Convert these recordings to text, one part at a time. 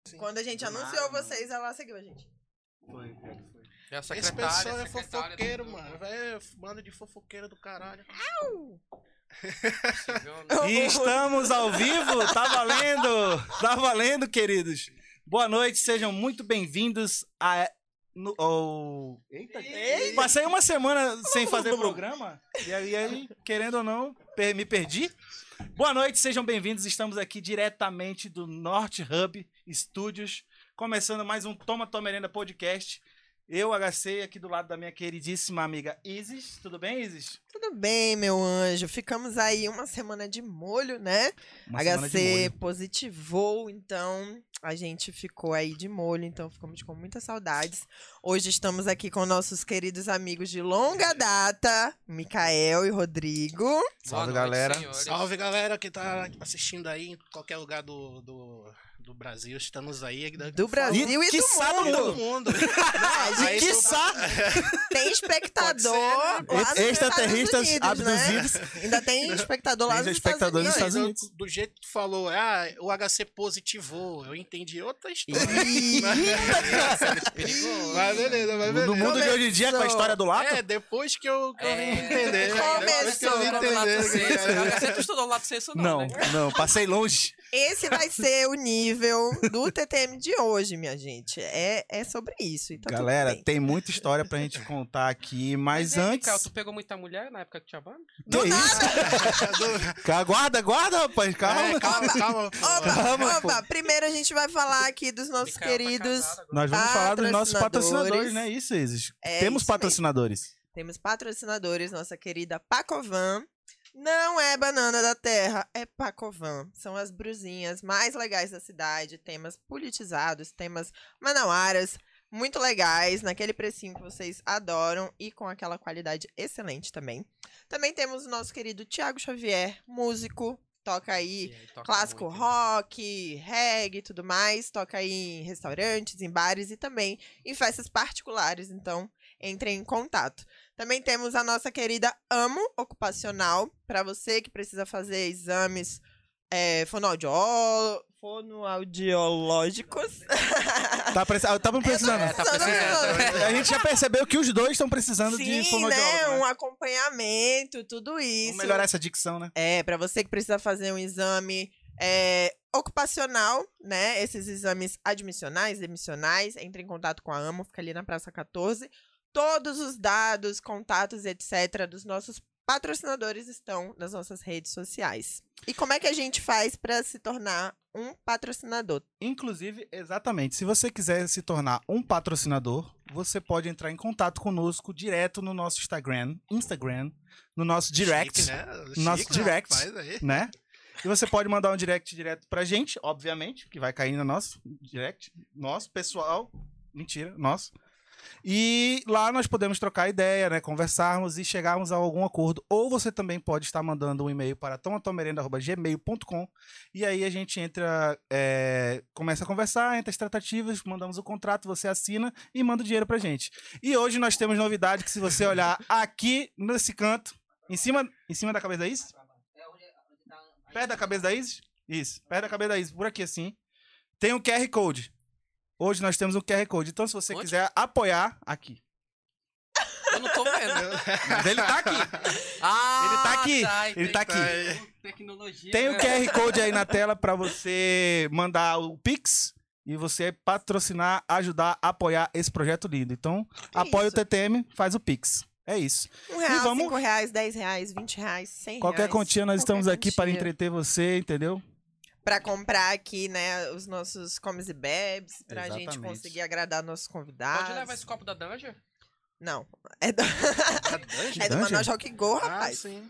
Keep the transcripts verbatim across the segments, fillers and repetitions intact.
Sim. Quando a gente Do anunciou nada, vocês, ela seguiu a gente. Foi, foi, foi. É a Esse secretária, pessoal é secretária fofoqueiro, do- mano. É banda de fofoqueiro do caralho. Possível, E estamos ao vivo, tá valendo, tá valendo, queridos. Boa noite, sejam muito bem-vindos a... No, ao... Eita, Eita. Passei uma semana sem fazer programa, e aí, aí, querendo ou não, per- me perdi. Boa noite, sejam bem-vindos, estamos aqui diretamente do Norte Hub Studios, começando mais um Toma Tua Merenda podcast. Eu, H C, aqui do lado da minha queridíssima amiga Isis. Tudo bem, Isis? Tudo bem, meu anjo. Ficamos aí uma semana de molho, né? Uma semana de H C molho. positivou, então a gente ficou aí de molho, então ficamos com muitas saudades. Hoje estamos aqui com nossos queridos amigos de longa data, Micael e Rodrigo. Salve, Boa noite, galera. senhores. Salve, galera que tá assistindo aí em qualquer lugar do, do, do Brasil. Estamos aí. Do Brasil e, E do quiçá do mundo. Todo mundo. a Aí gente tu- quiçá. Tem espectador Pode ser, né? lá nos Extraterrestres Estados Unidos, abduzidos. né? Ainda tem espectador lá Tem nos espectador nos Estados Estados Unidos. Unidos. Do jeito que tu falou, ah, o H C positivou. Eu entendi outra história. Ih, Perigoso. Mas beleza, mas beleza. No mundo de hoje em dia, com a história do Lato, É, depois que eu, que eu vim É, entender. Depois que eu vim começou, entender. Você estudou lá do senso, não, não, né? não, passei longe. Esse vai ser o nível do T T M de hoje, minha gente. É, é sobre isso. Então, tudo Galera, bem. tem muita história pra gente contar aqui, mas e aí, antes... Micael, tu pegou muita mulher na época que tinha banda? Que isso? Aguarda, aguarda, rapaz, calma. É, calma, calma. pô. Opa, Calma, opa. Primeiro a gente vai falar aqui dos nossos Micael tá queridos. casado agora. Nós vamos falar dos nossos Patrocinadores. patrocinadores, né? Isso, Isis. É Temos isso mesmo. patrocinadores. Temos patrocinadores, nossa querida Pacovan. Não é banana da terra, é Pacovan. São as brusinhas mais legais da cidade, temas politizados, temas manauaras, muito legais, naquele precinho que vocês adoram e com aquela qualidade excelente também. Também temos o nosso querido Thiago Xavier, músico, toca aí E aí, toca clássico muito. rock, reggae e tudo mais, toca aí em restaurantes, em bares e também em festas particulares, então entrem em contato. Também temos a nossa querida Amo Ocupacional, para você que precisa fazer exames é, fonoaudió- fonoaudiológicos. Tá, preci... ah, tava precisando. É, tá precisando. A gente já percebeu que os dois estão precisando de Sim, fonoaudiólogo, né? né? Um acompanhamento, tudo isso. Vamos melhorar essa dicção, né? É, para você que precisa fazer um exame é, ocupacional, né? Esses exames admissionais, demissionais, entre em contato com a AMO, fica ali na Praça quatorze. Todos os dados, contatos, etcétera, dos nossos patrocinadores estão nas nossas redes sociais. E como é que a gente faz para se tornar um patrocinador? Inclusive, exatamente, se você quiser se tornar um patrocinador, você pode entrar em contato conosco direto no nosso Instagram, Instagram, no nosso direct, Chique, né? Nosso Chique, direct. rapaz, aí. né? E você pode mandar um direct direto pra gente, obviamente, que vai cair no nosso direct, nosso, pessoal, mentira, nosso. E lá nós podemos trocar ideia, né, conversarmos e chegarmos a algum acordo. Ou você também pode estar mandando um e-mail para tomatomerenda arroba gmail ponto com e aí a gente entra, é, começa a conversar, entra as tratativas, mandamos o contrato, você assina e manda o dinheiro pra gente. E hoje nós temos novidade que se você olhar aqui nesse canto, em cima, em cima da cabeça da Isis, perto da cabeça da Isis, isso, perto da cabeça da Isis, por aqui assim, tem um Q R Code. Hoje nós temos um Q R Code. Então, se você Onde? quiser apoiar, aqui. Eu não tô vendo. Mas ele tá aqui. Ah, Ele tá aqui. tá, Ele tá aqui. entendi. Tecnologia. Tem o né? Q R Code aí na tela para você mandar o Pix e você patrocinar, ajudar, apoiar esse projeto lindo. Então, apoia Isso. o T T M, faz o Pix. É isso. Um real, vamos- cinco reais, dez reais, vinte reais, cem Qualquer reais. quantia, nós qualquer estamos aqui para quantia. entreter você, entendeu? Pra comprar aqui, né, os nossos comes e bebes, pra gente Exatamente. conseguir agradar nossos convidados. Pode levar esse copo da Danger? Não, é do, A Dungeon? é do Dungeon? Manaus Rock Go, Ah, rapaz. sim.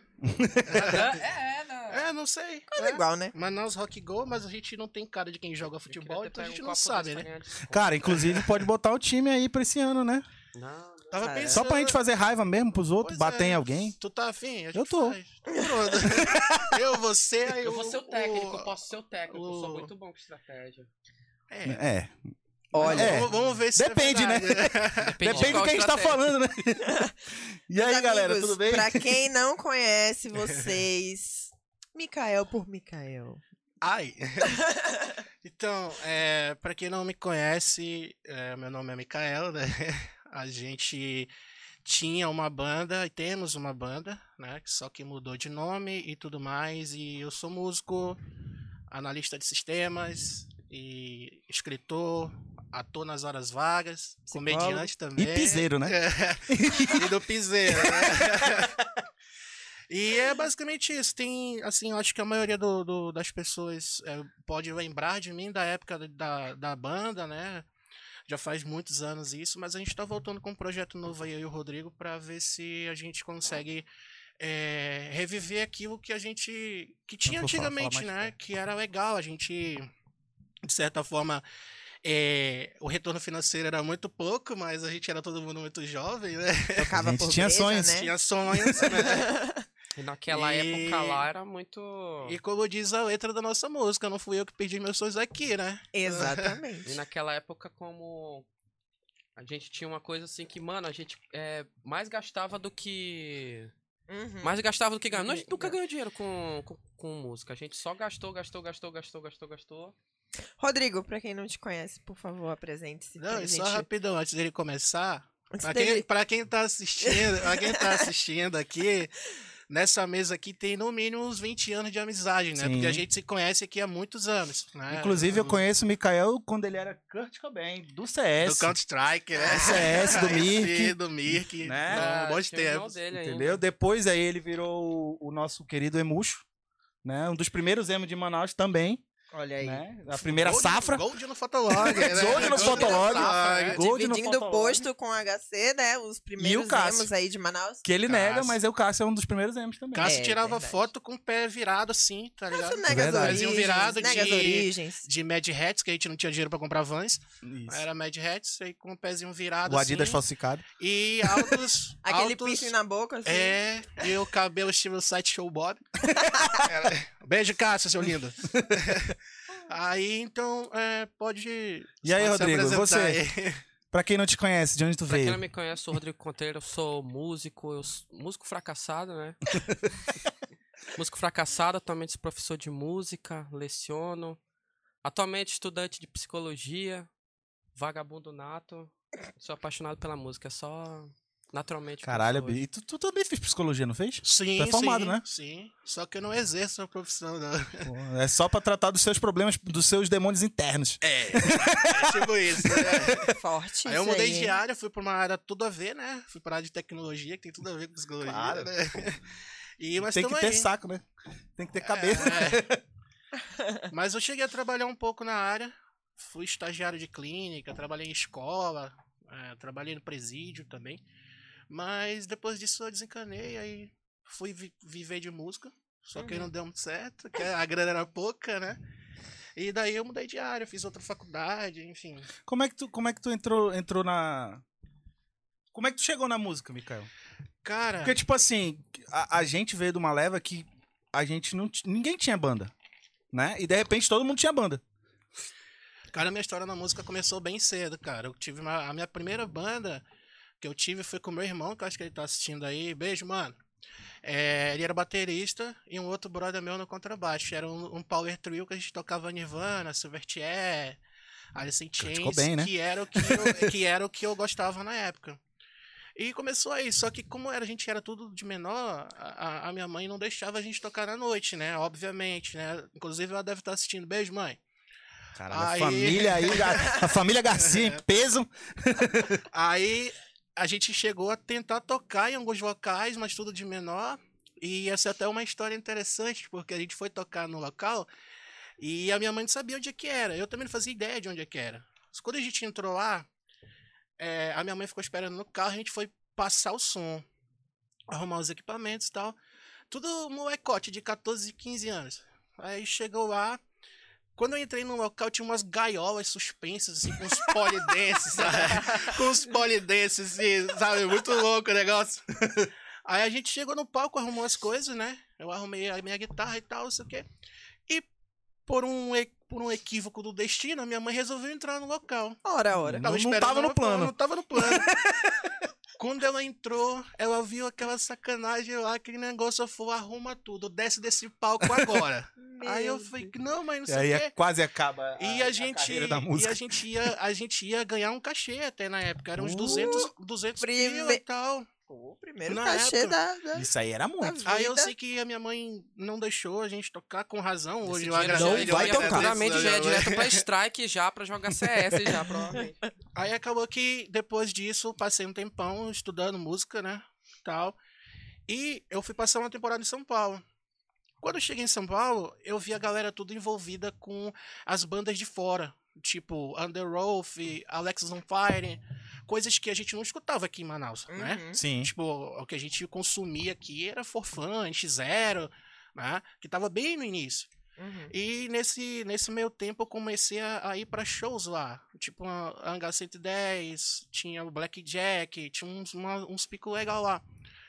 É, é, não. É, não sei. Tudo é. igual, né? Manaus Rock Go, mas a gente não tem cara de quem joga futebol, então a gente não sabe, né? Cara, inclusive pode botar o time aí pra esse ano, né? Não, Tava Cara, pensando... Só pra gente fazer raiva mesmo pros outros, Pois bater é. em alguém. Tu tá afim? A gente Eu tô. faz. Pronto. Eu, você, aí eu o- vou ser o técnico, o- eu posso ser o técnico, eu sou o- muito bom com estratégia. É. É. Olha, É. Vamos, vamos ver se Depende, é né? verdade. Depende, Depende do que a gente tá falando, né? E aí, meus galera, amigos, tudo bem? Pra quem não conhece vocês, Micael por Micael. Ai. Então, é, para quem não me conhece, é, meu nome é Mikael, né? A gente tinha uma banda e temos uma banda, né? Só que mudou de nome e tudo mais. E eu sou músico, analista de sistemas e escritor, ator nas horas vagas, Psicólogo. comediante também. E piseiro, né? E do piseiro, né? E é basicamente isso. Tem, assim, eu acho que a maioria do, do- das pessoas é, pode lembrar de mim da época da, da banda, né? Já faz muitos anos isso, mas a gente tá voltando com um projeto novo aí, eu e o Rodrigo, para ver se a gente consegue é, reviver aquilo que a gente. Que tinha vou falar- falar antigamente, mais né? perto. Que era legal. A gente, de certa forma. é, o retorno financeiro era muito pouco, mas a gente era todo mundo muito jovem, né? Tocava A gente por tinha breja, sonhos. né? Tinha sonhos, né? E naquela E- época lá era muito. E como diz a letra da nossa música, não fui eu que perdi meus sonhos aqui, né? Exatamente. E naquela época, como a gente tinha uma coisa assim que, mano, a gente é, mais gastava do que. Uhum. Mais gastava do que ganhava. A gente Uhum. nunca ganhou dinheiro com, com, com música. A gente só gastou, gastou, gastou, gastou, gastou, gastou. Rodrigo, pra quem não te conhece, por favor, apresente-se. Não, pra e gente. só rapidão, antes dele começar, Antes pra dele- quem, pra quem tá assistindo, pra quem tá assistindo aqui, nessa mesa aqui tem no mínimo uns vinte anos de amizade, né? Sim. Porque a gente se conhece aqui há muitos anos, né? Inclusive, eu Do- conheço o Mikael quando ele era Kurt Cobain, do C S. Do Counter-Strike, né? Do C S, do Esse, Mirk, do Mirk, né? há um bom tinha o irmão tempo. dele Entendeu? ainda. Depois aí ele virou o, o nosso querido Emuxo, né? Um dos primeiros emos de Manaus também, Olha aí. né? A primeira Gold- safra. Gold no Fotolog, né? Gold no da Fotolog. safra, né? Gold no Dividindo o Fotolog. posto com H C, né? Os primeiros Cássio. emos aí de Manaus. Que ele Cássio. nega, mas é o Cássio é um dos primeiros emos também. Cássio É, tirava verdade. foto com o pé virado assim, tá ligado? Cássio nega as Verdade. origens. Pezinho virado nega as de- origens. De Mad Hats, que a gente não tinha dinheiro pra comprar Vans. Isso. Era Mad Hats, aí com o pezinho virado O Adidas assim. falsificado. E altos... Aquele altos, piercing na boca, assim. É, e o cabelo estilo Sideshow Bob. Era- Beijo, Cássio, seu lindo. Aí, então, é, pode... E aí, pode se Rodrigo, apresentar você? aí. Pra quem não te conhece, de onde tu Pra quem veio? não me conhece, eu sou o Rodrigo Conteiro, eu sou músico, eu sou músico fracassado, né? Músico fracassado, atualmente sou professor de música, leciono. Atualmente estudante de psicologia, vagabundo nato. Sou apaixonado pela música, é só naturalmente. que eu Caralho, sou hoje. Bi. E tu, tu também fez psicologia, não fez? Sim, Tu é formado, sim, né? Sim, só que eu não exerço a profissão, não. Pô, é só pra tratar dos seus problemas, dos seus demônios internos. É, é tipo isso, né? Forte Aí eu isso mudei aí, de hein? área, fui pra uma área tudo a ver, né? Fui pra área de tecnologia, que tem tudo a ver com psicologia, Claro. né? E, mas Tem que tamo ter aí. saco, né? Tem que ter cabeça. É. Mas eu cheguei a trabalhar um pouco na área. Fui estagiário de clínica, trabalhei em escola, é, trabalhei no presídio também. Mas depois disso eu desencanei, aí fui vi- viver de música. Só que aí Uhum. não deu muito certo, que a grana era pouca, né? E daí eu mudei de área, fiz outra faculdade, enfim. Como é que tu, como é que tu entrou, entrou na... Como é que tu chegou na música, Mikael? Cara, Porque, tipo assim, a, a gente veio de uma leva que a gente não... t- Ninguém tinha banda, né? E, de repente, todo mundo tinha banda. cara, minha história na música começou bem cedo, cara. Eu tive uma, a minha primeira banda que eu tive foi com meu irmão, que eu acho que ele tá assistindo aí. Beijo, mano. É, ele era baterista e um outro brother meu no contrabaixo. Era um, um power trio que a gente tocava Nirvana, Silverchair, Alice in Chains, Cobain, né? que era o que eu, que era o que eu gostava na época. E começou aí, só que como era, a gente era tudo de menor, a, a minha mãe não deixava a gente tocar na noite, né? Obviamente, né? Inclusive ela deve estar assistindo. Beijo, mãe. Caralho, a Aí- família aí, a, a família Garcia em peso. Aí a gente chegou a tentar tocar em alguns locais, mas tudo de menor. E essa é até uma história interessante, porque a gente foi tocar no local e a minha mãe não sabia onde é que era. Eu também não fazia ideia de onde é que era. Mas quando a gente entrou lá, é, a minha mãe ficou esperando no carro, a gente foi passar o som, arrumar os equipamentos e tal. Tudo molecote de catorze, quinze anos. Aí chegou lá. Quando eu entrei no local, tinha umas gaiolas suspensas, assim, com uns polidenses, sabe? Com uns polidenses, assim, sabe? Muito louco o negócio. Aí a gente chegou no palco, arrumou as coisas, né? Eu arrumei a minha guitarra e tal, não sei o quê. E por um, e- por um equívoco do destino, a minha mãe resolveu entrar no local. Ora, ora. Não- não esperando tava no ela- plano. Não tava no plano. Quando ela entrou, ela viu aquela sacanagem lá, aquele negócio, eu falei, arruma tudo, desce desse palco agora. Aí eu falei, não, mas não E sei aí o quê. quase acaba a, E a, a gente, carreira da e música. a gente ia, a gente ia ganhar um cachê até na época, era uns Uh, duzentos, duzentos prime- pila e tal. Pô, primeiro Na cachê época. da, da, Isso aí era muito. da Aí eu vida. sei que a minha mãe não deixou a gente tocar com razão. Esse Hoje eu dinheiro agradeço. já Não eu vai ia tocar. futuramente agradeço já a é minha mãe. direto pra strike já, pra jogar C S já, provavelmente. Aí acabou que depois disso, passei um tempão estudando música, né, tal. E eu fui passar uma temporada em São Paulo. Quando eu cheguei em São Paulo, eu vi a galera tudo envolvida com as bandas de fora. Tipo, Underoath, Alexis on Fire, coisas que a gente não escutava aqui em Manaus, né? Uhum. Sim. Tipo, o que a gente consumia aqui era For Fun, X Zero, né? Que tava bem no início. Uhum. E nesse, nesse meio tempo eu comecei a, a ir pra shows lá. Tipo, a Hangar cento e dez, tinha o Blackjack, tinha uns, uma, uns picos legal lá.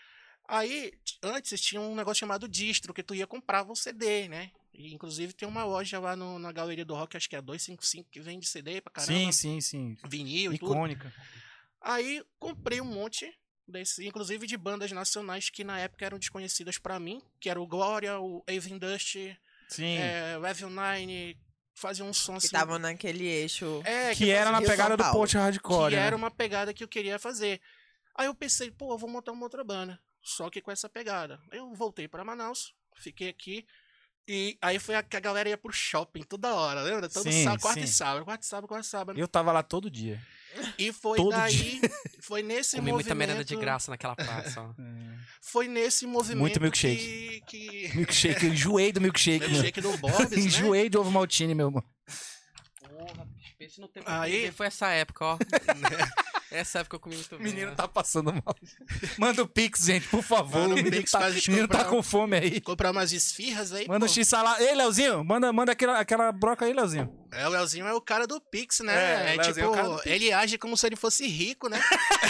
Aí, t- antes tinha um negócio chamado distro, que tu ia comprava o C D, né? E, inclusive tem uma loja lá no- na Galeria do Rock, acho que é a duzentos e cinquenta e cinco, que vende C D pra caramba. Sim, sim, sim. Vinil e tudo. Icônica. Aí comprei um monte desse, inclusive de bandas nacionais que na época eram desconhecidas pra mim, que era o Glória, o Avon Dust, Sim. é, Level Nine, fazia um som Que assim. estavam naquele eixo. É, que era na Rio, pegada São do Paulo. post hardcore, que né? era uma pegada que eu queria fazer. Aí eu pensei, pô, eu vou montar uma outra banda, só que com essa pegada. Eu voltei pra Manaus, fiquei aqui, e aí foi a que a galera ia pro shopping toda hora, lembra? Todo Sim, sábado, quarta sim. e sábado, quarta e sábado, quarta e sábado. Eu tava lá todo dia. E foi todo daí, foi nesse Comi movimento... muita merenda de graça naquela praça, ó. Foi nesse movimento Muito milkshake. que... que... Milkshake, eu enjoei do milkshake. meu. milkshake do Bob's, né? Enjoei de ovo maltine, meu irmão. Porra, pense no tempo Aí- que eu comi. Foi essa época, ó. Essa época eu comi muito O bem. menino ó. tá passando mal. Manda o Pix, gente, por favor. Manda o o menino, Pix tá, pra gente o menino tá comprar. com fome aí. Comprar umas esfirras aí, Manda pô. um X-salada. Ei, Leozinho, manda, manda aquela, aquela broca aí, Leozinho. É, o Leozinho é o cara do Pix, né? É, É, o Leozinho tipo, é o cara do Pix. ele age como se ele fosse rico, né?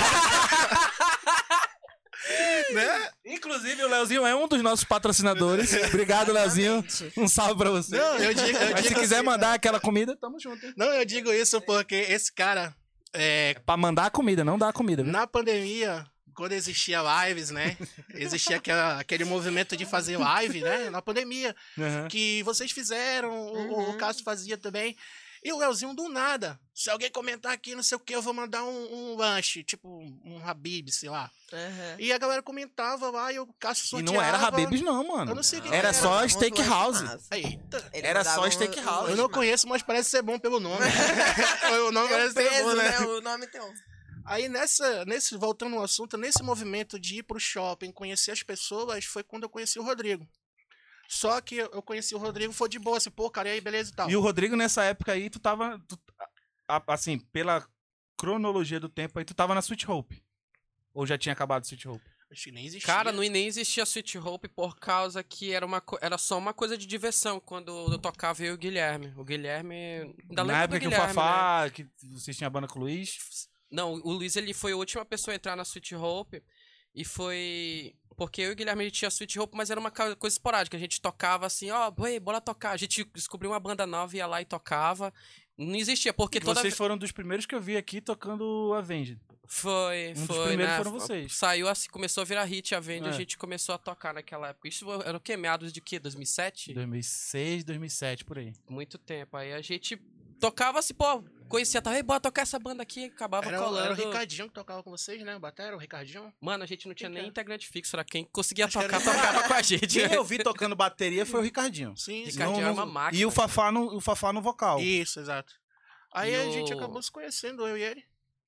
né? Inclusive, o Leozinho é um dos nossos patrocinadores. Obrigado, Leozinho. Exatamente. Um salve pra você. Não, eu digo, eu Mas se digo quiser assim, mandar aquela comida, tamo junto, hein? Não, eu digo isso porque esse cara, é, É pra mandar a comida, não dar a comida, viu? na pandemia, quando existia lives, né? Existia aquela, aquele movimento de fazer live, né? Na pandemia. Aham. Que vocês fizeram, o, o Uhum. Cássio fazia também. E o Leozinho do nada. Se alguém comentar aqui, não sei o que, eu vou mandar um, um lanche, tipo um Habib, sei lá. Uhum. E a galera comentava lá e o Cássio E sorteava. não era Habib's, não, mano. Eu não sei o que Era que só Mandava uns steakhouse. lanches massa. Eita. Ele Era mandava só um- steakhouse. um Eu não lanche conheço, mas parece ser bom pelo nome. o nome massa. parece Tem um ser bom, peso, né? né? O nome tem um. Aí nessa, nesse, voltando ao assunto, nesse movimento de ir pro shopping, conhecer as pessoas, foi quando eu conheci o Rodrigo. Só que eu conheci o Rodrigo, foi de boa, assim, pô, cara, e aí, beleza e tal. E o Rodrigo, nessa época aí, tu tava. tu- a- assim, pela cronologia do tempo aí, tu tava na Sweet Hope. Ou já tinha acabado Sweet Hope? Acho que nem existia. Cara, não, nem existia Sweet Hope por causa que era, uma, co- era só uma coisa de diversão quando eu tocava eu e o Guilherme. O Guilherme. Ainda lembro Na do época que o Guilherme, né? Fafá, que vocês tinham a banda com o Luiz. Não, o Luiz ele foi a última pessoa a entrar na Sweet Hope e foi porque eu e o Guilherme a gente tinha Sweet Hope, mas era uma ca- coisa esporádica. A gente tocava assim, ó, boi, bora tocar. A gente descobriu uma banda nova, ia lá e tocava. Não existia, porque toda Vocês ve- foram dos primeiros que eu vi aqui tocando Avenged. foi, Um dos foi, primeiros né? foram vocês. Saiu assim, começou a virar hit a venda, É. a gente começou a tocar naquela época. Isso era o quê? Meados de quê? dois mil e sete? dois mil e seis, dois mil e sete, por aí. Muito tempo. Aí a gente tocava assim, pô, conhecia, tava, ei, bora tocar essa banda aqui, acabava Era, colando. era o Ricardinho que tocava com vocês, né? Batera, o Ricardinho. Mano, a gente não tinha Quem nem que era? integrante fixo, era quem conseguia Acho que tocar, era- tocava com a gente. Quem eu vi tocando bateria foi o Ricardinho. Sim, sim. Ricardinho Não- era não- uma máquina. E o Fafá no, o Fafá no vocal. Isso, exato. Aí E a gente o- acabou se conhecendo, eu e ele.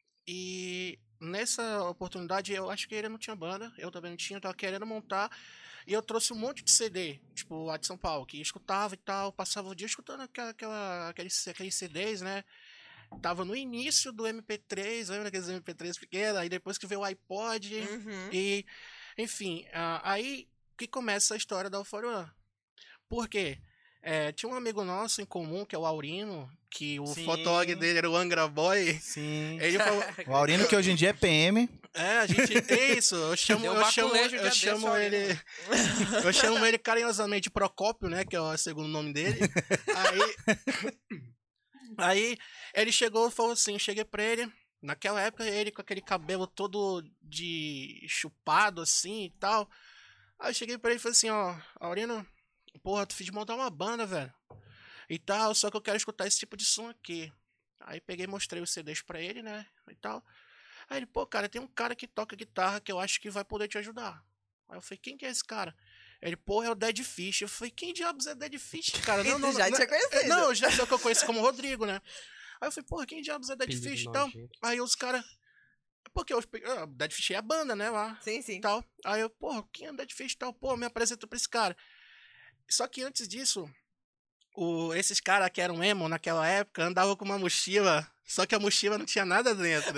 E nessa oportunidade, eu acho que ele não tinha banda, eu também não tinha, eu tava querendo montar. E eu trouxe um monte de C D, tipo, lá de São Paulo, que escutava e tal, passava o dia escutando aquela, aquela, aqueles, aqueles C Ds, né? Tava no início do M P três, lembra aqueles M P três pequenos? Aí depois que veio o iPod, Uhum. e, enfim, ah, aí que começa a história da Alfaro One. Por quê? É, tinha um amigo nosso em comum, que é o Aurino, que o Sim. fotógrafo dele era o Angra Boy. Sim. Ele falou, O Aurino, que hoje em dia é P M. é, a gente, é isso, eu chamo, Deu eu chamo, baculejo um eu dia chamo desse, ele, eu chamo ele carinhosamente de Procópio, né, que é o segundo nome dele. Aí, aí ele chegou e falou assim, eu cheguei pra ele, Naquela época, ele com aquele cabelo todo de chupado, assim, e tal. Aí eu cheguei pra ele e falei assim, ó, Aurino, porra, tu fiz de montar uma banda, velho. E tal, só que eu quero escutar esse tipo de som aqui. Aí peguei e mostrei os C Ds pra ele, né, e tal. Aí ele, pô, cara, tem um cara que toca guitarra que eu acho que vai poder te ajudar. Aí eu falei, quem que é esse cara? Ele, pô, é o Dead Fish. Eu falei, quem diabos é Dead Fish, cara? E tu já não, tinha conhecido. Não, já só que eu conheço como Rodrigo, né? Aí eu falei, porra, quem diabos é Dead Apelido Fish e tal? nojento. Aí os caras... Porque os ah, Dead Fish é a banda, né, lá. Sim, sim. Tal. Aí eu, porra, quem é Dead Fish e tal? Pô, me apresentou pra esse cara. Só que antes disso, o, esses caras que eram emo naquela época andavam com uma mochila, só que a mochila não tinha nada dentro.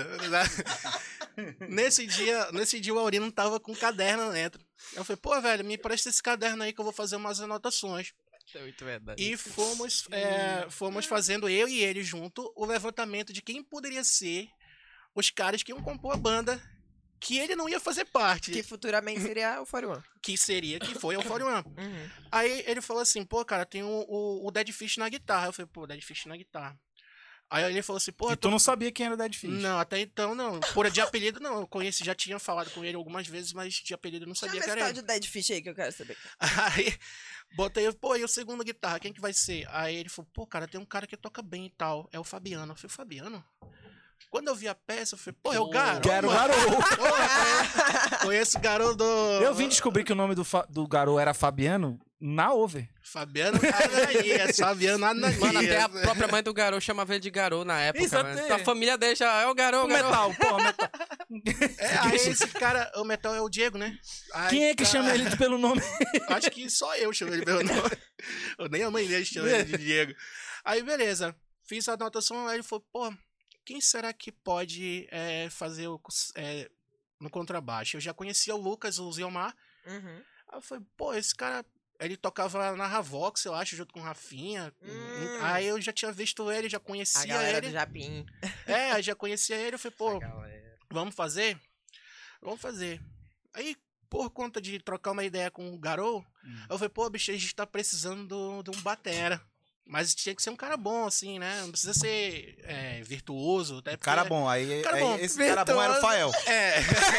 nesse, dia, nesse dia o Aurino não tava com um caderno dentro. Eu falei, pô, velho, me presta esse caderno aí que eu vou fazer umas anotações. É muito verdade. E fomos, é, fomos fazendo, eu e ele junto, o levantamento de quem poderia ser os caras que iam compor a banda, que ele não ia fazer parte. Que futuramente seria o quatro um. Que seria, que foi o quatro um. Uhum. Aí ele falou assim, pô, cara, tem o, o, o Dead Fish na guitarra. Eu falei, pô, Dead Fish na guitarra. Aí ele falou assim, pô... E tu não sabia quem era o Dead Fish? Não, até então não. Por de apelido não. Eu conheci, já tinha falado com ele algumas vezes, mas de apelido eu não sabia Chama que esse era tal ele. de Dead Fish aí que eu quero saber. Aí, botei, pô, e o segundo guitarra, quem que vai ser? Aí ele falou, pô, cara, tem um cara que toca bem e tal. É o Fabiano. Eu falei, Fabiano? Quando eu vi a peça, eu falei, pô, é o Garou. Quero mano. Garou. Porra, conheço o Garou do... Eu vim descobrir que o nome do, fa- do Garou era Fabiano na Over. Fabiano Anaías, Fabiano Anaías. Mano, até a própria mãe do Garou chamava ele de Garou na época, Isso, mano. até. A família dele já é o Garou, O o Garou. metal, porra, metal. É, aí esse cara, o metal é o Diego, né? Aí, Quem é que cara, chama ele pelo nome? Acho que só eu chamo ele pelo nome. Ou nem a mãe dele chama ele de Diego. Aí, beleza. Fiz a anotação, aí ele falou, pô, quem será que pode é, fazer o, é, no contrabaixo? Eu já conhecia o Lucas, o Zilmar. Uhum. Aí eu falei, pô, esse cara, ele tocava na Ravox, eu acho, junto com o Rafinha. Hum. Aí eu já tinha visto ele, já A conhecia galera ele. do Japim. É, já conhecia ele, eu falei, pô, A galera. vamos fazer? Vamos fazer. Aí, por conta de trocar uma ideia com o Garou, Hum. eu falei, pô, bicho, a gente tá precisando do- de um batera. Mas tinha que ser um cara bom, assim, né? Não precisa ser é, virtuoso. Até porque- Cara bom, aí, Cara aí bom, esse cara bom era o Fael. É.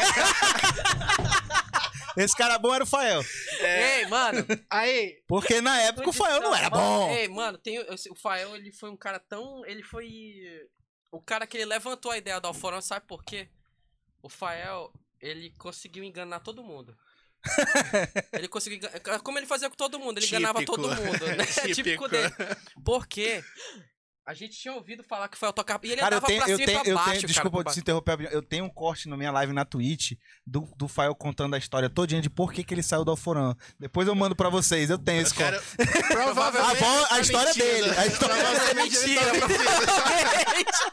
Esse cara bom era o Fael. Ei, mano. Aí, Porque na época o Fael não era Mano, bom. Ei, mano, tem, eu- o Fael, ele foi um cara tão... Ele foi... O cara que ele levantou a ideia do Alforão, sabe por quê? O Fael, ele conseguiu enganar todo mundo. Ele conseguiu enganar... Como ele fazia com todo mundo, ele enganava Típico. todo mundo, né? Típico. Típico dele. Por quê? A gente tinha ouvido falar que o Fael tocava... E ele Cara, eu andava tenho, pra eu cima tenho, e pra eu baixo, tenho, desculpa cara. te interromper, eu tenho um corte na minha live na Twitch do, do Fael contando a história todinha de por que, que ele saiu do Alforã. Depois eu mando pra vocês, eu tenho esse eu quero... corte. Provavelmente. A vo- a tá história mentindo. dele, a história- Provavelmente ele tá Mentira, mentindo.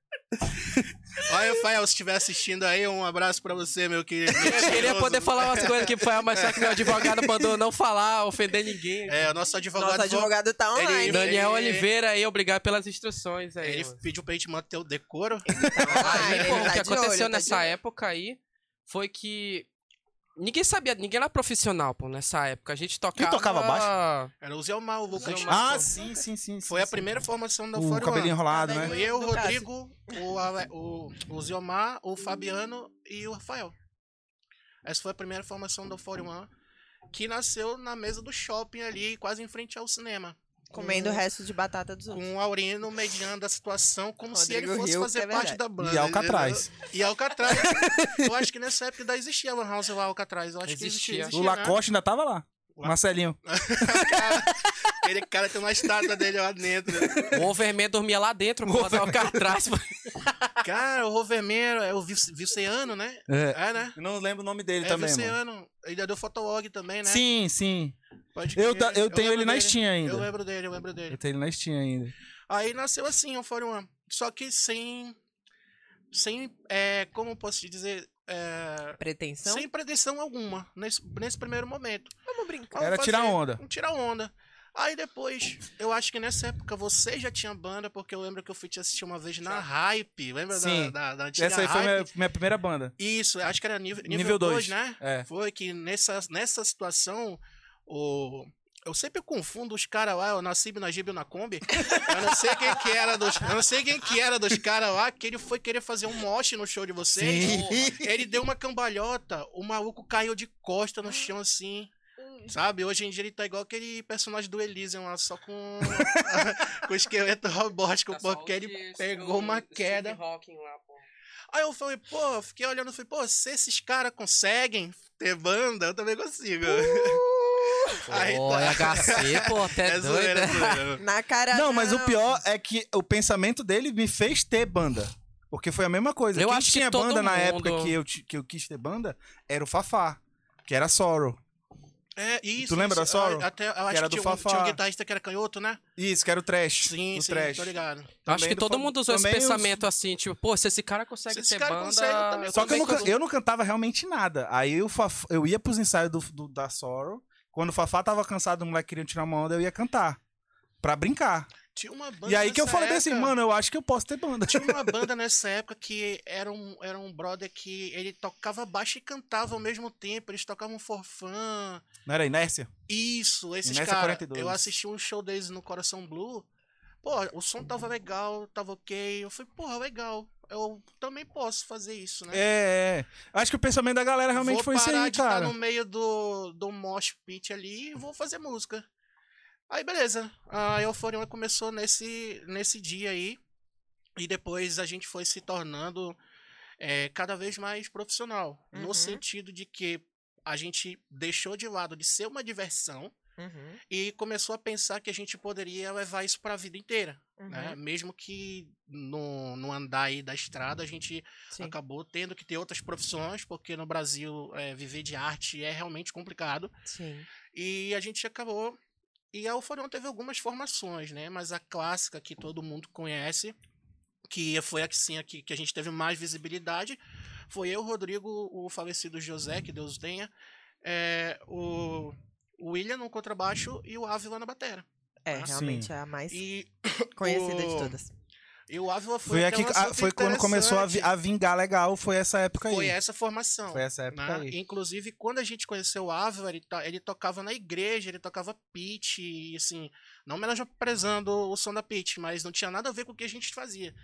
Olha, Fael, se estiver assistindo aí, um abraço pra você, meu querido. Eu queria poder falar umas coisas que o Fael, mas só que meu advogado mandou não falar, ofender ninguém. É, o nosso advogado. Nosso advogado tá ele- online. Daniel ele- Oliveira aí, obrigado pelas instruções aí. Ele mano. pediu pra gente manter o decoro. Ah, Aí, ele pô, tá o que de aconteceu olho, tá de nessa olho. época aí foi que ninguém sabia, ninguém era profissional, pô, nessa época. A gente tocava... tocava baixo? Era o Zelmar, o Lucas. Zelmar. Ah, sim, sim, sim. Foi sim, a sim. primeira formação da O Fórum cabelinho enrolado, né? Cabelinho. Foi eu, o Do Cássio. Rodrigo, o, Ale- o, o Ziomar, o Fabiano e o Rafael. Essa foi a primeira formação do Fórum One, que nasceu na mesa do shopping ali, quase em frente ao cinema. Comendo o resto de batata dos outros. Com o Aurino mediando a situação como se ele Rodrigo fosse Hill, fazer que é parte verdade. da banda. E Alcatraz. entendeu? E Alcatraz. Eu acho que nessa época ainda existia a Lan House lá, Alcatraz. Eu acho que Existia. existia. O existia, né? Lacoste ainda tava lá. Lá. Marcelinho. Cara, aquele cara tem uma estátua dele lá dentro. O Overman dormia lá dentro, pô, da Alcatraz. Cara, o Rovermeiro é o Vil- Vilceano, né? É. É, né? Eu não lembro o nome dele É também, mano. Vilceano. Ele já deu Fotolog também, né? Sim, sim. Pode Eu, crer. ta- eu tenho lembro ele na dele. Steam ainda. Eu lembro dele, eu lembro dele. Eu tenho ele na Steam ainda. Aí nasceu assim o Fórum One. Só que sem. Sem. É, como posso te dizer? É, Pretensão? sem pretensão alguma nesse, nesse primeiro momento. Vamos brincar. Vamos Era tirar onda. Vamos tirar onda. Aí depois, eu acho que nessa época você já tinha banda, porque eu lembro que eu fui te assistir uma vez na Hype. Lembra Sim. da, da, da antiga Essa aí foi Hype? minha, minha primeira banda. Isso, acho que era nível Nível dois, dois, né? é. Foi que nessa, nessa situação, o, Eu sempre confundo os caras lá, o Nassib, Najib e o Nakombi. Eu não sei quem que era dos, eu não sei quem que era dos caras lá, que ele foi querer fazer um mosh no show de vocês. Sim. Ele deu uma cambalhota, o maluco caiu de costa no chão assim. Sabe? Hoje em dia ele tá igual aquele personagem do Elysium lá, só com, com esqueleto robótico, Tá só porque o ele Steve- pegou uma o Steve queda. Hawking lá, pô. Aí eu falei, pô, fiquei olhando, falei, pô, se esses caras conseguem ter banda, eu também consigo. Aí Pô, tá. H C, pô, até É doido. zoeira, é né? zoeira. Na cara Não, mas o pior é que o pensamento dele me fez ter banda. Porque foi a mesma coisa. Eu Quem acho que tinha todo banda na mundo- época que eu, ti- que eu quis ter banda era o Fafá, que era Sorrow. É, isso. Tu lembra isso. da Sorrow? Ah, Até, eu acho era que do tinha um, Fafá. tinha um guitarrista que era canhoto, né? Isso, que era o Trash. Sim, o sim, trash. tô ligado. Acho Também que do todo Fa- mundo usou esse também os- pensamento assim, tipo, pô, se esse cara consegue Se esse ter cara banda... consegue, eu também Só que eu não, também can- eu não cantava realmente nada. Aí eu, Faf- eu ia pros ensaios do, do- da Sorrow. Quando o Fafá tava cansado, o moleque queria tirar uma onda, eu ia cantar. Pra brincar. Tinha uma banda E aí que eu nessa falei bem assim, época- mano, eu acho que eu posso ter banda. Tinha uma banda nessa época que era um, era um brother que ele tocava baixo e cantava ao mesmo tempo. Eles tocavam forfã. Não era Inércia? Isso, esses Inércia caras. quarenta e dois. Eu assisti um show deles no Coração Blue. Pô, o som tava legal, tava ok. Eu falei, porra, legal. Eu também posso fazer isso, né? É, é. Acho que o pensamento da galera realmente vou foi isso parar aí, de estar cara. no meio do, do mosh pit ali e vou fazer música. Aí, beleza. A Euforia começou nesse, nesse dia aí. E depois a gente foi se tornando é, cada vez mais profissional. Uhum. No sentido de que a gente deixou de lado de ser uma diversão Uhum, e começou a pensar que a gente poderia levar isso para a vida inteira. uhum, Né? Mesmo que no, no andar aí da estrada a gente sim. acabou tendo que ter outras profissões, porque no Brasil é, viver de arte é realmente complicado. Sim. E a gente acabou. E a Euforion teve algumas formações, né? Mas a clássica que todo mundo conhece, que foi a que, sim, a que, que a gente teve mais visibilidade, foi eu, Rodrigo, o falecido José, que Deus tenha, é, o, o William no contrabaixo e o Ávila na batera. É, Ah, realmente sim. é a mais E conhecida de o- todas. E o Ávila foi, Foi, até aqui, um ah, assunto foi quando começou a, vi- interessante. a vingar legal, foi essa época aí. Foi essa formação. Foi essa época né? aí. Inclusive, quando a gente conheceu o Ávila, ele, to- ele tocava na igreja, ele tocava pitch, e assim, não menosprezando o som da pitch, mas não tinha nada a ver com o que a gente fazia.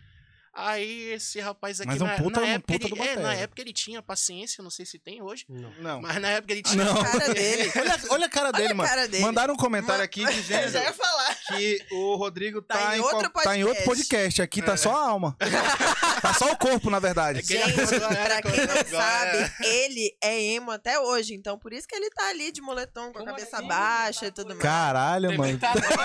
Aí esse rapaz aqui, Mas um na, puta- na um época, puta ele, do é, na batera. época ele tinha paciência, não sei se tem hoje, Não. Não. mas na época ele tinha. Não. A cara dele. Olha, olha a cara dele, a mano. cara dele. Mandaram um comentário Ma- aqui Eu dizendo já ia falar. que o Rodrigo tá, Tá em em, outro qual- tá em outro podcast. podcast. Aqui tá só a alma. Tá só o corpo, na verdade. É que ele Gente, acordou, né? pra quem não Acordou agora. sabe, ele é emo até hoje, então por isso que ele tá ali de moletom, com a Como cabeça assim? baixa e tudo mais. Caralho, mano.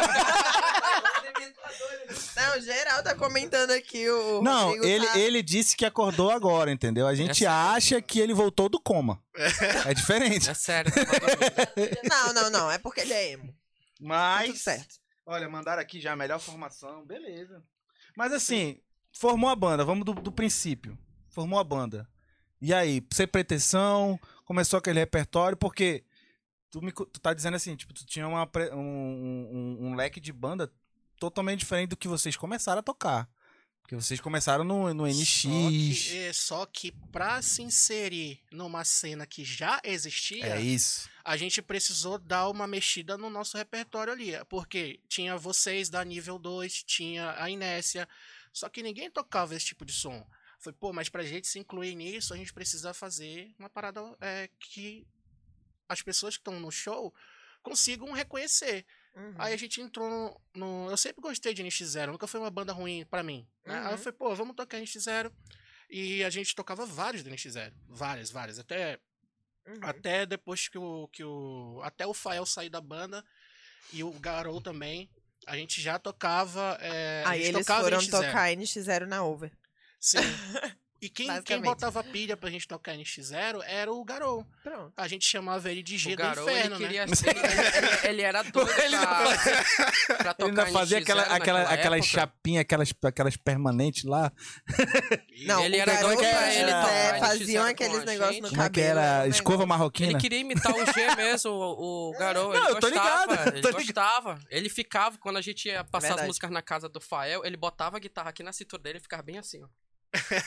Não, geral tá comentando aqui o Não, Rodrigo ele, tá... ele disse que acordou agora, entendeu? A gente É sério. acha que ele voltou do coma. É diferente. É sério. tá falando. Não, não, não, é porque ele é emo. Tá Mas, tudo certo. olha, mandaram aqui já a melhor formação, beleza. Mas assim, formou a banda, vamos do, do princípio. Formou a banda. E aí, sem pretensão, começou aquele repertório, porque tu, me, co- tu tá dizendo assim, tipo, tu tinha uma, pre- um, um, um leque de banda totalmente diferente do que vocês começaram a tocar. Porque vocês começaram no, no N X. Só que, é, só que pra se inserir numa cena que já existia, É isso. a gente precisou dar uma mexida no nosso repertório ali. Porque tinha vocês da nível dois, tinha a Inécia, só que ninguém tocava esse tipo de som. Foi, pô, mas pra gente se incluir nisso, a gente precisa fazer uma parada é, que as pessoas que estão no show consigam reconhecer. Uhum. Aí a gente entrou no, no- Eu sempre gostei de N X Zero, nunca foi uma banda ruim pra mim. Né? Aí eu Uhum. falei, pô, vamos tocar N X Zero. E a gente tocava vários do N X Zero. Várias, várias. Até, Uhum. até depois que o, que o. Até o Fael sair da banda e o Garou também. A gente já tocava. É, a Aí gente eles tocava foram N X Zero. tocar N X Zero na Over. Sim. E quem, quem Basicamente. botava pilha pra gente tocar N X Zero era o Garou. Pronto. A gente chamava ele de G O do Garou, Inferno, ele queria né? ser- ele, ele- ele era doido Ele ainda pra, pra tocar Ele ainda fazia N X zero aquela, aquela, naquela aquelas época. chapinhas, aquelas, aquelas permanentes lá. Não, Ele o era garoto doido e pra o ele José tocar N X faziam zero com aqueles a negócios gente. no Como é que cabelo. era? um Escova negócio. marroquina? Ele queria imitar o G mesmo, o, o Garou. Não, Ele eu tô gostava, ligado, ele tô ligado. gostava. Ele ficava, quando a gente ia passar as verdade. músicas na casa do Fael, ele botava a guitarra aqui na cintura dele e ficava bem assim, ó.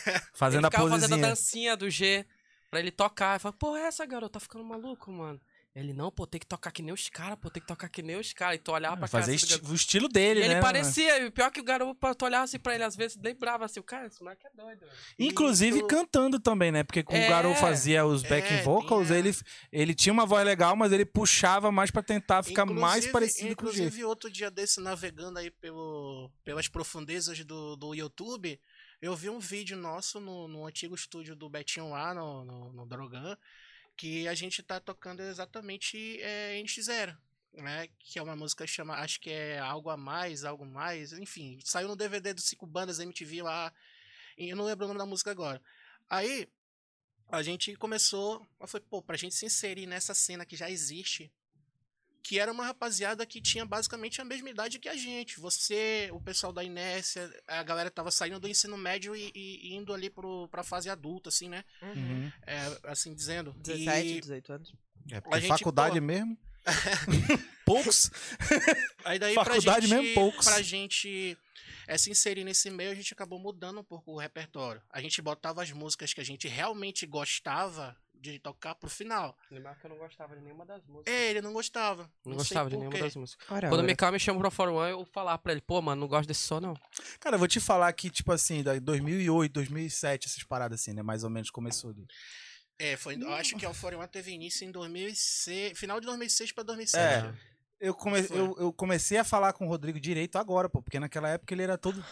Fazendo ele a ficava fazendo a posezinha. dancinha do G pra ele tocar. Eu falava, porra, essa garota tá ficando maluco, mano. Ele, não, pô, tem que tocar que nem os caras, pô, tem que tocar que nem os caras. E tu olhava pra Fazer cara assim, esti- o estilo dele, e ele né? parecia, e pior que o garoto, tu olhava assim pra ele, às vezes lembrava assim, o cara, esse moleque é doido. Velho. Inclusive Isso- cantando também, né? Porque quando É. o Garou fazia os back É, vocals, tinha- ele, ele tinha uma voz legal, mas ele puxava mais pra tentar ficar mais Inclusive- parecido com o G. Inclusive, outro dia desse, navegando aí pelo, pelas profundezas do, do YouTube, eu vi um vídeo nosso no, no antigo estúdio do Betinho lá, no, no, no Drogan, que a gente tá tocando exatamente é, N X zero, né? Que é uma música que chama, acho que é Algo a Mais, Algo Mais, enfim, saiu no D V D dos Cinco Bandas M T V lá, e eu não lembro o nome da música agora. Aí, a gente começou, eu falei, pô, pra gente se inserir nessa cena que já existe, que era uma rapaziada que tinha basicamente a mesma idade que a gente. Você, o pessoal da Inércia, a galera tava saindo do ensino médio e, e indo ali pro, pra fase adulta, assim, né? Uhum. Uhum. É, assim dizendo. dezessete, E dezoito anos. É, porque gente, faculdade pô, mesmo. Poucos. aí daí faculdade pra gente, mesmo, poucos. pra gente é, se inserir nesse meio, a gente acabou mudando um pouco o repertório. A gente botava as músicas que a gente realmente gostava de tocar pro final. Lembrava que eu não gostava de nenhuma das músicas. É, ele não gostava. Não, sei gostava de por nenhuma quê. das músicas. Ora, Quando o ora. Mikael me chama pro For One, eu falar pra ele, pô, mano, não gosto desse som, não. Cara, eu vou te falar que, tipo assim, da dois mil e oito, dois mil e sete, essas paradas assim, né? Mais ou menos começou ali. É, foi, eu acho que a Alfore One teve início em dois mil e seis, final de dois mil e seis pra dois mil e sete. É. Eu, come, Foi. eu, eu comecei a falar com o Rodrigo direito agora, pô, porque naquela época ele era todo.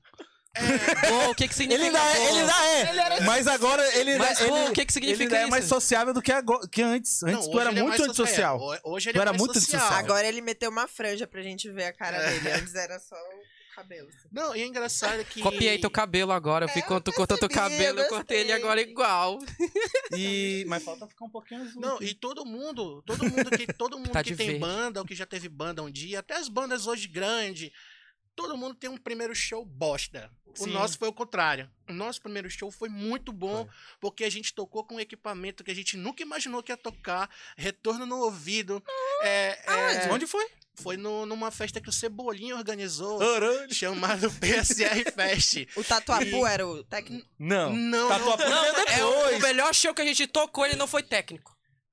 Pô, o que que significa? Ele ainda é, pô? ele ainda é. Mas agora ele Mas, ele, pô, o que que ele significa ainda é mais isso? sociável do que, agora, que antes. Antes tu era ele é muito mais antissocial. social. É, hoje ele Tu é era mais muito social. antissocial. Agora ele meteu uma franja pra gente ver a cara dele. Antes era só o cabelo. assim. Não, e é engraçado que... Copiei teu cabelo agora. Eu vi É, quando tu eu cortou teu percebi, cabelo, eu eu cortei ele gostei. agora igual. E... Mas falta ficar um pouquinho azul. Não, aqui. e todo mundo, todo mundo que, todo mundo Tá que de tem verde. banda, ou que já teve banda um dia, até as bandas hoje grandes, todo mundo tem um primeiro show bosta. O Sim. nosso foi o contrário. O nosso primeiro show foi muito bom, Foi. porque a gente tocou com um equipamento que a gente nunca imaginou que ia tocar, retorno no ouvido. É, é, Onde foi? foi no- numa festa que o Cebolinha organizou, Caralho. chamado P S R Fest. O Tatuapu era o técnico? Não. Não, Tatuapé não, veio É, o, depois. o melhor show que a gente tocou, ele não foi técnico.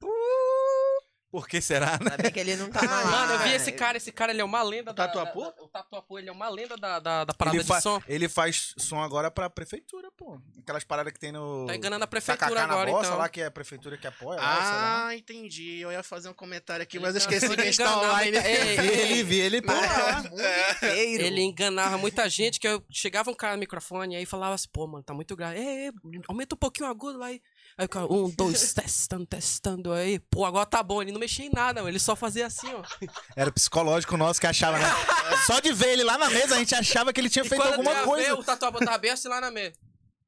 Por que será, né? Ainda bem que ele não tá mais. Mano, eu vi né? esse cara, esse cara, ele é uma lenda O da... Tatuapu? da- da- O Tatuapu, ele é uma lenda da, da, da parada Ele, fa- de som. ele faz som agora pra prefeitura, pô. Aquelas paradas que tem no... Tá enganando a prefeitura Tacacá na agora, bossa, então. lá que é a prefeitura que apoia. lá, sei lá. Ah, entendi. Eu ia fazer um comentário aqui, Ele mas eu enganou- esqueci ele quem está enganava online. muita- Ei, Vi ei, ele, vi ele, pô. Mas, o mundo inteiro. Ele enganava muita gente, que eu chegava um cara no microfone e aí falava assim, pô, mano, tá muito grave. Ei, ei, aumenta um pouquinho o agudo lá. Aí, aí o cara, um, dois, testando, testando. Aí, pô, agora tá bom. Ele não mexia em nada, mano, ele só fazia assim, ó. Era o psicológico nosso que achava, né? Só de ver ele lá na mesa, a gente achava que ele tinha E feito quando alguma eu ia coisa. ver, o Tatuapé tava bem assim lá na mesa.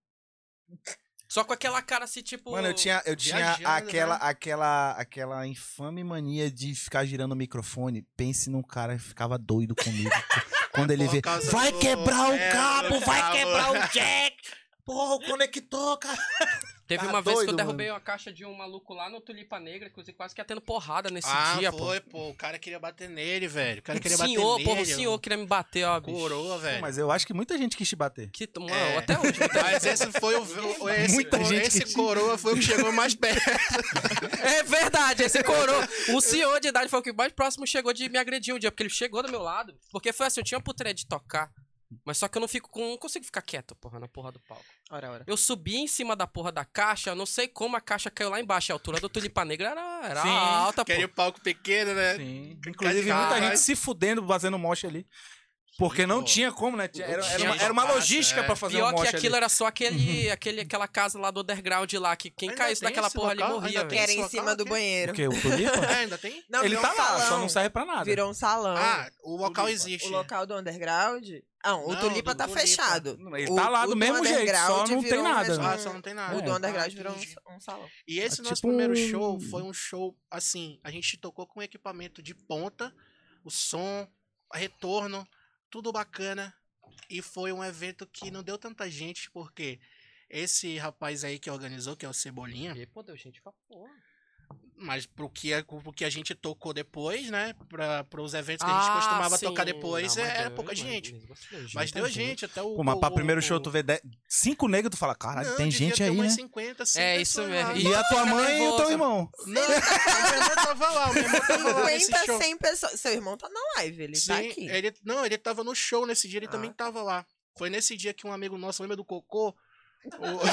Só com aquela cara assim, tipo... Mano, eu tinha, eu tinha Viajando, aquela, né? aquela, aquela infame mania de ficar girando o microfone. Pense num cara que ficava doido comigo. Quando ele Por vê, causa vai do- quebrar o é, cabo, do vai cabo." quebrar o jack. Porra, o conector, cara. Teve Tá uma vez que eu doido, derrubei uma caixa de um maluco lá no Tulipa Negra, inclusive quase que ia tendo porrada nesse Ah, dia, foi, pô. O cara queria bater nele, velho. O cara pô. queria Senhor, bater porra, o nele. senhor queria me bater, ó, bicho. Coroa, velho. Mas eu acho que muita gente quis te bater. Que, mano, É. até hoje. muita Mas gente- esse foi o. o- Esse, Muita coro- gente esse que- coroa foi o que chegou mais perto. É verdade, esse coroa. O senhor de idade foi o que mais próximo chegou de me agredir um dia, porque ele chegou do meu lado. Porque foi assim, eu tinha uma putaria de tocar. Mas só que eu não fico com. Não consigo ficar quieto, porra, na porra do palco. Ora, ora. Eu subi em cima da porra da caixa, eu não sei como a caixa caiu lá embaixo. A altura do Tulipa Negra era, era Sim, alta, pô. Aquele palco pequeno, né? Sim. Inclusive, Cara, muita cara. gente se fudendo, fazendo moche ali. Porque não pô. tinha como, né? Tinha- Era, era Tinha uma, era uma espaço, logística é. pra fazer um Pior moche que aquilo ali. era só aquele, aquele, aquela casa lá do underground lá, que quem Ainda caísse tem daquela esse porra ali local? morria, Ainda Que tem velho. era esse em local cima do aqui? banheiro. O quê? O Tulipa? É, ainda tem? Não, Ele virou tá um lá, salão. só não serve pra nada. Virou um salão. Ah, o local Tulipa. existe. O local do underground? Ah, o Não, Tulipa do tá Tulipa. fechado. Ele O- tá lá o do mesmo jeito, underground só não tem virou um nada. restaurante. Ah, só não tem nada. O do Ah, underground virou entendi. um, um salão. E esse É nosso tipo primeiro um- show foi um show, assim, a gente tocou com equipamento de ponta, o som, retorno, tudo bacana. E foi um evento que não deu tanta gente, porque esse rapaz aí que organizou, que é o Cebolinha, E aí, pô, deu gente pra porra. Mas pro que, a- pro que a gente tocou depois, né? Pra, pros eventos que a gente Ah, costumava sim. tocar depois, Não, mas era deu, pouca mas- gente. mas deu Mas gente, deu gente. gente, até o... Pô, mas pra o- primeiro o- show tu vê dez, cinco negros, tu fala, caralho, Não, tem devia gente ter aí, umas né? cinquenta, cem É, isso pessoas mesmo. lá. E a tua Fica mãe e o teu nervoso. irmão? Não, meu irmão tava lá, meu irmão tava lá nesse cinquenta, show. cem pessoas. Seu irmão tá na live, ele tá Sim, aqui. ele, não, ele tava no show nesse dia, ele Ah. também tava lá. Foi nesse dia que um amigo nosso, lembra do Cocô? O-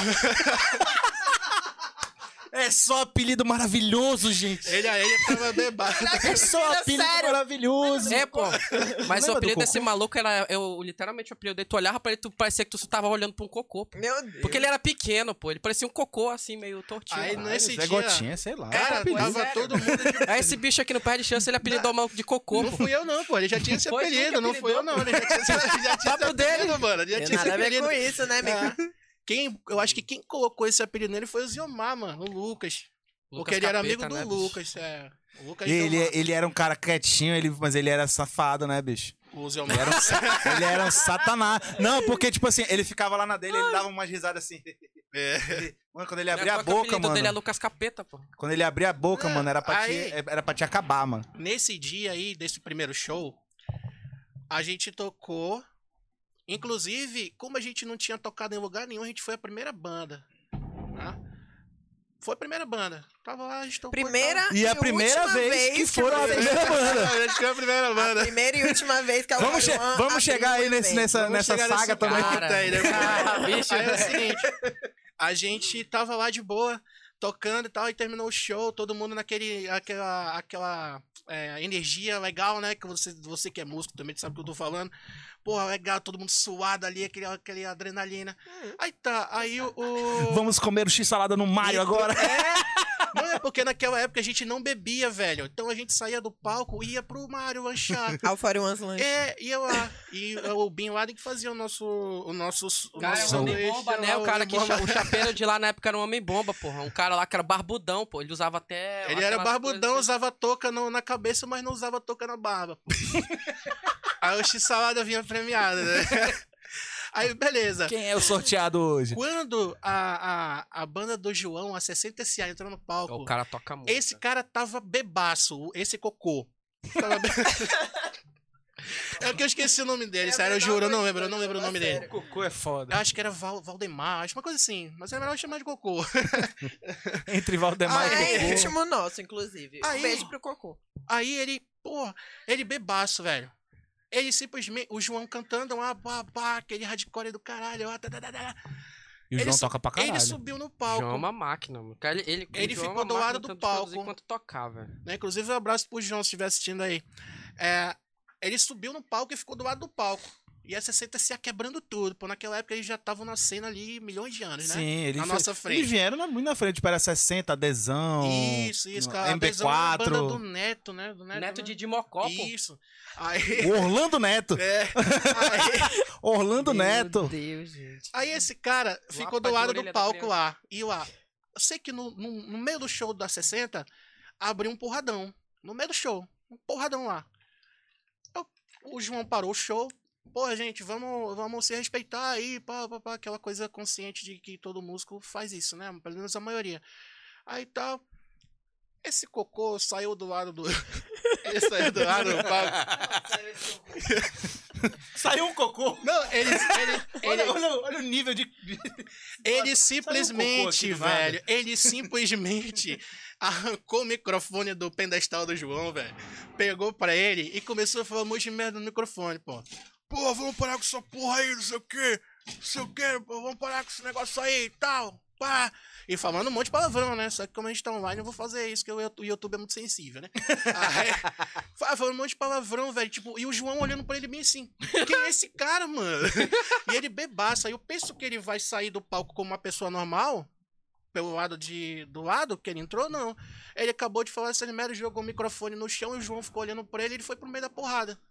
É só apelido maravilhoso, gente. ele aí tava bebaço. É só apelido sério. maravilhoso. É, pô. Mas Lembra o do apelido desse cocô? maluco era. Eu literalmente o apelido dele. Tu olhava pra ele, tu parecia que tu tava olhando pra um cocô, pô. Meu Deus. Porque ele era pequeno, pô. Ele parecia um cocô, assim, meio tortinho. Aí Ah, nesse Zé dia, Gotinha, sei lá. cara, pô, é tava sério. todo mundo de... Aí esse bicho aqui não perde chance, ele apelidou o maluco de cocô, Não pô. fui eu não, pô, ele já tinha esse Foi tu que apelido, não fui eu não, ele já tinha esse, já tinha esse Papo dele. apelido, mano, ele já Tem tinha esse nada a ver apelido. com isso, né, amigo? Ah, quem, eu acho que quem colocou esse apelido nele foi o Ziomar, mano, o Lucas. Lucas Porque ele era Capeta, amigo do né, bicho? Lucas, é. O Lucas Ele, Ziomar. ele era um cara quietinho, ele, mas ele era safado, né, bicho? O Ziomar. Ele era um, sa- ele era um satanás. Não, porque, tipo assim, ele ficava lá na dele, ele dava umas risadas assim. É. Ele- mano, quando ele Não é abria à a toa que o boca, apelido mano. dele é Lucas Capeta, pô. Quando ele abria a boca, É, mano, era pra, te, aí- era pra te acabar, mano. Nesse dia aí, desse primeiro show, a gente tocou. Inclusive, como a gente não tinha tocado em lugar nenhum, a gente foi a primeira banda. Tá? Foi a primeira banda. Tava lá, a gente tocou. Primeira E a primeira última vez que foram a vocês- primeira banda. A gente foi a primeira A banda. primeira e última vez que a Vamos, che- One vamos abriu chegar aí um nesse, evento. nessa, Vamos nessa chegar nesse saga também. cara. Tem, né? Ah, bicho. Aí é o seguinte, a gente tava lá de boa, tocando e tal, e terminou o show, todo mundo naquele, aquela, aquela é, energia legal, né, que você, você que é músico também sabe o que eu tô falando. Porra, legal, todo mundo suado ali, aquele, aquele adrenalina. Aí tá, aí o... o- Vamos comer o x-salada no Mario E- agora. É, não é porque naquela época a gente não bebia, velho. Então a gente saía do palco e ia pro Mário lanchar. Alfaro Ones Lanche. É, ia lá. E o Bin Laden que fazia o nosso. O nosso, o Cara, nosso é um homem sanduíche bomba, né? lá, O cara que. homem cha- O chapeiro de lá na época era um homem bomba, porra. Um cara lá que era barbudão, pô. Ele usava até. Ele era aquelas barbudão, coisas assim. usava touca no- na cabeça, mas não usava touca na barba. pô. Aí o X-Salada vinha premiado, né? Aí, beleza. Quem é o sorteado hoje? Quando a, a, a banda do João, a sessenta S A, entrou no palco, O cara toca muito. esse cara tava bebaço, esse cocô. Tava be... É que eu esqueci o nome dele, É sério, eu verdade, juro, eu não mas lembro, eu não lembro o nome dele. sério. Cocô é foda. Eu acho que era Val, Valdemar, acho uma coisa assim, mas é melhor chamar de cocô. Entre Valdemar Ah, e É Cocô. ritmo nosso, inclusive. Aí- Um beijo pro Cocô. Aí ele, porra, ele bebaço, velho. Ele simplesmente, o João cantando, ah, pá, pá, aquele hardcore do caralho, ah, tá, tá, tá, tá. E o Ele João su- toca pra caralho. Ele subiu no palco, João é uma máquina, mano. Cara, Ele, ele, Ele o João é ficou uma do máquina lado do tanto de produzir palco. quanto tocar, velho. né? Inclusive, um abraço pro João, se estiver assistindo aí. É, ele subiu no palco e ficou do lado do palco. E a sessenta S A quebrando tudo, pô, naquela época eles já estavam na cena ali milhões de anos, né? Sim, eles, Na fe- nossa frente. eles vieram na- muito na frente, para sessenta, Adesão. Isso, isso, no- cara. A M B Adesão é uma quatro. banda do Neto, né? Do Neto, Neto né? de Dimocó, pô. Isso. Aí, O Orlando Neto. é, aí, Orlando Neto. Meu Deus, gente. aí esse cara ficou do Lapa de lado orelha do da palco criança. lá. E lá, eu sei que no, no, no meio do show da sessenta, abriu um porradão. No meio do show, um porradão lá. Eu- o João parou o show. Pô, gente, vamos, vamos se respeitar aí, pá, pá, pá, aquela coisa consciente de que todo músico faz isso, né? Pelo menos a maioria. Aí tal. Esse cocô saiu do lado do. Ele saiu do lado do palco. Saiu um cocô. Não, ele. ele, ele Olha, olha, olha o nível de. Ele Saiu um cocô simplesmente, aqui do nada. velho, ele simplesmente arrancou o microfone do pedestal do João, velho. Pegou pra ele e começou a falar um monte de merda no microfone, pô. Pô, vamos parar com essa porra aí, não sei o quê. Não sei o quê, pô, vamos parar com esse negócio aí e tal. Pá. E falando um monte de palavrão, né? Só que como a gente tá online, eu vou fazer isso, que o YouTube é muito sensível, né? Aí, falando um monte de palavrão, velho. Tipo, e o João olhando pra ele bem assim. Quem é esse cara, mano? E ele bebaça. Aí eu penso que ele vai sair do palco como uma pessoa normal. Pelo lado de. Do lado que ele entrou, não. Ele acabou de falar essa merda, jogou o microfone no chão e o João ficou olhando pra ele e ele foi pro meio da porrada.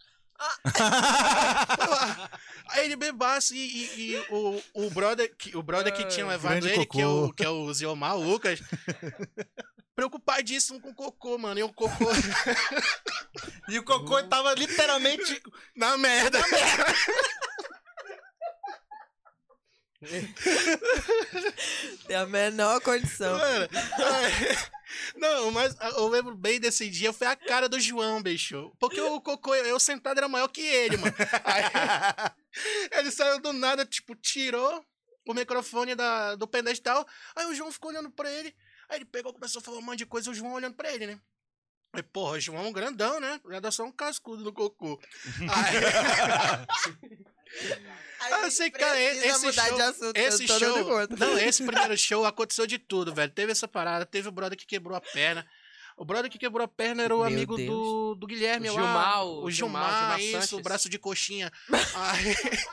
Aí ele bebaço e, e- e o, o brother, que, o brother que tinha levado grande ele, que é, o, cocô. que é o Ziomar, o Lucas, preocupadíssimo com o cocô, mano. E o cocô E o cocô tava literalmente. na merda. Tem a menor condição. Mano, aí, Não, mas eu lembro bem desse dia, foi a cara do João, bicho. Porque o Cocô, eu sentado era maior que ele, mano. Aí, ele saiu do nada, tipo, tirou o microfone da, do pedestal. Aí o João ficou olhando pra ele. Aí ele pegou, começou a falar um monte de coisa, o João olhando pra ele, né? Aí, porra, o João é um grandão, né? Já dá só um cascudo no Cocô. Aí... A eu sei, gente cara, precisa esse mudar show, de assunto, esse eu tô dando show, conta. não, esse primeiro show aconteceu de tudo, velho. Teve essa parada, teve o brother que quebrou a perna. O brother que quebrou a perna era o Meu amigo Deus. do, do Guilherme O lá. Gilmar, O o Gilmar, Gilmar, Gilmar isso, Sanches. o braço de coxinha. Aí,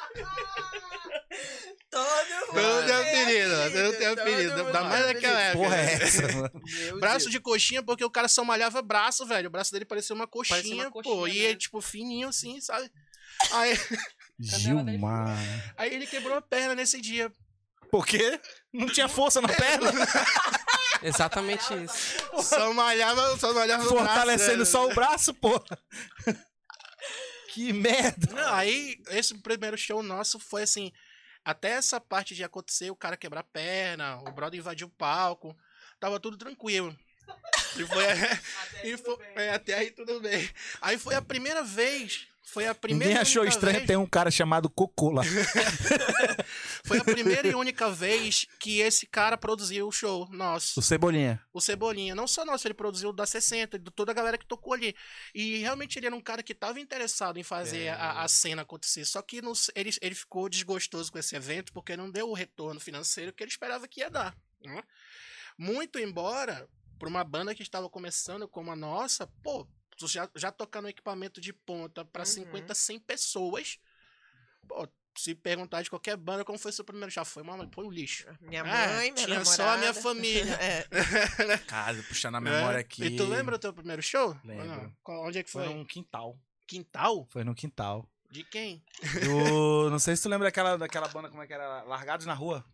Todo mundo não tem tem apelido, apelido, não tem todo apelido. mundo Ainda tem mais naquela apelido. época. Porra, né? é essa, mano? Meu Braço Deus. de coxinha porque o cara só malhava braço, velho. O braço dele parecia uma coxinha, Parecia uma pô. coxinha, E né? ele, tipo, fininho assim, sabe? Aí, Gilmar. aí ele quebrou a perna nesse dia. Por quê? Não tinha força na perna? Exatamente isso. Só malhava, só malhava no braço, Fortalecendo velho. só o braço, porra. Que merda. Não, aí, esse primeiro show nosso foi assim, até essa parte de acontecer, o cara quebrar a perna, o brother invadiu o palco, tava tudo tranquilo. E foi, e foi é, até aí tudo bem. Aí foi a primeira vez, foi a primeira Ninguém e achou única estranho vez, ter um cara chamado Cocô lá. foi a primeira e única vez que esse cara produziu o show nosso. O Cebolinha. O Cebolinha, não só nosso, ele produziu o da sessenta, de toda a galera que tocou ali. E realmente ele era um cara que estava interessado em fazer É. a, a cena acontecer. Só que não, ele, ele ficou desgostoso com esse evento porque não deu o retorno financeiro que ele esperava que ia dar. Né? Muito embora, para uma banda que estava começando como a nossa, pô, tu já, já tocar no equipamento de ponta para Uhum. cinquenta, cem pessoas, pô, se perguntar de qualquer banda como foi seu primeiro, já foi, mano, foi um lixo. Minha Ah, mãe, minha tinha namorada. só a minha família. É. Cara, puxar na É. memória aqui. E tu lembra o teu primeiro show? Lembro. Ou não? Qual- Onde é que Foi foi? num quintal. Quintal? Foi no quintal. De quem? Do... Não sei se tu lembra daquela, daquela banda, como é que era? Largados na Rua.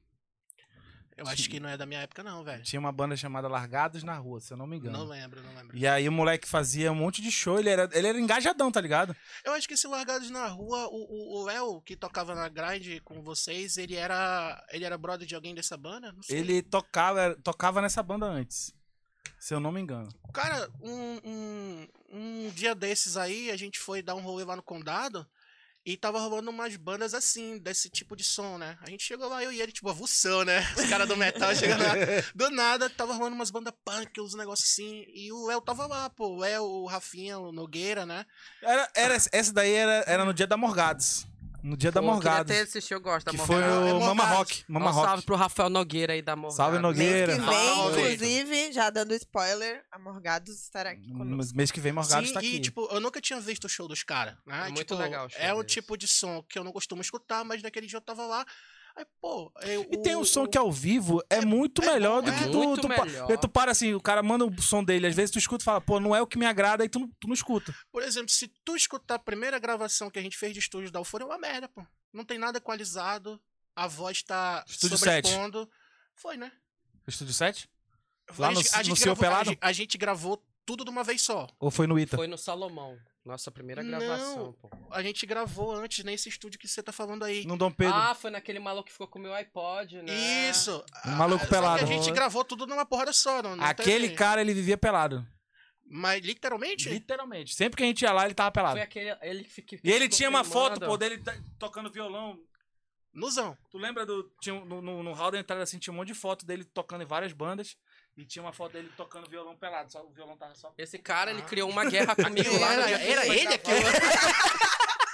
Eu acho que não é da minha época, não, velho. Tinha uma banda chamada Largados na Rua, se eu não me engano. Não lembro, não lembro. E aí o moleque fazia um monte de show, ele era, ele era engajadão, tá ligado? Eu acho que esse Largados na Rua, o o- o Léo, que tocava na grind com vocês, ele era ele era brother de alguém dessa banda? Não sei. Ele tocava, tocava nessa banda antes, se eu não me engano. Cara, um, um, um dia desses aí, a gente foi dar um rolê lá no Condado e tava rolando umas bandas assim, desse tipo de som, né? A gente chegou lá, eu e ele, tipo, avulsão, né? Os caras do metal chegando lá. Do nada, tava rolando umas bandas punk, uns negócios assim. E o Léo tava lá, pô. O Léo, o Rafinha, o Nogueira, né? Era, era, essa daí era, era no dia da Morgados. No dia da Pô, queria Morgados. ter assistir, eu gosto da Que foi Morgado. o É Mama Morgados. Rock. Mama Dá um salve Rock. pro Rafael Nogueira aí da Morgado. Salve, Nogueira. Mês que vem, Ah, inclusive, já dando spoiler, a Morgados estará aqui conosco. Mas mês que vem Morgados Sim, tá e, aqui. tipo, eu nunca tinha visto o show dos caras, né? É muito Tipo, legal o show É um deles. tipo de som que eu não costumo escutar, mas naquele dia eu tava lá. Aí, pô... Eu, E tem um som que ao vivo é muito melhor do é que tu, muito tu, pa- melhor. tu para assim, o cara manda o som dele, às vezes tu escuta e fala, pô, não é o que me agrada, aí tu, não- tu não escuta. Por exemplo, se tu escutar a primeira gravação que a gente fez de estúdio da Alfora, é uma merda, pô. Não tem nada equalizado, a voz tá Estúdio sete. sobrepondo. Foi, né? Estúdio sete? Foi, Lá a no- gente- a no gente Seu gravou- a Pelado? gente- A gente gravou tudo de uma vez só. Ou foi no Ita? Foi no Salomão. Nossa primeira Não. gravação, pô. A gente gravou antes nesse estúdio que você tá falando aí. No Dom Pedro. Ah, foi naquele maluco que ficou com o meu iPod, né? Isso. Um maluco Ah, só pelado. que a gente gravou tudo numa porrada só. Não, não Aquele teve- cara, ele vivia pelado. Mas literalmente? Literalmente. Sempre que a gente ia lá, ele tava pelado. Foi aquele. Ele que que E ele ficou tinha uma foto, filmando. pô, dele tá- tocando violão. Nuzão. Tu lembra do. Tinha, um- no, no, no hall da entrada, assim, tinha um monte de foto dele tocando em várias bandas. E tinha uma foto dele tocando violão pelado. Só, o violão tava só. Esse cara, ele Ah. criou uma guerra comigo lá. no Era, dia que era foi ele gravar. aquilo?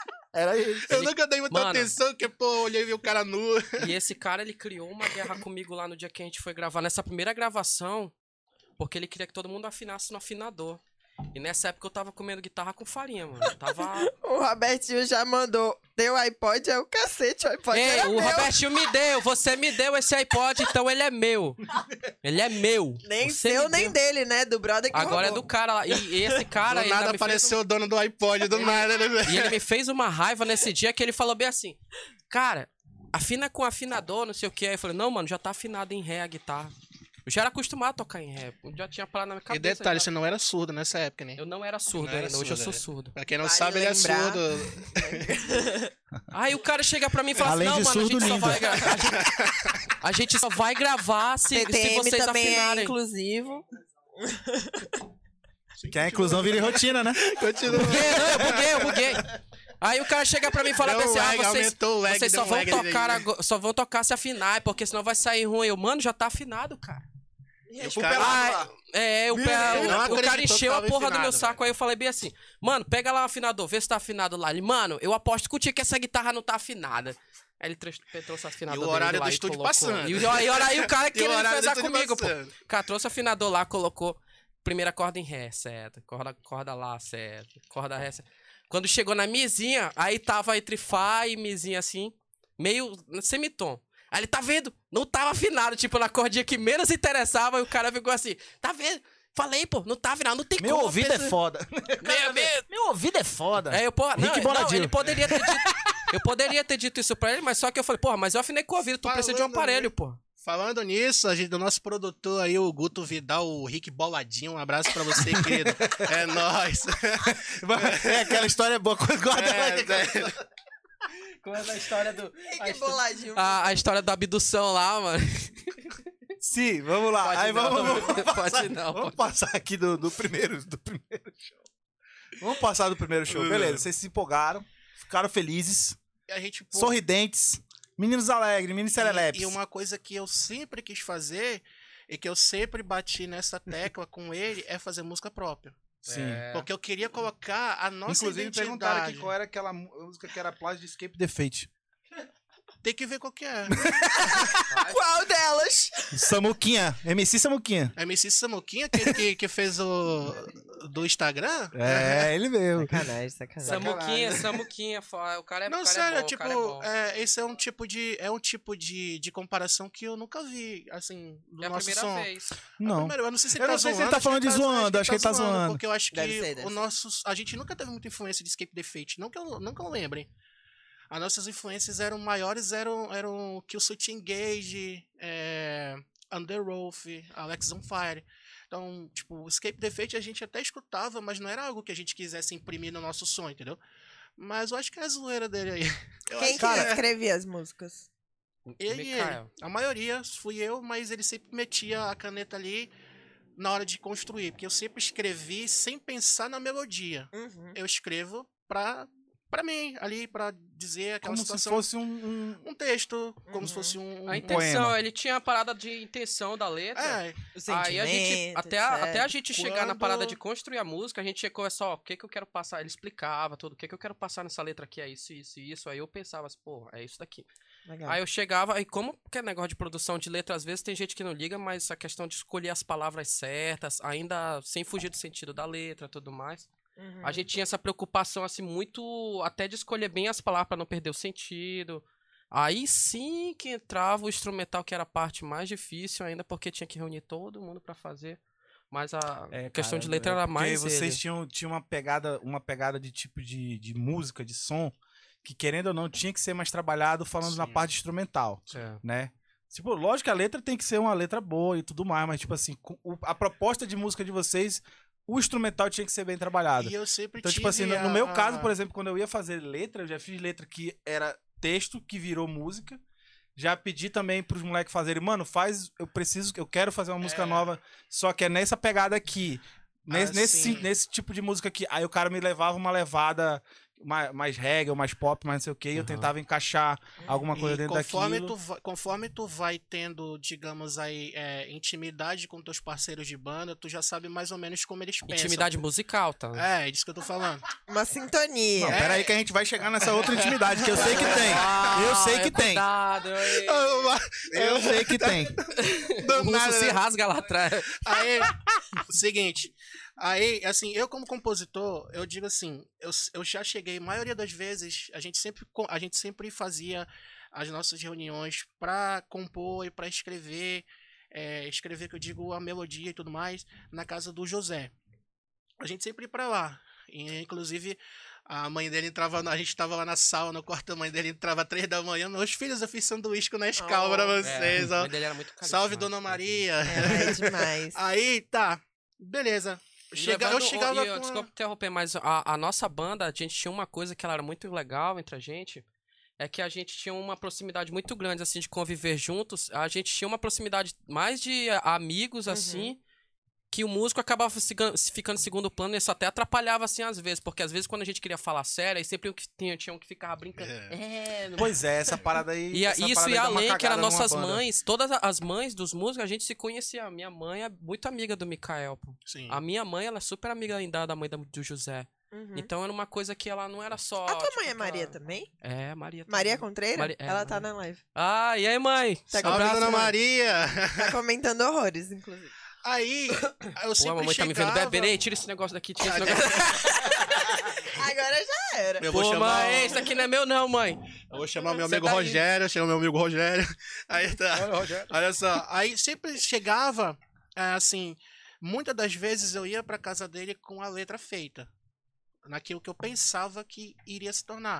Era ele. Eu Ele- nunca dei muita Mano. atenção, porque, pô, eu olhei e vi o cara nu. E esse cara, ele criou uma guerra comigo lá no dia que a gente foi gravar. Nessa primeira gravação, porque ele queria que todo mundo afinasse no afinador. E nessa época eu tava comendo guitarra com farinha, mano. Eu tava. O Robertinho já mandou. Deu iPod, é o cacete, o iPod Ei, era o meu. Robertinho me deu, você me deu esse iPod, então ele é meu. Ele é meu. Nem Você seu, me nem deu. dele, né? Do brother que Agora é roubou. do cara lá. E, e esse cara Do ainda nada me fez apareceu o dono do iPod, do nada, né, um- velho? E ele me fez uma raiva nesse dia que ele falou bem assim: cara, afina com afinador, não sei o que. Aí eu falei: não, mano, já tá afinado em ré a guitarra. Eu já era acostumado a tocar em ré. Eu já tinha parado na minha E cabeça. detalhe, já. você não era surdo nessa época, né? Eu não era surdo Não era ainda, hoje eu surdo, sou é. surdo. Pra quem não Vale sabe, ele é lembrar. surdo. Aí o cara chega pra mim e fala Além assim: não, de mano, a surdo, gente, só lindo. vai gra- a, gente, a gente só vai gravar se, se T T M vocês também é afinarem. inclusivo. Que a inclusão vira rotina, né? Continua. Buguei, não, eu buguei, eu buguei. Aí o cara chega pra mim e fala Deu assim, um ah, lag, vocês, aumentou o lag, vocês deu só um vão lag tocar, aí. ago- só vão tocar se afinar, porque senão vai sair ruim. Eu, mano, já tá afinado, cara. Os Pé caras- lá. É, o, Meu pé, Deus, o- não o cara acreditou que encheu a tava porra do meu afinado, saco, aí eu falei bem assim, mano, pega lá o afinador, vê se tá afinado lá. Ele, mano, eu aposto contigo que essa guitarra não tá afinada. Aí ele trouxe, trouxe a afinador E o dele horário lá do e estúdio colocou. passando. E, o- e, o- aí o cara E o querendo horário do fazer estúdio comigo, pô. passando. O cara trouxe o afinador lá, colocou primeira corda em ré, certo. Corda, corda lá, certo. Corda ré, certo. Quando chegou na mizinha, aí tava entre Fá e mizinha assim, meio semitom. Aí ele, tá vendo? Não tava afinado, tipo, na cordinha que menos interessava, e o cara ficou assim, tá vendo? Falei, pô, não tá afinado, não tem Meu como. ouvido é pensa- foda. Meu, meu, Meu ouvido é foda. é, eu, pô, não, Rick não, Bonadil. ele poderia ter dito. Eu poderia ter dito isso pra ele, mas só que eu falei, porra, mas eu afinei com o ouvido, tu precisa de um Falando aparelho, nisso- pô. Falando nisso, a gente, do nosso produtor aí, o Guto Vidal, o Rick Boladinho, um abraço pra você, querido. É nóis. É aquela história boa. Guarda É, lá. é. Como é a história do... Que boladinho. A, a história da abdução lá, mano. Sim, vamos lá. Pode Aí não, vamos, vamos pode passar, não, vamos pode. passar aqui do, do, primeiro, do primeiro show. Vamos passar do primeiro show. Beleza, vocês se empolgaram, ficaram felizes, E a gente, pô, sorridentes, meninos alegres, meninos serelepes. E, e uma coisa que eu sempre quis fazer e que eu sempre bati nessa tecla com ele é fazer música própria. Sim. É. Porque eu queria colocar a nossa Inclusive, identidade. perguntaram aqui qual era aquela música que era plágio de Escape the Fate. Tem que ver qual que é. Qual delas? Samuquinha, M C Samuquinha. A M C Samuquinha, aquele que, que fez o... do Instagram? É, ele mesmo. Sacanagem, sacanagem. Samuquinha, Samuquinha, fo- o cara é, Não, o cara sério, é bom, tipo, o cara é bom. é, esse é um tipo de é um tipo de, de comparação que eu nunca vi, assim, do É a nosso primeira som. vez. Não. Primeiro, eu não sei se Eu ele não tá sei se ele zoando, tá acho falando de acho zoando, acho que ele tá zoando. Porque eu acho Deve que ser, deve o ser. nosso, a gente nunca teve muita influência de Escape the Fate, não que eu, não que eu lembre. As nossas influências eram maiores, eram, eram Killswitch Engage, é, Underoath, Alex on Fire. Então, tipo, o Escape the Fate a gente até escutava, mas não era algo que a gente quisesse imprimir no nosso som, entendeu? Mas eu acho que é a zoeira dele aí. Eu Quem acho que é. escrevia as músicas? Ele e ele. Mikael. A maioria fui eu, mas ele sempre metia a caneta ali na hora de construir. Porque eu sempre escrevi sem pensar na melodia. Uhum. Eu escrevo pra, pra mim, ali, pra dizer aquela Como se situação. fosse um... um- Um texto, como Uhum. se fosse um. A um intenção, poema. ele tinha a parada de intenção da letra. É, O Aí a gente, sentimento, até a, até a etcétera. gente chegar na Quando- parada de construir a música, a gente chegou, é só, o que que eu quero passar? Ele explicava tudo, o que que eu quero passar nessa letra aqui, é isso, isso e isso. Aí eu pensava assim, pô, é isso daqui. Legal. Aí eu chegava, e como que é negócio de produção de letra, às vezes tem gente que não liga, mas a questão de escolher as palavras certas, ainda sem fugir do sentido da letra e tudo mais. Uhum. A gente tinha essa preocupação, assim, muito, até de escolher bem as palavras pra não perder o sentido. Aí sim que entrava o instrumental, que era a parte mais difícil ainda, porque tinha que reunir todo mundo pra fazer. Mas a É, questão cara, de letra é era porque mais vocês ele. tinham, tinham uma pegada, uma pegada de tipo de, de música, de som, que querendo ou não, tinha que ser mais trabalhado falando na Sim. parte instrumental, É. né? Tipo, lógico que a letra tem que ser uma letra boa e tudo mais, mas tipo assim, com- o- a proposta de música de vocês, o instrumental tinha que ser bem trabalhado. e eu sempre Então, tive tipo assim, no, no a- meu caso, a- por exemplo, quando eu ia fazer letra, eu já fiz letra que era texto, que virou música. Já pedi também pros moleques fazerem, mano, faz, eu preciso, eu quero fazer uma música É. nova, só que é nessa pegada aqui. Nesse, Ah, nesse, sim. nesse tipo de música aqui. Aí o cara me levava uma levada mais, mais reggae, ou mais pop, mais não sei o que, e eu Aham. tentava encaixar alguma coisa E dentro conforme daquilo. tu, vai, conforme tu vai tendo, digamos aí, é, intimidade com teus parceiros de banda, tu já sabe mais ou menos como eles pensam. Intimidade musical, tá? É, é disso que eu tô falando. Uma sintonia. Não, É. pera aí que a gente vai chegar nessa outra intimidade, que eu sei que tem. Eu sei Ah, que tem. cuidado, aí. Eu sei que tem. O russo nada, se né? rasga lá atrás. Aí, seguinte, aí, assim, eu como compositor, eu digo assim, eu, eu já cheguei, a maioria das vezes, a gente sempre, co- a gente sempre fazia as nossas reuniões pra compor e pra escrever, é, escrever, que eu digo, a melodia e tudo mais, na casa do José. A gente sempre ia pra lá. E, inclusive, a mãe dele entrava, na- a gente tava lá na sala, no quarto da mãe dele, entrava às três da manhã, meus filhos, eu fiz sanduíche com Nescau Oh, pra É, vocês, a ó. mãe dele era muito carismática. Salve, Dona Maria. É, é demais. Aí, tá. Beleza. E Chega, eu levando- chegava e eu- com... Desculpa interromper, mas a, a nossa banda, a gente tinha uma coisa que ela era muito legal entre a gente, é que a gente tinha uma proximidade muito grande, assim, de conviver juntos. A gente tinha uma proximidade mais de amigos, Uhum. assim, que o músico acabava ficando em segundo plano e isso até atrapalhava, assim, às vezes. Porque às vezes quando a gente queria falar sério, aí sempre tinha, tinham que ficar brincando. É, É, pois é, essa parada aí... E essa isso parada e aí dá uma além que eram cagada numa nossas banda. mães, todas as mães dos músicos, a gente se conhecia. A minha mãe é muito amiga do Mikael, pô. Sim. A minha mãe, ela é super amiga ainda da mãe do José. Uhum. Então era uma coisa que ela não era só... A tua tipo, mãe é aquela- Maria também? É, Maria também. Maria Contreira? Mari- é, Ela tá Maria. na live. Ah, e aí, mãe? Tá Salve, abraço, Dona mãe. Maria! Tá comentando horrores, inclusive. Aí, eu Pô, a sempre mamãe tá me vendo. chegava... Berei, tira esse negócio daqui, tira esse negócio. Agora já era. Eu vou Pô, chamar... mãe, esse aqui não é meu não, mãe. Eu vou chamar meu Você amigo tá Rogério, chama meu amigo Rogério. Aí tá. Olha, Rogério. Olha só, aí sempre chegava, é, assim, muitas das vezes eu ia pra casa dele com a letra feita, naquilo que eu pensava que iria se tornar.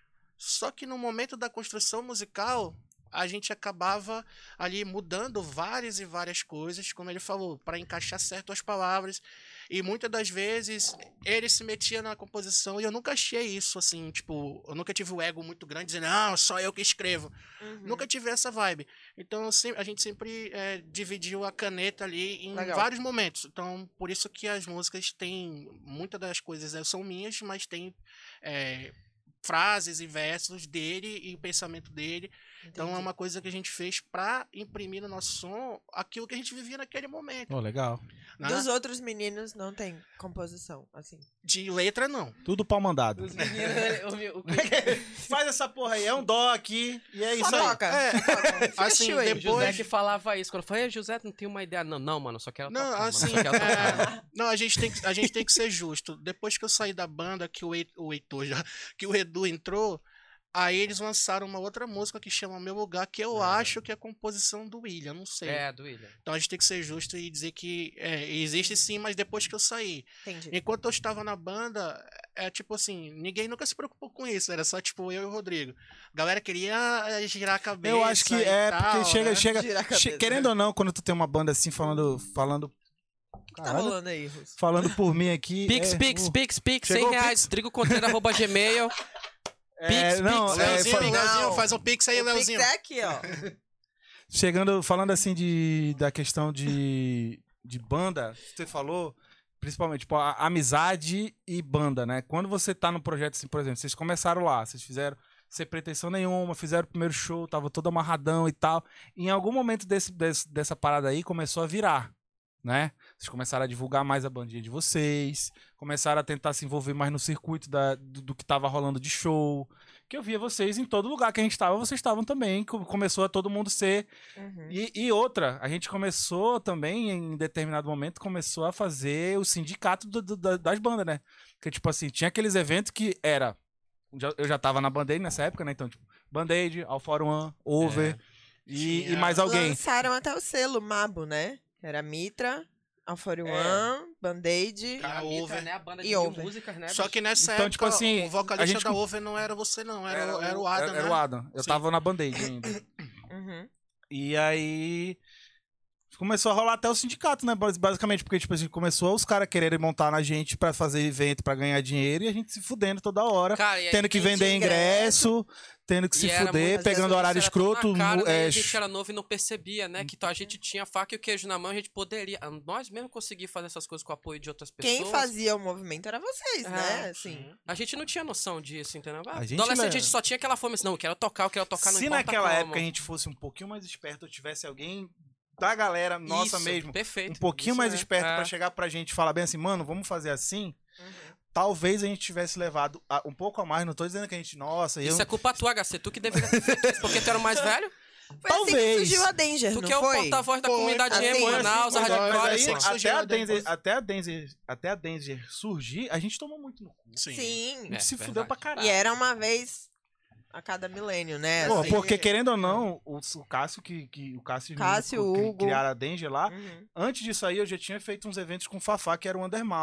Só que no momento da construção musical, a gente acabava ali mudando várias e várias coisas, como ele falou, para encaixar certo as palavras. E muitas das vezes ele se metia na composição e eu nunca achei isso assim, tipo, eu nunca tive o ego muito grande dizendo, não, só eu que escrevo. Uhum. Nunca tive essa vibe. Então eu sempre- a gente sempre é, dividiu a caneta ali em Legal. vários momentos. Então por isso que as músicas têm, muitas das coisas né, são minhas, mas tem é, frases e versos dele e o pensamento dele. Então é Entendi. uma coisa que a gente fez pra imprimir no nosso som aquilo que a gente vivia naquele momento. Pô, legal. Né? Dos outros meninos não tem composição, assim. De letra, não. Tudo pau mandado. Os meninos... o meu- o que- Faz essa porra aí, é um dó aqui, e é isso Só aí. toca. É, Fica assim, chill aí. O José depois... que falava isso. Quando eu falei, José, não tem uma ideia. Não, não, mano, só quero Não, tocar, mano, assim, só quero tocar. é, não, a gente tem que, a gente tem que ser justo. Depois que eu saí da banda, que o, Hei- o Heitor já, que o Edu entrou, aí eles lançaram uma outra música que chama Meu Lugar, que eu É. acho que é a composição do William, não sei. É, do William. Então a gente tem que ser justo e dizer que é, existe sim, mas depois que eu saí. Entendi. Enquanto eu estava na banda, é tipo assim, ninguém nunca se preocupou com isso, era só tipo eu e o Rodrigo. A galera queria é, girar a cabeça. Eu acho que e é, tal, porque chega, né? chega, Girar a cabeça. che- querendo ou não, quando tu tem uma banda assim falando, falando, O que tá Caralho. rolando aí, Russo? falando por mim aqui. Pix, é, Pix, o- Pix, Pix, Chegou cem o reais, trigoconteiro, arroba gmail. é, Pix, não, Pix. é, Leozinho, fa- Não. Leozinho, faz um pix aí, O Pix Leozinho. é aqui, ó. chegando, falando assim de, da questão de, de banda, você falou, principalmente, tipo, a, amizade e banda, né? Quando você tá no projeto, assim, por exemplo, vocês começaram lá, vocês fizeram sem pretensão nenhuma, fizeram o primeiro show, tava todo amarradão e tal. Em algum momento desse, desse- dessa parada aí, começou a virar, né? Vocês começaram a divulgar mais a bandinha de vocês, começaram a tentar se envolver mais no circuito da, do, do que tava rolando de show. Que eu via vocês em todo lugar que a gente tava, vocês estavam também. co- Começou a todo mundo ser. Uhum. E, e outra, a gente começou também, em determinado momento, começou a fazer o sindicato do- do- da- das bandas, né? Porque, tipo assim, tinha aqueles eventos que era. já- Eu já tava na Band-Aid nessa época, né? Então, tipo, Band-Aid, Alpha One, Over e, e Tinha- mais alguém. Lançaram até o selo Mabo, né? Que era Mitra, Alfa É. One, Band-Aid. Cara, A Mitra, Over. né? A banda E de mil Over. músicas, né? Só bicho? que nessa Então, época, tipo assim, o a vocalista gente da com- Over não era você, não. Era, o- era o Adam, Era, era né? o Adam. Eu Sim. tava na Band-Aid ainda. Uhum. E aí. Começou a rolar até o sindicato, né? bas- Basicamente, porque, tipo assim, começou os caras quererem montar na gente pra fazer evento, pra ganhar dinheiro, e a gente se fudendo toda hora. Cara, e aí, Tendo que quem vender tinha ingresso, tendo que e se era fuder, muito- pegando isso horário era tão escroto. na cara, mu- né? é, A gente era novo e não percebia, né? Que então a gente tinha a faca e o queijo na mão, a gente poderia. Nós mesmo conseguíamos fazer essas coisas com o apoio de outras pessoas. Quem fazia o movimento era vocês, Ah, né? Assim. A gente não tinha noção disso, entendeu? Ah, A gente adolescente, le- a gente só tinha aquela fome assim, não, eu quero tocar, eu quero tocar, não Se importa naquela como. época a gente fosse um pouquinho mais esperto, ou tivesse alguém da galera nossa Isso, mesmo, perfeito. um pouquinho Isso mais é, esperto é. pra chegar pra gente e falar bem assim, mano, vamos fazer assim, Uhum. talvez a gente tivesse levado a- um pouco a mais. Não tô dizendo que a gente, nossa, eu. Isso é culpa tua, H C. Tu que deveria ter feito isso, porque tu era o mais velho. Foi assim que Talvez. surgiu a Danger, Tu não que é o foi? porta-voz da Foi, comunidade assim, emo, foi Manaus, a assim, Mas foi, Hardcore. aí, assim pô. que até, surgiu a a Denzer, Denver. até, a Denzer, até a Denzer surgir, a gente tomou muito no cu. Sim. Sim. A gente É, se verdade. fudeu pra caralho. E era uma vez a cada milênio, né? Pô, Assim. porque querendo ou não, o, o Cássio que, que o Cássio, e o Cássio, Hugo, que Hugo. criaram a Danger lá, Uhum. antes disso aí eu já tinha feito uns eventos com o Fafá, que era o Undermal.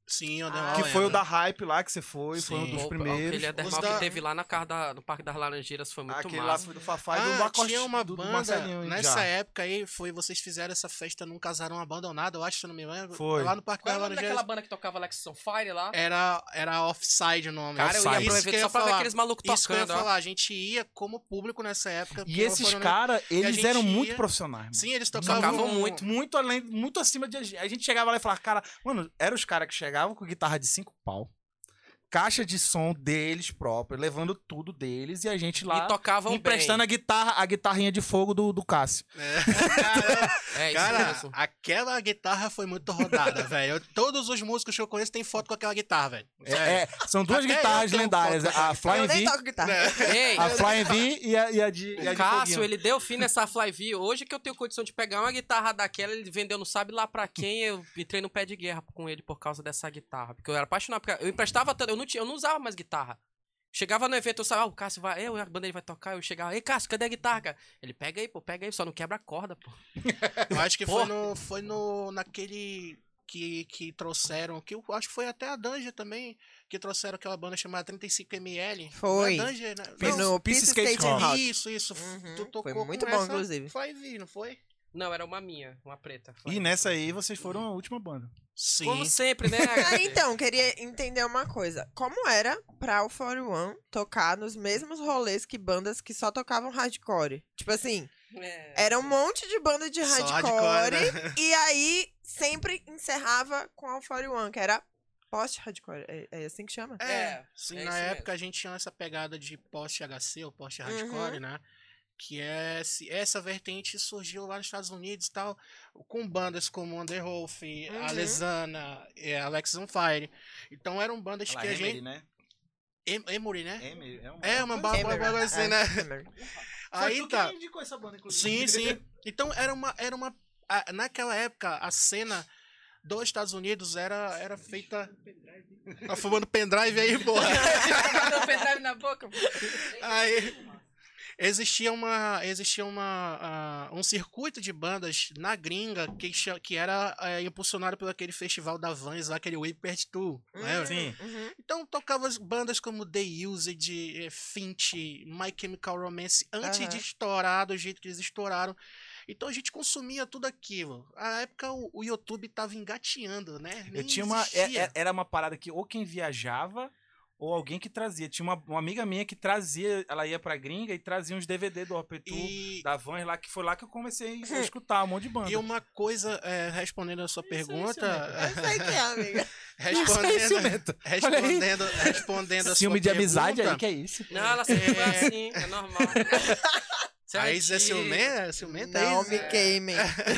Sim, o Ah, Undermall. Que foi o lembro. da Hype lá que você foi, foi um Sim. dos Opa, primeiros. Aquele Undermall Os da- que teve lá na casa da, no Parque das Laranjeiras foi muito Aquele lá massa. foi do Fafá e do Ah, Lacoste, tinha uma do, do banda, Marcelinho nessa já. época aí, foi, vocês fizeram essa festa num casarão abandonado, eu acho, se eu não me lembro. Foi. Lá no Parque Qual é das o nome daquela Laranjeiras. banda que tocava Alex on Fire lá? Era, era Offside o nome. Cara, eu ia Offside. pro Isso que evento eu só ia pra ver falar. aqueles malucos Isso que eu ia tocando, ó. falar, a gente ia como público nessa época. E porque esses foram- caras, eles gente eram muito ia- profissionais. Mano. Sim, eles Tocavam tocavam muito. Muito além, muito acima de a gente. A gente chegava lá e falava, cara, mano, eram os caras que chegavam com guitarra de cinco pau, caixa de som deles próprios, levando tudo deles e a gente lá E tocavam emprestando bem. a guitarra, a guitarrinha de fogo do, do Cássio. É. Cara, É, isso cara, mesmo. aquela guitarra foi muito rodada, velho. Eu- Todos os músicos que eu conheço têm foto com aquela guitarra, velho. É, é, são duas Até eu guitarras tenho lendárias, foto com a essa Flying Eu nem V, toco guitarra. É. Ei, a Flying V e a, e a de, e a o de Cássio, foguinho. ele deu fim nessa Fly V. Hoje que eu tenho condição de pegar uma guitarra daquela, ele vendeu não sabe lá pra quem, eu entrei no pé de guerra com ele por causa dessa guitarra. Porque eu era apaixonado, porque eu emprestava tanto, eu não, tinha, eu não usava mais guitarra. Chegava no evento, eu sabia, ah, o Cássio vai, eu, a banda ele vai tocar, eu chegava, ei Cássio, cadê a guitarra, cara? Ele, pega aí, pô, pega aí, só não quebra a corda, pô. Eu acho que Porra. foi no, foi no naquele que, que trouxeram, que eu acho que foi até a Danger também, que trouxeram aquela banda chamada trinta e cinco mililitros. Foi. Não é Danger, né? Foi Não, no Peace Peace Skate Skate Hall. Hall. Isso, isso. Uhum, Tu tocou foi muito com bom, essa inclusive. Fly V, não foi? Não, era uma minha, uma preta. Fly E V. nessa aí vocês foram a última banda. Sim. Como sempre, né? Ah, então, queria entender uma coisa. Como era pra o quarenta e um tocar nos mesmos rolês que bandas que só tocavam hardcore? Tipo assim, É. era um monte de banda de Só hardcore, hardcore, né? e aí sempre encerrava com o quarenta e um, que era post-hardcore. É, é assim que chama? É, É, sim, é na isso época mesmo. a gente tinha essa pegada de post-H C ou post-hardcore, Uhum. né? Que é, se- essa vertente surgiu lá nos Estados Unidos e tal, com bandas como Underwolf, Uhum. a Lesana, é, Alex on Fire. Então eram bandas que a gente. né? Em- Emory, né? Emery, é, uma É, uma coisa ba- Emery. bagulho assim, É, né? Emery. Foi Aí tu tá. que indicou essa banda, inclusive. Sim, sim. Então era uma. Era uma a- naquela época, a cena dos Estados Unidos era, era feita. Tá fumando pendrive aí, porra. Deu pendrive na boca. Aí. Existia uma existia uma ah, um circuito de bandas na gringa que, cha- que era eh, impulsionado por aquele festival da Vans lá, aquele Whipped Tour, né? Sim. Uhum. Então tocava as bandas como The Used, eh, Finch, My Chemical Romance antes Aham. de estourar do jeito que eles estouraram. Então a gente consumia tudo aquilo. Na época o, o YouTube tava engateando, né? Eu Nem tinha uma. é- existia. é- Era uma parada que ou quem viajava ou alguém que trazia. Tinha uma, uma amiga minha que trazia, ela ia pra gringa e trazia uns D V D do Opetu, E, da Vans lá, que foi lá que eu comecei a escutar um monte de banda. e uma coisa, eh, respondendo a sua pergunta, Eu sei que é, amiga. respondendo, ciumento. Olha aí. respondendo, respondendo a Ciúme sua de amizade pergunta, aí, que é isso? Não, ela sempre foi É. assim, é normal. A Isa é Certinho. ciumenta, ciumenta Não Isa. me queimem.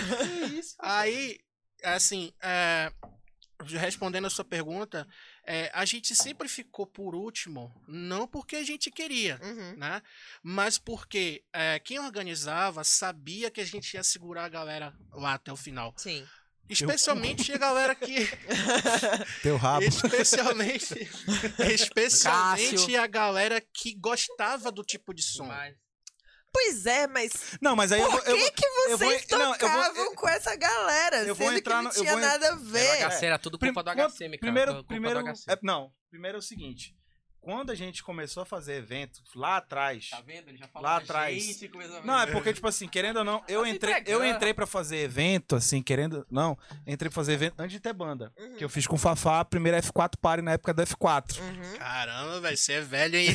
Aí, assim, é, respondendo a sua pergunta, é, a gente sempre ficou por último, não porque a gente queria, Uhum. né? Mas porque é, quem organizava sabia que a gente ia segurar a galera lá até o final. Sim. Especialmente a galera que. Teu rabo. Especialmente. Especialmente Cássio. a galera que gostava do tipo de som. Mas- Pois é, mas Não, mas aí eu vou. por eu que vou- que eu vou- vocês não, eu vou- tocavam eu- com essa galera? eu vou sendo entrar que no- não eu tinha vou- nada a Era o ver. H C, era tudo Prim- culpa do quando- H C, meu cara. Primeiro, culpa primeiro, do H C. é, não, primeiro é o seguinte. Quando a gente começou a fazer evento lá atrás. Tá vendo? Ele já falou Lá da atrás. gente, começou a- Não, é porque, tipo assim, querendo ou não, eu Tá se entrei, eu entregando. entrei pra fazer evento, assim, querendo. Não, entrei pra fazer evento antes de ter banda. Uhum. Que eu fiz com o Fafá a primeira F quatro Party na época da F quatro. Uhum. Caramba, velho, você é velho, hein?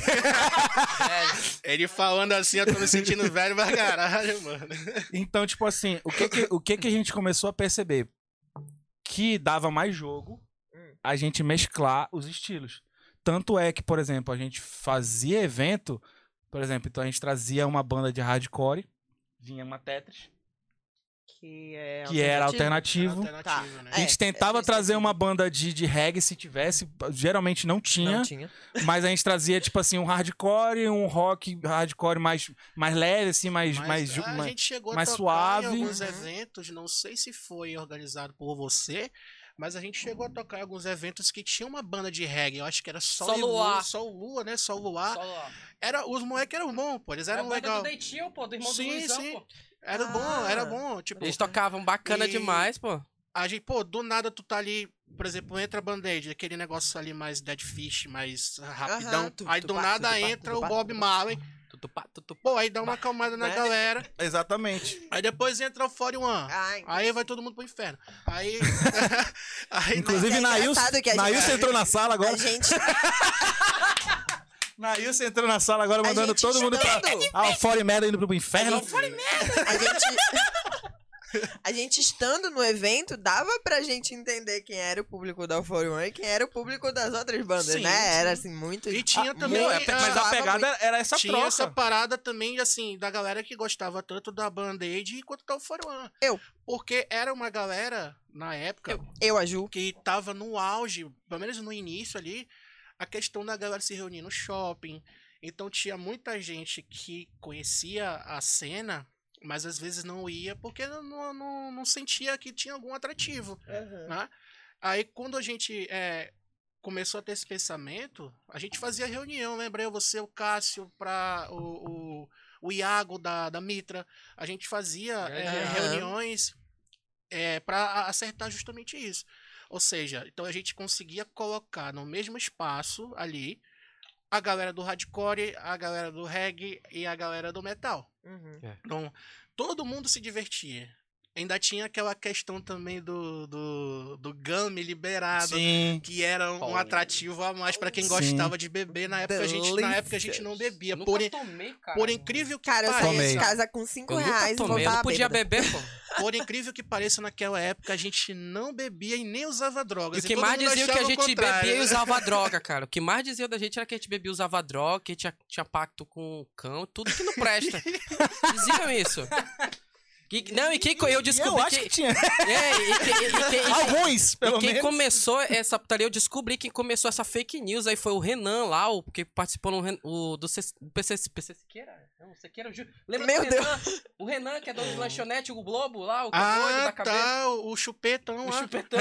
É, Ele falando assim, eu tô me sentindo velho pra caralho, mano. Então, tipo assim, o que que, o que que a gente começou a perceber? Que dava mais jogo Hum. a gente mesclar os estilos. Tanto é que, por exemplo, a gente fazia evento, por exemplo, então a gente trazia uma banda de hardcore, vinha uma Tetris, Que, é que era alternativo. alternativo. Alternativo, né? A gente É, tentava faz trazer sentido. uma banda de, de reggae se tivesse, geralmente não tinha, Não tinha. mas a gente trazia, tipo assim, um hardcore, um rock hardcore mais, mais leve, assim, mais, Mas mais, ju- a mais- gente chegou mais a tocar suave. em alguns Uhum. eventos, não sei se foi organizado por você, mas a gente chegou a tocar em alguns eventos que tinha uma banda de reggae, eu acho que era Sol, Sol e Lua, Luar. Sol Lua, né? Sol Luar. só lá. Era, os moleques eram bons, pô, eles Era eram a banda legal. do Dentinho, pô, do irmão Sim, do Luizão, sim. pô. Era Ah. bom, era bom, tipo, Eles tocavam bacana E- demais, pô. a gente, pô, do nada tu tá ali, por exemplo, entra Band-Aid, aquele negócio ali mais Dead Fish, mais rapidão. Aham, tu- Aí tu do pá, nada tu pá, entra tu o pá, Bob tu pá. Marley. Tutupá, tutupá. Pô, aí dá uma acalmada na Né? galera. Exatamente. Aí depois entra o quarenta e um. Ai, Aí vai todo mundo pro inferno. Aí. aí Inclusive, é Nailson, engraçado que a gente- Nailson entrou na sala agora. A gente, Nailson entrou na sala agora, A mandando gente todo mundo pra. estando- Ah, o Fore Merda indo pro inferno. a gente... A gente estando no evento, dava pra gente entender quem era o público da quarenta e um e quem era o público das outras bandas, Sim, né? sim. Era assim, muito... E tinha Ah, também, muito- é, Mas a falava pegada muito. era essa tinha troca. essa parada também, assim, da galera que gostava tanto da Band-Aid quanto da quarenta e um. Eu. Porque era uma galera, na época, Eu, a Ju. que tava no auge, pelo menos no início ali, a questão da galera se reunir no shopping. Então tinha muita gente que conhecia a cena, mas às vezes não ia porque não, não, não sentia que tinha algum atrativo, né? Aí quando a gente é, começou a ter esse pensamento, a gente fazia reunião, lembra eu, você, o Cássio, pra, o, o, o Iago da, da Mitra, a gente fazia é, Aham. reuniões é, para acertar justamente isso. Ou seja, então a gente conseguia colocar no mesmo espaço ali a galera do hardcore, a galera do reggae e a galera do metal. Uhum. Então, todo mundo se divertia. Ainda tinha aquela questão também do, do, do game liberado, Sim. que era um Oh. atrativo a mais pra quem Sim. gostava de beber. Na época, a gente, na época a gente não bebia. Nunca Por, in- tomei, cara. por incrível que Cara, eu saía Tomei. de pareça, casa com cinco Eu nunca reais e tomei, eu voltava não podia bêbada. beber, pô. por incrível que pareça, naquela época a gente não bebia e nem usava E drogas. o que todo mais mundo diziam que a achava o gente contrário. bebia e usava droga, cara. O que mais diziam da gente era que a gente bebia e usava droga, que tinha, tinha pacto com o cão, tudo que não presta. Diziam isso. Que- não, e quem co- eu descobri Eu acho que... que tinha. É, e, que- e- e quem- e- Alguns, pelo e quem menos. começou essa putaria, eu descobri quem começou essa fake news aí foi o Renan lá, o que participou no, Ren- o, do C- P C, P C Siqueira? Não, Siqueira, Ju- lembra Meu do Renan? O Renan, que é dono de lanchonete, o Globo lá, o que é doido Ah, da cabeça. tá, o o chupetão O lá. chupetão.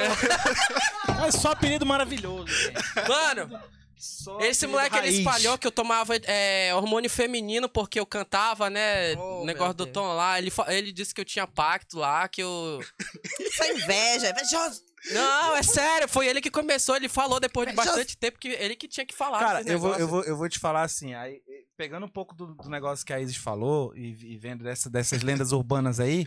É só apelido maravilhoso. gente. Mano, Só esse apelido moleque ele raiz. espalhou que eu tomava é, hormônio feminino porque eu cantava, né? Oh, o negócio meu do Deus. Tom lá. Ele, fa- ele disse que eu tinha pacto lá, que eu. Isso é inveja, invejoso. Não, é sério, foi ele que começou. Ele falou depois de Mas já- bastante tempo que ele que tinha que falar. Cara, desse eu vou, eu, negócio. vou, eu vou te falar assim, aí, eh, pegando um pouco do, do negócio que a Isis falou e, e vendo dessa, dessas lendas urbanas aí,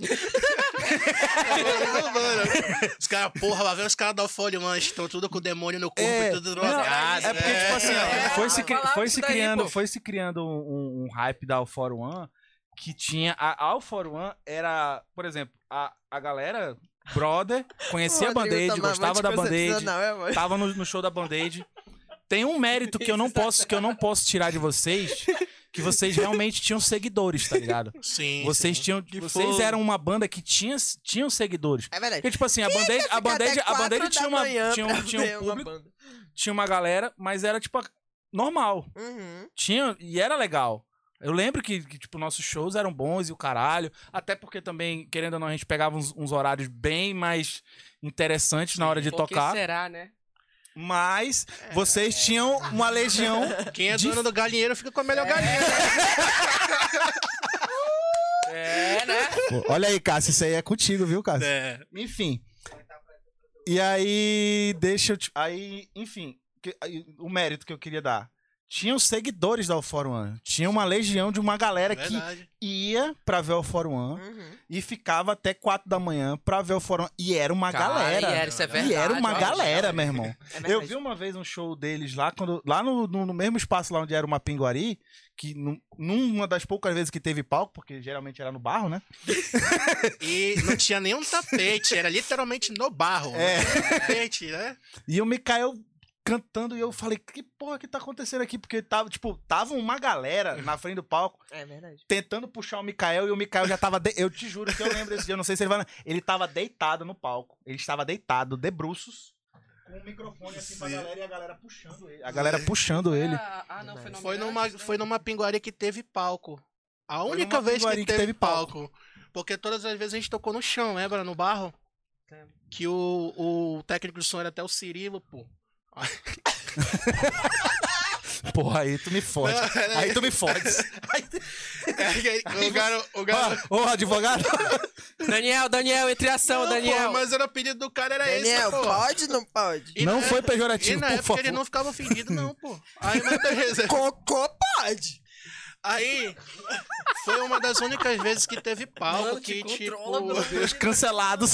Os caras, porra, lá vem os caras da Folha Manche, estão tudo com o demônio no corpo É, e tudo não, drogado. é porque, tipo assim, ó, É, foi, se, cri- falava foi, isso se daí, criando, pô. foi se criando um, um- um hype da All for One que tinha. A All for One era, por exemplo, a, a galera, brother, conhecia a O Rodrigo Band-Aid, tomava gostava da Band-Aid, anticoncepcional, é, mano? tava no, no show da Band-Aid. Tem um mérito que eu não posso, que eu não posso tirar de vocês, que vocês realmente tinham seguidores, tá ligado? Sim, Vocês sim. tinham, vocês fogo. eram uma banda que tinha, tinham seguidores. É verdade. Porque, tipo assim, a Band-Aid, a Fica Band-Aid, até a Band-Aid quatro tinha da uma, manhã tinha, pra um- tinha ver um uma público, banda. tinha uma galera, mas era, tipo, normal. Uhum. Tinha, e era legal. Eu lembro que, que, tipo, nossos shows eram bons e o caralho. Até porque também, querendo ou não, a gente pegava uns, uns horários bem mais interessantes na hora de Por que tocar. será, né? Mas vocês tinham uma legião. Quem é de- dono do galinheiro fica com a melhor galinha. É, né? Pô, olha aí, Cássio, isso aí é contigo, viu, Cássio? É. Enfim. E aí, deixa eu te... Aí, enfim, que- aí, o mérito que eu queria dar. Tinha os seguidores da All for One. Tinha uma legião de uma galera que Verdade. ia pra ver o All for One Uhum. e ficava até quatro da manhã pra ver o For One. E era uma Cara, galera. E era, isso é E verdade, E era uma ó. galera, meu irmão. É verdade. Eu vi uma vez um show deles lá, quando, lá no, no, no mesmo espaço lá onde era uma Pinguari, que num- numa das poucas vezes que teve palco, porque geralmente era no barro, né? E não tinha nenhum tapete, era literalmente no barro. É. Não tinha tapete, né? E o Mikael cantando e eu falei, que porra que tá acontecendo aqui? Porque tava, tipo, tava uma galera na frente do palco É verdade. tentando puxar o Mikael e o Mikael já tava. de- Eu te juro que eu lembro desse dia, eu não sei se ele vai. Ele tava deitado no palco. Ele estava deitado, de bruços, com o microfone assim pra Sim. galera e a galera puxando ele. A galera puxando ele. Ah, ah, não, foi, no Foi numa, Almirante, né? foi numa pinguaria que teve palco. A única numa vez que pinguaria teve, que teve palco. palco. Porque todas as vezes a gente tocou no chão, lembra? No barro. É. Que o, o técnico de som era até o Cirilo, pô. Porra, aí tu me fode. Não, peraí. Aí tu me fode. Aí tu- É, que o garo, o garo... Ô, ô, advogado. Daniel, Daniel, entre ação, Não, Daniel. pô, mas era o apelido do cara, era Daniel, esse, pô. pode ou não pode? E Não na foi época- pejorativo, E na por época favor. ele não ficava ofendido, não, pô. Aí, mas beleza. Cocô pode. Aí, foi uma das únicas vezes que teve palco Mano, que, te tipo... controla, meu Deus. Os cancelados.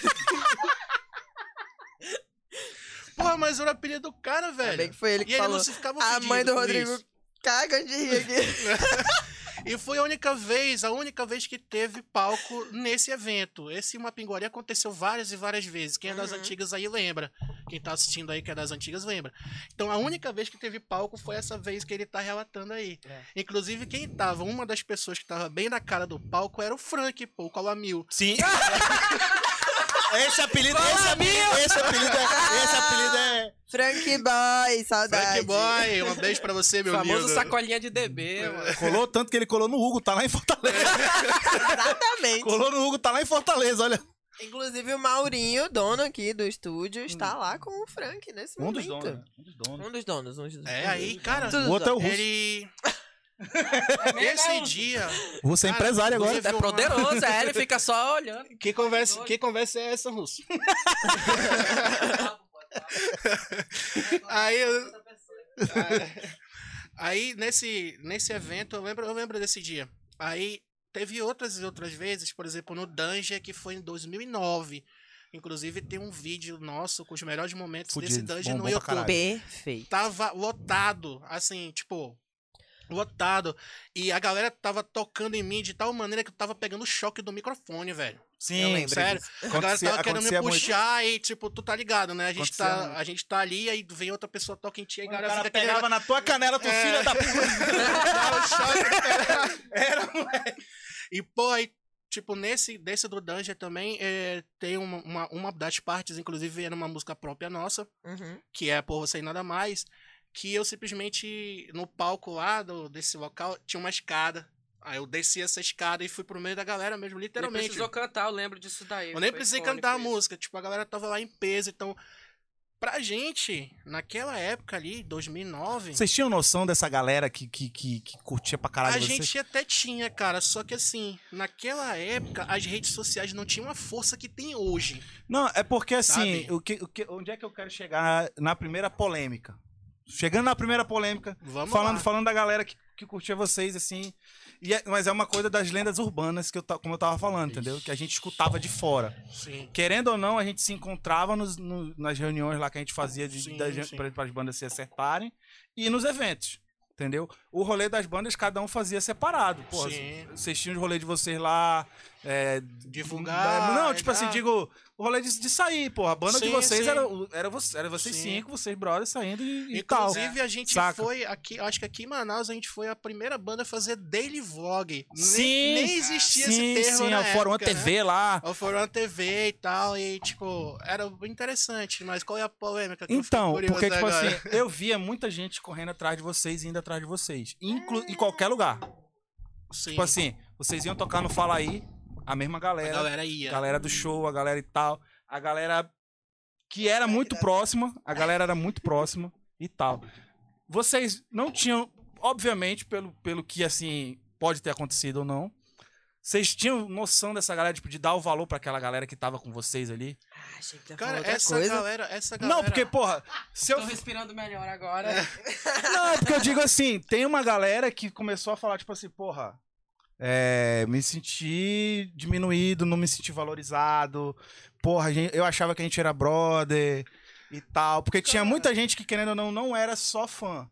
Porra, mas era o apelido do cara, Ainda velho. bem que foi ele E que ele falou. não se ficava A ofendido mãe do com Rodrigo isso. caga de rir aqui. E foi a única vez, a única vez que teve palco nesse evento. Esse Mapinguari aconteceu várias e várias vezes. Quem é das Uhum. antigas aí lembra. Quem tá assistindo aí que é das antigas lembra. Então a única vez que teve palco foi essa vez que ele tá relatando aí. É. Inclusive quem tava, uma das pessoas que tava bem na cara do palco era o Frank, pô, o Colamil. Sim. Esse apelido, esse apelido, esse apelido é... Esse apelido é... Frank Boy, saudade. Frank Boy, um beijo pra você, meu Famoso lindo. sacolinha de D B, mano. Colou tanto que ele colou no Hugo, tá lá em Fortaleza. Exatamente. Colou no Hugo, tá lá em Fortaleza, olha. Inclusive o Maurinho, dono aqui do estúdio, está lá com o Frank nesse Um momento. dos donos, né? Um dos donos. Um dos donos, um dos donos. É, aí, cara, Tudo O outro é o dono. Russo. ele... É Esse mesmo? dia... O Russo é Cara, empresário agora. inclusive, É poderoso, é, ele fica só olhando. Que conversa, que conversa é essa, Russo? Aí, eu- aí nesse, nesse evento, eu lembro, eu lembro desse dia. Aí teve outras e outras vezes, por exemplo, no Danger, que foi em dois mil e nove. Inclusive tem um vídeo nosso com os melhores momentos Fudido, desse Danger bom, no bom pra YouTube. caralho. Perfeito. Tava lotado, assim, tipo, lotado. E a galera tava tocando em mim de tal maneira que eu tava pegando o choque do microfone, velho. Sim, lembro sério. disso. A galera Acontecia- tava querendo me acontecia muito. puxar e, tipo, tu tá ligado, né? A gente Acontecia tá, muito. a gente tá ali, aí vem outra pessoa, toca em ti, aí a O galera cara fica aquele pegava na tua canela, tu É. filha da puta. Dá um choque, era- Era, moleque. E, pô, aí, tipo, nesse desse do Danger também, é, tem uma, uma, uma das partes, inclusive, era uma música própria nossa, Uhum. que é Por Você e Nada Mais, que eu simplesmente, no palco lá do, desse local, tinha uma escada. Aí eu desci essa escada e fui pro meio da galera mesmo, Ele literalmente. precisou cantar, eu lembro disso daí. Eu nem foi precisei icônico cantar a isso. música, tipo, a galera tava lá em peso, então... Pra gente, naquela época ali, dois mil e nove... Vocês tinham noção dessa galera que, que, que, que curtia pra caralho A vocês? gente até tinha, cara, só que assim, naquela época as redes sociais não tinham a força que tem hoje. Não, é porque assim, Sabe? o que, o que, onde é que eu quero chegar na primeira polêmica? Chegando na primeira polêmica, Vamos falando, lá. falando da galera que, que curtia vocês, assim. E é- mas é uma coisa das lendas urbanas, que eu, ta- como eu tava falando, entendeu? Que a gente escutava de fora. Sim. Querendo ou não, a gente se encontrava nos, no- nas reuniões lá que a gente fazia de, Sim, das- sim. pra- para as bandas se acertarem e nos eventos, entendeu? O rolê das bandas cada um fazia separado. Pô, Sim. vocês tinham o rolê de vocês lá. é, Divulgar, Não, tipo já. assim, digo, o rolê de, de sair, pô. A banda de Sim, vocês sim. era, o- era, você, era vocês Sim. cinco, vocês brothers saindo e, e tal. Inclusive, a gente Saca? foi aqui, acho que aqui em Manaus a gente foi a primeira banda a fazer daily vlog. Nem- Sim, Nem, existia sim, esse termo. sim, na a Fórum época, T V né? lá. O Fórum T V e tal, e tipo, era interessante, mas qual é a polêmica que eu fiquei Então, curioso porque, tipo agora? assim, eu via muita gente correndo atrás de vocês e indo atrás de vocês. Inclu em qualquer lugar. Sim, Tipo assim, vocês iam tocar no Fala Aí, a mesma a galera, galera ia. galera do show, a galera e tal. A galera que era muito próxima, a galera era muito próxima e tal. Vocês não tinham, obviamente, pelo, pelo que, assim, pode ter acontecido ou não, vocês tinham noção dessa galera, tipo, de dar o valor pra aquela galera que tava com vocês ali? Ah, achei que ia Cara, falar outra essa coisa. galera, essa galera... Não, porque, porra, se eu... Tô respirando melhor agora. Não, é porque eu digo assim, tem uma galera que começou a falar, tipo assim, porra, é, me senti diminuído, não me senti valorizado, porra, a gente- eu achava que a gente era brother e tal, porque tinha muita gente que, querendo ou não, não era só fã.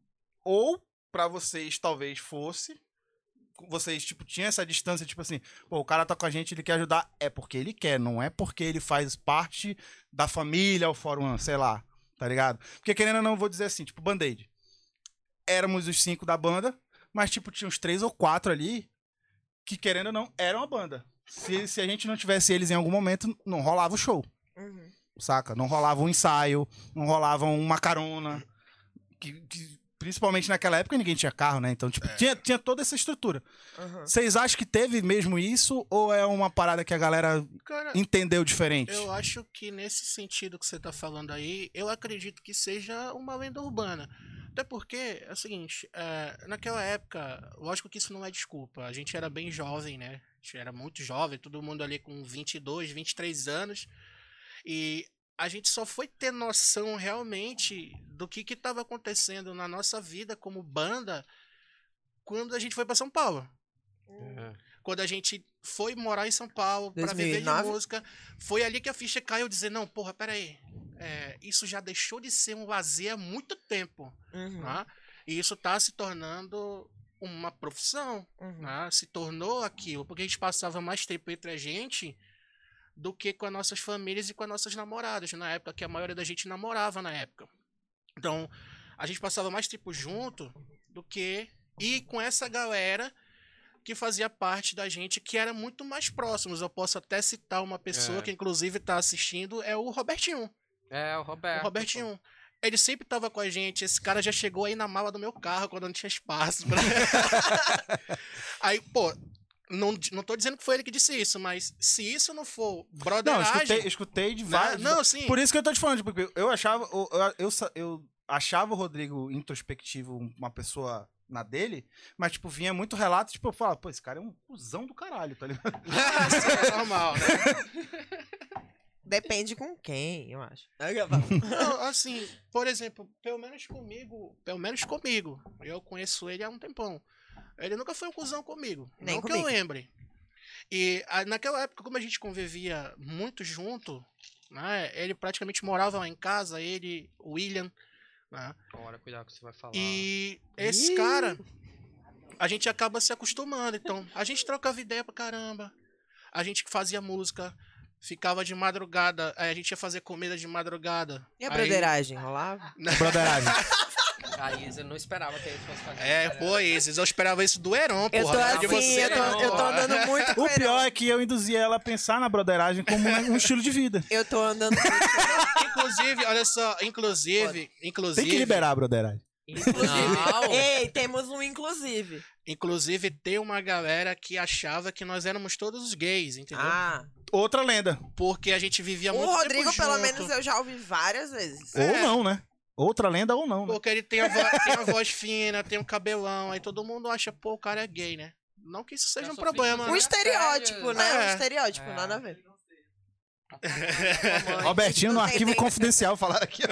Ou, pra vocês, talvez fosse, vocês, tipo, tinham essa distância, tipo assim, pô, o cara tá com a gente, ele quer ajudar, é porque ele quer, não é porque ele faz parte da família, o fórum, sei lá, tá ligado? Porque, querendo ou não, eu vou dizer assim, tipo, Band-Aid. Éramos os cinco da banda, mas, tipo, tinha uns três ou quatro ali que, querendo ou não, eram a banda. Se, se a gente não tivesse eles em algum momento, não rolava o show, Uhum. saca? Não rolava um ensaio, não rolava uma carona. Que, que, principalmente naquela época ninguém tinha carro, né? Então, tipo, tinha, tinha toda essa estrutura. Uhum. Vocês acham que teve mesmo isso ou é uma parada que a galera Cara, entendeu diferente? eu acho que nesse sentido que você tá falando aí, eu acredito que seja uma lenda urbana. Até porque, é o seguinte, é, naquela época, lógico que isso não é desculpa. A gente era bem jovem, né? A gente era muito jovem, todo mundo ali com vinte e dois, vinte e três anos. E a gente só foi ter noção realmente do que que estava acontecendo na nossa vida como banda quando a gente foi para São Paulo. É. Quando a gente foi morar em São Paulo para dois mil e viver de nove? música, foi ali que a ficha caiu dizer, não, porra, peraí, é, isso já deixou de ser um lazer há muito tempo, Uhum, né? E isso tá se tornando uma profissão, uhum. né? Se tornou aquilo, porque a gente passava mais tempo entre a gente do que com as nossas famílias e com as nossas namoradas, na época que a maioria da gente namorava na época. Então, a gente passava mais tempo junto do que ir com essa galera que fazia parte da gente, que era muito mais próximos. Eu posso até citar uma pessoa É. que inclusive está assistindo, é o Robertinho. É, o Roberto. O Robertinho. Ele sempre tava com a gente. Esse cara já chegou aí na mala do meu carro quando não tinha espaço. Pra... Aí, pô, não, não tô dizendo que foi ele que disse isso, mas se isso não for Não, broderagem... eu escutei, escutei de né? vários. Não, sim. Por isso que eu tô te falando, porque eu achava. Eu, eu, eu, sa- eu achava o Rodrigo introspectivo, uma pessoa na dele, mas, tipo, vinha muito relato, tipo, eu falava, pô, esse cara é um cuzão do caralho, tá ligado? Isso é normal, né? Depende com quem, eu acho. Não, assim, por exemplo, pelo menos comigo, pelo menos comigo, eu conheço ele há um tempão. Ele nunca foi um cuzão comigo, Nem não que comigo. eu lembre. E a- naquela época, como a gente convivia muito junto, né, ele praticamente morava lá em casa, ele, o William, né, Bora, cuidado que você vai falar. e esse cara, a gente acaba se acostumando. Então, a gente trocava ideia pra caramba, a gente fazia música, ficava de madrugada, aí a gente ia fazer comida de madrugada. E a Aí- broderagem, rolava? Broderagem. A Isa não esperava que ele fosse fazer É, isso, né? pô, Isis, eu esperava isso do Heron, Eu porra. tô não assim, de você, eu, tô, não, eu tô porra. andando muito com O ele. pior é que eu induzi ela a pensar na broderagem como um um estilo de vida. Eu tô andando muito Inclusive, olha só, inclusive, inclusive... Tem que liberar a broderagem. Não. Ei, temos um inclusive. Inclusive, tem uma galera que achava que nós éramos todos gays, entendeu? Ah, Outra lenda. Porque a gente vivia o muito Rodrigo, tempo pelo junto. menos, eu já ouvi várias vezes. Ou É. não, né? Outra lenda ou não, né? Porque ele tem a, vo- tem a voz fina, tem um cabelão, aí todo mundo acha, pô, o cara é gay, né? Não que isso seja Eu um sou problema, Um né? estereótipo, né? Um É. estereótipo, É. nada a ver. Robertinho no Não arquivo tem- confidencial falaram aqui.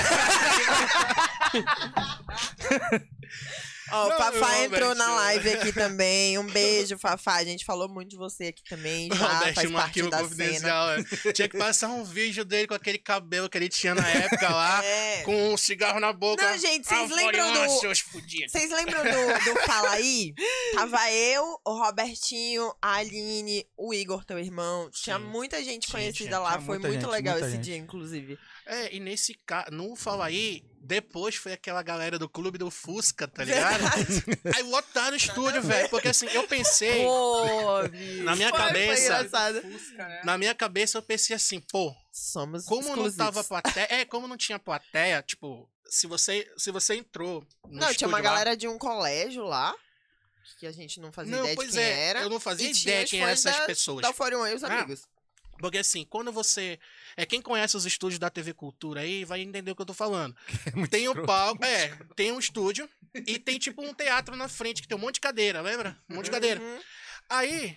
Ó, o Não, Fafá eu, entrou na Robertinho. live aqui também. Um beijo, Fafá. A gente falou muito de você aqui também. Já Roberto, faz um parte arquivo da cena. confidencial. é. Tinha que passar um vídeo dele com aquele cabelo que ele tinha na época lá, É. com um cigarro na boca. Não, gente, vocês Ah, lembram foi, do- ó, seus fudidos. Vocês lembram do, do Fala Aí? Tava eu, o Robertinho, a Aline, o Igor, teu irmão. Tinha Sim. muita gente Tinha, conhecida tinha, lá. tinha Foi muita muito gente, legal muita esse gente. dia, inclusive. É, e nesse caso, no Fala Aí, depois foi aquela galera do Clube do Fusca, tá ligado? Verdade. Aí lotaram o estúdio, velho. Porque assim, eu pensei, Pô, bicho. na minha Foi- foi cabeça, engraçado. Fusca, né? na minha cabeça eu pensei assim, pô, Somos como não exclusivos. tava plateia, é, como não tinha plateia, tipo, se você, se você entrou no Não, tinha uma estúdio lá- galera de um colégio lá, que a gente não fazia Não, ideia pois de quem é, era. eu não fazia e tinha ideia os quem eram fãs essas da- pessoas. Da Fórum e os Ah, amigos. Porque assim, quando você. É, quem conhece os estúdios da T V Cultura aí vai entender o que eu tô falando. Tem o palco, é, tem um estúdio e tem tipo um teatro na frente, que tem um monte de cadeira, lembra? Um monte de cadeira. Uhum. Aí,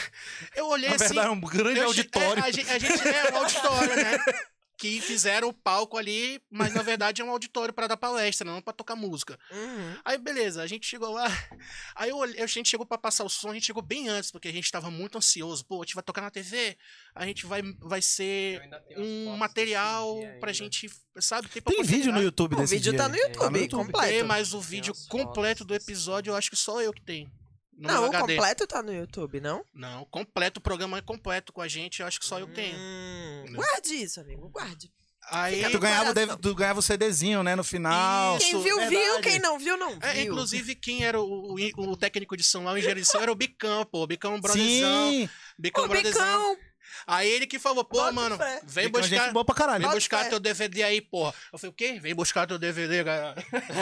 eu olhei Na assim. verdade, é um grande eu- auditório. É, a, gente, a gente é um auditório, né? Que fizeram o palco ali, mas na verdade é um auditório pra dar palestra, não pra tocar música. Uhum. Aí, beleza, a gente chegou lá. Aí eu, olhei- a gente chegou pra passar o som, a gente chegou bem antes, porque a gente tava muito ansioso. Pô, a gente vai tocar na T V, a gente vai, vai Eu ser ainda tenho as um fotos material desse dia pra ainda. gente, sabe? Ter Tem vídeo no YouTube O desse vídeo dia tá aí. no YouTube, Tá no YouTube. completo. Tem, mas o vídeo as completo fotos do desse episódio eu acho que só eu que tenho. No Não, meu o H D. completo tá no YouTube, não? Não, completo, o programa é completo com a gente, eu acho que só eu tenho. Hum, Não. guarde isso, amigo, guarde. Aí, Fica Tu ganhava, o coração. D- tu ganhava o CDzinho, né, no final. Isso, Quem viu, viu. verdade. Quem não viu, não viu. é, inclusive, quem era o, o, o técnico de som lá, o engenheiro de som, era o Bicão, pô. O Bicão é um brotherzão. Sim, Bicão, O brotherzão. Bicão. Aí ele que falou, pô, Bota mano, fé. vem Ficam gente buscar. boa pra caralho. Vem Bota buscar fé. teu D V D aí, porra. Eu falei, o quê? Vem buscar teu D V D, galera.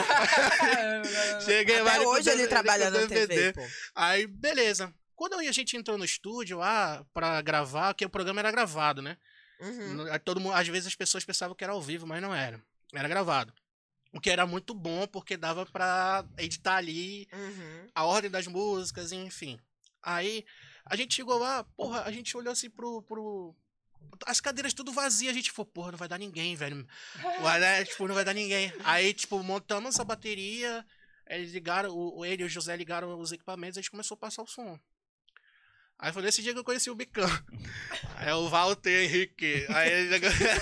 Cheguei lá. Até com o hoje ele D V D, trabalha com o na D V D. T V, pô. Aí, beleza. Quando a gente entrou no estúdio lá pra gravar, que o programa era gravado, né? Uhum. No- aí Todo mundo, às vezes as pessoas pensavam que era ao vivo, mas não era. Era gravado. O que era muito bom, porque dava pra editar ali Uhum. a ordem das músicas, enfim. Aí, a gente chegou lá, porra, a gente olhou assim pro... pro... As cadeiras tudo vazias, a gente falou, porra, não vai dar ninguém, velho. Ué, né? Tipo, não vai dar ninguém. Aí, tipo, montamos essa bateria, eles ligaram, o, ele e o José ligaram os equipamentos, a gente começou a passar o som. Aí foi nesse dia que eu conheci o Bicão. Aí o Walter Henrique. Aí ele,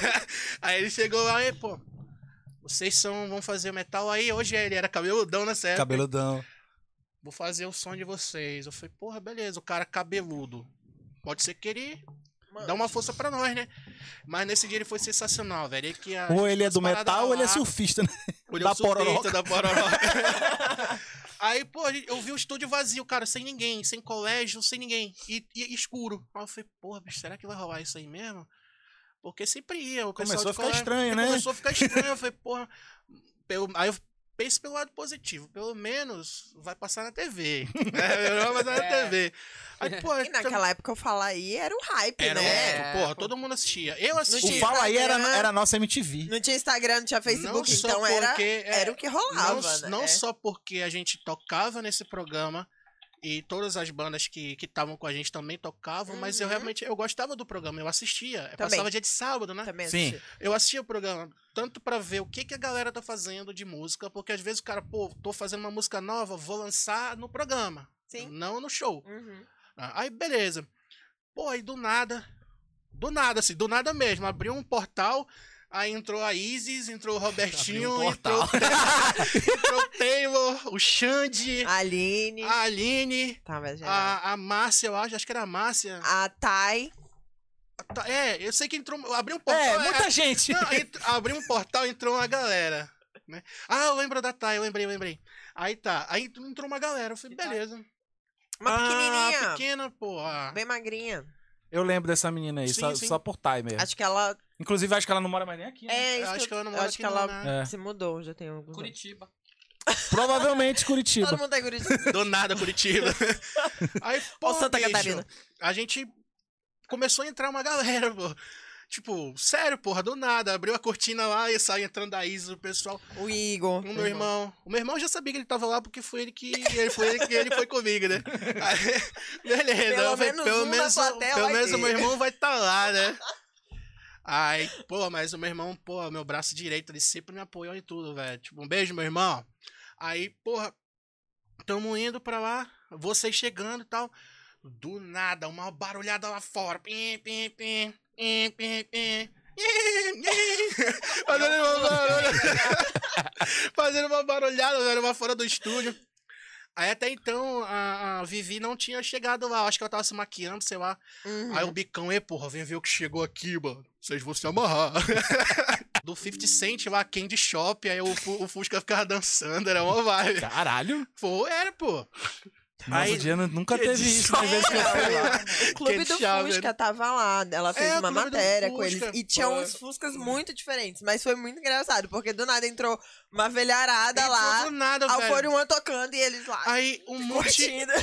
aí ele chegou lá e, pô, vocês são, vão fazer metal aí? Hoje ele era cabeludão nessa época. Cabeludão. Vou fazer o som de vocês. Eu falei, porra, beleza, o cara cabeludo. Pode ser que ele dá uma força pra nós, né? Mas nesse dia ele foi sensacional, velho. Ele que Ou ele é do metal ou ele é surfista, né? Ou ele Da é o surfista pororoca. da pororoca. Aí, pô, eu vi o estúdio vazio, cara, sem ninguém, sem colégio, sem ninguém. E, e escuro. Aí eu falei, porra, bicho, será que vai rolar isso aí mesmo? Porque sempre ia. O pessoal Começou a de ficar colégio- estranho, né? Começou a ficar estranho. Eu falei, porra. Pelo... Aí eu penso pelo lado positivo. Pelo menos vai passar na T V. É, vai passar na T V. Aí, pô, E naquela época eu falar aí era o hype, era né? um... Porra, todo mundo assistia. Eu O assistia. Fala aí era, Instagram. era a nossa M T V. Não tinha Instagram, não tinha Não Facebook, só então era, porque, é, era o que rolava, não, né? não É. só porque a gente tocava nesse programa e todas as bandas que estavam com a gente também tocavam, mas eu Uhum. realmente eu gostava do programa, eu assistia. Eu Também. passava dia de sábado, né? Também Sim. assisti. Eu assistia o programa tanto pra ver o que, que a galera tá fazendo de música, porque às vezes o cara, pô, tô fazendo uma música nova, vou lançar no programa, Sim. não no show. Uhum. Aí beleza. Pô, aí do nada, do nada assim, do nada mesmo, abriu um portal. Aí entrou a Isis, entrou o Robertinho, Abriu um entrou, entrou o Taylor, o Xande, Aline. a Aline, Tá, mas já. a, a Márcia, eu acho, acho que era a Márcia. A Thay. Tá, É, eu sei que entrou, abriu um portal. É, é, muita gente. não, ent- abriu um portal, entrou uma galera. Né? Ah, eu lembro da Thay, eu lembrei, eu lembrei. Aí tá, aí entrou uma galera, eu falei, beleza. Uma Ah, pequenininha. pequena, pô. ah. Bem magrinha. Eu lembro dessa menina aí, Sim, só, sim. só por Thay mesmo. Acho que ela. Inclusive, acho que ela não mora mais nem aqui. Né? É, Eu isso acho que ela não eu mora acho aqui que não, ela né? É. se mudou, já tem alguns anos. Curitiba. Provavelmente Curitiba. Todo mundo tá em Curitiba. Do nada, Curitiba. Aí, pô, Ou Santa bicho, Catarina. a gente começou a entrar uma galera, pô. Tipo, sério, porra, do nada. Abriu a cortina lá e saiu entrando a Isa, o pessoal. O Igor. O meu irmão. O meu irmão já sabia que ele tava lá porque foi ele que. Ele foi ele que ele foi comigo, né? Aí, beleza. Pelo eu falei, menos pelo um na menos, plateia pelo vai menos o ter. meu irmão vai estar lá, né? Aí, pô, mas o meu irmão, pô, meu braço direito, ele sempre me apoiou em tudo, velho. Tipo, um beijo, meu irmão. Aí, porra, tamo indo pra lá, vocês chegando e tal. Do nada, uma barulhada lá fora. Pim, pim, pim, pim, pim, pim. Fazendo uma barulhada. Fazendo uma barulhada, velho, lá fora do estúdio. Aí até então a, a Vivi não tinha chegado lá. Acho que ela tava se maquiando, sei lá. Uhum. Aí o Bicão, e porra, vem ver o que chegou aqui, mano. Vocês vão se amarrar. Do fifty Cent lá, Candy Shop, aí o, Fu- o Fusca ficava dançando, era uma vibe. Caralho. Pô, era, pô. Nossa, Aí- o Diana nunca Que teve isso nas desgraça. vezes que eu fui lá. O Clube Que do chave, Fusca né? tava lá. Ela fez É, o uma Clube do matéria com Fusca, eles. E tinha pô. uns Fuscas muito diferentes. Mas foi muito engraçado, porque do nada entrou uma velharada lá. Do nada, Ao velho. Fórum One tocando e eles lá. Aí um monte. curtindo.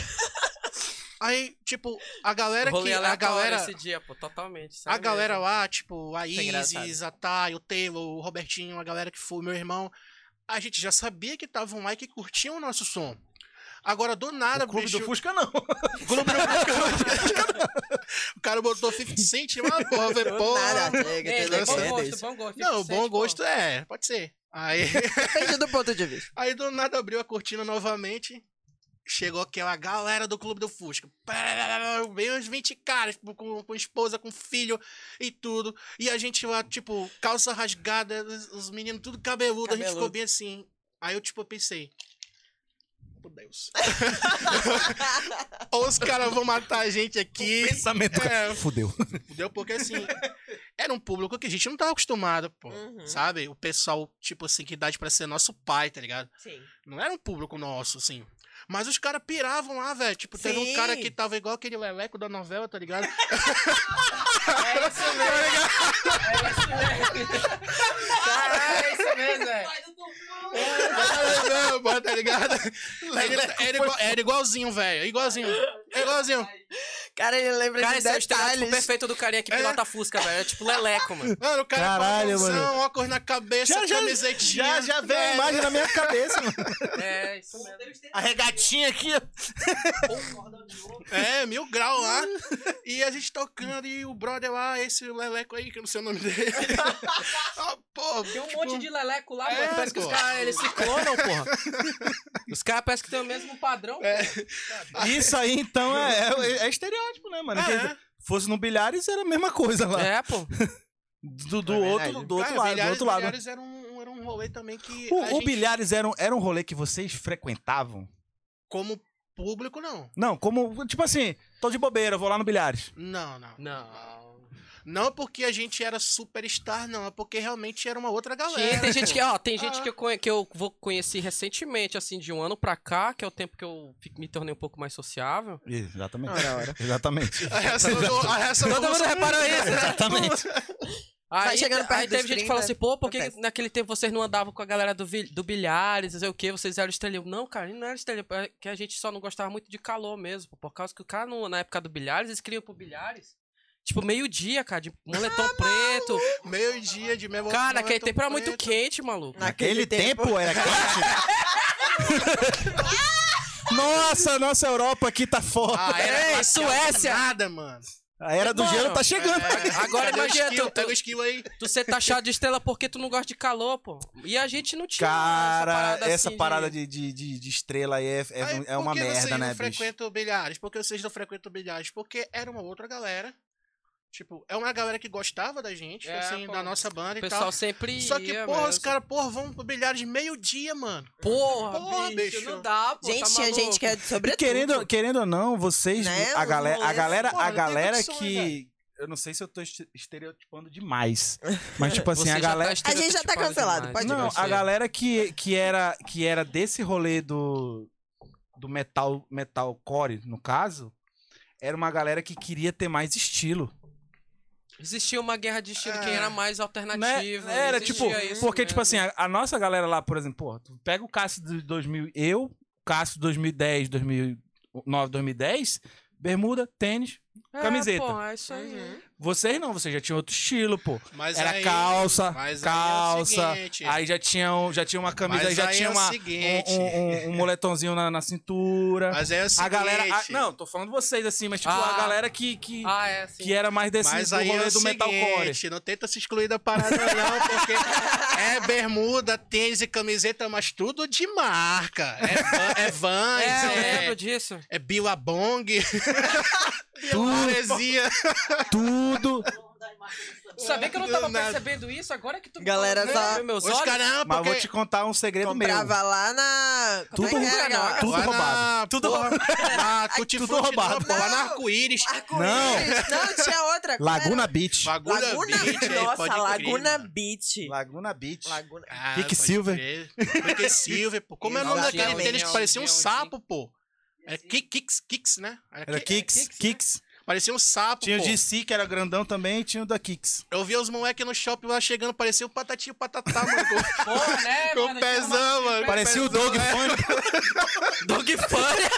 Aí, tipo, a galera Rolê que. A aleatório galera. esse dia, pô, totalmente. A sério galera mesmo. lá, tipo, a Foi Isis, engraçado. a Thay, o Taylor, o Robertinho, a galera que foi, meu irmão. A gente já sabia que estavam lá e que curtiam o nosso som. Agora, do nada, O Clube bicho. do Fusca, não. Clube do Fusca. O cara botou fifty Cent lá, porra, velho, Do porra. nada, chega, Ei, tem Deus, bom ideia gosto, desse. bom gosto. Não, fifty bom Cent, pô. gosto é, pode ser. Aí, Depende do ponto de vista. aí do nada abriu a cortina novamente. Chegou aquela galera do Clube do Fusca. Veio uns vinte caras, tipo, com, com esposa, com filho e tudo. E a gente lá, tipo, calça rasgada, os, os meninos tudo cabeludo, a gente ficou Cabeludo. bem assim. Aí eu, tipo, pensei. Por Deus. Ou os caras vão matar a gente aqui. Pensamento. É. Fudeu. Entendeu? Porque assim, era um público que a gente não tava acostumado, pô. Uhum. Sabe? O pessoal, tipo assim, que idade pra ser nosso pai, tá ligado? Sim. Não era um público nosso, assim. Mas os caras piravam lá, velho. Tipo, teve Sim. um cara que tava igual aquele leleco da novela, tá ligado? É isso mesmo. É isso mesmo. Caralho, é isso mesmo, velho. Não, pô, tá ligado? Ele- era, igual- era igualzinho, velho. Igualzinho. É igualzinho. Cara, ele lembra Cara, de esse é o estereótipo detalhes. perfeito do carinha que pilota a Fusca, velho. É tipo Leleco, mano. Mano, o cara Caralho, é mano. mano. Óculos na cabeça, Já, já, camisetinha. já, já veio a É. imagem na minha cabeça, mano. É, isso mesmo. A regatinha aqui, ó. É, mil grau lá. E a gente tocando e o brother lá, esse Leleco aí, que eu não sei o nome dele. Ah, pô, Tem um tipo, monte de Leleco lá, É, mano. Parece que os pô. caras, eles se clonam, porra. Os caras parecem que tem o mesmo padrão. É. Isso aí, então, é, é, é estereótipo, né, mano? É. Que fosse no Bilhares, era a mesma coisa lá. É, pô. Do, do É outro, verdade. do outro Cara, lado, do Bilhares, outro lado. Bilhares era um, era um rolê também que. O, a o gente, Bilhares era um, era um rolê que vocês frequentavam? como público, não. Não, como, tipo assim, tô de bobeira, vou lá no Bilhares. Não, não. Não. Não porque a gente era superstar, não. É porque realmente era uma outra galera. Tinha, tem gente pô. que, ó, tem gente Ah. que eu, conhe- que eu vou conheci recentemente, assim, de um ano pra cá, que é o tempo que eu fi- me tornei um pouco mais sociável. Exatamente. Ora, ora. Exatamente. A reação do. A reação Todo do- mundo reparou isso? Exatamente. Aí, chegando perto aí dos teve gente que trinta, falou assim, pô, por que acontece. naquele tempo vocês não andavam com a galera do, Vi- do Bilhares, não sei o que, vocês eram estrelinha? Não, cara, não era estrelinha, é que a gente só não gostava muito de calor mesmo, pô, por causa que o cara, no- na época do Bilhares, eles queriam ir pro Bilhares, tipo, meio-dia, cara, de moletom preto. Meio-dia de mesmo. Cara, naquele tempo era muito quente, maluco. Naquele tempo era quente. Nossa, nossa Europa aqui tá foda. Ah, era Ei, glacial Suécia! Nada, mano. A era do Mano, gelo tá chegando. É, Agora cadê o imagina, esquilo? tu- Pega tu- o esquilo aí. Tu ser taxado de estrela porque tu não gosta de calor, pô. E a gente não tinha Cara, essa parada, essa assim parada de, de, de, de estrela aí é, é, Aí, é uma por que merda, vocês né, não bicho? frequentam bilhares? Por que vocês não frequentam bilhares? Porque era uma outra galera. Tipo, é uma galera que gostava da gente, É, assim, pô. da nossa banda O e pessoal tal. sempre Só que, ia, porra, mas- os caras, porra, vão pro bilhares meio-dia, mano. Porra, Porra, bicho, bicho. não dá, pô. Gente, tá tinha maluco. gente que é E sobretudo. querendo, querendo ou não, vocês, Né, a os galera, a rolês, galera, porra, a não tem galera condições, que... velho. Eu não sei se eu tô este- estereotipando demais, mas tipo assim, Você a já galera... tá A gente já tá estereotipando cancelado, demais, pode ir. Não, você. a galera que, que, era, que era desse rolê do, do metal, metalcore, no caso, era uma galera que queria ter mais estilo. Existia uma guerra de estilo, É. quem era mais Né? alternativo. Era, existia tipo, isso porque, tipo assim, mesmo. a, a nossa galera lá, por exemplo, porra, tu pega o Cássio de dois mil, eu, Cássio dois mil e dez, dois mil e nove, dois mil e dez, bermuda, tênis, É, camiseta. pô, é isso aí. Uhum. vocês não, vocês já tinham outro estilo, pô. Mas Era aí- calça, mas aí é o calça, seguinte. aí já tinha, um- já tinha uma camisa, Mas aí já aí tinha é o uma, seguinte. um, um, um moletomzinho na, na cintura. Mas é o seguinte. A galera. a- não, tô falando vocês assim, mas tipo, Ah. a galera que, que, Ah, é, sim. que era mais desse Mas do aí rolê é o do metalcore. seguinte, não tenta se excluir da parada não, porque é bermuda, tênis e camiseta, mas tudo de marca. É, Van- é Vans, É, eu é, lembro disso. é Billabong, Tudo, Maresia. tudo. Tu sabia que eu não tava Nada. percebendo isso? Agora que tu me Galera, falou, só- né, meus Os olhos. caramba, Mas porque... vou te contar um segredo meu. Comprava lá na. Tudo Como é que era, roubado, galera? tudo Lá roubado. Na, Tudo porra, na Tutti tudo Frutti, roubado. não, pô, lá na Não. Arco-Íris. Arco-íris. Não, tinha outra. como Laguna era? Beach. Laguna, Laguna Beach, aí, Nossa, pode crer, Laguna mano. Beach. Laguna Beach. Laguna. Ah, Quicksilver. pode crer. Quicksilver, pô. Como é o nome Exatamente. daquele tênis que parecia um Leãozinho. sapo, pô? Era Kick- Kicks, Kicks, né? Era Ki- Kicks, né? Kicks. Parecia um sapo, Tinha o pô. D C, que era grandão também, e tinha o da Kicks. Eu vi os moleques no shopping lá chegando, parecia o Patatinho Patatá, mano. Com, Porra, né, com mano? o pezão, mano. Parecia o pezão, Dog é. Funny. Dog Funny.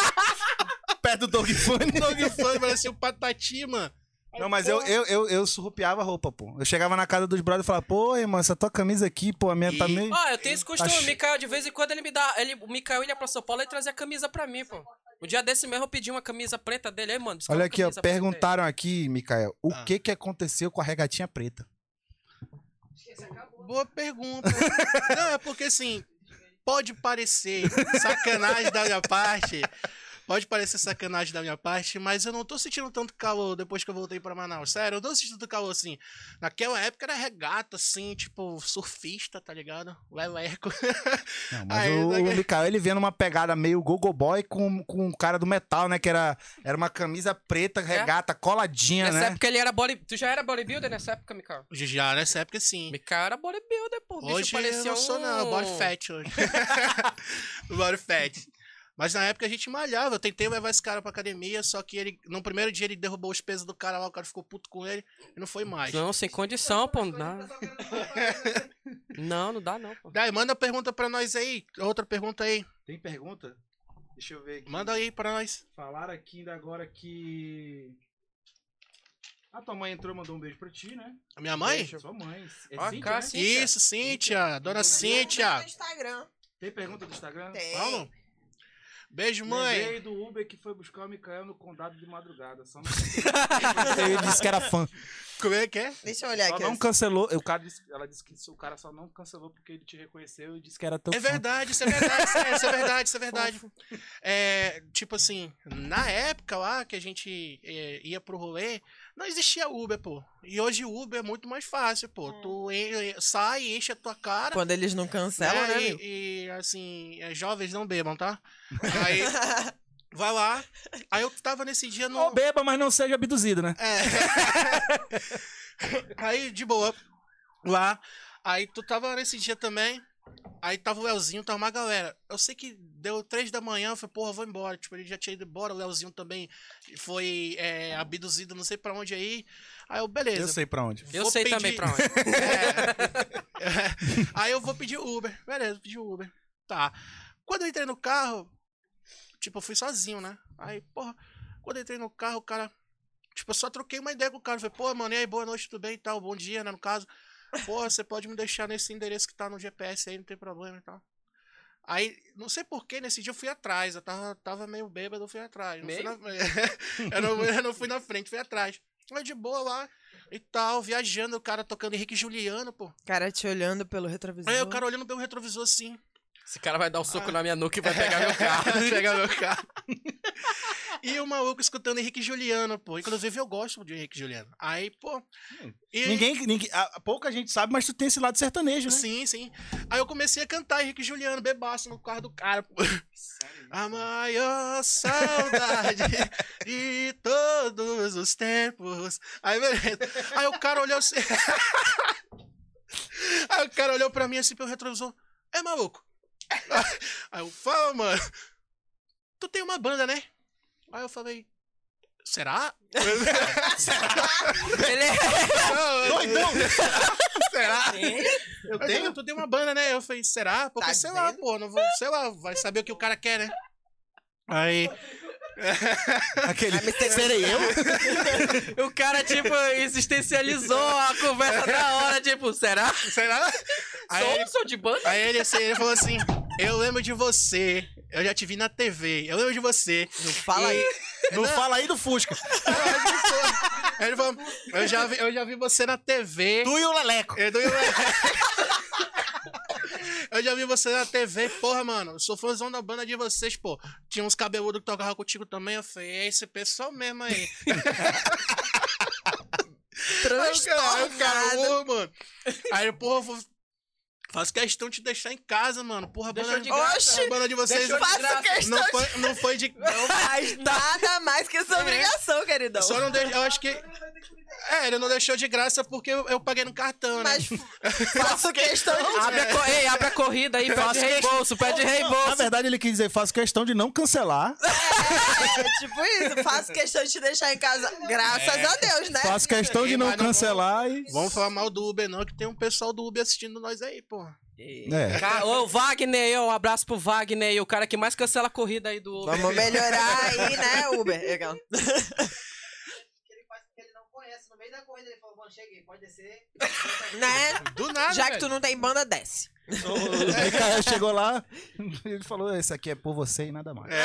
Perto do Dog Funny. Dog Funny, parecia o Patati, mano. Aí, Não, mas eu, porra. eu, eu, eu surrupiava a roupa, pô. Eu chegava na casa dos brothers e falava, pô, irmão, essa tua camisa aqui, pô, a minha tá E- meio... Ah, eu tenho esse costume. Acho- O Mikael, de vez em quando, ele me dá. Ele, o Mikael ia pra São Paulo e trazia camisa pra mim, pô. Um dia desse mesmo eu pedi uma camisa preta dele. Aí, mano, descola Olha a aqui, ó, camisa preta aí. perguntaram aqui, Mikael, o Ah. que que aconteceu com a regatinha preta? Boa pergunta. Não, é porque assim, pode parecer sacanagem da minha parte. Pode parecer sacanagem da minha parte, mas eu não tô sentindo tanto calor depois que eu voltei pra Manaus. Sério, eu não tô sentindo calor assim. Naquela época era regata, assim, tipo, surfista, tá ligado? Leleco. Não, mas Aí, o, daqui- o Mikael, ele vinha numa pegada meio gogo boy com, com o cara do metal, né? Que era, era uma camisa preta, regata, coladinha, Nessa né? época ele era body... Tu já era bodybuilder nessa época, Mikael? Já nessa época, sim. Mikael era bodybuilder, pô. O bicho Hoje eu parecia não sou, um... não. Body fat hoje. Body fat. Mas na época a gente malhava. Eu tentei levar esse cara pra academia, só que ele, no primeiro dia ele derrubou os pesos do cara lá, o cara ficou puto com ele e não foi mais. Não, sem condição, pô. Não dá. Não, não dá não, pô. Daí, manda pergunta pra nós aí. Outra pergunta aí. Tem pergunta? Deixa eu ver aqui. Manda aí pra nós. Falaram aqui ainda agora que... A tua mãe entrou e mandou um beijo pra ti, né? A minha mãe? Beijo. Sua mãe. É Ó, Cíntia, cá, né? Cíntia. Isso, Cíntia. Dona Cíntia. No Instagram. Tem pergunta do Instagram? Tem. Vamos. Beijo, mãe. Lembrei do Uber que foi buscar o Micael no condado de madrugada. Só não... Ele disse que era fã. Como é que é? Deixa eu olhar Só aqui. não assim. cancelou. O cara disse, ela disse que o cara só não cancelou porque ele te reconheceu e disse que era teu É fã. verdade, isso é verdade, isso é, isso é verdade, isso é verdade. É, tipo assim, na época lá que a gente é, ia pro rolê, não existia Uber, pô. E hoje o Uber é muito mais fácil, pô. Hum. Tu en- sai, enche a tua cara. Quando eles não cancelam, né, né, e, amigo? e, assim, é, jovens não bebam, tá? Aí, vai lá. Aí eu tava nesse dia no. Ou beba, mas não seja abduzido, né? É. Aí, de boa, lá. Aí tu tava nesse dia também. Aí tava o Leozinho, tava uma galera. Eu sei que deu três da manhã, eu falei, porra, eu vou embora. Tipo, ele já tinha ido embora, o Leozinho também foi é, abduzido, não sei pra onde aí. Aí eu, beleza. Eu sei pra onde. Eu Vou sei pedir- também pra onde. É. É. Aí eu vou pedir Uber. Beleza, pedi Uber. Tá. Quando eu entrei no carro, tipo, eu fui sozinho, né? Aí, porra, quando eu entrei no carro, o cara. Tipo, eu só troquei uma ideia com o cara. Falei, pô, mano, e aí, boa noite, tudo bem e tal? Bom dia, né? No caso. Pô, você pode me deixar nesse endereço que tá no G P S aí, não tem problema e tal. Aí, não sei porquê, nesse dia eu fui atrás. Eu tava, tava meio bêbado, eu fui atrás. Não fui Meio? na... eu, não, eu não fui na frente, fui atrás. Aí de boa lá e tal, viajando, o cara tocando Henrique e Juliano, pô. Cara te olhando pelo retrovisor. Aí o cara olhando pelo retrovisor assim. Esse cara vai dar um soco Ah. na minha nuca e vai pegar meu carro. Pegar meu carro. E o maluco escutando Henrique e Juliano, pô. Inclusive eu gosto de Henrique e Juliano. Aí, pô. e- Ninguém, ninguém, a- pouca gente sabe, mas tu tem esse lado sertanejo, né? Sim, sim. Aí eu comecei a cantar Henrique e Juliano, bebaço no carro do cara, pô. A maior saudade de todos os tempos. Aí, beleza. Aí o cara olhou assim. Aí o cara olhou pra mim assim pelo retrovisor. É maluco? Aí eu falo, mano. Tu tem uma banda, né? Aí eu falei. Será? Será? Ele é... Doidão! Será? Eu Eu tenho? tenho, tu tem uma banda, né? Eu falei, será? Porque Tá sei lá, dizendo? pô, não vou, sei lá, vai saber o que o cara quer, né? Aí. Aquele. Vai me ter- Serei eu? O cara, tipo, existencializou a conversa da hora, tipo, será? Será? Aí Sou, ele, sou de banda? aí ele, assim, ele falou assim: eu lembro de você. Eu já te vi na T V. Eu lembro de você. Não fala aí. Não fala aí do Fusca. Aí ele falou: eu já vi, eu já vi você na T V. Tu e o Leleco. Eu, eu, eu já vi você na T V, porra, mano. Eu sou fãzão da banda de vocês, pô. Tinha uns cabeludos que tocavam contigo também. Eu falei, é esse pessoal mesmo aí. Aí o cara, aí o cara, Transtornado. ô, mano. Aí, porra, eu vou- faço questão de te deixar em casa, mano. Porra, a Deixou banda de graça. Oxi! a banda de vocês Deixou de Faço graça. questão não de... foi, não foi de. Não faz nada mais que sua obrigação, queridão. Só não deixou. Eu acho que. É, ele não deixou de graça porque eu, eu paguei no cartão, né? Mas faço questão de... Abre a, co- Ei, abre a corrida aí, pede Faço reembolso, pede Na reembolso. verdade, ele quis dizer, faço questão de não cancelar. É, tipo isso. Faço questão de te deixar em casa. Graças a Deus, né? Faço questão de Ei, não mas não cancelar e... Vamos falar mal do Uber, não, que tem um pessoal do Uber assistindo nós aí, porra. É. Ca- Ô, Wagner, um abraço pro Wagner, o cara que mais cancela a corrida aí do Uber. Vamos melhorar aí, né, Uber? Legal. Ele faz porque ele não conhece. No meio da corrida ele falou, mano, cheguei, pode descer. Né? Do nada, Já que velho. tu não tem banda, desce. O Micael chegou lá, ele falou, esse aqui é por você e nada mais.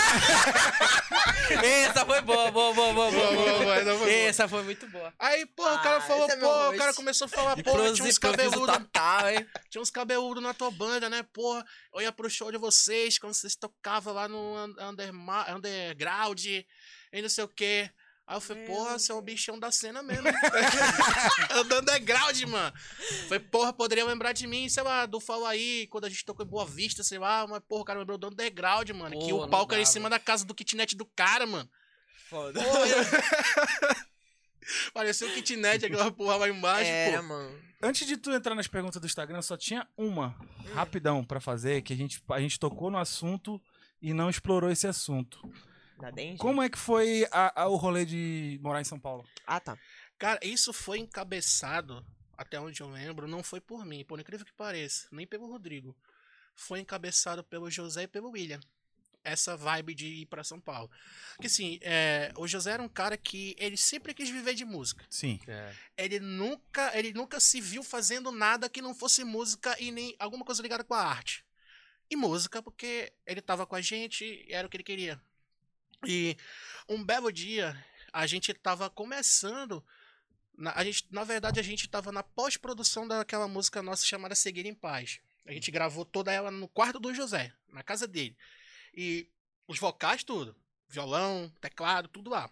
Essa foi boa, boa, boa, boa, boa. Boa, boa, boa. boa, essa foi boa. Essa foi muito boa. Aí, pô, o cara Ah, falou, esse é meu pô, o gosto. cara começou a falar, pô, Improviso- tinha uns improviso cabeludos. total, hein? Tinha uns cabeludos na tua banda, né? Porra, eu ia pro show de vocês quando vocês tocavam lá no un- underma- underground e não sei o quê. Aí eu falei, Meu porra, você é um bichão da cena mesmo. Eu do underground, mano. Falei, porra, poderia lembrar de mim, sei lá, do Fala Aí, quando a gente tocou em Boa Vista, sei lá, mas porra, o cara lembrou do underground, mano. que Pô, o não palco era em dá, cima da casa do kitnet do cara, mano. Foda. Parecia o kitnet, aquela porra lá embaixo, Era, pô. mano. Antes de tu entrar nas perguntas do Instagram, só tinha uma, rapidão, pra fazer, que a gente, a gente tocou no assunto e não explorou esse assunto. Dá bem, Como é que foi a- a- o rolê de morar em São Paulo? Ah, tá. Cara, isso foi encabeçado, até onde eu lembro, não foi por mim, por incrível que pareça, nem pelo Rodrigo. Foi encabeçado pelo José e pelo William. essa vibe de ir pra São Paulo. Porque assim, é, o José era um cara que ele sempre quis viver de música. Sim. É. Ele nunca, ele nunca se viu fazendo nada que não fosse música e nem alguma coisa ligada com a arte. E música, porque ele tava com a gente e era o que ele queria. E um belo dia, a gente tava começando. Na, a gente, na verdade, a gente tava na pós-produção daquela música nossa chamada Seguir em Paz. A gente gravou toda ela no quarto do José, na casa dele. E os vocais, tudo. Violão, teclado, tudo lá.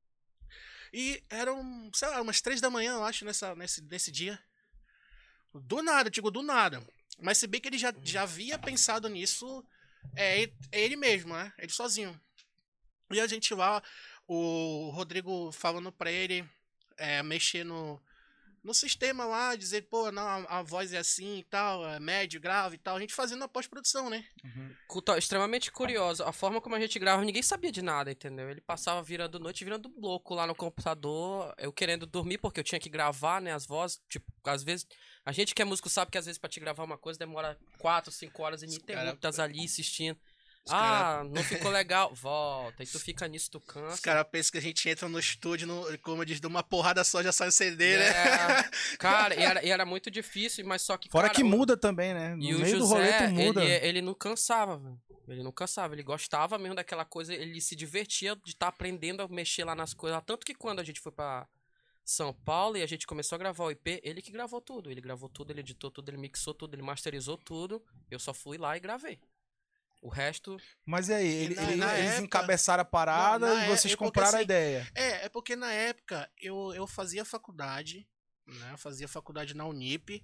E eram, sei lá, umas três da manhã, eu acho, nessa, nesse, nesse dia. Do nada, digo, do nada. Mas se bem que ele já, já havia pensado nisso, é, é ele mesmo, né? Ele sozinho. E a gente lá, o Rodrigo falando pra ele é, mexer no, no sistema lá, dizer, pô, não, a, a voz é assim e tal, é médio, grave e tal. A gente fazendo a pós-produção, né? Culto- Extremamente curioso. A forma como a gente grava, ninguém sabia de nada, entendeu? Ele passava virando noite, virando louco lá no computador, eu querendo dormir, porque eu tinha que gravar, né, as vozes. Tipo, às vezes, a gente que é músico sabe que às vezes pra te gravar uma coisa demora quatro, cinco horas ininterruptas cara- ali assistindo. Os Ah, não ficou legal. Volta. E tu fica nisso, tu Os cansa. caras pensam que a gente entra no estúdio, no, como diz, de uma porrada só já sai o C D, né? É, cara, e era, e era muito difícil, mas só que. Fora cara, que o- muda também, né? No E o meio do rolê José, tu muda. ele, ele não cansava, velho. Ele não cansava, ele gostava mesmo daquela coisa, ele se divertia de estar aprendendo a mexer lá nas coisas. Tanto que quando a gente foi pra São Paulo e a gente começou a gravar o I P, ele que gravou tudo. Ele gravou tudo, ele editou tudo, ele mixou tudo, ele masterizou tudo. Eu só fui lá e gravei. O resto. Mas e aí, ele- na- ele- na eles época- encabeçaram a parada Não, na e é- vocês é porque, compraram a assim, ideia. É, é porque na época eu, eu fazia faculdade, né? Eu fazia faculdade na Unip.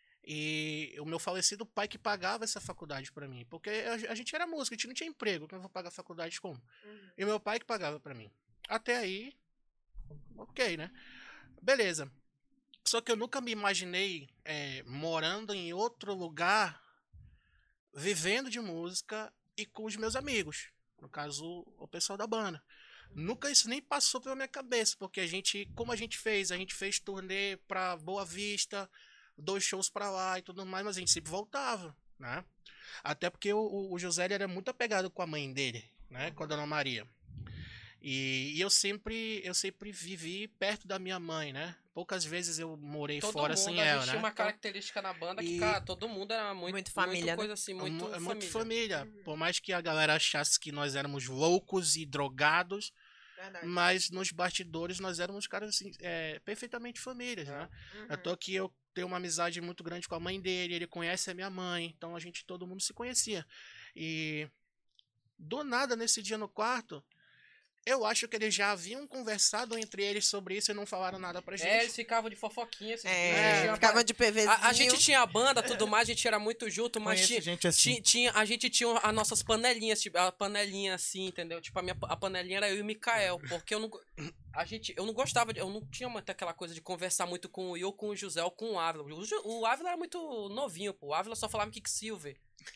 E o meu falecido pai que pagava essa faculdade pra mim. Porque a, a gente era músico, a gente não tinha emprego. Então eu vou pagar faculdade como? E meu pai que pagava pra mim. Até aí, ok, né? Beleza. Só que eu nunca me imaginei é, morando em outro lugar, vivendo de música e com os meus amigos. No caso, o pessoal da banda. Nunca isso nem passou pela minha cabeça, porque a gente, como a gente fez, a gente fez turnê pra Boa Vista, dois shows pra lá e tudo mais, mas a gente sempre voltava, né? Até porque o, o José ele era muito apegado com a mãe dele, né? Com a Dona Maria. E, e eu sempre eu sempre vivi perto da minha mãe, né? Poucas vezes eu morei Todo fora mundo, sem a ela, gente né? tinha uma característica na banda que, E- cara, todo mundo era muito, Muito família, né? coisa assim, muito, Mu- é muito família. família. Por mais que a galera achasse que nós éramos loucos e drogados, Verdade. mas nos bastidores nós éramos caras assim, é, perfeitamente famílias, né? Eu tô aqui, eu tenho uma amizade muito grande com a mãe dele, ele conhece a minha mãe, então a gente, todo mundo se conhecia. E do nada, nesse dia no quarto, eu acho que eles já haviam conversado entre eles sobre isso e não falaram nada pra gente. É, eles ficavam de fofoquinha. esses dias. É, Tinha- ficava de PVzinho. a, a gente tinha banda, tudo mais, a gente era muito junto, mas Conheço tinha, gente assim. tinha, tinha- a gente tinha as nossas panelinhas, tipo, a panelinha assim, entendeu? Tipo, a minha a panelinha era eu e o Mikael, porque eu não a gente, eu não gostava, de, eu não tinha muito aquela coisa de conversar muito com o Will, com o José ou com o Ávila. O, Ju- o Ávila era muito novinho, pô. O Ávila só falava em Kicksilver.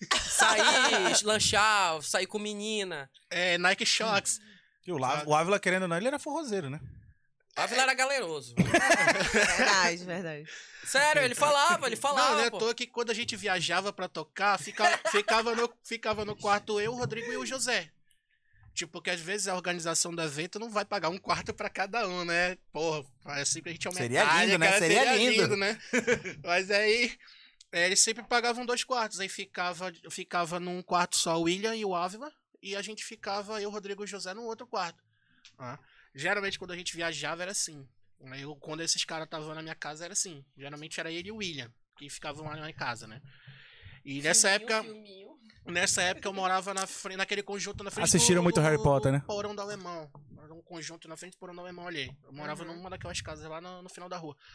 Sair, lanchar, sair com menina. É, Nike Shox. E o, Lá- o Ávila, querendo ou não, ele era forrozeiro, né? O Ávila era galeroso. Verdade, verdade. Sério, ele falava, ele falava, Não, né? pô. Tô que quando a gente viajava pra tocar, fica, ficava, no, ficava no quarto eu, o Rodrigo e o José. Tipo, porque às vezes a organização do evento não vai pagar um quarto pra cada um, né? Porra, assim que a gente é uma Seria Itália, lindo, né? cara, Seria lindo. né? Mas aí, é, eles sempre pagavam dois quartos. Aí ficava, ficava num quarto só o William e o Ávila, e a gente ficava, eu, Rodrigo e o José, no outro quarto. Ah, geralmente, quando a gente viajava, era assim. Aí, eu, quando esses caras estavam na minha casa, era assim. Geralmente era ele e o William, que ficavam lá em casa, né? E nessa Filminho, época, filminho. nessa época eu morava na frente, naquele conjunto na frente Assistiram do, muito do- Harry do Potter, né? Porão do Alemão. Era um conjunto na frente do Porão do Alemão ali. Eu morava Uhum. numa daquelas casas lá no, no final da rua.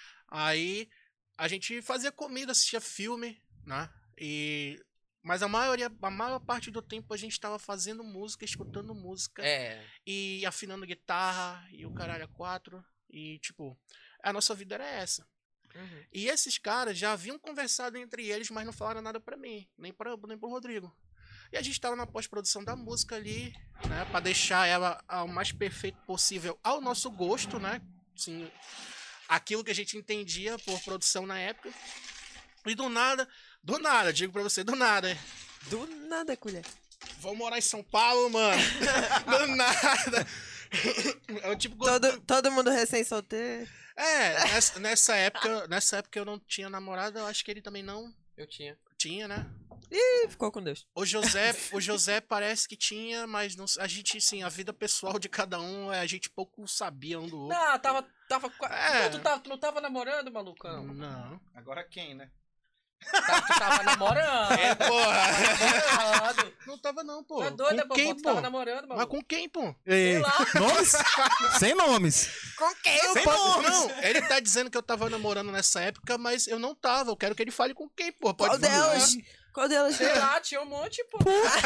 Aí a gente fazia comida, assistia filme, né? E mas a maioria, a maior parte do tempo a gente tava fazendo música, escutando música É. e afinando guitarra e o caralho a quatro. E tipo, a nossa vida era essa. Uhum. E esses caras já haviam conversado entre eles, mas não falaram nada pra mim, nem pra, nem pro Rodrigo. E a gente tava na pós-produção da música ali, né, pra deixar ela ao mais perfeito possível ao nosso gosto, né? Assim, aquilo que a gente entendia por produção na época. E do nada, do nada, digo pra você, do nada, Do nada, colher. vou morar em São Paulo, mano. Do nada. É o tipo... Todo, todo mundo recém-solteiro. É, nessa, nessa época, nessa época eu não tinha namorada, eu acho que ele também não Eu tinha. tinha, né? Ih, ficou com Deus. O José, o José parece que tinha, mas não, a gente, sim, a vida pessoal de cada um, a gente pouco sabia um do outro. Não, tava. tava qua- É. tu, tu, tava tu não tava namorando, malucão? Não. Agora quem, né? Tava, tu tava namorando. É, porra. namorando. Não tava não, pô. Tá doido, com é, quem, Tu pô? tava namorando, Mas maluco. com quem, pô? Ei, lá. nomes? Sem nomes. Com quem? Não, Sem pode- nomes. não, ele tá dizendo que eu tava namorando nessa época, mas eu não tava. Eu quero que ele fale com quem, pô. Pode Qual falar. delas? Qual delas? Sei lá, tinha um monte, pô.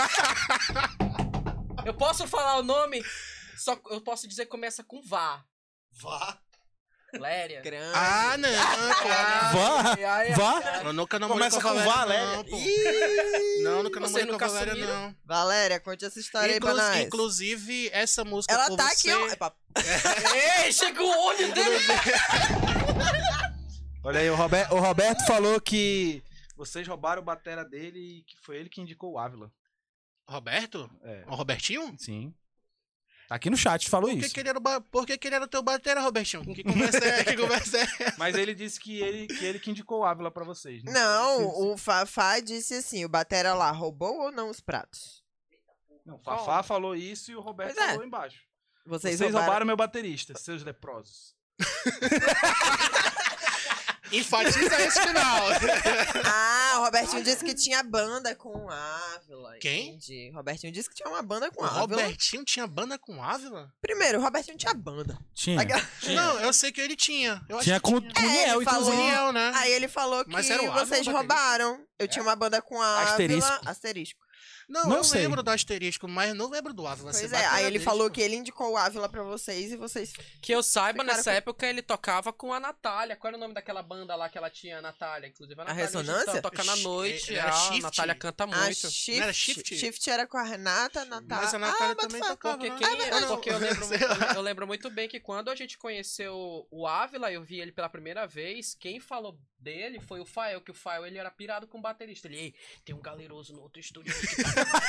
Eu posso falar o nome, só eu posso dizer que começa com Vá. Vá. Léria. Grande. Ah, não, claro. Vá, Ai, ai, vá. ai. Eu nunca namorei Começa com a com Valéria, Valéria. não, pô. Ih, Não, nunca Vocês namorei com a nunca Valéria, assumiram? não. Valéria, conte essa história aí pra Inclu- nós. Inclusive, essa música Ela por tá você... aqui, ó. Epa, Ei, chega o olho dele. Olha aí, o, Rober- o Roberto falou que vocês roubaram o batera dele e que foi ele que indicou o Ávila. Roberto? É. O Robertinho? Sim. Tá aqui no chat, falou Por que, isso. que ele era o ba... Por que, que ele era o teu batera, Robertinho? Que conversa é? Que conversa é? Mas ele disse que ele que, ele que indicou o Ávila pra vocês. né? não, o Fafá disse assim, o Batera lá, roubou ou não os pratos? Não, o Fafá falou isso e o Roberto Pois é. falou embaixo. Vocês, Vocês, roubaram... roubaram... meu baterista, seus leprosos. Enfatiza esse final. Ah, o Robertinho disse que tinha banda com Ávila. Quem? Entendi. Robertinho disse que tinha uma banda com O Ávila. Robertinho tinha banda com Ávila? Primeiro, o Robertinho tinha banda. Tinha. Aquela- Não, eu sei que ele tinha. Eu acho Tinha que com, tinha. com É, Niel, ele falou- inclusive. Daniel, né? Aí ele falou que Mas era o Ávila vocês o baterista? roubaram. Eu tinha uma banda com Ávila. Asterisco. Asterisco. Não, Não eu sei. lembro do asterisco, mas não lembro do Ávila. Pois Você é, bateu aí na ele deles, falou pô. que ele indicou o Ávila pra vocês e vocês... Que eu saiba, Ficaram nessa com- época ele tocava com a Natália. Qual era o nome daquela banda lá que ela tinha, a Natália? Inclusive, a Natália hoje Ressonância? Toca na noite. Era a Shift? Natália canta A muito. Shift, Não era Shift? Shift era com a Renata, a Natália... Mas a Natália ah, bota também fé. tocava, Porque, né? quem, Ah, é, não. porque eu, lembro, Sei lá. eu lembro muito bem que quando a gente conheceu o Ávila, eu vi ele pela primeira vez, quem falou dele foi o Fael, que o Fael ele era pirado com baterista. Ele, ei, tem um galeroso no outro estúdio. que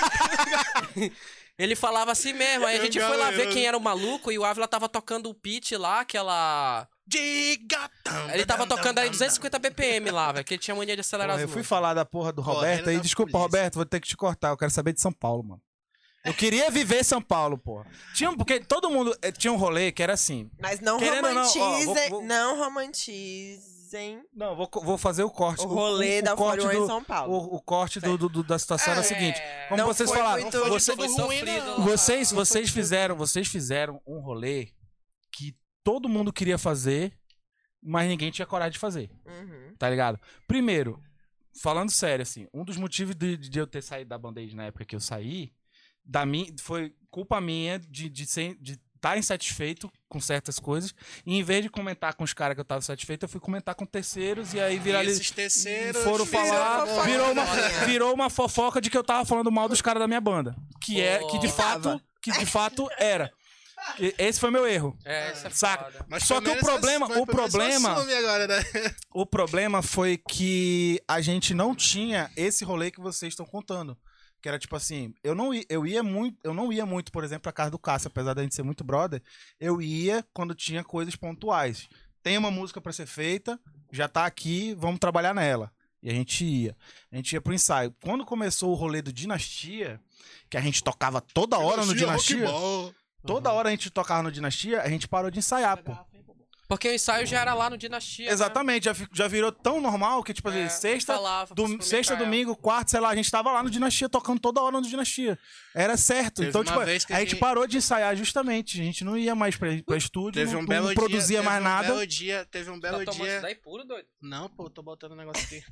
tá-" Ele falava assim mesmo, aí a Tem um gente foi lá ver galeroso. quem era o maluco e o Ávila tava tocando o pitch lá, aquela... Diga! Ele tava tocando aí duzentos e cinquenta B P M lá, velho, que ele tinha mania de acelerar Porra, as eu fui músicas. falar da porra do Correndo Roberto aí. da Desculpa, polícia. Roberto, vou ter que te cortar. Eu quero saber de São Paulo, mano. Eu queria viver São Paulo, porra. Tinha, porque todo mundo eh, tinha um rolê que era assim. Mas não Querendo ou não, ó, romantizem, vou- vou- não romantizem Não, vou, co- vou fazer o corte. o rolê da corte Fórmula um em do, São Paulo. o, o corte do, do- do- da situação era o seguinte. Como Não vocês foi falaram, muito- Não foi de você- tudo Foi ruim, sofrido não. lá. vocês, Não foi vocês de tudo. fizeram, vocês fizeram um rolê que todo mundo queria fazer, mas ninguém tinha coragem de fazer. Uhum. Tá ligado? Primeiro, falando sério, assim, um dos motivos de, de eu ter saído da Band-Aid na época que eu saí, da minha, foi culpa minha de de ser, de estar insatisfeito com certas coisas, e em vez de comentar com os caras que eu tava satisfeito, eu fui comentar com terceiros, e aí E viralizou. esses terceiros... Foram falar, fofoca. virou uma, Fofoca. virou uma fofoca de que eu tava falando mal dos caras da minha banda. Que é, que de Oh. fato, que de fato era. E esse foi meu erro. É, isso é Saca? foda. Mas Só pelo que o menos problema- mas o pelo menos problema- assume agora, né? O problema foi que a gente não tinha esse rolê que vocês estão contando. Que era tipo assim, eu não ia, eu ia muito, eu não ia muito, por exemplo, pra casa do Cássio, apesar da gente ser muito brother, eu ia quando tinha coisas pontuais. Tem uma música pra ser feita, já tá aqui, vamos trabalhar nela. E a gente ia. A gente ia pro ensaio. Quando começou o rolê do Dinastia, que a gente tocava toda hora no Dinastia, rockball. toda hora a gente tocava no Dinastia, a gente parou de ensaiar, pô. Porque o ensaio já era lá no Dinastia. né? Exatamente, já, fi- já virou tão normal que, tipo assim, É, sexta, falava dom- pro sexta, Micael. domingo, quarto, sei lá, a gente tava lá no Dinastia, tocando toda hora no Dinastia. Era certo. Teve então, uma tipo, vez que a a gente gente- parou de ensaiar justamente. A gente não ia mais pra, pra estúdio, Teve não, um não belo dia, produzia teve mais um nada. Belo dia, teve um Tá belo tomando isso dia. daí puro, doido? Não, pô, tô botando um negócio aqui.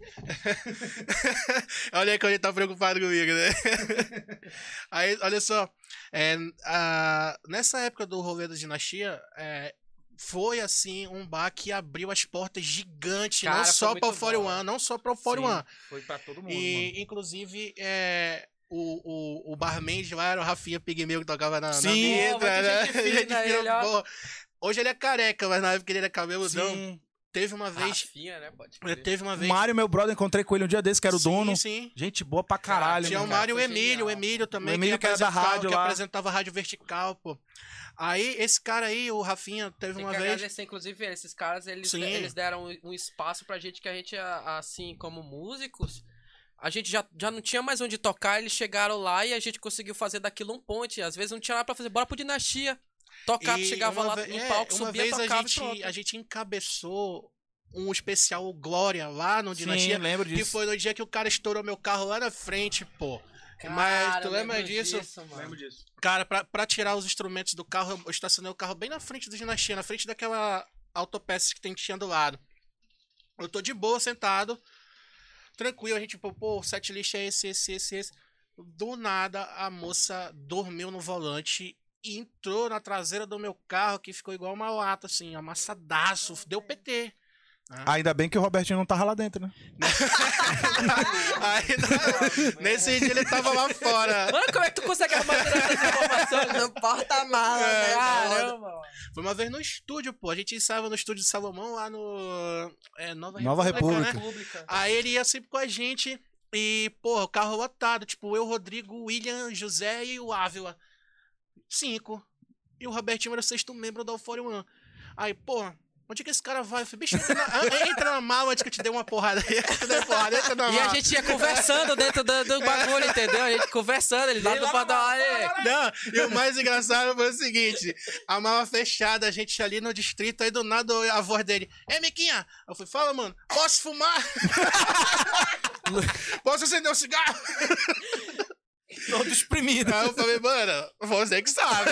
Olha aí como ele tá preocupado comigo, né? Aí, olha só. é, a- nessa época do rolê da Dinastia, é, foi assim um bar que abriu as portas gigantes, Cara, não foi só muito para o Fórum bom. One, não só para o Fórum One. Foi pra todo mundo, E, inclusive, é, o, o, o barman de lá era o Rafinha Pigmeu que tocava na, na Sim. mesa, Pô, mas que né? gente fina Gente fina, ele, ó. boa. Hoje ele é careca, mas na época ele era cabeludão. Sim. teve uma vez. Rafinha, né? Pode é, crer. Teve uma O vez. Mário, meu brother, encontrei com ele um dia desse, que era o sim, dono. Sim. Gente boa pra caralho, Tinha o mano. Mário e o foi Emílio, genial, o Emílio também. O Emílio que era da apresentava- rádio que lá. apresentava a Rádio Vertical, pô. Aí, esse cara aí, o Rafinha, teve Tem uma que vez. agradecer, inclusive, esses caras, eles, Sim. eles deram um- um espaço pra gente que a gente, a- assim, como músicos, a gente já, já não tinha mais onde tocar, eles chegaram lá e a gente conseguiu fazer daquilo um ponte. Às vezes não tinha nada pra fazer, bora pro Dinastia. Tocar, E chegava uma lá ve- no é, palco, uma subia, vez a tocava e gente, pronto. a gente encabeçou um especial Glória lá no Dinastia. Sim, lembro Que disso. foi no dia que o cara estourou meu carro lá na frente, pô. Cara, Mas tu eu lembra lembro disso? mano. disso. Cara, pra, pra tirar os instrumentos do carro, eu estacionei o carro bem na frente do Dinastia, na frente daquela autopeça que tem que tinha do lado. Eu tô de boa, sentado, tranquilo, a gente, pô, pô, o setlist é esse, esse, esse, esse. Do nada, a moça dormiu no volante e entrou na traseira do meu carro, que ficou igual uma lata, assim, amassadaço, deu P T. Ainda bem que o Robertinho não tava lá dentro, né? Aí, na- nesse dia ele tava lá fora. Mano, como é que tu consegue armazenar essas informações? No porta-mala, É, né? Caramba, mano. Foi uma vez no estúdio, pô. A gente ensaiava no estúdio de Salomão, lá no. É, Nova, Nova República. República. Né? Pública. Aí ele ia sempre com a gente. E, porra, o carro lotado. Tipo, eu, Rodrigo, o William, José e o Ávila. Cinco. E o Robertinho era o sexto membro da Euphoria One. Aí, porra. Onde que esse cara vai? Eu falei, bicho, entra na, entra na mala antes que eu te dê uma porrada. Entra na porrada, entra na E a mala. gente ia conversando dentro do, do bagulho, entendeu? A gente conversando, ele lá do padrão. Não, e o mais engraçado foi o seguinte: a mala fechada, a gente ali no distrito, aí do nada a voz dele: Ei, Miquinha! Eu falei, fala, mano, posso fumar? Posso acender um cigarro? Todo exprimido. Aí eu falei, mano, você que sabe.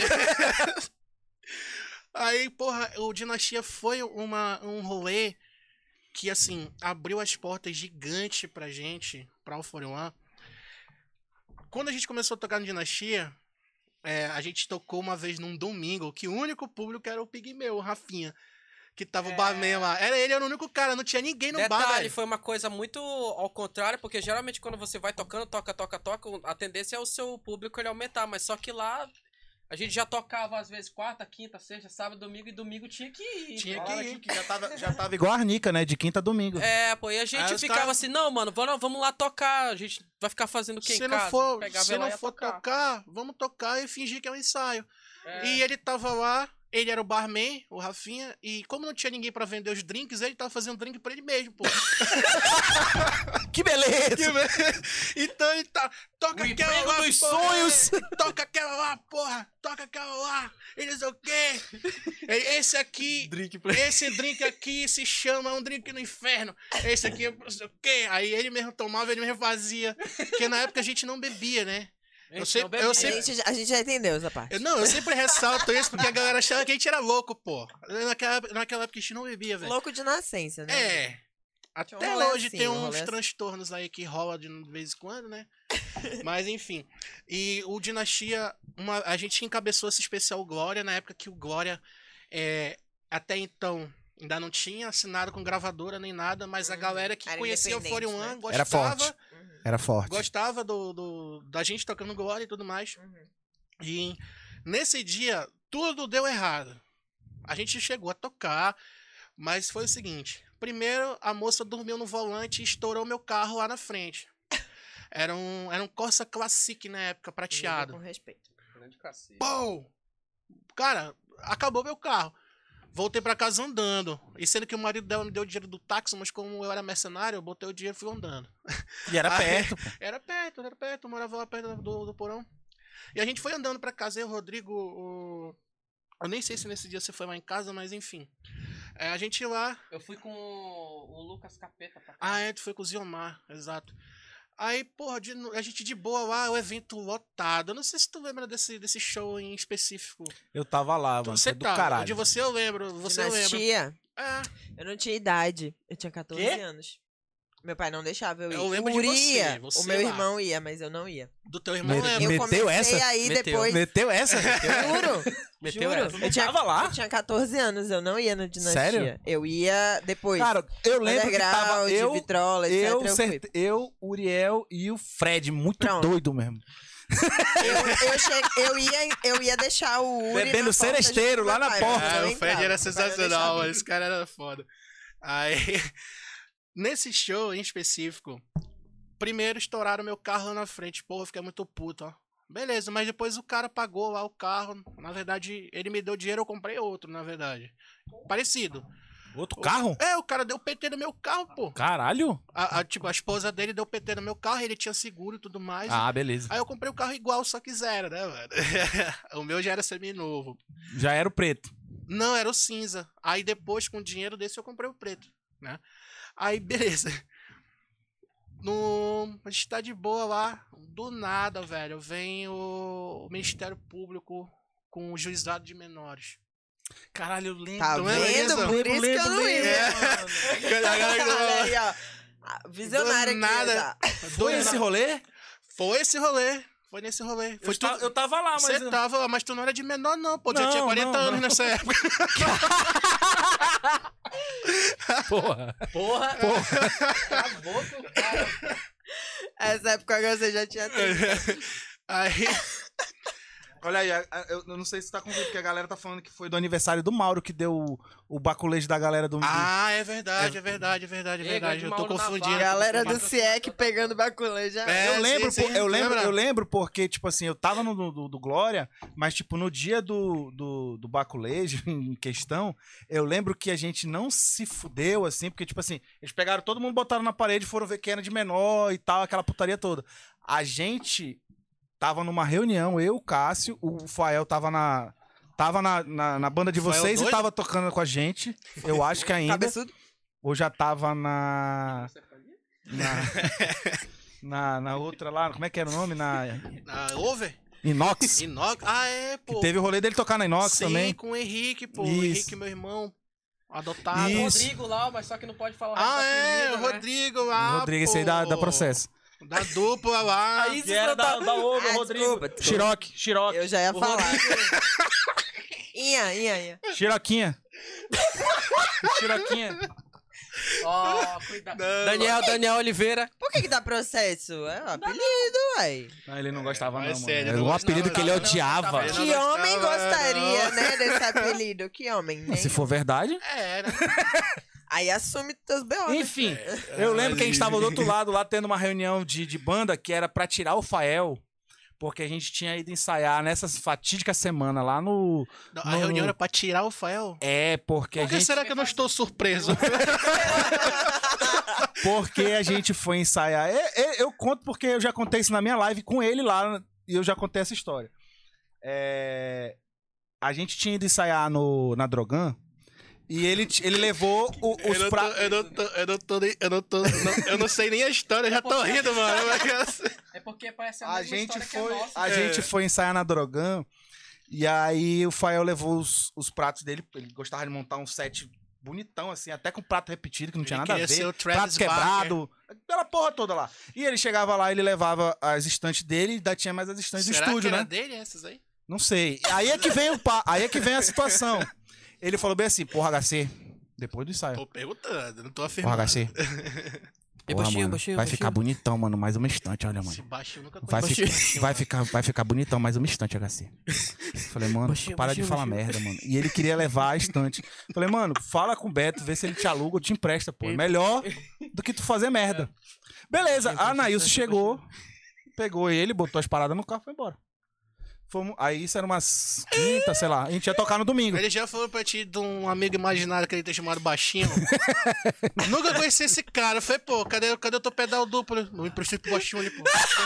Aí, porra, o Dinastia foi uma, um rolê que, assim, abriu as portas gigante pra gente, pra Euphoria One. Quando a gente começou a tocar no Dinastia, é, a gente tocou uma vez num domingo, que o único público era o Pigmeu, o Rafinha, que tava É. o barman lá. Era ele, era o único cara, não tinha ninguém no bar, Detalhe, velho. foi uma coisa muito ao contrário, porque geralmente quando você vai tocando, toca, toca, toca, a tendência é o seu público ele aumentar, mas só que lá a gente já tocava às vezes quarta, quinta, sexta, sábado, domingo, e domingo tinha que ir. Tinha Hora que ir. Que já tava, já tava igual a Arnica, né? De quinta a domingo. É, pô, e a gente Aí os ficava caras- assim, não, mano, vamos, vamos lá tocar, a gente vai ficar fazendo o que em Se casa? não for, Pegava se ela e não ia for tocar. tocar, vamos tocar e fingir que é um ensaio. É. E ele tava lá, ele era o barman, o Rafinha, e como não tinha ninguém pra vender os drinks, ele tava fazendo drink pra ele mesmo, pô. Que beleza! Então ele tá, toca O aquela emprego lá, dos porra, sonhos. é, toca aquela lá, porra, toca aquela lá, e não sei o quê. E Esse aqui, Drink pra... esse drink aqui se chama um drink no inferno. Esse aqui, não sei o quê. Aí ele mesmo tomava, ele mesmo fazia. Porque na época a gente não bebia, né? A gente Eu sei- não bebia. eu A sei- gente, a gente já entendeu essa parte. Eu, não, eu sempre ressalto isso porque a galera achava que a gente era louco, pô. Naquela, naquela época a gente não bebia, velho. Louco de nascença, né? É. Tinha Até um rolê hoje assim, tem um uns rolê assim. transtornos aí que rola de vez em quando, né? Mas enfim. E o Dinastia, uma, a gente encabeçou esse especial Glória na época que o Glória, é, até então, ainda não tinha assinado com gravadora nem nada, mas a Uhum. galera que Era conhecia o independente, Euphoria One né? gostava, Era forte. Uhum, Era forte. gostava do, do, da gente tocando Glória e tudo mais. uhum. E nesse dia, tudo deu errado. A gente chegou a tocar, mas foi o seguinte. Primeiro, a moça dormiu no volante e estourou meu carro lá na frente. Era um, era um Corsa Classic na época, prateado. Com respeito. Grande cacete. Pô! Cara, acabou meu carro. Voltei pra casa andando. E sendo que o marido dela me deu o dinheiro do táxi, mas como eu era mercenário, eu botei o dinheiro e fui andando. E era Aí- perto, pô. Era perto, era perto, eu morava lá perto do, do porão. E a gente foi andando pra casa, eu, o Rodrigo, o... eu nem sei se nesse dia você foi lá em casa, mas enfim. É, a gente ia lá. Eu fui com o Lucas Capeta pra cá. Ah, é, tu foi com o Ziomar, exato. Aí, porra, de no- a gente de boa lá, o evento lotado. Eu não sei se tu lembra desse, desse show em específico. Eu tava lá, mano. Você Foi do tá, caralho. de você eu lembro, você eu lembro. Dinastia, É, eu não tinha idade. Eu tinha catorze Quê? anos. Meu pai não deixava eu ir. Eu lembro de o Uri você, ia. você o meu lá. irmão ia, mas eu não ia. do teu irmão eu Me- lembro. Eu Meteu comecei essa? aí Meteu. depois. Meteu essa? Juro. Meteu Juro. essa. Eu tinha, tava lá? eu tinha catorze anos, eu não ia no Dinastia. Sério? Eu ia depois. Cara, eu lembro que tava Underground, eu, Vitrola, etcétera. eu, Eu, fui. certe- eu, Uriel e o Fred. Muito Pronto. doido mesmo. Eu, eu, che... eu, ia, eu ia deixar o Uri Bebendo na porta seresteiro junto com lá meu na pai, porta. mas eu Ah, não o Fred entrava, era meu pai não sensacional, deixava. esse cara era foda. Aí, nesse show em específico, primeiro estouraram meu carro lá na frente. Porra, eu fiquei muito puto, ó. Beleza, mas depois o cara pagou lá o carro. Na verdade, ele me deu dinheiro, eu comprei outro, na verdade. Parecido. Outro carro? É, o cara deu P T no meu carro, pô. Caralho? A, a- tipo, a esposa dele deu P T no meu carro, ele tinha seguro e tudo mais. Ah, beleza. Aí eu comprei o carro igual, só que zero, né, mano? O meu já era seminovo. Já era o preto. Não, era o cinza. Aí depois, com o dinheiro desse, eu comprei o preto, né? Aí, beleza. No... A gente tá de boa lá. Do nada, velho, vem o, o Ministério Público com o juizado de menores. Caralho, eu lembro. Tá Não é vendo? isso? Por isso que eu não lembro. ia, É. mano. Olha aí, ó. Ah, Visionário Do aqui. nada. já. Foi esse rolê? Foi esse rolê. Foi nesse rolê. Foi Eu, ta- tudo... eu tava lá, mas... Você tava, mas tu não era de menor, não, pô. Já Não, tinha quarenta não, anos não. nessa época. Porra. Porra! Acabou com o cara. Essa época você já tinha tido. Aí. Olha aí, a- a- eu eu não sei se tá com porque a galera tá falando que foi do aniversário do Mauro que deu o, o baculejo da galera do... Ah, é verdade, é verdade, é verdade, é Ei, verdade. grande Eu tô Mauro confundindo. Navarro. Galera do Confundindo. CIEC pegando baculê já. É, eu lembro, sim, pô, sim, eu lembro, lembra? eu lembro porque, tipo assim, eu tava no do, do Glória, mas, tipo, no dia do, do, do baculejo em questão, eu lembro que a gente não se fudeu, assim, porque, tipo assim, eles pegaram todo mundo, botaram na parede, foram ver quem era de menor e tal, aquela putaria toda. A gente tava numa reunião, eu, o Cássio, o Fael tava na... Tava na, na, na banda de Fael vocês e doido? tava tocando com a gente, eu acho que ainda. Cabeçudo? Ou já tava na... Na, na, na outra lá, como é que era o nome? Na Ah, over? Inox. Inox? Ah, é, pô. Que teve o rolê dele tocar na Inox Sim, também. com o Henrique, pô. O Isso. Henrique, meu irmão. Adotado. Isso. Rodrigo lá, mas só que não pode falar o Ah, resto do é, apelido, o né? Rodrigo lá. Rodrigo, esse aí dá, dá pô. processo. Da dupla lá. Aí Que era da, da Ovo, Ah, Rodrigo. desculpa, desculpa. Xiroque, Xiroque. Eu já ia O falar. Rodrigo- Inha, inha, inha. Xiroquinha. Xiroquinha. Ó, cuidado. Não, Daniel, Daniel Oliveira. Por que que dá processo? É um apelido, uai. Não, ele não gostava, mas não, mano. sério, Era não um gostava, apelido que ele não, não, odiava. não, Ele Que não homem gostava, gostaria, não. né, desse apelido? Que homem, né? Se for verdade. É, né? Aí assume teus B O, né? Enfim, eu lembro que a gente tava do outro lado lá tendo uma reunião de, de banda que era pra tirar o Fael. Porque a gente tinha ido ensaiar nessa fatídica semana lá no. Não, A no- reunião era pra tirar o Fael? É, porque a Por que gente. será que eu não estou surpreso? Porque a gente foi ensaiar. É, é, eu conto porque eu já contei isso na minha live com ele lá e eu já contei essa história. É, a gente tinha ido ensaiar no, na Drogan e ele, t- ele levou o- Eu os não, tô, pratos. eu, não tô, eu não tô nem- eu não tô, não- eu não sei nem a história, eu já tô rindo, mano. É porque parece a, A mesma gente história que a foi, nossa. a É. gente foi ensaiar na Drogan e aí o Fael levou os, os pratos dele. Ele gostava de montar um set bonitão, assim, até com prato repetido, que não tinha Ele nada a queria ser ver. o Travis Prato quebrado, aquela porra toda lá. E ele chegava lá, ele levava as estantes dele e ainda tinha mais as estantes do Será estúdio, que era né? dele essas aí? Não sei. Aí é que vem o pa... aí é que vem a situação. Ele falou bem assim, porra, H C, depois do ensaio. Tô perguntando, não tô Porra, afirmando. H C. E Porra, baixinho, mano, baixinho, vai baixinho. ficar bonitão, mano, mais uma estante, olha, Esse mano. baixinho nunca Vai, conheci. ficar, vai, ficar, vai ficar bonitão, mais uma estante, H C. Falei, mano, Baixinho, para baixinho, de falar baixinho. merda, mano. E ele queria levar a estante. Falei, mano, fala com o Beto, vê se ele te aluga ou te empresta, pô. É melhor do que tu fazer merda. Beleza, a Anaílson chegou, pegou ele, botou as paradas no carro e foi embora. Fomos, aí isso era umas quinta, sei lá. A gente ia tocar no domingo. Ele já falou pra ti de um amigo imaginário que ele tem chamado Baixinho. Nunca conheci esse cara. Eu falei, pô, cadê, cadê o teu pedal duplo? Não me prefiro pro Baixinho ali, pô.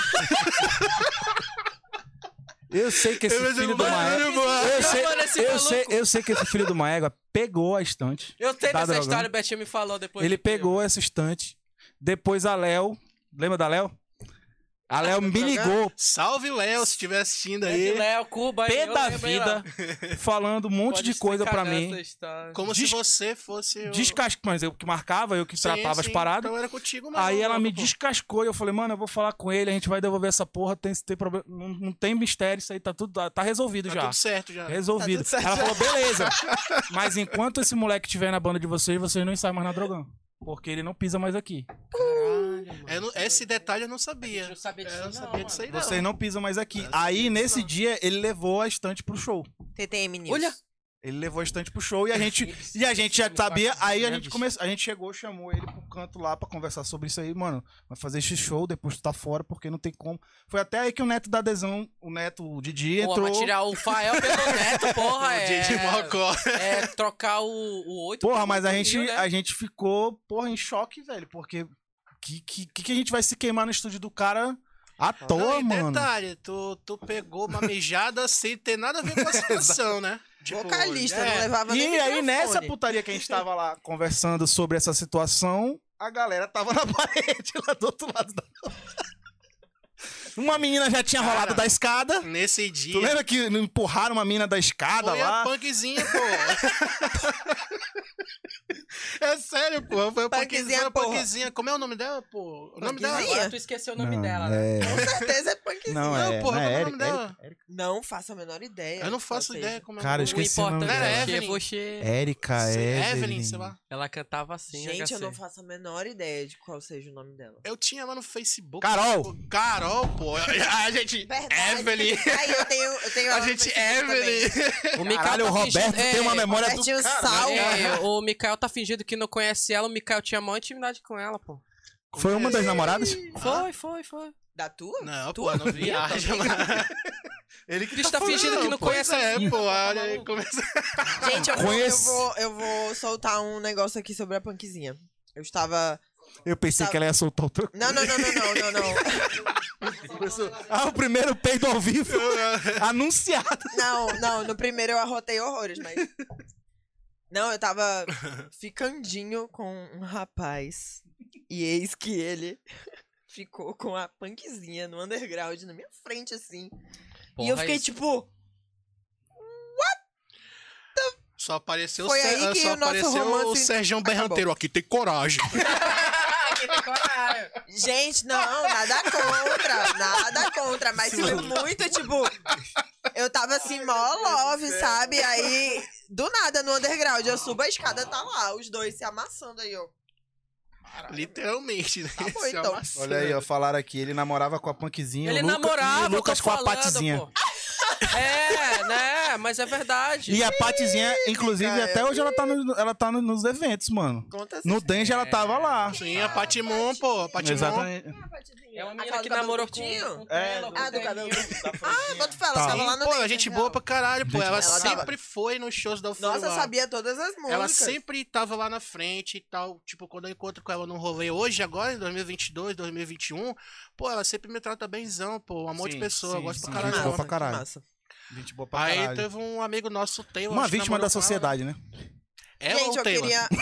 Eu sei que esse Eu filho do vou- Maégua. eu vou- Eu sei, Mano, esse eu, sei, maluco. eu sei que esse filho do Maégua pegou a estante. Eu tenho Tá essa drogando. história, o Betinho me falou depois. Ele de- pegou essa estante. Depois a Léo. Lembra da Léo? A Léo me ligou, Salve, Léo, se estiver assistindo É de aí. Léo, Cuba, pé eu da lembro, hein, vida, Léo? falando um monte Pode de coisa pra explicar mim. essa história. Como Des- se você fosse o... Descascou, mas eu que marcava, eu que Sim, tratava as sim, paradas. Então era contigo mesmo. Aí ela me louco, pô. descascou e eu falei, mano, eu vou falar com ele, a gente vai devolver essa porra, tem, tem problema, não, não tem mistério, isso aí tá tudo, tá, tá resolvido Tá já. tudo certo já. Resolvido. Tá tudo certo Ela já. falou, beleza. Mas enquanto esse moleque estiver na banda de vocês, vocês não ensaiam mais na Drogão. Porque ele não pisa mais aqui. Caralho, mano. Eu não- esse detalhe eu não A sabia. gente não sabia disso, Eu não não, sabia disso aí, mano. não. Vocês não pisam mais aqui. Eu não Aí, sabia disso, nesse não. dia, ele levou a estante pro show. T T M News. Olha, Ele levou a estante pro show e a gente, e a gente já sabia. Aí a gente começou, a gente chegou, chamou ele pro canto lá pra conversar sobre isso aí, mano. Vai fazer esse show, depois tu tá fora, porque não tem como. Foi até aí que o Neto da Adesão, o Neto, o Didi, Pô, entrou. vai tirar o Fael pelo Neto, porra. É, Didi Mocó. é trocar o, o oito. Porra, pelo mas a oito gente, mil, né? a gente ficou, porra, em choque, velho, porque que, que, que que a gente vai se queimar no estúdio do cara à toa, Não, e mano? detalhe, tu, tu pegou uma mijada sem ter nada a ver com a situação, né? Tipo, Vocalista, é, não levava nem E aí, microfone. nessa putaria que a gente tava lá conversando sobre essa situação, a galera tava na parede lá do outro lado da. Uma menina já tinha Cara, rolado da escada. Nesse dia. Tu lembra que empurraram uma mina da escada Foi lá? a punkzinha, pô. É sério, pô. Foi a punkzinha, Punkzinha, foi a porra. punkzinha. Como é o nome dela, pô? O nome dela? Punkzinha? Agora tu esqueceu o nome Não, dela, né? é... Com certeza é punkzinho. Não, Não, é. porra, não como é o é nome Érica, dela? Érica, Érica. Não faço a menor ideia. Eu não qual faço seja. ideia como é o Cara, eu nome. O esqueci o nome importante dela. é que Evelyn. você... Érica, Sei, Evelyn. sei lá. Ela cantava assim, Gente, H C. eu não faço a menor ideia de qual seja o nome dela. Eu tinha lá no Facebook. Carol. Pô, Carol, pô. A gente. Verdade. Evelyn. Aí eu tenho, eu tenho A ela no gente, Facebook Evelyn. também. O Mikael Caralho, tá o Roberto fingindo- tem uma é, memória do Robertinho caralho. Sal. É, o Mikael tá fingindo que não conhece ela, o Mikael tinha maior intimidade com ela, pô. Foi uma das namoradas? Foi, foi, foi. Da tua? Não, pô, não viaja, mano. Ele que Bicho tá fingindo que não Pois conhece é, ela. pô. Olha aí, começa. Gente, eu vou, eu, Conhece- vou, eu vou soltar um negócio aqui sobre a punkzinha. Eu estava... Eu pensei Tá. que ela ia soltar outra coisa. Não, não, não, não, não, não, não. Ah, o primeiro peido ao vivo. Anunciado. Não, não, no primeiro eu arrotei horrores, mas... Não, eu tava ficandinho com um rapaz. E eis que ele ficou com a punkzinha no underground na minha frente, assim. e eu Porra, fiquei isso. tipo... Só apareceu, Foi o, Ser- aí que só o nosso apareceu o romance Sergião acabou. Berranteiro aqui. Tem coragem. Gente, não, nada contra, nada contra, mas foi muito, tipo, eu tava assim, mó love, sabe? Aí, do nada, no underground, eu subo a escada, tá lá, os dois se amassando aí, ó. Literalmente, né? Tá bom, Se então. amassando. Olha aí, ó, falaram aqui. Ele namorava com a punkzinha. Ele o Luca, namorava, e o Lucas eu com tô a falando, patizinha. pô. É, né? Mas é verdade. E a patizinha, inclusive, cara. até hoje ela tá, no- ela tá no- nos eventos, mano. Conta assim. No Danger ela tava lá. Sim, a Patimon, pô. A Patimon. Exatamente. É uma Aquela menina do que cabelo namorou com, curtinho? com É, Taylor, do- com Ah, do Taylor. cabelo. Ah, bota fé, ela Tá. tava lá no Pô, Danger, gente real. boa pra caralho, pô. Gente Ela boa. sempre foi nos shows da Ufuru Nossa, lá. sabia todas as músicas. Ela sempre tava lá na frente e tal. Tipo, quando eu encontro com ela num rolê hoje, agora, em dois mil e vinte e dois, dois mil e vinte e um, pô, ela sempre me trata benzão, pô. Um amor de Sim, pessoa. sim, Eu gosto sim, pra caralho gente boa dela. pra caralho. Massa. Gente boa pra Aí caralho. teve um amigo nosso, Taylor. Uma acho que vítima namorou da com ela. sociedade, né? Ela Gente, ou eu Taylor? queria...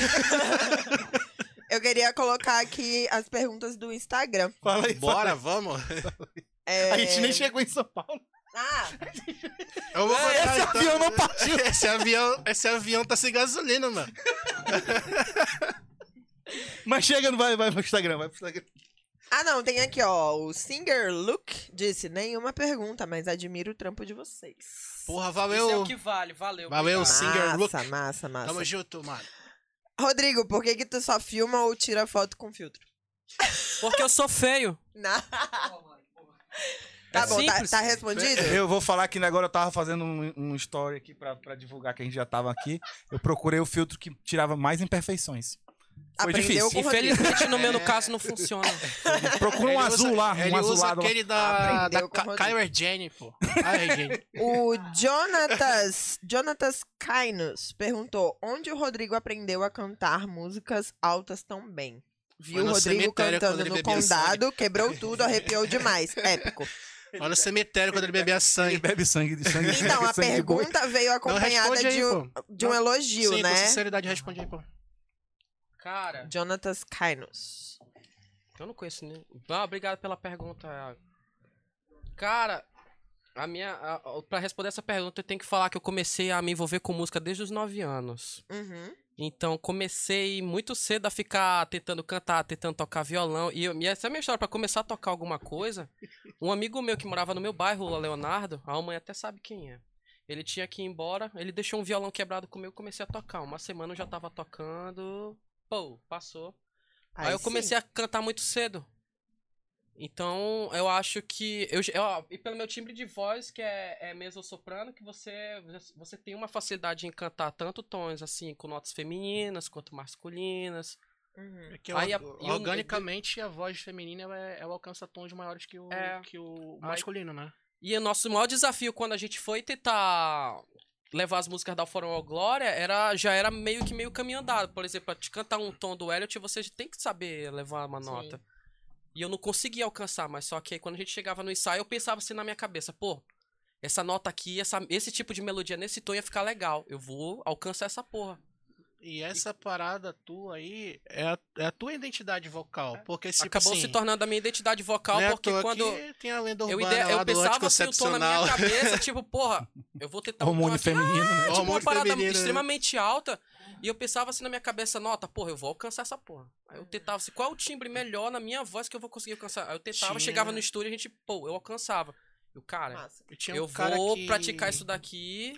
eu queria colocar aqui as perguntas do Instagram. Fala aí. Bora, vamos. É... A gente nem chegou em São Paulo. Ah, Eu vou botar, Esse então. avião não partiu. Esse avião, esse avião tá sem gasolina, mano. Mas chega, não vai, vai pro Instagram, vai pro Instagram. ah, não, tem aqui, ó. O Singer Luke disse: nenhuma pergunta, mas admiro o trampo de vocês. Porra, Isso é valeu. o que vale, valeu. Valeu, obrigado. Singer Luke. Massa, massa, massa. Tamo junto, mano. Rodrigo, por que que tu só filma ou tira foto com filtro? Porque eu sou feio. Não. É Tá bom, tá, simples. tá respondido? Eu vou falar que agora eu tava fazendo um, um story aqui pra, pra divulgar que a gente já tava aqui. Eu procurei o filtro que tirava mais imperfeições. Foi Aprendeu difícil. com o Rodrigo. Infelizmente, no meu no caso, não funciona. Procura um Ele azul usa- lá, Ele um usa azulado lá. aquele da, Aprendeu da com o Ka- Rodrigo. Kyra Jane, pô. Kyra Jane. O Jonatas, Jonatas Kainos perguntou: onde o Rodrigo aprendeu a cantar músicas altas tão bem? Viu o no Rodrigo cemitério, quando cantando ele no bebia condado, quebrou tudo, arrepiou demais. Épico. Lá no cemitério, quando ele bebia Ele sangue. bebe sangue de sangue. Então, a sangue de boi. pergunta veio acompanhada responde aí, de, um, pô. de um elogio, Sim, com né? sinceridade, responde aí, pô. Cara, Jonatas Kainos. eu não conheço nem. Ah, obrigado pela pergunta. Cara, a minha. A, a- pra responder essa pergunta, eu tenho que falar que eu comecei a me envolver com música desde os nove anos. Uhum. Então, comecei muito cedo a ficar tentando cantar, tentando tocar violão. E, eu, e essa é a minha história. Pra começar a tocar alguma coisa, um amigo meu que morava no meu bairro, o Leonardo, a mãe até sabe quem é. Ele tinha que ir embora, ele deixou um violão quebrado comigo e comecei a tocar. Uma semana eu já tava tocando. Pô, passou. Aí, eu sim. comecei a cantar muito cedo. Então, eu acho que... Eu, eu, ó, e pelo meu timbre de voz, que é, é mezzo-soprano, que você, você tem uma facilidade em cantar tanto tons, assim, com notas femininas quanto masculinas. Uhum. É que Aí a- o- e eu- organicamente a voz feminina ela, é- ela alcança tons maiores que o, É. que o Aí- masculino, né? E o nosso maior desafio quando a gente foi tentar levar as músicas da Fórmula Glória era, já era meio que meio caminho andado. Por exemplo, pra te cantar um tom do Elliot, você tem que saber levar uma Sim. nota. E eu não conseguia alcançar, mas só que aí quando a gente chegava no ensaio, eu pensava assim na minha cabeça, pô, essa nota aqui, essa, esse tipo de melodia nesse tom ia ficar legal. Eu vou alcançar essa porra. E essa parada tua aí é a, é a tua identidade vocal. Porque se Acabou assim, se tornando a minha identidade vocal, não é à porque toa quando... que tem a lenda Eu, urbana ide... eu lá do pensava assim, o tom na minha anticoncepcional. cabeça, tipo, porra, eu vou tentar um tom Hormônio aqui, feminino, né? ah, tipo, uma Hormônio parada feminino, né? extremamente alta. E eu pensava assim na minha cabeça, nota, porra, eu vou alcançar essa porra. Aí eu tentava assim, qual é o timbre melhor na minha voz que eu vou conseguir alcançar? Aí eu tentava, Tinha- chegava no estúdio e a gente, pô, eu alcançava. E o cara, Massa. E tinha um eu cara vou que- praticar isso daqui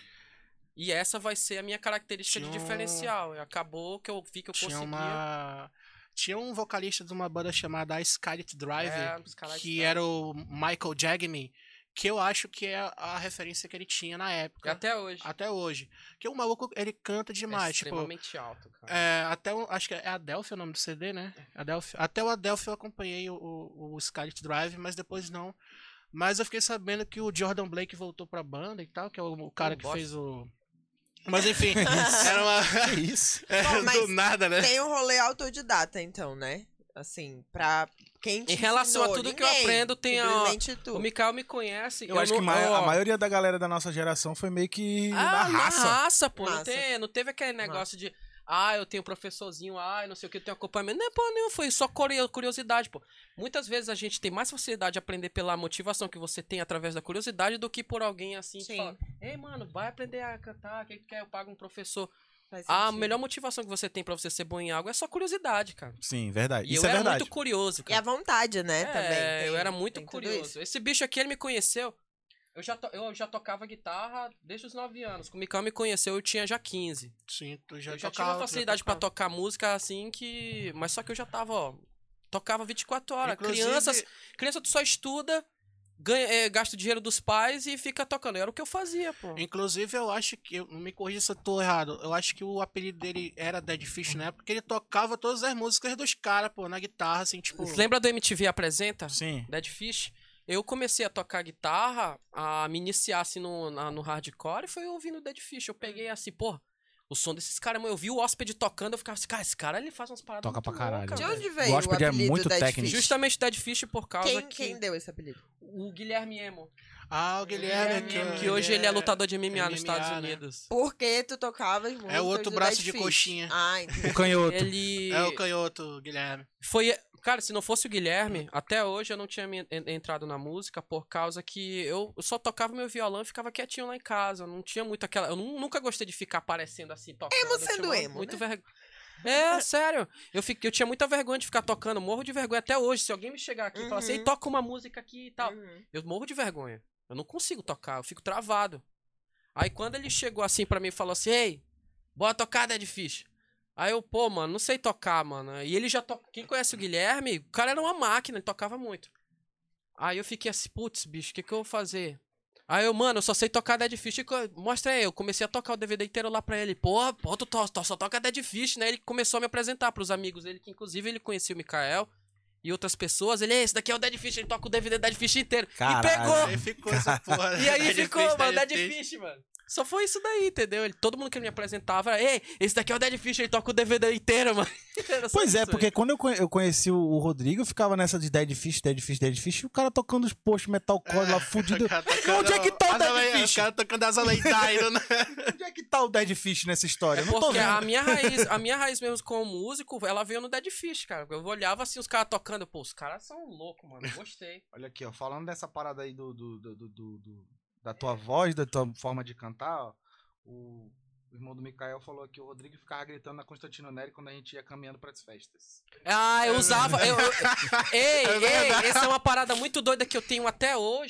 e essa vai ser a minha característica Tinha de um- diferencial. E acabou que eu vi que eu Tinha conseguia. uma. Tinha um vocalista de uma banda chamada Scarlet Drive, É, os caras que estavam- era o Michael Jagme, que eu acho que é a referência que ele tinha na E época. até hoje. Até hoje. Que o maluco, ele canta É demais. tipo, extremamente alto, cara. é, até o, acho que é Adelphi o nome do C D, né? Adelphi. Até o Adelphi eu acompanhei o, o, o Scarlet Drive, mas depois não. Mas eu fiquei sabendo que o Jordan Blake voltou pra banda e tal, que é o, o cara Pô, que bosta. fez o. Mas enfim, era uma. Que isso? é, Bom, mas do nada, né? Tem um rolê autodidata, então, né? Assim, pra quem te Em relação a ensinou, tudo que eu ninguém, aprendo, tem a- simplesmente tu. O Mikael me conhece. Eu, acho que não- ma- ó, a maioria da galera da nossa geração foi meio que Ah, na raça. Na raça, pô. Não, Massa. tem, não teve aquele negócio de. Ah, eu tenho professorzinho, ah, eu não sei o que, eu tenho acompanhamento. Não é pô, nenhum, foi só curio- curiosidade, pô. Muitas vezes a gente tem mais facilidade de aprender pela motivação que você tem através da curiosidade do que por alguém assim que Sim. fala, ei, mano, vai aprender a cantar, quem quer, eu pago um professor. Faz A sentido. melhor motivação que você tem pra você ser bom em algo é só curiosidade, cara. Sim, verdade. E Isso eu é era verdade. muito curioso, E a cara. vontade, né, É, também. eu tem- era muito tem tudo curioso. isso. Esse bicho aqui, ele me conheceu. Eu já, to- eu já tocava guitarra desde os nove anos. Quando o Mikael me conheceu, eu tinha já quinze. Sim, tu já eu já tocava, tinha uma tu já facilidade pra tocava. tocar música assim que. Mas só que eu já tava, ó. Tocava vinte e quatro horas. Inclusive- Crianças. Criança, tu só estuda, ganha, é, gasta o dinheiro dos pais e fica tocando. Era o que eu fazia, pô. Inclusive, eu acho que. eu- Não me corrija se eu tô errado. Eu acho que o apelido dele era Dead Fish na época, porque ele tocava todas as músicas dos caras, pô, na guitarra, assim, tipo. Você lembra do M T V Apresenta? Sim. Dead Fish? Eu comecei a tocar guitarra, a me iniciar assim no, na- no hardcore e foi ouvindo Dead Fish. Eu peguei assim, pô, o som desses caras, mano, eu vi o Hóspede tocando, eu ficava assim, cara, esse cara ele faz umas paradas Toca muito pra caralho. loucas, De velho. onde veio O o Hóspede é apelido muito Dead técnico. Fish? Justamente Dead Fish por causa Quem, que quem deu esse apelido? o Guilherme Emo, Ah, o Guilherme, que, que hoje ele é lutador de M M A nos M M A, Estados né? Unidos. Porque tu tocava as músicas É o outro do braço Dead de Fish. coxinha. Ah, entendi. O canhoto. Ele É o canhoto, Guilherme. foi, cara, se não fosse o Guilherme, até hoje eu não tinha me en- entrado na música por causa que eu eu só tocava meu violão e ficava quietinho lá em casa, eu não tinha muito aquela, eu nu- nunca gostei de ficar aparecendo assim tocando. Emo eu tinha sendo uma- emo, muito né? vergonha. É, sério. Eu, fiquei, eu tinha muita vergonha de ficar tocando. Morro de vergonha até hoje. Se alguém me chegar aqui e falar assim, Uhum. "Ei, toca uma música aqui e tal. Uhum. Eu morro de vergonha. Eu não consigo tocar, eu fico travado. Aí quando ele chegou assim pra mim e falou assim, ei, bora tocar Dead Fish. Aí eu, pô, mano, não sei tocar, mano. E ele já toca. Quem conhece o Guilherme, o cara era uma máquina, ele tocava muito. Aí eu fiquei assim, putz, bicho, o que, que eu vou fazer? Aí eu, mano, eu só sei tocar Dead Fish. co- Mostra aí, eu comecei a tocar o D V D inteiro lá pra ele. Pô, pô, tu, to- tu só toca Dead Fish, né? Ele começou a me apresentar pros amigos dele, que inclusive ele conhecia o Mikael e outras pessoas. Ele, esse daqui é o Dead Fish, ele toca o D V D Dead Fish inteiro. Caralho. E pegou! Aí ficou essa porra. E aí Dead ficou, Fish, mano, Dead Dead Fish. Fish, mano. Só foi isso daí, entendeu? Ele, todo mundo que ele me apresentava era, ei, esse daqui é o Dead Fish, ele toca o D V D inteiro, mano. Era só Pois é, isso, porque velho. quando eu conhe- eu conheci o, o Rodrigo, eu ficava nessa de Dead Fish, Dead Fish, Dead Fish, e o cara tocando os posts metalcore lá fudido. O cara Onde é que tá o Asa Dead Lei- Fish? O cara tocando Asa Lei Dyno, né? Onde é que tá o Dead Fish nessa história? É Eu não tô porque vendo. a minha raiz, a minha raiz mesmo como músico, ela veio no Dead Fish, cara. Eu olhava assim, os caras tocando, pô, os caras são loucos, mano. Eu gostei. Olha aqui, ó, falando dessa parada aí do, do, do, do- do- do- da tua voz, da tua forma de cantar, ó, o, o irmão do Mikael falou que o Rodrigo ficava gritando na Constantino Neri quando a gente ia caminhando pras festas. Ah, eu usava. eu- eu- ei, É ei, verdade. essa é uma parada muito doida que eu tenho até hoje.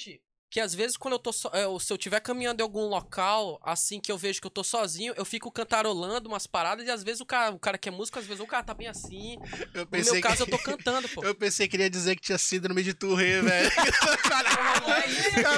que às vezes quando eu tô so, eu, se eu estiver caminhando em algum local, assim que eu vejo que eu tô sozinho, eu fico cantarolando umas paradas e às vezes o cara, o cara que é músico, às vezes o cara tá bem assim. Eu No pensei meu caso, que... eu tô cantando, pô. Eu pensei que ele ia dizer que tinha síndrome de Tourette, velho. Não é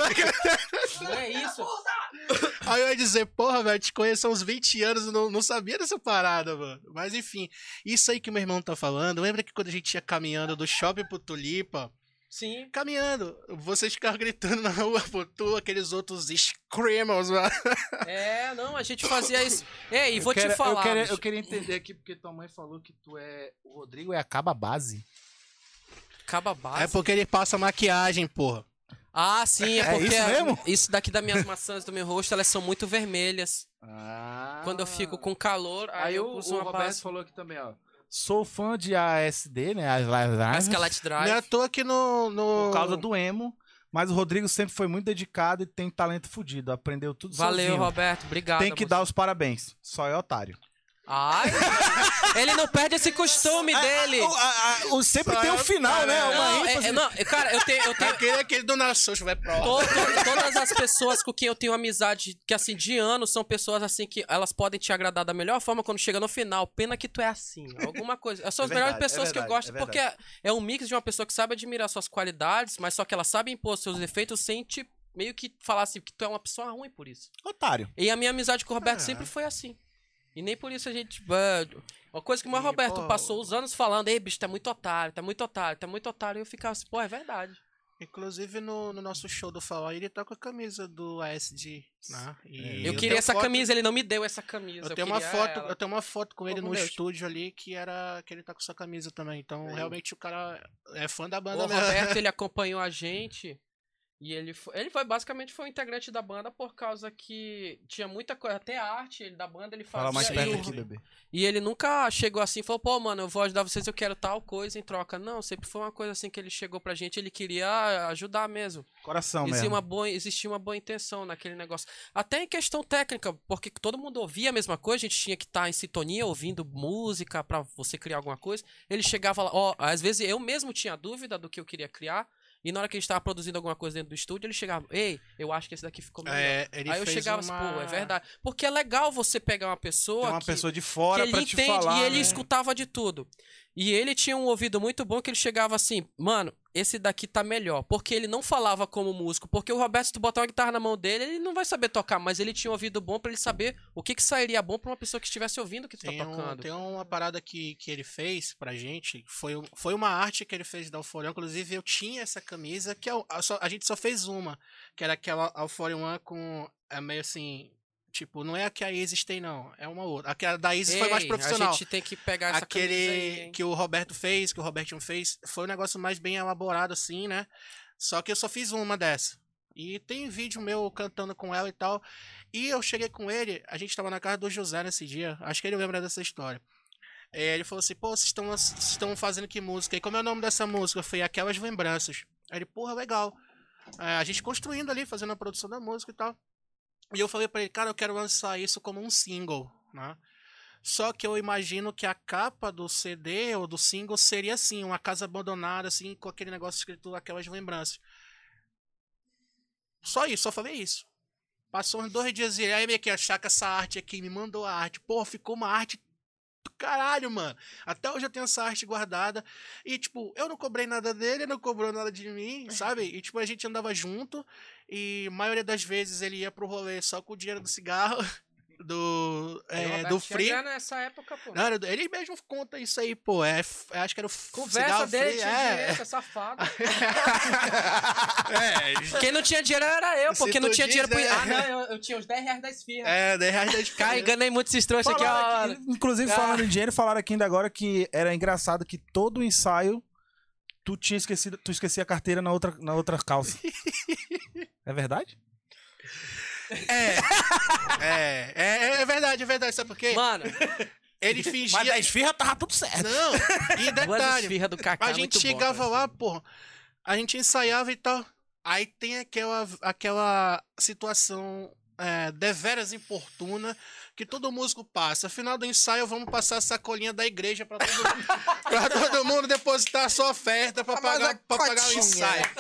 isso. Não é isso. Aí eu ia dizer, porra, velho, te conheço há uns vinte anos e não, não sabia dessa parada, mano. Mas enfim, isso aí que meu irmão tá falando, lembra que quando a gente ia caminhando do shopping pro Tulipa, Sim. caminhando, vocês ficavam gritando na rua por tu, aqueles outros screamers, mano. É, não, a gente fazia isso. Ei, e vou eu quero, te falar. Eu queria, bicho. eu queria entender aqui, porque tua mãe falou que tu é... O Rodrigo é a caba base. Caba base. É porque ele passa maquiagem, porra. Ah, sim, é É porque isso mesmo? isso daqui das minhas maçãs do meu rosto, elas são muito vermelhas. Ah. Quando eu fico com calor, aí, Aí eu o, uso o uma Roberto base. falou aqui também, ó. Sou fã de A S D, né? As Live A Lives. Escalate Não é à Drive. toa que no... no... Por causa do emo. Mas o Rodrigo sempre foi muito dedicado e tem talento fodido. Aprendeu tudo Valeu, sozinho. Roberto. Obrigado. Tem que moço. dar os parabéns. Só é otário. Ai, ele não perde esse costume dele. O, a- a- o- sempre Só tem é um final, né? otário, Uma Não, é- ênfase. é- não, cara, eu tenho, eu tenho Aquele, aquele do Nassaucho vai pro... to- to- todas as pessoas com quem eu tenho amizade, que assim, de anos, são pessoas assim que elas podem te agradar da melhor forma quando chega no final. Pena que tu é assim, alguma coisa. São as É melhores verdade, é pessoas que eu verdade, gosto, é porque é, é um mix de uma pessoa que sabe admirar suas qualidades, mas só que ela sabe impor seus defeitos sem te meio que falar assim, que tu é uma pessoa ruim por isso. Otário. E a minha amizade com o Roberto É. sempre foi assim. E nem por isso a gente. ah, Uma coisa que o meu E, Roberto pô, passou os anos falando, ei, bicho, tá muito otário, tá muito otário, tá muito otário. E eu ficava assim, pô, é verdade. Inclusive no, no nosso show do Falar, ele tá com a camisa do A S D, né? E Eu, tenho queria essa foto- camisa, ele não me deu essa camisa. Eu tenho uma queria foto, ela. eu tenho uma foto com ele Pô, no meu, estúdio ali que era que ele tá com essa camisa também. Então, realmente o cara é fã da banda O mesmo. Roberto, ele acompanhou a gente. E ele foi, ele foi basicamente foi um integrante da banda por causa que tinha muita coisa, até arte ele, da banda ele fazia. Fala mais e perto o- aqui, bebê. E ele nunca chegou assim e falou, pô, mano, eu vou ajudar vocês, eu quero tal coisa em troca. Não, sempre foi uma coisa assim que ele chegou pra gente, ele queria ajudar mesmo. Coração Existia mesmo. uma, boa, existia uma boa intenção naquele negócio. Até em questão técnica, porque todo mundo ouvia a mesma coisa, a gente tinha que estar em sintonia, ouvindo música pra você criar alguma coisa. Ele chegava lá, ó, às vezes eu mesmo tinha dúvida do que eu queria criar, e na hora que a gente tava produzindo alguma coisa dentro do estúdio, ele chegava, ei, eu acho que esse daqui ficou melhor. É, ele Aí eu fez chegava uma... assim, pô, é verdade. Porque é legal você pegar uma pessoa Tem uma que, pessoa de fora que pra ele te entende, falar. e ele né? escutava de tudo. E ele tinha um ouvido muito bom que ele chegava assim, mano, esse daqui tá melhor. Porque ele não falava como músico. Porque o Roberto, se tu botar uma guitarra na mão dele, ele não vai saber tocar, mas ele tinha um ouvido bom pra ele saber o que que sairia bom pra uma pessoa que estivesse ouvindo o que tu Tem, tá um- tocando. tem uma parada que, que ele fez pra gente, foi, um- foi uma arte que ele fez da Alforion, inclusive eu tinha essa camisa, que é o- a, só- a gente só fez uma, que era aquela Alforion One com, é meio assim, tipo, não é a que a Isis tem não, é uma outra, a que a da Isis foi mais Ei, profissional. A gente tem que pegar essa camisa aí, Aquele hein? que o Roberto fez, que o Robertinho fez, foi um negócio mais bem elaborado assim, né? Só que eu só fiz uma dessa. E tem vídeo meu cantando com ela e tal. E eu cheguei com ele, a gente tava na casa do José nesse dia, acho que ele lembra dessa história. É, ele falou assim, pô, vocês estão vocês estão fazendo que música? E como é o nome dessa música? Foi Aquelas Lembranças. Aí ele, porra, legal. É, a gente construindo ali, fazendo a produção da música e tal. E eu falei pra ele, cara, eu quero lançar isso como um single, né? Só que eu imagino que a capa do C D ou do single seria assim, uma casa abandonada, assim, com aquele negócio escrito Aquelas Lembranças. Só isso, só falei isso. Passou uns dois dias e aí meio que achar que essa arte aqui me mandou a arte. Pô, ficou uma arte do caralho, mano. Até hoje eu tenho essa arte guardada. E, tipo, eu não cobrei nada dele, ele não cobrou nada de mim, sabe? E, tipo, a gente andava junto. E a maioria das vezes ele ia pro rolê só com o dinheiro do cigarro, do, Aí o é, Roberto do tinha free. grana nessa época, pô. Não, era- ele mesmo conta isso aí, pô. É, f- é, acho que era o f- Conversa cigarro dele, free. tinha É, dinheiro, é safado. é, Quem não tinha dinheiro era eu, Se porque não tu tinha diz, dinheiro pro... é. Ah, não, eu, eu tinha os dez reais da esfirra. é, dez reais da Cara, enganei muito esses trouxas aqui, Falaram ó. aqui- inclusive, Ah. falando em dinheiro, falaram aqui ainda agora que era engraçado que todo ensaio tu tinha esquecido, tu esquecia a carteira na outra, na outra calça. É verdade? É, é, é, é verdade, é verdade. Sabe por quê? Mano, Ele fingia. Mas a esfirra tava tudo certo. Não, e duas detalhe. esfirras do Cacá, A gente muito bom, chegava cara. lá, porra. A gente ensaiava e tal. Aí tem aquela, aquela situação é, deveras importuna que todo músico passa. Final do ensaio, vamos passar a sacolinha da igreja pra todo, pra todo mundo depositar a sua oferta pra Famosa pagar, pra pagar o cotinha. ensaio.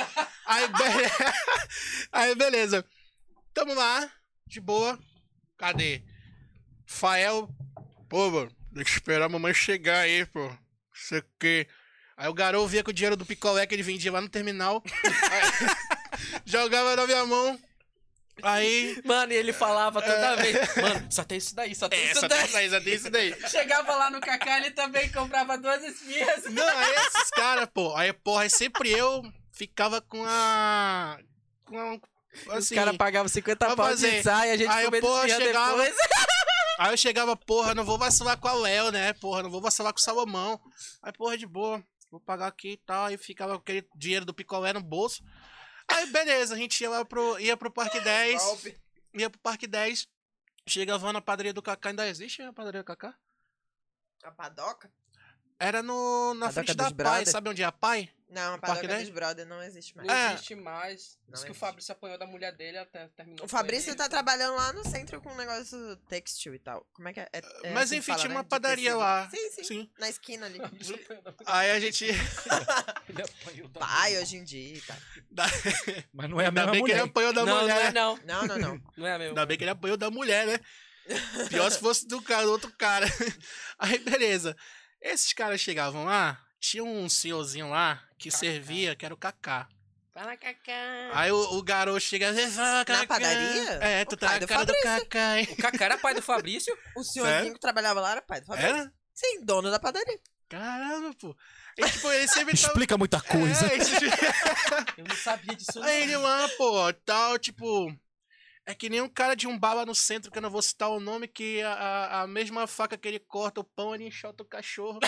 Aí, beleza. Aí, beleza. Tamo lá, de boa. Cadê? Fael, pô, mano, tem que esperar a mamãe chegar aí, pô. Isso aqui. Aí o garoto via com o dinheiro do picolé que ele vendia lá no terminal. Aí, jogava na minha mão. Aí. Mano, e ele falava toda vez. Mano, só tem isso daí, só tem É, isso só daí. tem isso daí, só tem isso daí. Chegava lá no Cacá, ele também comprava duas esfirras. Não, aí esses caras, pô. Aí, porra, aí sempre eu ficava com a. Com a. Os Assim, caras pagavam cinquenta pra pau fazer. de saia e a gente Aí, comendo porra, esfirra chegava- depois. Aí eu chegava, porra, não vou vacilar com a Léo, né? Porra, não vou vacilar com o Salomão. Aí, porra, de boa, vou pagar aqui e tal. Aí ficava com aquele dinheiro do picolé no bolso. Aí, beleza, a gente ia lá pro, ia pro Parque dez. Ia pro Parque dez. Chegava na padaria do Cacá. Ainda existe a padaria do Cacá? A padoca? Era no, na Padoca frente da dos Pai. brother? Sabe onde é a Pai? Não, a Parque padoca dez? dos brother não existe mais. Não É. existe mais. Não Diz que o existe. Fabrício apanhou da mulher dele até terminou. O com Fabrício ele. tá trabalhando lá no centro com um negócio textil e tal. Como é que é? É- é Mas assim que enfim, fala, tinha né? uma De padaria tecido. lá. Sim, sim, Sim. Na esquina ali. Fabrício apanhou da mulher Aí a gente. dele, apanhou da Pai, hoje em dia e tal. Mas não é a Ainda mesma bem que ele mulher. apanhou da Não, não mulher. é não. Não, não, não. Não é mesmo. Ainda bem que ele apanhou da mulher, né? Pior se fosse do cara, do outro cara. Aí, beleza. Esses caras chegavam lá, tinha um senhorzinho lá que Cacá. servia, que era o Cacá. Fala, Cacá. Aí o, o garoto chega e fala, Cacá. padaria? É, tu O tá pai a do cara do Fabrício. Cacá, hein? O Cacá era pai do Fabrício? O senhorzinho Sério? que trabalhava lá era pai do Fabrício. Era? Sim, dono da padaria. Caramba, pô. E, tipo, ele sempre tava... Explica muita coisa. É, esse... Eu não sabia disso, não. Aí ele lá, pô, tal, tipo... É que nem um cara de um bar lá no centro, que eu não vou citar o nome, que a, a, a mesma faca que ele corta o pão, ele enxota o cachorro.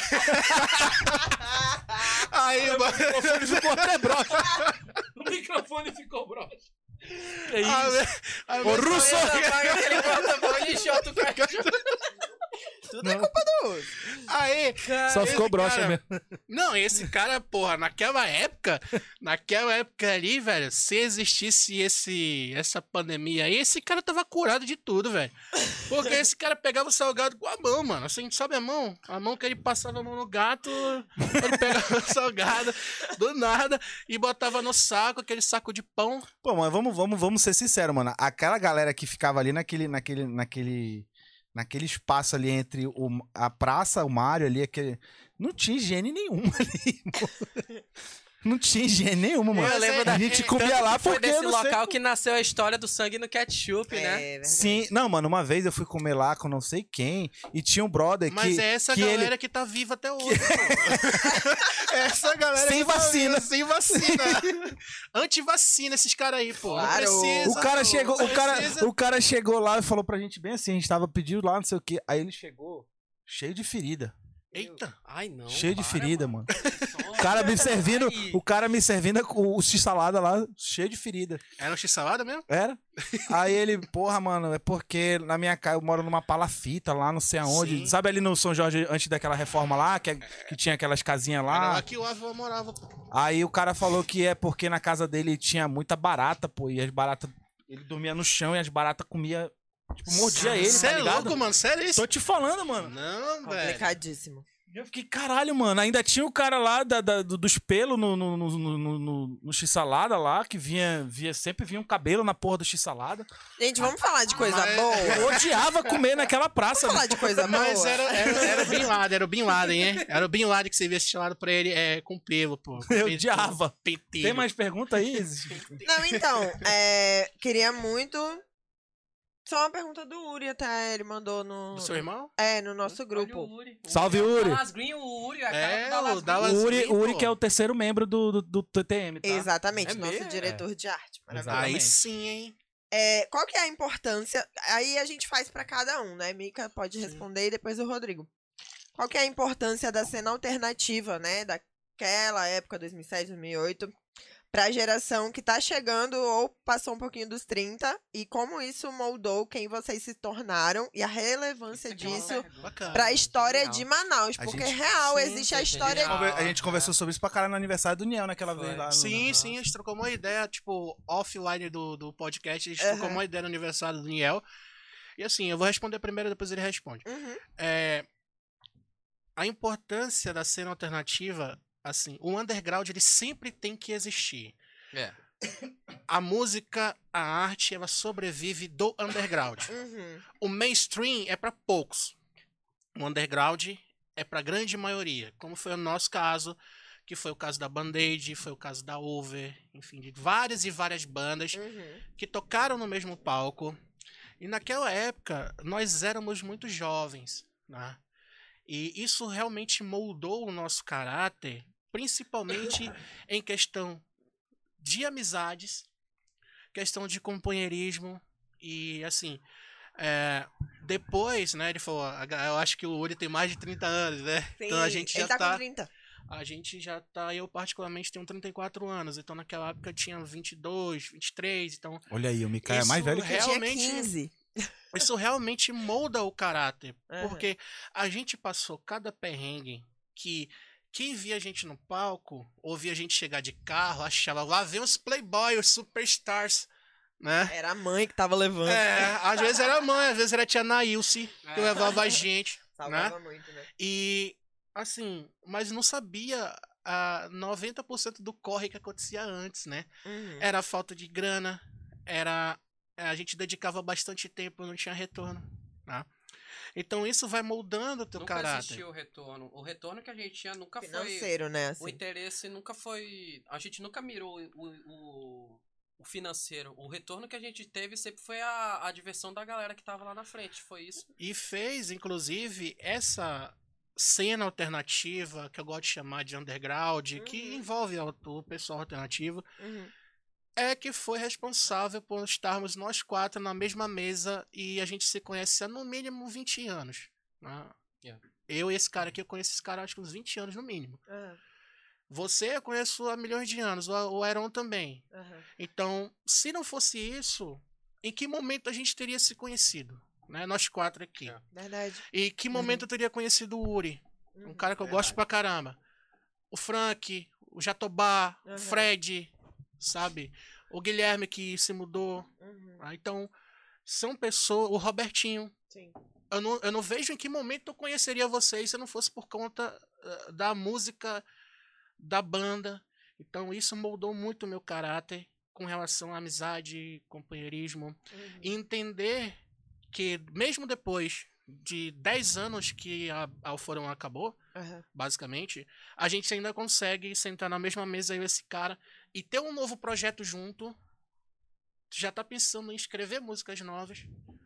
Aí, o microfone ficou até broxa. O microfone ficou broxa. Ô, Russo! Ele corta a mão e enxota o cachorro. Tudo é culpa do outro. Aí, Só esse ficou broxa cara- mesmo. Não, esse cara, porra, naquela época, naquela época ali, velho, se existisse esse, essa pandemia aí, esse cara tava curado de tudo, velho. Porque esse cara pegava o salgado com a mão, mano. Assim, sabe a mão? A mão que ele passava a mão no gato, ele pegava o salgado do nada e botava no saco, aquele saco de pão. Pô, mas vamos, vamos, vamos ser sinceros, mano. Aquela galera que ficava ali naquele, naquele, naquele, naquele espaço ali entre o, a praça, o Mário ali, aquele... Não tinha higiene nenhuma ali, pô. Não tinha higiene nenhuma, mano. Eu lembro da- A gente é, comia lá Foi porque desse eu não sei local que nasceu a história do sangue no ketchup, né? É, verdade. Sim, não, mano, uma vez eu fui comer lá com não sei quem e tinha um brother Mas que, é essa que galera ele... que tá viva até hoje, pô. É essa galera Sem que tá vacina. viva, sem vacina. Antivacina esses caras aí, pô. Não Claro. precisa, O cara pô, chegou, não o cara, precisa. o cara chegou lá e falou pra gente bem assim, a gente tava pedindo lá, não sei o quê. Aí ele chegou cheio de ferida, Eita. Ai, não. cheio de para, ferida, mano. mano. O cara me servindo, Ai. o cara me servindo com o x-salada lá, cheio de ferida. Era um x-salada mesmo? Era? Aí ele, porra, mano, é porque na minha casa eu moro numa palafita lá, não sei aonde. Sim. Sabe ali no São Jorge, antes daquela reforma lá, que, é- que tinha aquelas casinhas Era lá? lá que o avô morava, pô. Aí o cara falou que é porque na casa dele tinha muita barata, pô, e as baratas. Ele dormia no chão e as baratas comia. Tipo, mordia ele, Cê tá é ligado? louco, mano? Sério isso? Tô te falando, mano. Não, velho. Complicadíssimo. Eu fiquei, caralho, mano. Ainda tinha o cara lá da, da- do- dos pelos no, no, no, no, no, no x-salada lá, que vinha, vinha, sempre vinha um cabelo na porra do x-salada. Gente, vamos falar de coisa Mas- boa? Eu odiava comer naquela praça, Vamos falar mano. de coisa boa? Mas era, era, era o Bin Laden, era o Bin Laden, hein? Era o Bin Laden que você via esse pra ele é, com pelo, pô. Com Eu pelo, odiava. pentelho. Tem mais pergunta aí? Não, então, é, queria muito... Só uma pergunta do Uri até, ele mandou no... Do seu irmão? É, no nosso Olha grupo. o Uri. O Salve, Uri. Uri. Dallas Green, o Uri, a cara É, do Dallas o Dallas- O Uri, Green, o Uri pô. que é o terceiro membro do, do, do T T M, tá? Exatamente, É nosso mesmo? diretor de arte. Maravilhoso. Exatamente. Aí sim, hein? É, qual que é a importância? Aí a gente faz pra cada um, né? Mica pode responder e depois o Rodrigo. Qual que é a importância da cena alternativa, né? Daquela época, dois mil e sete, dois mil e oito, pra geração que tá chegando ou passou um pouquinho dos trinta e como isso moldou quem vocês se tornaram e a relevância Isso aqui é uma disso pergunta. Bacana. pra história genial. de Manaus. A Porque gente- real Sim, existe a sim, história. genial. A gente conversou sobre isso pra caralho no aniversário do Niel naquela Foi. vez lá. no- Sim, Aham. sim, a gente trocou uma ideia, tipo, offline do, do podcast, a gente Aham. trocou uma ideia no aniversário do Niel. E assim, eu vou responder primeiro, depois ele responde. Uhum. É, a importância da cena alternativa, assim, o underground ele sempre tem que existir. É. A música, a arte, ela sobrevive do underground. Uhum. O mainstream é para poucos. O underground é para a grande maioria, como foi o nosso caso, que foi o caso da Band-Aid, foi o caso da Over, enfim, de várias e várias bandas Uhum. que tocaram no mesmo palco. E naquela época, nós éramos muito jovens, né? E isso realmente moldou o nosso caráter, principalmente em questão de amizades, questão de companheirismo e assim, é, depois, né, ele falou, eu acho que o Uri tem mais de trinta anos, né? Sim, Então a gente já ele tá, tá, com trinta. a gente já tá, eu particularmente tenho trinta e quatro anos, então naquela época eu tinha vinte e dois, vinte e três, então Olha aí, o Mikael é isso mais velho que eu. realmente, Tinha quinze. isso realmente molda o caráter, Aham. porque a gente passou cada perrengue que quem via a gente no palco, ou via a gente chegar de carro, achava, lá vem os playboy, os superstars, né? Era a mãe que tava levando. É, às vezes era a mãe, às vezes era a tia Nailce, que É. levava a gente, Salvava né? muito, né? E, assim, mas não sabia a noventa por cento do corre que acontecia antes, né? Uhum. Era a falta de grana, era a gente dedicava bastante tempo, não tinha retorno, tá? Então isso vai moldando o teu Nunca caráter. existiu o retorno. O retorno que a gente tinha nunca foi... Financeiro, né? O Assim. interesse nunca foi... A gente nunca mirou o, o, o financeiro. O retorno que a gente teve sempre foi a, a diversão da galera que tava lá na frente. Foi isso. E fez, inclusive, essa cena alternativa, que eu gosto de chamar de underground, que Uhum. envolve o, o pessoal alternativo, Uhum. é que foi responsável por estarmos nós quatro na mesma mesa e a gente se conhece há no mínimo vinte anos. Né? Yeah. Eu e esse cara aqui, eu conheço esse cara acho que uns vinte anos no mínimo. Aham. Você eu conheço há milhões de anos, o, o Aaron também. Aham. Então, se não fosse isso, em que momento a gente teria se conhecido? Né? Nós quatro aqui. É. Verdade. E que momento eu teria conhecido o Uri? Um Uhum. cara que eu Verdade. gosto pra caramba. O Frank, o Jatobá, Uhum. o Fred, sabe? O Guilherme que se mudou. Uhum. Ah, então, são pessoas. O Robertinho. Sim. Eu não, eu não vejo em que momento eu conheceria vocês se não fosse por conta uh, da música, da banda. Então, isso moldou muito o meu caráter com relação à amizade, companheirismo. Uhum. E entender que, mesmo depois de dez anos que a Alforon acabou, Aham. basicamente, a gente ainda consegue sentar na mesma mesa eu e esse cara e ter um novo projeto junto. Já tá pensando em escrever músicas novas.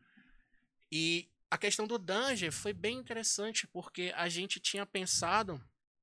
E a questão do Danger foi bem interessante, porque a gente tinha pensado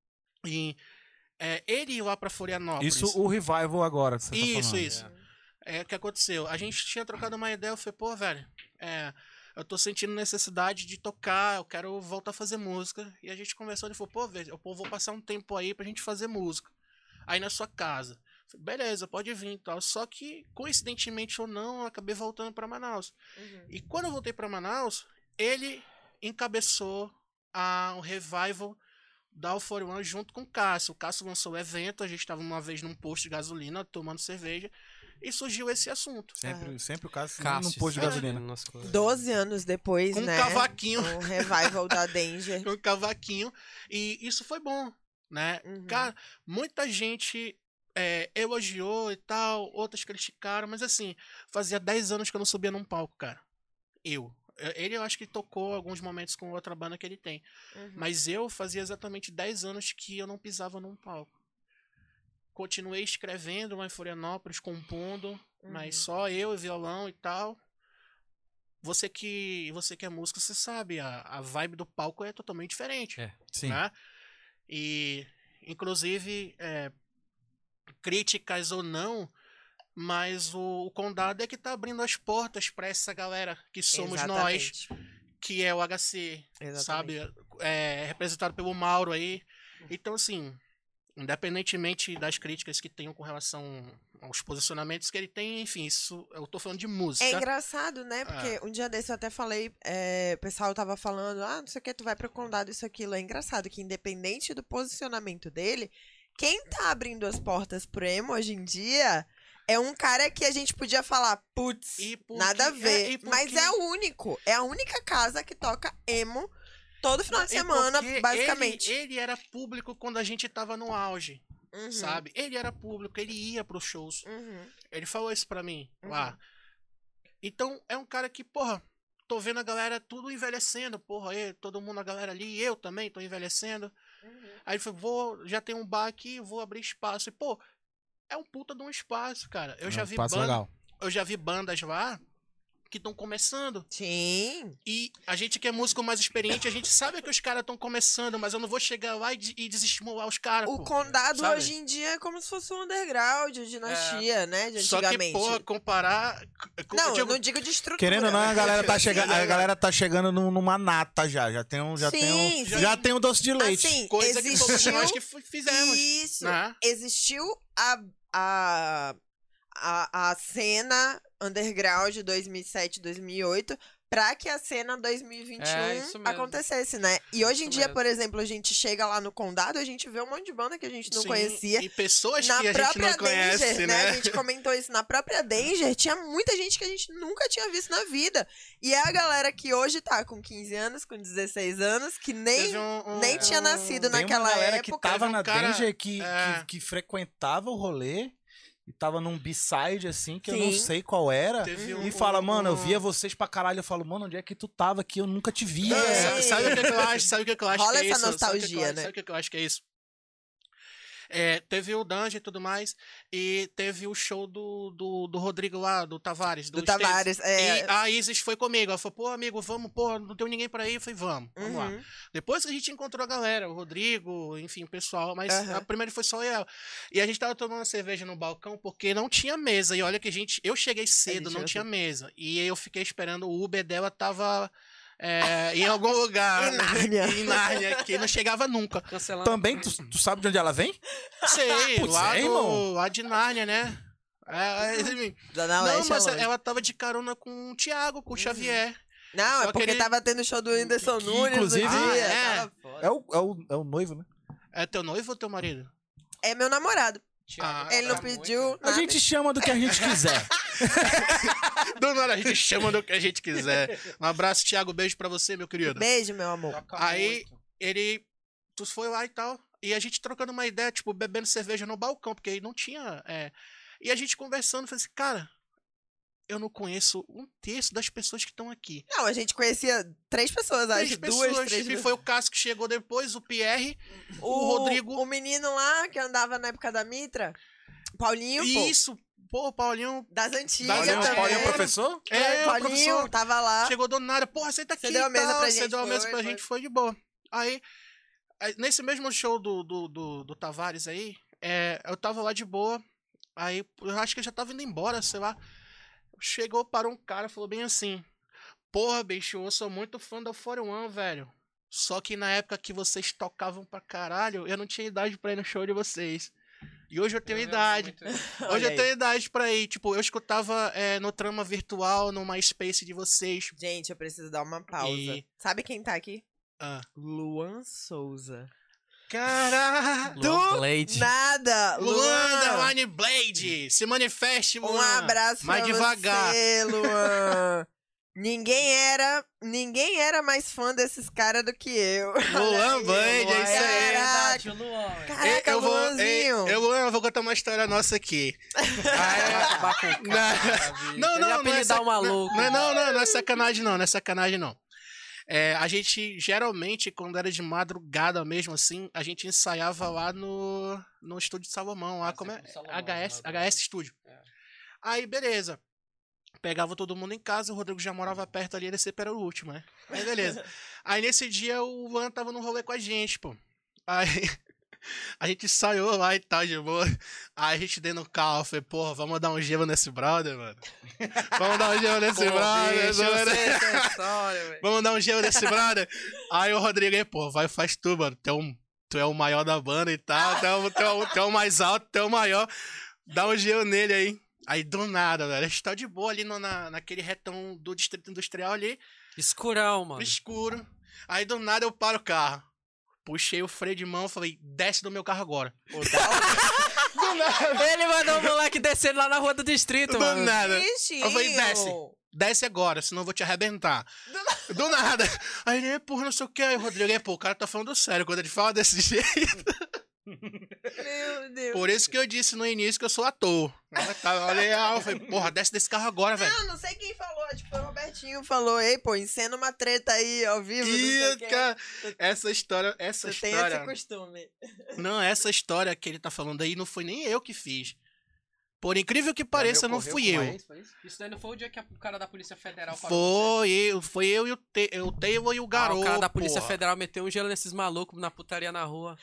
em é, ele ir lá pra Florianópolis. Isso, o revival agora. Que você Isso, tá falando. isso. É o que aconteceu. A gente tinha trocado uma ideia, eu falei, pô, velho, é, eu tô sentindo necessidade de tocar, eu quero voltar a fazer música. E a gente conversou, ele falou, pô, velho, eu vou passar um tempo aí pra gente fazer música. Aí na sua casa. Eu falei, beleza, pode vir e tal. Só que, coincidentemente ou não, eu acabei voltando pra Manaus. Uhum. E quando eu voltei pra Manaus, ele encabeçou a, um revival da Alfor One junto com o Cássio. O Cássio lançou o evento, a gente estava uma vez num posto de gasolina, tomando cerveja, e surgiu esse assunto. Sempre, sempre o caso num Cássio, posto de é. gasolina. Nossa, coisa. doze anos depois, Com um né? cavaquinho. O revival da Danger. Com um cavaquinho. E isso foi bom, né? Uhum. Cara, muita gente é, elogiou e tal, outras criticaram, mas assim, fazia dez anos que eu não subia num palco, cara. Eu. Ele, eu acho que tocou alguns momentos com outra banda que ele tem. Uhum. Mas eu fazia exatamente dez anos que eu não pisava num palco. Continuei escrevendo lá em Florianópolis, compondo, Uhum. mas só eu e violão e tal. Você que, você que é músico, você sabe, a, a vibe do palco é totalmente diferente. É. Sim. Né? E, inclusive, é, críticas ou não, mas o, o Condado é que tá abrindo as portas para essa galera que somos nós, Exatamente. que é o H C, Exatamente. sabe? É, representado pelo Mauro aí. Então, assim, independentemente das críticas que tenham com relação aos posicionamentos que ele tem, enfim, isso eu tô falando de música. É engraçado, né? Porque um dia desse eu até falei, é, o pessoal tava falando, ah, não sei o que, tu vai pro Condado, isso, aquilo. É engraçado que, independente do posicionamento dele, quem tá abrindo as portas pro emo hoje em dia é um cara que a gente podia falar, putz, E porque- nada a ver. é, e porque- Mas é o único. É a única casa que toca emo todo final de E semana, porque basicamente. Ele, ele era público quando a gente tava no auge. Uhum. sabe? Ele era público, ele ia pros shows. Uhum. Ele falou isso pra mim Uhum. lá. Então, é um cara que, porra, tô vendo a galera tudo envelhecendo, porra, aí, todo mundo, a galera ali, eu também tô envelhecendo. Uhum. Aí ele falou, vou, já tem um bar aqui, vou abrir espaço. E, pô, é um puta de um espaço, cara. Eu É já um vi espaço banda, legal. eu já vi bandas lá que estão começando. Sim. E a gente que é músico mais experiente, a gente sabe que os caras estão começando, mas eu não vou chegar lá e, de- e desestimular os caras, O pô. condado sabe? hoje em dia é como se fosse um underground, de dinastia, né? De Só que, antigamente. porra, comparar... eu não, eu digo- não digo de estrutura. Querendo ou não, a galera tá chegando, Sim, a né, galera tá chegando num- numa nata já. Já tem um, já Sim, tem um, sim. já tem um doce de leite. Assim, Coisa que fomos existiu... nós que f- fizemos. Isso. Né? Existiu a, a, a, a cena underground de dois mil e sete, dois mil e oito pra que a cena dois mil e vinte e um É, isso mesmo. acontecesse, né? E hoje em Isso dia, mesmo. por exemplo, a gente chega lá no condado, a gente vê um monte de banda que a gente não Sim, conhecia. E pessoas Na que a gente própria não conhece, Danger, né? A gente comentou isso. Na própria Danger, tinha muita gente que a gente nunca tinha visto na vida. E é a galera que hoje tá com quinze anos, com dezesseis anos, que nem, Teve um- um- nem tinha nascido Tem naquela uma galera época. que tava Teve um na cara- Danger que, é. que, que frequentava o rolê e tava num B-side assim, que eu não Sim. sei qual era. Teve E um- fala, mano, eu um- via vocês pra caralho. Eu falo, mano, onde é que tu tava aqui? Eu nunca te vi. Não, É. sa- sabe o que, que eu acho? Sabe o que, que eu acho Rola que é essa isso? Sabe o que que eu nostalgia, acho- né? Sabe o que, que eu acho que é isso? É, teve o Dungeon e tudo mais, e teve o show do, do, do Rodrigo lá, do Tavares. Do Esteves. Tavares. É... E a Isis foi comigo. Ela falou, pô, amigo, vamos, pô, não tem ninguém pra ir. Eu falei, vamos, vamos lá. Uhum. Depois que a gente encontrou a galera, o Rodrigo, enfim, o pessoal, mas Aham. a primeira foi só eu. E a gente tava tomando uma cerveja no balcão porque não tinha mesa. E olha que a gente. Eu cheguei cedo, gente não chegou tinha cedo. mesa. E eu fiquei esperando, o Uber dela tava é, em algum lugar. Em Nárnia. Em Nárnia, que não chegava nunca. Cancelando. Também, tu, tu sabe de onde ela vem? Sei, Putz, lá, é, do, irmão? lá de Nárnia, né? É, enfim. Zona não, Leste é mas longe. ela tava de carona com o Thiago, com o Xavier. Não, Só é que porque ele- tava tendo show do Whindersson que, Nunes inclusive, no dia. Ah, é? Tava foda. É o, é o, é o noivo, né? É teu noivo ou teu marido? É meu namorado. Ah, Ele não tá pediu A nada. gente chama do que a gente quiser. Do nada, a gente chama do que a gente quiser. Um abraço, Thiago. Beijo pra você, meu querido. Beijo, meu amor. Aí, ele... Tu foi lá e tal. E a gente trocando uma ideia, tipo, bebendo cerveja no balcão, porque aí não tinha... é, E a gente conversando, falei assim, cara... Eu não conheço um terço das pessoas que estão aqui. Não, a gente conhecia três pessoas, Três acho. pessoas. Duas, três E pessoas. foi o Cássio que chegou depois, o Pierre, o, O Rodrigo. O menino lá que andava na época da Mitra. Paulinho, pô. Isso, pô, o Paulinho. Das antigas Paulinho- também. Paulinho é professor? É, o Paulinho professor. tava lá. Chegou do nada, porra, senta aqui. Você deu a e mesa tal, pra Você gente, deu a foi, mesa pra foi. gente, foi de boa. Aí, aí, nesse mesmo show do, do, do, do Tavares aí, é, eu tava lá de boa. Aí, eu acho que eu já tava indo embora, sei lá. Chegou, parou um cara, falou bem assim: porra, bicho, eu sou muito fã da quarenta e um, velho. Só que na época que vocês tocavam pra caralho, eu não tinha idade pra ir no show de vocês. E hoje eu tenho idade. Hoje Olha eu aí. tenho idade pra ir. Tipo, eu escutava é, no trama virtual, no MySpace de vocês. Gente, eu preciso dar uma pausa. E- Sabe quem tá aqui? Ah. Luan Souza. Caralho! Luan Blade. Nada! Luanda, Luan! Line Blade! Se manifeste, Luan! Um abraço Mais pra devagar. você, Luan. Ninguém era, ninguém era mais fã desses caras do que eu. Luan Blade, é isso aí. Caraca, o Luan. caraca, eu vou, Luanzinho. eu, Luan, eu vou contar uma história nossa aqui. Vai acabar com o cara, bicho. Não, Ele não, ia não é, apelidar sac- o maluco. não, não, não, não é sacanagem não, não é sacanagem não. É, a gente, geralmente, quando era de madrugada mesmo assim, a gente ensaiava lá no, no estúdio de Salomão, lá como é? sempre Salomão, H S, né? H S Studio. É. Aí, beleza. Pegava todo mundo em casa, o Rodrigo já morava perto ali, ele sempre era o último, né? Aí, beleza. Aí, nesse dia, o Luan tava no rolê com a gente, pô. Aí, a gente ensaiou lá e tal, de boa. Aí, a gente dentro no carro, falei, porra, vamos dar um gelo nesse brother, mano. Vamos dar um gelo nesse Pô, brother, bicho, eu mano. sei essa história, velho. Vamos dar um gelo nesse brother. Aí, o Rodrigo aí, pô, vai, faz tu, mano. Tu é, um, tu é o maior da banda e tal, tu é o, tu é o, tu é o mais alto, tu é o maior. Dá um gelo nele aí. Aí, do nada, velho, a gente tá de boa ali no, na, naquele retão do Distrito Industrial ali, Escurão, no mano. escuro. Aí, do nada, eu paro o carro. Puxei o freio de mão, falei, desce do meu carro agora. Do nada, Ele mandou o moleque descer lá na rua do distrito, do mano. nada. Bichinho. Eu falei, desce. Desce agora, senão eu vou te arrebentar. Do nada. Aí ele, porra, não sei o que. Aí o Rodrigo, pô, o cara tá falando sério quando ele fala desse jeito. Meu Deus. Por isso que eu disse no início que eu sou ator. Eu tava- Olha, eu falei, porra, desce desse carro agora, velho. Não, não sei quem falou. Tipo, o Robertinho falou, ei, pô, encena uma treta aí ao vivo. não sei o Ih, quê. cara, essa história, essa Tu tem história... esse costume. Não, essa história que ele tá falando aí não foi nem eu que fiz. Por incrível que pareça, não fui eu. Isso daí não foi o dia que o cara da Polícia Federal parou Foi eu, foi eu e o, Te, o Teivo e o você? Ah, garoto. o cara da Polícia porra. Federal meteu um gelo nesses malucos na putaria na rua.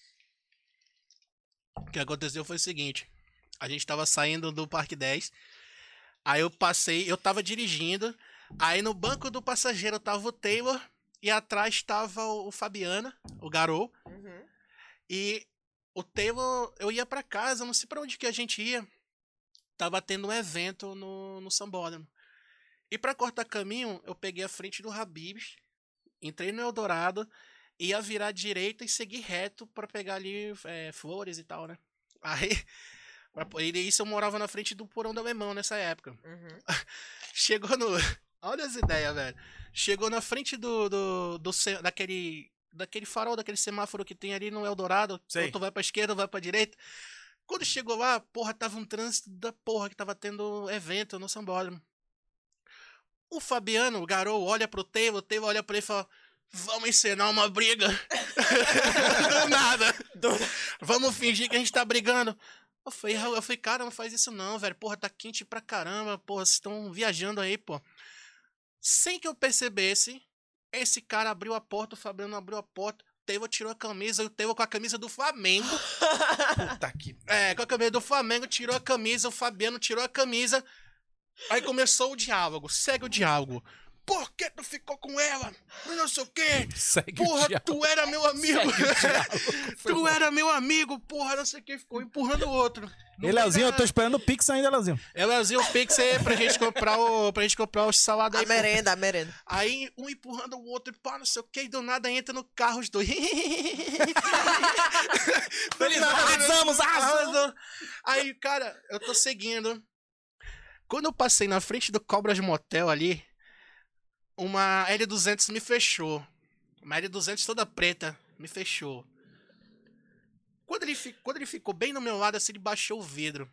O que aconteceu foi o seguinte. A gente tava saindo do Parque dez. Aí eu passei, eu tava dirigindo. Aí no banco do passageiro tava o Taylor. E atrás tava o, o Fabiana, o garoto. Uhum. E o Taylor, eu ia pra casa, não sei pra onde que a gente ia. Tava tendo um evento no, no Sambódromo. E pra cortar caminho, eu peguei a frente do Habib's, entrei no Eldorado, ia virar direita e seguir reto pra pegar ali é, flores e tal, né? Aí, pra, e isso eu morava na frente do porão do alemão nessa época. Uhum. Chegou no... Olha as ideias, velho. Chegou na frente do, do, do se- daquele, daquele farol, daquele semáforo que tem ali no Eldorado. Sei. Ou tu vai pra esquerda ou vai pra direita. Quando chegou lá, porra, tava um trânsito da porra que tava tendo evento no Sambódromo. O Fabiano, o garoto, olha pro Taylor, o Taylor olha pra ele e fala: vamos encenar uma briga. Do nada. Vamos fingir que a gente tá brigando. Eu falei, eu falei, cara, não faz isso não, velho. Porra, tá quente pra caramba. Porra, vocês estão viajando aí, pô. Sem que eu percebesse, esse cara abriu a porta, o Fabiano abriu a porta. O Taylor tirou a camisa e o Taylor com a camisa do Flamengo. Puta que... É, com a camisa do Flamengo, tirou a camisa, o Fabiano tirou a camisa. Aí começou o diálogo, segue o diálogo. Por que tu ficou com ela? Não sei o quê. Segue Porra, o diálogo. tu era meu amigo. Tu era meu amigo, porra, não sei o que. Ficou empurrando o outro. E Leozinho, eu tô esperando o Pix ainda, Leozinho. É, Leozinho, o Pix aí pra gente comprar o, pra gente comprar os saladas A aí. pô. merenda, a merenda. Aí um empurrando o outro, pá, não sei o que, e do nada entra no carro os dois. Eles arrasamos, arrasamos. Arrasou. Aí, cara, eu tô seguindo. Quando eu passei na frente do Cobras Motel ali, uma L duzentos me fechou. Uma L duzentos toda preta me fechou. Quando ele, fi- quando ele ficou bem no meu lado, assim, ele baixou o vidro.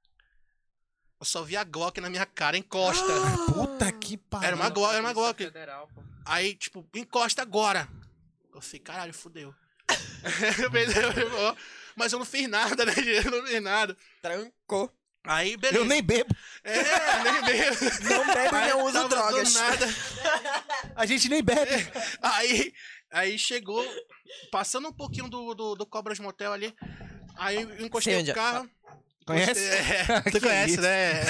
Eu só vi a Glock na minha cara, encosta. Puta que pariu. Era uma Glock, era uma Glock. Federal, pô. Aí, tipo, encosta agora. Eu falei, caralho, fudeu. Eu pensei, ó, mas eu não fiz nada, né? Eu não fiz nada. Trancou. Aí, beleza. Eu nem bebo. É, nem mesmo. Não bebe e não usa Tava do drogas. nada. A gente nem bebe. Aí, aí chegou, passando um pouquinho do, do, do Cobras Motel ali. Aí eu encostei Sei o onde é. carro. Conhece? Encostei- é, tu Que conhece, isso. né?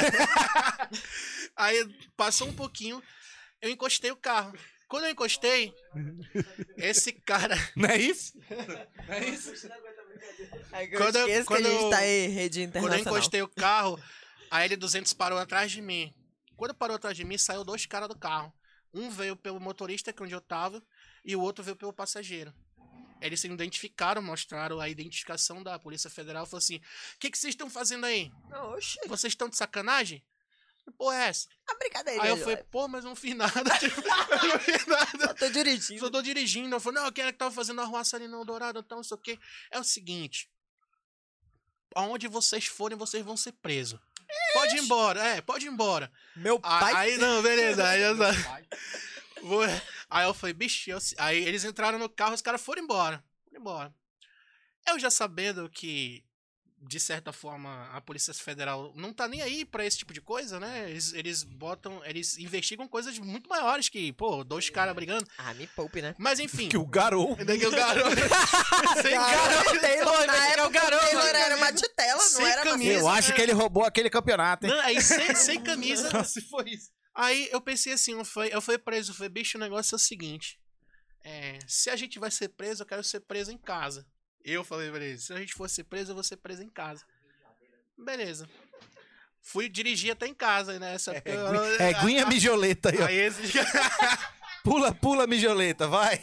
Aí passou um pouquinho, eu encostei o carro. Quando eu encostei, esse cara. Não é isso? Não é isso? É que eu Quando eu- esqueço quando que a gente eu- tá em rede Quando eu internacional. encostei o carro, a L duzentos parou atrás de mim. Quando parou atrás de mim, saiu dois caras do carro. Um veio pelo motorista, que é onde eu tava, e o outro veio pelo passageiro. Eles se identificaram, mostraram a identificação da Polícia Federal. Falou assim: o que, que vocês estão fazendo aí? Não, oxi. Vocês estão de sacanagem? Que porra é essa? A brincadeira. Aí eu falei, pô, mas eu não fiz nada. Tipo, eu não fiz nada. Eu tô dirigindo. Só tô dirigindo. Eu falei, não, quem é que tava fazendo arruaça ali no Eldorado? Então, não sei o quê. É o seguinte. Aonde vocês forem, vocês vão ser presos. Pode ir embora, é, pode ir embora. Meu A- pai. Aí, não, beleza. Aí eu, Meu pai. vou- aí eu falei, bicho, eu- aí eles entraram no carro, os caras foram embora. Foram embora. Eu já sabendo que, de certa forma, a Polícia Federal não tá nem aí pra esse tipo de coisa, né? Eles, eles botam, eles investigam coisas muito maiores que, pô, dois caras brigando. Ah, me poupe, né? Mas enfim. Que o garoto. Ainda que o garoto. Sem Garoto, Taylor, na é o época, garoto, o Taylor sem era uma camisa. titela, não Sem era uma camisa. Eu acho que ele roubou aquele campeonato, hein? Não, aí sem, sem camisa. Se foi isso. Aí eu pensei assim, eu fui, eu fui preso. Eu falei, bicho, o negócio é o seguinte. É, se a gente vai ser preso, eu quero ser preso em casa. Eu falei pra ele, se a gente for ser preso, eu vou ser preso em casa. Beleza. Fui dirigir até em casa, né? Essa época eu- É guinha mijoleta aí, ó. Aí esse... Pula, pula, mijoleta, vai.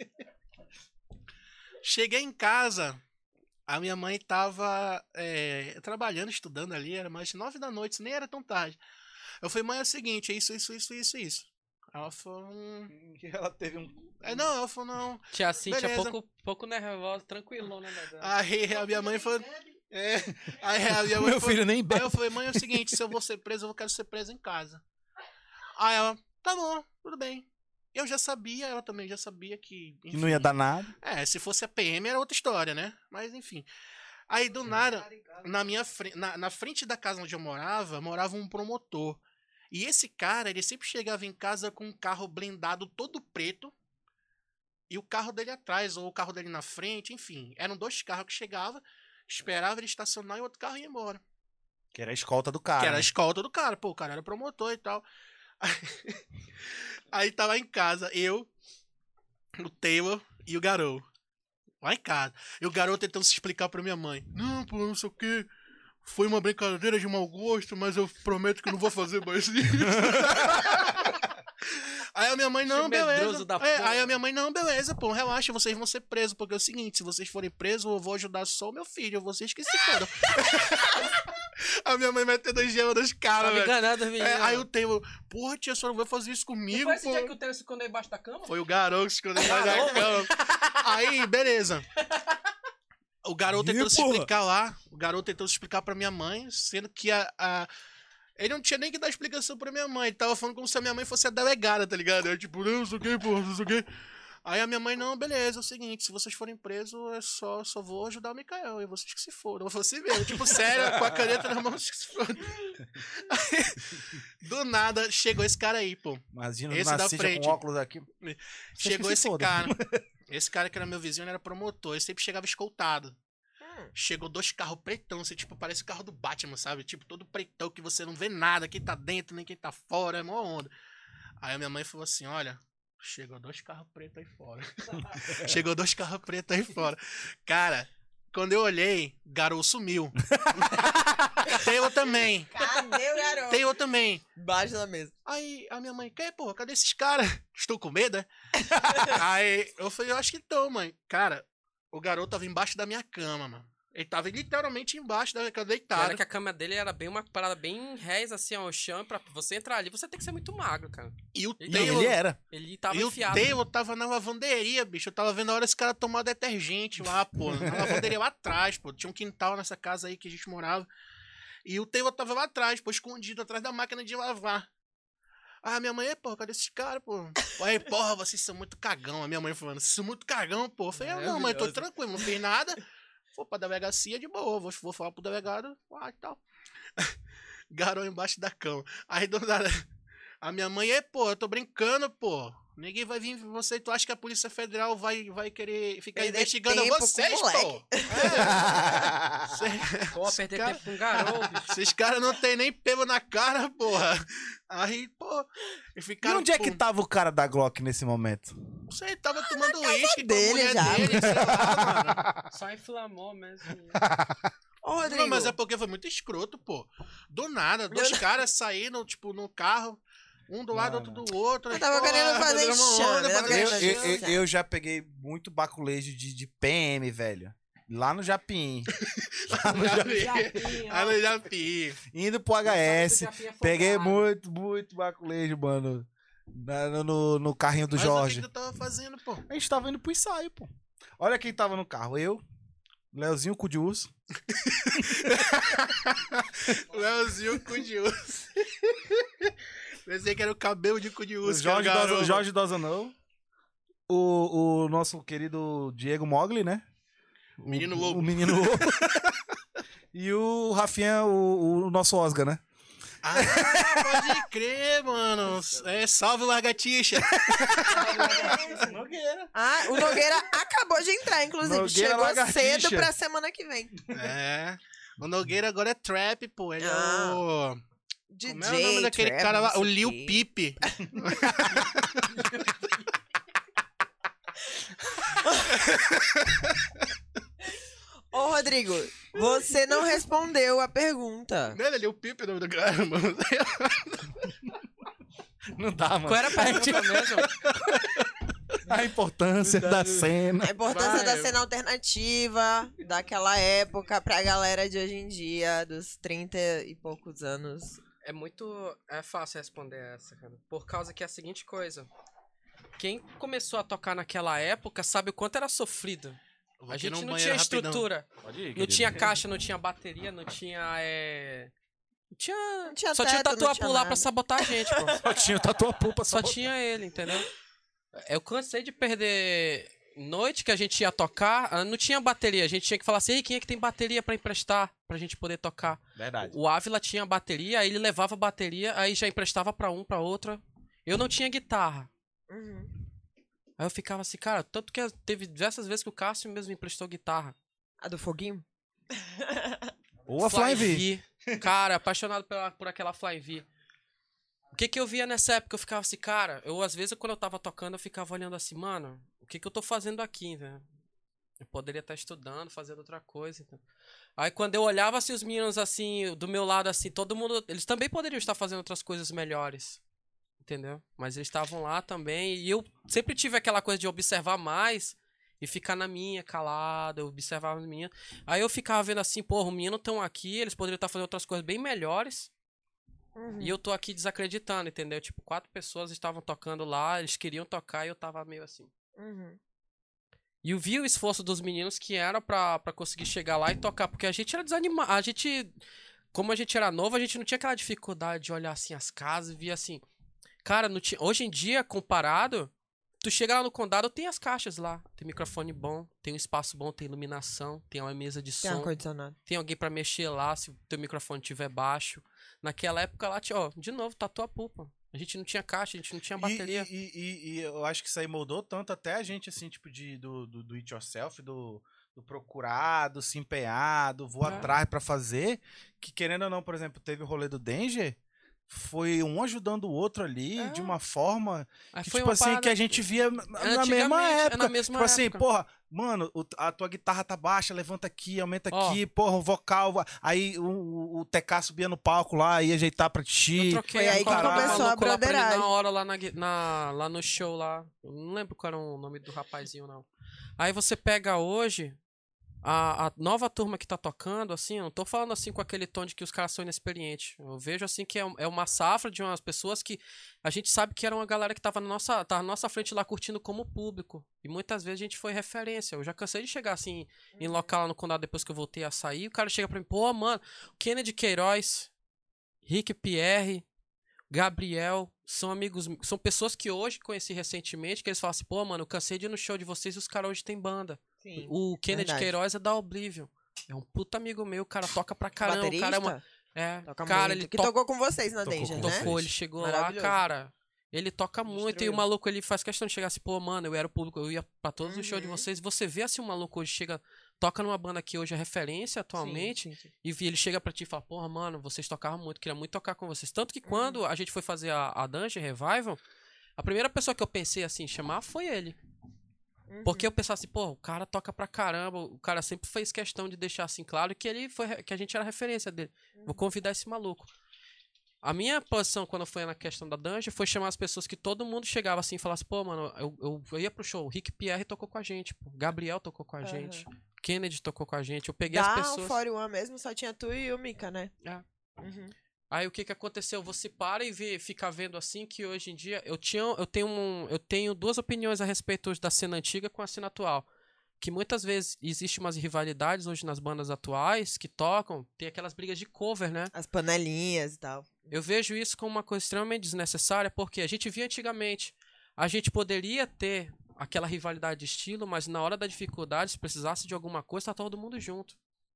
Cheguei em casa, a minha mãe tava é, trabalhando, estudando ali, era mais nove da noite, nem era tão tarde. Eu falei, mãe, é o seguinte, é isso, isso, isso, isso, isso. Ela falou, hum... Que ela teve um... É, não, ela falou, não. Tia Cintia, Beleza. pouco, pouco nervosa, tranquilona, né? dela. Aí a minha mãe falou... É, aí a minha mãe Meu falou, filho nem aí bebe. eu falei, mãe, é o seguinte, se eu vou ser preso, eu quero ser preso em casa. Aí ela, tá bom, tudo bem. Eu já sabia, ela também já sabia que... Que não ia dar nada. É, se fosse a P M era outra história, né? Mas enfim. Aí do nada, na minha frente, na, na frente da casa onde eu morava, morava um promotor. E esse cara, ele sempre chegava em casa com um carro blindado todo preto. E o carro dele atrás, ou o carro dele na frente, enfim. Eram dois carros que chegavam, esperava ele estacionar e o outro carro ia embora. Que era a escolta do cara. Que era a né? escolta do cara. Pô, o cara era promotor e tal. Aí, aí tava em casa, eu, o Taylor e o Garou. Lá em casa. E o garoto tentando se explicar pra minha mãe. Não, pô, não sei o quê. Foi uma brincadeira de mau gosto, mas eu prometo que não vou fazer mais isso. Aí a minha mãe, não, beleza. medroso da É, porra. aí a minha mãe, não, beleza, pô, relaxa, vocês vão ser presos. Porque é o seguinte, se vocês forem presos, eu vou ajudar só o meu filho. Vocês que se fodam. A minha mãe metendo gema nos caras, Tá me velho. enganando, menino. É, aí o Taylor, porra, tia, a senhora não vai fazer isso Não comigo, foi esse pô. dia que o Theo se escondeu embaixo da cama? Foi o garoto que escondeu embaixo da cama. Aí, beleza. O garoto Ih, tentando se porra. explicar lá. O garoto tentando se explicar pra minha mãe, sendo que a, a- ele não tinha nem que dar explicação pra minha mãe. Ele tava falando como se a minha mãe fosse a delegada, tá ligado? Eu, tipo, não sei o que, porra, não sei o que. Aí a minha mãe, não, beleza, é o seguinte, se vocês forem presos, eu só, só vou ajudar o Mikael, e vocês que se fodam. Eu falei assim mesmo, tipo, sério, com a caneta na mão, vocês que se fodam. Aí, do nada, chegou esse cara aí, pô. Imagina o Esse da Narciso frente. com óculos aqui. Chegou se esse foda. cara. Esse cara que era meu vizinho, ele era promotor. Ele sempre chegava escoltado. Hum. Chegou dois carros pretão, assim, tipo, parece o carro do Batman, sabe? Tipo, todo pretão que você não vê nada, quem tá dentro, nem quem tá fora, é mó onda. Aí a minha mãe falou assim, olha, chegou dois carros pretos aí fora. Chegou dois carros pretos aí fora. Cara, quando eu olhei, garoto sumiu. Taylor também. Cadê o garoto? Taylor também. Embaixo da mesa. Aí a minha mãe, que, porra, cadê esses caras? Estou com medo, é? Aí eu falei, eu acho que estão, mãe. Cara, o garoto tava embaixo da minha cama, mano. Ele tava literalmente embaixo da minha cama, E deitado. Era que a cama dele era bem uma parada bem rés, assim, ó, o chão. Pra você entrar ali, você tem que ser muito magro, cara. E o E E Taylor, ele era. Ele tava e o enfiado. Taylor tava na lavanderia, bicho. Eu tava vendo a hora esse cara tomar detergente lá, pô. Na lavanderia lá atrás, pô. Tinha um quintal nessa casa aí que a gente morava. E o Taylor tava lá atrás, pô, escondido atrás da máquina de lavar. Ah, minha mãe, pô, cadê esses caras, pô? Aí, porra, vocês são muito cagão. A minha mãe falando, vocês são muito cagão, pô. Eu falei, ah, não, mãe, tô Maravilhoso. tranquilo, não fiz nada. Vou pra delegacia de boa, vou, vou falar pro delegado, ah, e tal. Garou embaixo da cama. Aí, do nada, a minha mãe, é, pô, eu tô brincando, pô. Ninguém vai vir você. Tu acha que a Polícia Federal vai, vai querer ficar Perder investigando tempo com vocês, o moleque. pô? É. Cê- Pô, perder cara- tempo com um garoto, bicho. Esses caras não tem nem pelo na cara, porra. Aí, pô. E E ficaram, onde é que pô, tava o cara da Glock nesse momento? Você tava tomando uísque com a dele mulher já. dele, sei lá, mano. Só inflamou mesmo. Ô, Rodrigo. Não, mas é porque foi muito escroto, pô. Do nada, dois caras saíram, tipo, no carro, um do lado, Mano. outro do outro. Eu aí, tava pô, querendo fazer dando uma enxame, onda, eu tava fazendo Eu, querendo enxame. eu, fazer eu, eu já peguei muito baculejo de, de P M, velho. Lá no Japim. Lá no Japim. Ah, no Japi. Indo pro H S. Peguei muito, muito baculejo, mano. Na- No, no, no carrinho do Mas Jorge. o que que tu tava fazendo, pô? A gente tava indo pro ensaio, pô. Olha quem tava no carro. Eu, Leozinho cu de urso. Leozinho cu de urso. Pensei que era o cabelo de cu de O urso. Jorge, que era o Doza, garoto. Jorge Dozanão. O, o nosso querido Diego Mogli, né? O- Menino Lobo. O menino lobo. E o Rafinha, o, o nosso Oscar, né? Ah, pode crer, mano. É, salve, Largatixa. Nogueira. Ah, o Nogueira acabou de entrar, inclusive. Nogueira Chegou Lagartixa. cedo pra semana que vem. É. O Nogueira agora é trap, pô. Ele Ah. é o... D J, Como é o nome daquele trap, cara lá? não sei O Lil quê. Peep. Ô, Rodrigo, você não respondeu a pergunta. Não é Lil Peep o nome do cara, mano? Não dá, mano. Qual era a pergunta mesmo? A importância da cena. A importância Vai. da cena alternativa daquela época pra galera de hoje em dia, dos trinta e poucos anos. É muito. É fácil responder essa, cara. Por causa que é a seguinte coisa. Quem começou a tocar naquela época sabe o quanto era sofrido. Eu vou A aqui no gente não banheiro tinha rapidão. estrutura. Pode ir, Não querido. tinha caixa, não tinha bateria, não tinha. É... Não tinha. Não tinha Só tinha o teto, não Tatuapu tinha lá nada. pra sabotar a gente, pô. Só tinha o Tatuapu Só tinha ele, entendeu? Eu cansei de perder noite que a gente ia tocar, ah, não tinha bateria. A gente tinha que falar assim, ei, quem é que tem bateria pra emprestar pra gente poder tocar? Verdade. O Ávila tinha bateria, aí ele levava a bateria, aí já emprestava pra um, pra outra. Eu não tinha guitarra. Uhum. Aí eu ficava assim, cara, tanto que teve diversas vezes que o Cássio mesmo me emprestou guitarra. A do foguinho? Ou a Flying V. V. Cara, apaixonado pela, por aquela Flying V. O que que eu via nessa época? Eu ficava assim, cara, eu às vezes quando eu tava tocando, eu ficava olhando assim, mano, o que que eu tô fazendo aqui, velho? Eu poderia estar estudando, fazendo outra coisa. Então. Aí quando eu olhava assim os meninos assim, do meu lado assim, todo mundo, eles também poderiam estar fazendo outras coisas melhores. Entendeu? Mas eles estavam lá também e eu sempre tive aquela coisa de observar mais e ficar na minha, calado, eu observava as meninas. Aí eu ficava vendo assim, porra, os meninos estão aqui, eles poderiam estar fazendo outras coisas bem melhores. Uhum. E eu tô aqui desacreditando, entendeu? Tipo, quatro pessoas estavam tocando lá, eles queriam tocar e eu tava meio assim. Uhum. E eu vi o esforço dos meninos que era pra, pra conseguir chegar lá e tocar, porque a gente era desanimado, a gente, como a gente era novo, a gente não tinha aquela dificuldade de olhar assim as casas e via assim, cara, não tinha, hoje em dia, comparado, tu chega lá no condado, tem as caixas lá, tem microfone bom, tem um espaço bom, tem iluminação, tem uma mesa de Tem som, ar-condicionado. tem alguém pra mexer lá se o teu microfone estiver baixo. Naquela época lá, tinha, ó, de novo, Tatuapu, pô. A gente não tinha caixa, a gente não tinha bateria. E, e, e, e eu acho que isso aí moldou tanto até a gente, assim, tipo, de, do, do, do it yourself, do, do procurar, do se empenhar, do vou É. atrás pra fazer, que querendo ou não, por exemplo, teve o rolê do Danger, foi um ajudando o outro ali, É. de uma forma Aí que, foi tipo uma assim, parada- que a gente via na, na mesma Antigamente, é época. na mesma tipo assim, época. porra, mano, o- a tua guitarra tá baixa, levanta aqui, aumenta Ó. aqui, porra, o vocal, va- aí o, o, o T K subia no palco lá, ia ajeitar pra Eu ti. troquei Foi aí a que corda do começou a maluco lá pra ele broderagem. na hora lá, na, gui- na, lá no show lá. Eu não lembro qual era o nome do rapazinho, não. Aí você pega hoje a, a nova turma que tá tocando, assim, eu não tô falando assim com aquele tom de que os caras são inexperientes. Eu vejo assim que é, um- é uma safra de umas pessoas que a gente sabe que era uma galera que tava na nossa, tava na nossa frente lá curtindo como público. E muitas vezes a gente foi referência. Eu já cansei de chegar assim em local lá no condado depois que eu voltei a sair. O cara chega pra mim, pô, mano, Kennedy Queiroz, Rick Pierre, Gabriel, são amigos, são pessoas que hoje conheci recentemente, que eles falam assim, pô, mano, eu cansei de ir no show de vocês e os caras hoje têm banda. Sim. O Kennedy verdade. Queiroz é da Oblivion. É um puta amigo meu, o cara toca pra caramba. O cara é uma. Baterista? É, Toca cara, muito. ele que to- tocou com vocês na Tocou Danger, com né? tocou, ele chegou lá, Maravilhoso. cara. Ele toca muito e Destruiu. o maluco ele faz questão de chegar assim, pô, mano, eu era o público, eu ia pra todos os shows de Uhum. vocês. E você vê assim, um maluco hoje chega, toca numa banda que hoje é referência atualmente. Sim, sim, sim. E vi- ele chega pra ti e fala, porra, mano, vocês tocavam muito, queria muito tocar com vocês. Tanto que Uhum. quando a gente foi fazer a, a Dungeon Revival, a primeira pessoa que eu pensei assim, em chamar foi ele. Uhum. Porque eu pensava assim, pô, o cara toca pra caramba, o cara sempre fez questão de deixar assim claro que ele foi re- que a gente era a referência dele. Vou convidar esse maluco. A minha posição quando foi na questão da Dungeon foi chamar as pessoas que todo mundo chegava assim e falasse, pô, mano, eu, eu, eu ia pro show, o Rick Pierre tocou com a gente, pô, Gabriel tocou com a Aham. gente, Kennedy tocou com a gente, eu peguei Da as pessoas. quarenta e um mesmo só tinha tu e o Mika, né? É. Uhum. Aí o que que aconteceu? Você para e vê, fica vendo assim que hoje em dia eu tinha, eu tenho um, eu tenho duas opiniões a respeito hoje da cena antiga com a cena atual, que muitas vezes existe umas rivalidades hoje nas bandas atuais que tocam, tem aquelas brigas de cover, né? As panelinhas e tal. Eu vejo isso como uma coisa extremamente desnecessária, porque a gente via antigamente, a gente poderia ter aquela rivalidade de estilo, mas na hora da dificuldade, se precisasse de alguma coisa, tá todo mundo junto.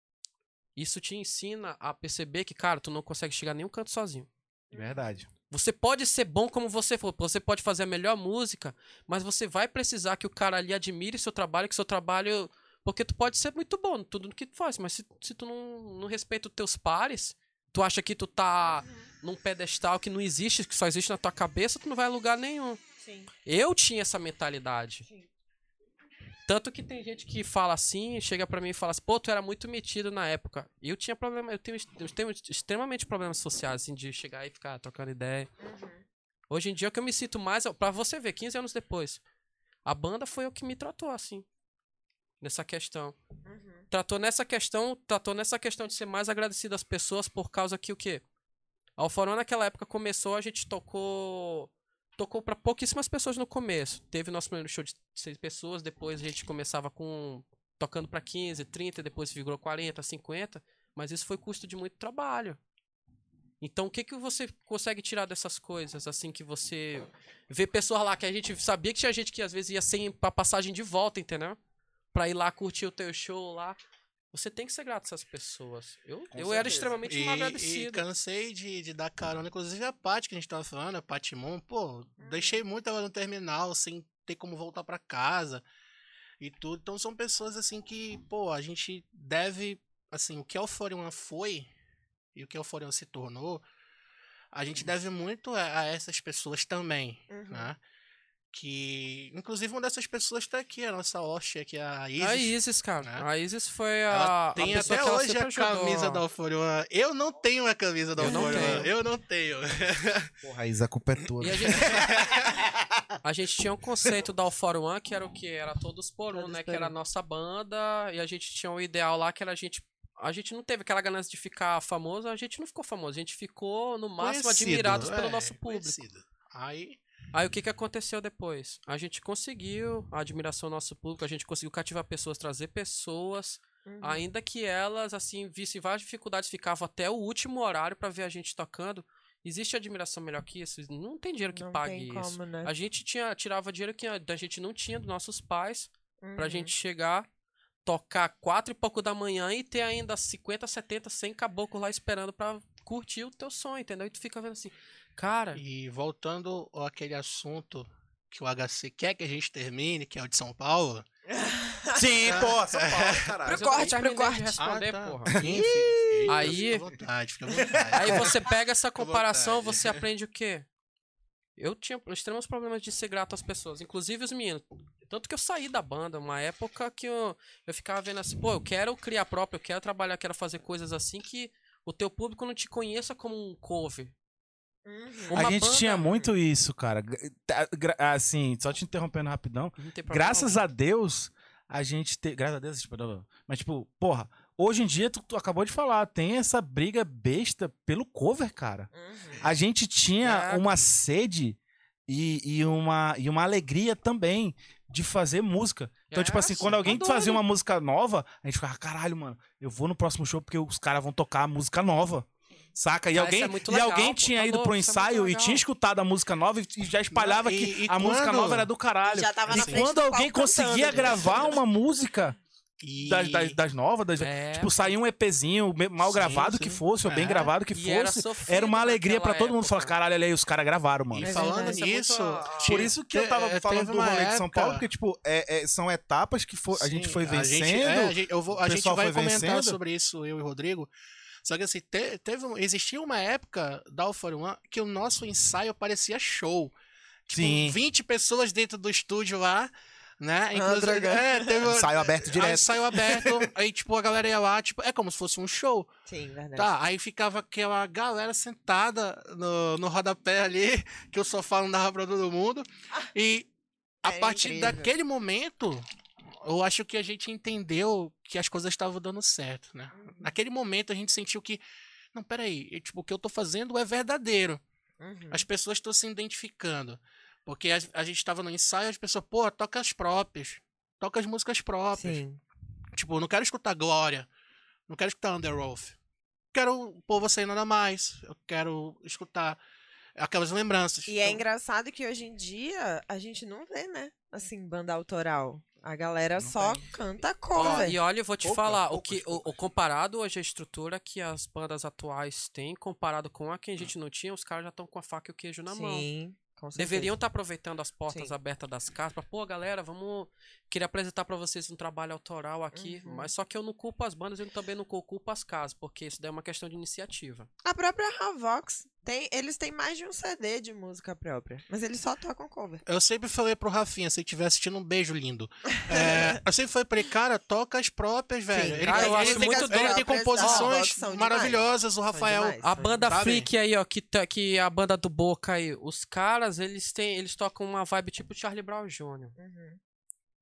Isso te ensina a perceber que, cara, tu não consegue chegar a nenhum canto sozinho. Verdade. Você pode ser bom como você for, você pode fazer a melhor música, mas você vai precisar que o cara ali admire seu trabalho, que seu trabalho... Porque tu pode ser muito bom em tudo que tu faz, mas se, se tu não, não respeita os teus pares, tu acha que tu tá num pedestal que não existe, que só existe na tua cabeça, tu não vai a lugar nenhum. Sim. Eu tinha essa mentalidade. Sim. Tanto que tem gente que fala assim, chega pra mim e fala assim, pô, tu era muito metido na época. E eu tinha problema, eu tenho, eu tenho extremamente problemas sociais, assim, de chegar e ficar trocando ideia. Uhum. Hoje em dia, o que eu me sinto mais, pra você ver, quinze anos depois, a banda foi o que me tratou, assim, nessa questão. Uhum. Tratou nessa questão, tratou nessa questão de ser mais agradecido às pessoas por causa que o quê? A Alforã naquela época começou, a gente tocou... Tocou pra pouquíssimas pessoas no começo. Teve nosso primeiro show de seis pessoas, depois a gente começava com... Tocando pra quinze, trinta, depois virou quarenta, cinquenta. Mas isso foi custo de muito trabalho. Então, o que que você consegue tirar dessas coisas, assim, que você vê pessoas lá que a gente sabia que tinha gente que às vezes ia sem pra passagem de volta, entendeu? Pra ir lá curtir o teu show lá. Você tem que ser grato a essas pessoas. Eu, eu era extremamente mal E, e agradecido. cansei de, de dar carona, inclusive a Paty que a gente tava falando, a Paty Moon, pô, Uhum. deixei muito ela no terminal, sem ter como voltar pra casa e tudo. Então são pessoas assim que, pô, a gente deve, assim, o que a Alforã foi e o que a Alforã se tornou, a gente deve muito a, a essas pessoas também, Uhum. né? Que, inclusive, uma dessas pessoas tá aqui, a nossa hóstia, que é a Isis. A Isis, cara. né? A Isis foi a, Ela a tem pessoa até que ela hoje sempre a ajudou. camisa da Alforã. Eu não tenho a camisa da Eu não Alforã. tenho. Eu não tenho. Porra, Isa, a culpa é toda. E a gente, a gente tinha um conceito da All for One, que era o quê? Era todos por um, Todos né? por Que era a um. nossa banda, e a gente tinha um ideal lá que era a gente... A gente não teve aquela ganância de ficar famoso, a gente não ficou famoso. A gente ficou, no máximo, Conhecido, admirados pelo é, nosso público. conhecido. Aí, Aí o que que aconteceu depois? A gente conseguiu a admiração do nosso público, a gente conseguiu cativar pessoas, trazer pessoas, Uhum. ainda que elas, assim, vissem várias dificuldades, ficavam até o último horário pra ver a gente tocando. Existe admiração melhor que isso? Não tem dinheiro que Não pague tem isso. como, né? A gente tinha, tirava dinheiro que a a gente não tinha dos nossos pais pra Uhum. gente chegar, tocar quatro e pouco da manhã e ter ainda cinquenta, setenta, cem caboclos lá esperando pra curtir o teu sonho, entendeu? E tu fica vendo assim, cara... e voltando àquele assunto que o H C quer que a gente termine, que é o de São Paulo. Sim, pô, São Paulo, caralho. Mas Pro eu nem corte, pro terminei corte. de responder, Ah, tá. porra. Sim, filho, Aí- Fica à vontade, fica à vontade. Aí você pega essa Fica à comparação, vontade. você aprende o quê? Eu tinha extremos problemas de ser grato às pessoas, inclusive os meninos. Tanto que eu saí da banda, uma época que eu, eu ficava vendo assim, pô, eu quero criar próprio, eu quero trabalhar, quero fazer coisas assim que o teu público não te conheça como um cover. Uhum. Uma A gente banda- tinha muito isso, cara. Gra- gra- Assim, só te interrompendo rapidão. Não tem problema Graças a Deus, a gente tem. Graças a Deus, tipo, não, mas, tipo, porra, hoje em dia, tu, tu acabou de falar, tem essa briga besta pelo cover, cara. Uhum. A gente tinha É. uma sede e, e, uma, e uma alegria também de fazer música. Então, É, tipo assim, sim, quando alguém tá fazia doido. uma música nova, a gente ficava, caralho, mano, eu vou no próximo show porque os caras vão tocar a música nova. Saca? E Ah, alguém, isso é muito e legal, alguém pô, tinha tá ido louco, pro isso é muito ensaio e legal. tinha escutado a música nova e- e já espalhava Não, e- que e a música quando- nova era do caralho. Já tava na E frente quando do alguém palco conseguia cantando, né? gravar uma música E... das, das, das novas, das, É, tipo, sair um EPzinho me- mal Sim, gravado sim. que fosse, ou bem É. gravado que E era fosse, sofrido era uma alegria pra naquela todo mundo falar, época. caralho, olha aí, os caras gravaram, mano. E É falando verdade. Isso é muito nisso, a- Por isso que eu tava te- falando teve do uma rolê de São Paulo, época- porque, tipo, é- é- são etapas que for- a gente Sim, foi vencendo. A gente, é, a gente, eu vou, a o gente pessoal vai foi comentar vencendo. sobre isso, eu e o Rodrigo. Só que assim, te- teve, um- existia uma época da All for One que o nosso ensaio parecia show. Tipo, Sim. vinte pessoas dentro do estúdio lá, né? Ah, droga. é, teve, Ensaio aberto aí direto. Ensaio aberto, aí tipo, a galera ia lá, tipo, é como se fosse um show. Sim, verdade. Tá, aí ficava aquela galera sentada no, no rodapé ali, que o sofá não dava pra todo mundo. E a Era partir incrível. daquele momento, eu acho que a gente entendeu que as coisas estavam dando certo, né? Naquele momento a gente sentiu que, não, peraí, e, tipo, o que eu tô fazendo é verdadeiro. Uhum. As pessoas estão se identificando. Porque a, a gente tava no ensaio, as pessoas, pô, toca as próprias. Toca as músicas próprias. Sim. Tipo, não quero escutar Glória. Não quero escutar Underoath. Quero pôr você e nada mais. Eu quero escutar aquelas lembranças. E é Então, engraçado que hoje em dia a gente não vê, né? Assim, banda autoral. A galera Não só tem. canta Ó, cover. e olha, eu vou te Poucas, falar, o poucas, que o, poucas. o comparado hoje a estrutura que as bandas atuais têm, comparado com a que a gente não tinha, os caras já estão com a faca e o queijo na mão. Sim, com certeza. Deveriam estar aproveitando as portas Sim. abertas das casas pra, pô, galera, vamos. Queria apresentar pra vocês um trabalho autoral aqui. Uhum. Mas só que eu não culpo as bandas, eu também não culpo as casas, porque isso daí é uma questão de iniciativa. A própria Havox, tem, eles têm mais de um C D de música própria. Mas eles só tocam cover. Eu sempre falei pro Rafinha, se ele estiver assistindo, um beijo lindo. É, eu sempre falei pra ele, cara, toca as próprias, velho. Ele, Cara, eu ele acho tem, muito ele doido. tem Ó, composições são demais. maravilhosas. O São Rafael. demais. A São banda sabe? Freak aí, ó, que, tá- que é a banda do Boca aí, os caras, eles têm. Eles tocam uma vibe tipo Charlie Brown Júnior Uhum.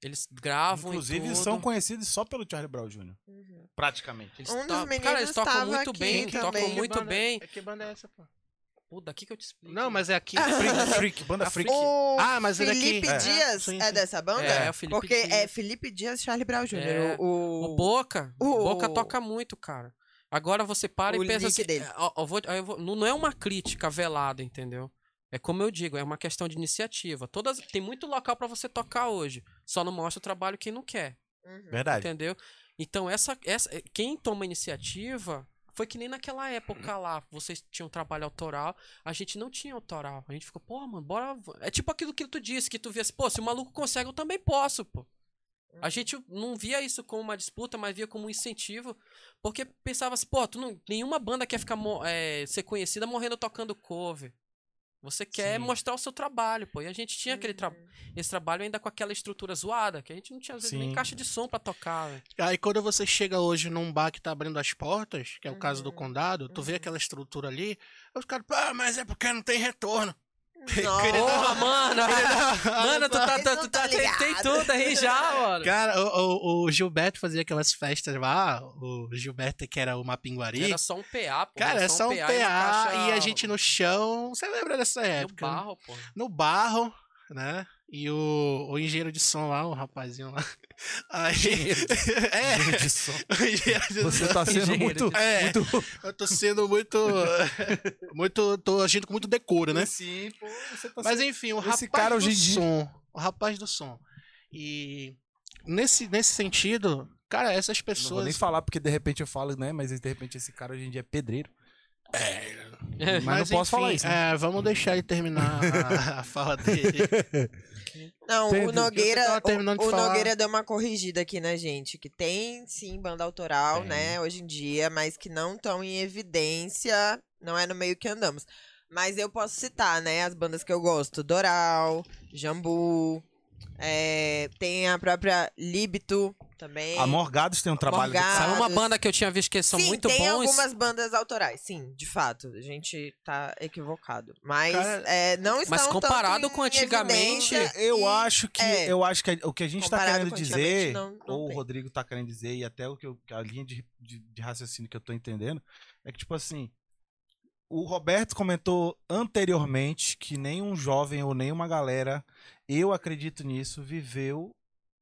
Eles gravam Inclusive, e tudo. são conhecidos só pelo Charlie Brown Júnior Uhum. Praticamente. Eles Um dos to- meninos Cara, eles tocam tava muito aqui bem, também. tocam Que muito banda- bem. Que banda é essa, pô? Pô, daqui que eu te explico. Não, mas é aqui. Freak, Freak, banda Freak. O Ah, mas ele Felipe aqui- é. Dias Sim, é sim. dessa banda? É, o Felipe Porque Dias. é Felipe Dias, Charlie Brown Júnior É. O, O Boca, o o- Boca toca muito, cara. Agora você para O e pensa link assim, dele. é, ó, ó, vou- eu vou- não não é uma crítica velada, entendeu? É como eu digo, é uma questão de iniciativa. Todas, tem muito local pra você tocar hoje, só não mostra o trabalho quem não quer, Uhum. Verdade. entendeu? Então essa, essa, quem toma iniciativa foi que nem naquela época lá, vocês tinham trabalho autoral, a gente não tinha autoral. A gente ficou, pô, mano, bora. É tipo aquilo que tu disse, que tu via assim, pô, se o maluco consegue, eu também posso, pô. A gente não via isso como uma disputa, mas via como um incentivo, porque pensava assim, pô, tu não, nenhuma banda quer ficar mo- é, ser conhecida morrendo tocando cover. Você quer Sim. mostrar o seu trabalho, pô. E a gente tinha aquele tra Uhum. esse trabalho ainda com aquela estrutura zoada, que a gente não tinha às vezes nem Sim. caixa de som pra tocar, velho. Aí quando você chega hoje num bar que tá abrindo as portas, que é o caso do Uhum. Condado, tu vê Uhum. aquela estrutura ali, aí os caras, ah, mas é porque não tem retorno. Nossa. Queria dar- Porra, mano! Mano, tu tá, Vocês tu, não tu tão tá tem, tem ligados. tudo aí já, mano. Cara, o, o- o Gilberto fazia aquelas festas lá, o Gilberto que era o Mapinguari. Era só um P A, pô. Cara, era é só um e uma P A caixa e a gente no chão. Você lembra dessa no época? né? barro, pô. No barro, né? E o, o engenheiro de som lá, o rapazinho lá. Aí, é, Engenheiro de som. o engenheiro de Você som. tá sendo Engenheiro muito, de- É. muito... Eu tô sendo muito. muito. Tô agindo com muito decoro, né? Sim, pô, você tá Mas sendo... enfim, o Esse rapaz cara do hoje em dia- som. O rapaz do som. E nesse, nesse sentido, cara, essas Não vou pessoas. nem falar, porque de repente eu falo, né? Mas de repente esse cara hoje em dia é pedreiro. Mas, não posso falar isso, né? É, vamos deixar ele terminar a, a fala dele. Não, Entendi. o Nogueira, Você tava terminando o, de o falar. Nogueira deu uma corrigida aqui na gente, que tem sim banda autoral, Tem. né, hoje em dia, mas que não estão em evidência, não é no meio que andamos. Mas eu posso citar, né, as bandas que eu gosto, Doral, Jambu, é, tem a própria Libito também. A Morgados tem um trabalho... Morgados. Sabe uma banda que eu tinha visto que eles são sim, muito tem bons? algumas bandas autorais, sim, de fato, a gente tá equivocado. Mas Cara, é, não estão mas comparado tanto com em antigamente, evidência Eu e- acho que é. eu acho que o que a gente tá Comparado querendo com dizer, antigamente, não- não ou o tem. Rodrigo tá querendo dizer, e até o que eu, a linha de, de, de raciocínio que eu tô entendendo, é que, tipo assim, o Roberto comentou anteriormente que nenhum jovem ou nenhuma galera, eu acredito nisso, viveu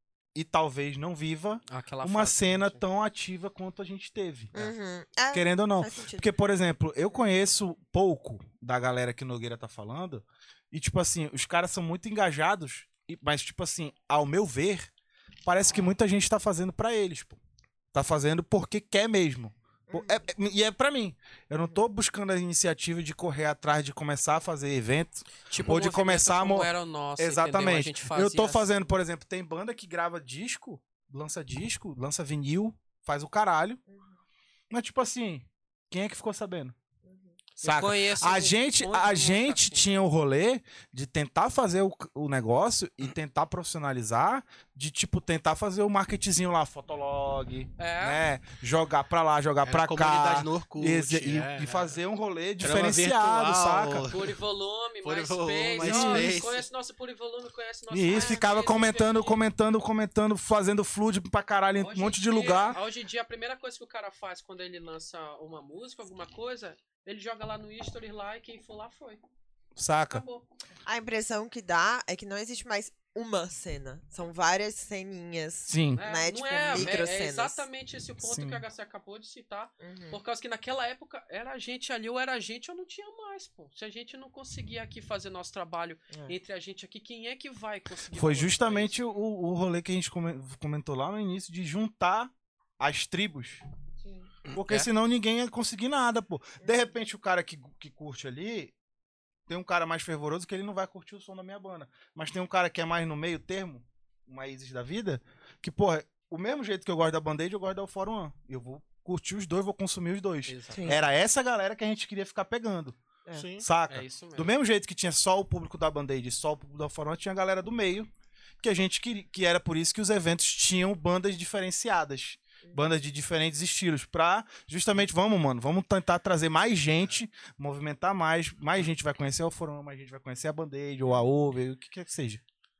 e talvez não viva Aquela uma fase, cena gente. tão ativa quanto a gente teve. Uhum. É, Querendo ou não. faz sentido. Porque, por exemplo, eu conheço pouco da galera que o Nogueira tá falando. E, tipo assim, os caras são muito engajados. e- Mas, tipo assim, ao meu ver, parece que muita gente tá fazendo pra eles, pô. Tá fazendo porque quer mesmo. Pô, é- é- e é pra mim. Eu não tô buscando a iniciativa de correr atrás de começar a fazer eventos. Tipo, ou o de movimento começar a como mo- era o nosso, Exatamente. entendeu? A gente fazia Eu tô assim. fazendo, por exemplo, tem banda que grava disco, lança disco, lança vinil, faz o caralho. Mas, tipo assim, quem é que ficou sabendo? Eu Saca? conheço A um gente, monte a de gente música assim. tinha o rolê de tentar fazer o, o negócio e tentar profissionalizar, de tipo, tentar fazer o marketzinho lá, fotolog, É. né? Jogar pra lá, jogar Era pra comunidade cá. no Orkut. E, e- é. e fazer um rolê Era uma diferenciado, virtual. saca? Purivolume, Purivolume, MySpace. Ó, MySpace. conhece nosso Purivolume, conhece nosso E isso, ficava MySpace, comentando, divertido. comentando, comentando, fazendo flood pra caralho em Hoje um monte em de dia- lugar. Hoje em dia, a primeira coisa que o cara faz quando ele lança uma música, alguma coisa, ele joga lá no History lá e quem for lá foi. Saca? Acabou. A impressão que dá é que não existe mais uma cena. São várias ceninhas. Sim. É, Né, não tipo, é, é, microcenas. é exatamente esse o ponto Sim. que o H C acabou de citar. Uhum. Por causa que naquela época era a gente ali, ou era a gente ou não tinha mais, pô. Se a gente não conseguia aqui fazer nosso trabalho É. entre a gente aqui, quem é que vai conseguir? Foi valorizar justamente isso? o, o rolê que a gente come- comentou lá no início de juntar as tribos. Sim. Porque É. senão ninguém ia conseguir nada, pô. De repente o cara que, que curte ali, tem um cara mais fervoroso que ele não vai curtir o som da minha banda. Mas tem um cara que é mais no meio termo, uma Isis da vida, que, porra, o mesmo jeito que eu gosto da Band-Aid, eu gosto da Fórum One. Eu vou curtir os dois, vou consumir os dois. Exato. Sim. Era essa galera que a gente queria ficar pegando, É. Sim. saca? É isso mesmo. Do mesmo jeito que tinha só o público da Band-Aid e só o público da Fórum One, tinha a galera do meio, que a gente queria, que era por isso que os eventos tinham bandas diferenciadas. Bandas de diferentes estilos, pra justamente, vamos, mano, vamos tentar trazer mais gente, movimentar mais, mais gente vai conhecer o Fórum, mais gente vai conhecer a Band-Aid, ou a Over, o que quer que seja.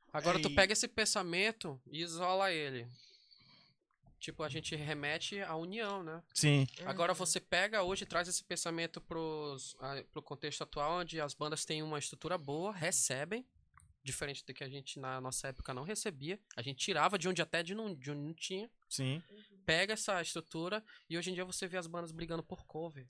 Agora tu Aí- pega esse pensamento e isola ele. Tipo, a gente remete à união, né? Sim. Agora você pega hoje e traz esse pensamento pros, a, pro contexto atual, onde as bandas têm uma estrutura boa, recebem, diferente do que a gente na nossa época não recebia. A gente tirava de onde até de não, de onde não tinha. Sim. Pega essa estrutura e hoje em dia você vê as bandas brigando por cover.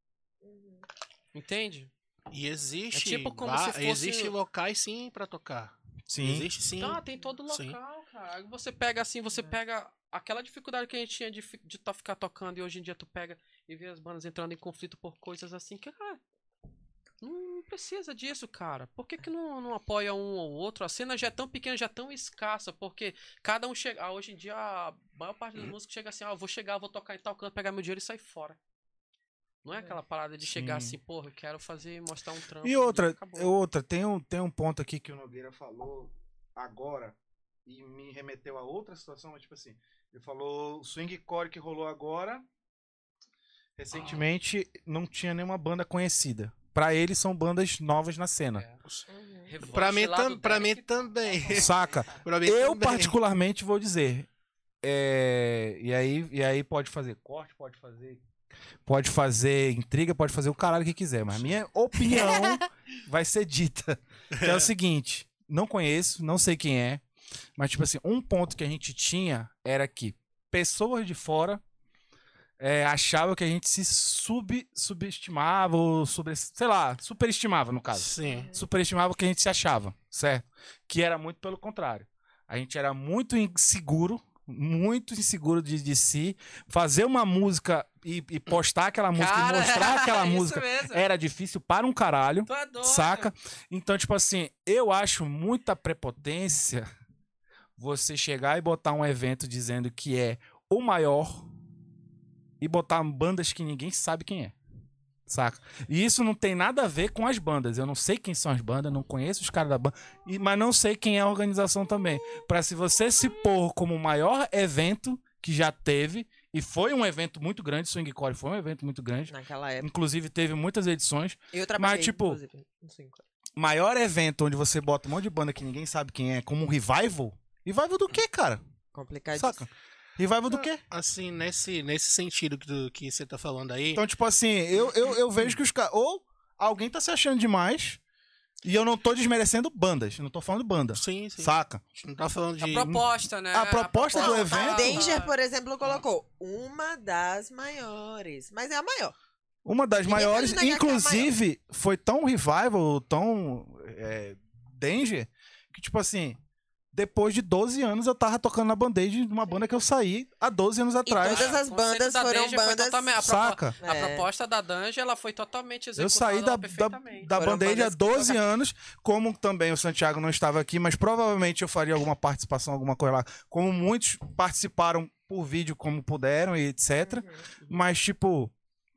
Entende? E existe, É tipo como va- se fosse- existe locais sim pra tocar. Sim. Existe sim. Ah, tem todo local, Sim. cara. Aí você pega assim, você pega aquela dificuldade que a gente tinha de, fi- de tá, ficar tocando e hoje em dia tu pega e vê as bandas entrando em conflito por coisas assim que, cara, não precisa disso, cara. Por que que não, não apoia um ou outro? A cena já é tão pequena, já é tão escassa, porque cada um chega... Ah, hoje em dia a maior parte dos músicos chega assim, ah, eu vou chegar, vou tocar em tal canto, pegar meu dinheiro e sair fora. Não é aquela parada de chegar Sim. assim, porra, eu quero fazer, mostrar um trampo. E outra, acabou. outra tem, um, tem um ponto aqui que o Nogueira falou agora e me remeteu a outra situação, mas tipo assim, ele falou o swing core que rolou agora, recentemente não tinha nenhuma banda conhecida. Pra eles são bandas novas na cena. É. Revanche Pra mim, lá tam, do pra mim Derek. também. Saca? Pra mim Eu também. particularmente vou dizer, é, e aí e aí pode fazer corte, pode fazer pode fazer intriga, pode fazer o caralho que quiser, mas a minha opinião vai ser dita. Que é o seguinte, não conheço, não sei quem é, mas tipo assim, um ponto que a gente tinha era que pessoas de fora é, achavam que a gente se sub, subestimava ou sobre, sei lá, superestimava no caso. Sim. Superestimava o que a gente se achava, certo? Que era muito pelo contrário. A gente era muito inseguro, muito inseguro de, de si. Fazer uma música e, e postar aquela música Cara, e mostrar aquela isso música mesmo. era difícil para um caralho, Tu é doido. saca? Então, tipo assim, eu acho muita prepotência você chegar e botar um evento dizendo que é o maior e botar bandas que ninguém sabe quem é. Saca? E isso não tem nada a ver com as bandas. Eu não sei quem são as bandas, não conheço os caras da banda, e- mas não sei quem é a organização também. Pra se você se pôr como o maior evento que já teve, e foi um evento muito grande, Swing Core foi um evento muito grande, Naquela época. inclusive teve muitas edições, Eu trabalhei, tipo, inclusive, no Swing Core. maior evento onde você bota um monte de banda que ninguém sabe quem é, como um revival. Revival do quê, cara? Complicadíssimo. Saca? Revival do quê? Assim, nesse, nesse sentido do que você tá falando aí. Então, tipo assim, eu, eu, eu vejo que os caras. Ou alguém tá se achando demais. E eu não tô desmerecendo bandas. Eu não tô falando banda. Sim, sim. Saca? A gente não tá falando de. A proposta, né? A proposta do Não, evento- a Danger, por exemplo, colocou uma das maiores. Mas é a maior. Uma das Ninguém maiores. pode negar que é a Inclusive, foi tão revival, tão é, danger, que, tipo assim. Depois de doze anos, eu tava tocando na Band-Aid de uma banda que eu saí há doze anos E atrás. todas as O conceito bandas da foram Danger foi bandas... totalmente- a propo- Saca? A É. proposta da Dungeon, ela foi totalmente executada Eu saí da, da, perfeitamente. da Foram Band-Aid há bandas que doze tocaram. anos, como também o Santiago não estava aqui, mas provavelmente eu faria alguma participação, alguma coisa lá. Como muitos participaram por vídeo como puderam e etcétera. Uhum. Mas, tipo.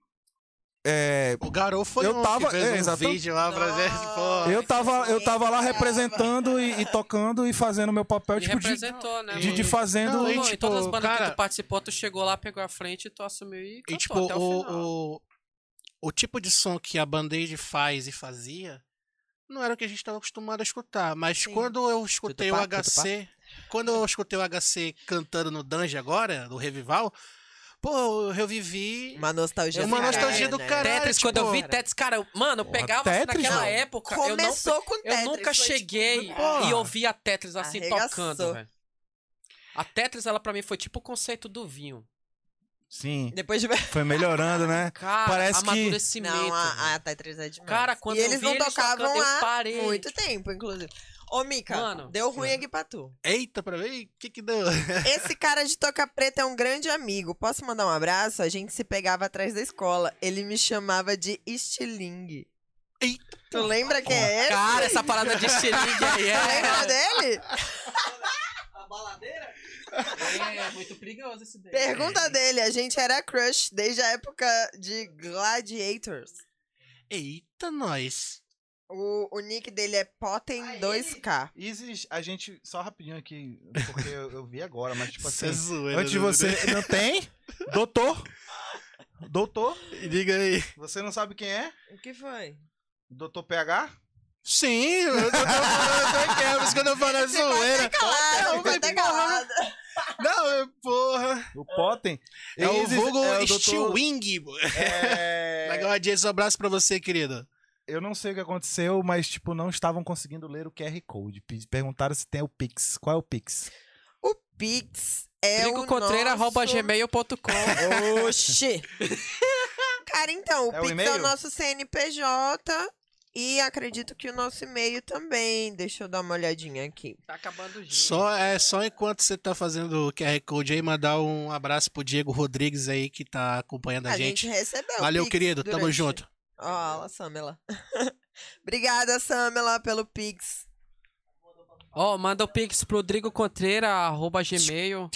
É, O Garou foi Eu um tava- que fez é, um exatamente. vídeo lá pra ver. Nossa. Pô. eu, tava, eu tava lá Sim, representando e, e tocando e fazendo meu papel, E tipo, de, representou, né? de, de fazendo. Não, Pô, e em tipo, todas as bandas que cara- tu participou, tu chegou lá, pegou a frente e tu assumiu e cantou E tipo, até o, o, final. o, o tipo de som que a Band-Aid faz e fazia não era o que a gente estava acostumado a escutar. Mas Sim. quando eu escutei Tudo o pá, tudo H C. Quando eu escutei o H C cantando no Dungeon agora, no Revival, pô, eu revivi. Uma nostalgia É uma do nostalgia caralho, do né? caralho. Tetris, tipo, quando eu vi cara. Tetris, cara, eu- mano, eu Porra, pegava assim Tetris, naquela não. época, eu, não, Começou com eu Tetris. nunca foi, cheguei tipo, Porra. e ouvia a Tetris assim Arregaçou. tocando, velho. A Tetris, ela pra mim foi tipo o conceito do vinho. Sim, Depois de... foi melhorando, né? Cara, Parece que- amadurecimento. Não, velho. a, a Tetris é demais. Cara, quando e eu eles vi não eles tocavam tocando, eu há parei. muito tempo, inclusive. Ô, Mika, Mano, deu ruim aqui pra tu. Eita, pra mim, o que que deu? Esse cara de Toca Preta é um grande amigo. Posso mandar um abraço? A gente se pegava atrás da escola. Ele me chamava de estilingue. Eita. Tu lembra quem é esse? Cara, essa parada de estilingue aí Tu lembra é... dele? A baladeira? É muito perigoso esse daí. Pergunta dele. A gente era crush desde a época de Gladiators. Eita, nós. O, o nick dele é Potem dois K. Isis, a gente. Só rapidinho aqui, porque eu, eu vi agora, mas tipo Isso é assim. zoeira, Antes de né? você. Não tem? Doutor? Doutor? Diga aí. Você não sabe quem é? O que foi? Doutor P H? Sim, eu tô falando aqui, é por isso que eu tô falando zoeira. Claro, vai ter calado. Não, eu- porra. O Potem. É o Isis vulgo é o doutor- Stiwing. É... Legal, Jason, um abraço pra você, querido. Eu não sei o que aconteceu, mas, tipo, não estavam conseguindo ler o Q R Code. Pe- Perguntaram se tem o Pix. Qual é o Pix? O Pix é o Trigocontreira arroba nosso... gmail ponto com. Oxi! Cara, então, o É o Pix é e-mail? o nosso C N P J e acredito que o nosso e-mail também. Deixa eu dar uma olhadinha aqui. Tá acabando o gin. Só, é, só enquanto você tá fazendo o Q R Code aí, mandar um abraço pro Diego Rodrigues aí, que tá acompanhando a, A gente recebeu o Valeu, Pix querido. Tamo durante- junto. Ó, a Samela. Obrigada, Samela, pelo Pix. Ó, manda o pix pro drigocontreira arroba gmail.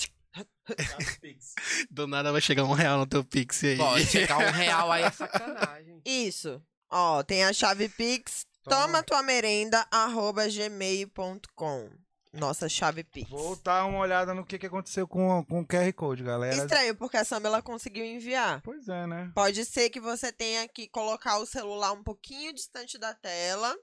Do nada vai chegar um real no teu Pix aí. Pode chegar um real aí é sacanagem. Isso. Ó, tem a chave Pix. Toma. Toma tua merenda, arroba gmail ponto com. Nossa chave Pix. Vou dar uma olhada no que, que aconteceu com, com o Q R Code, galera. Estranho, porque a Samela conseguiu enviar. Pois é, né? Pode ser que você tenha que colocar o celular um pouquinho distante da tela.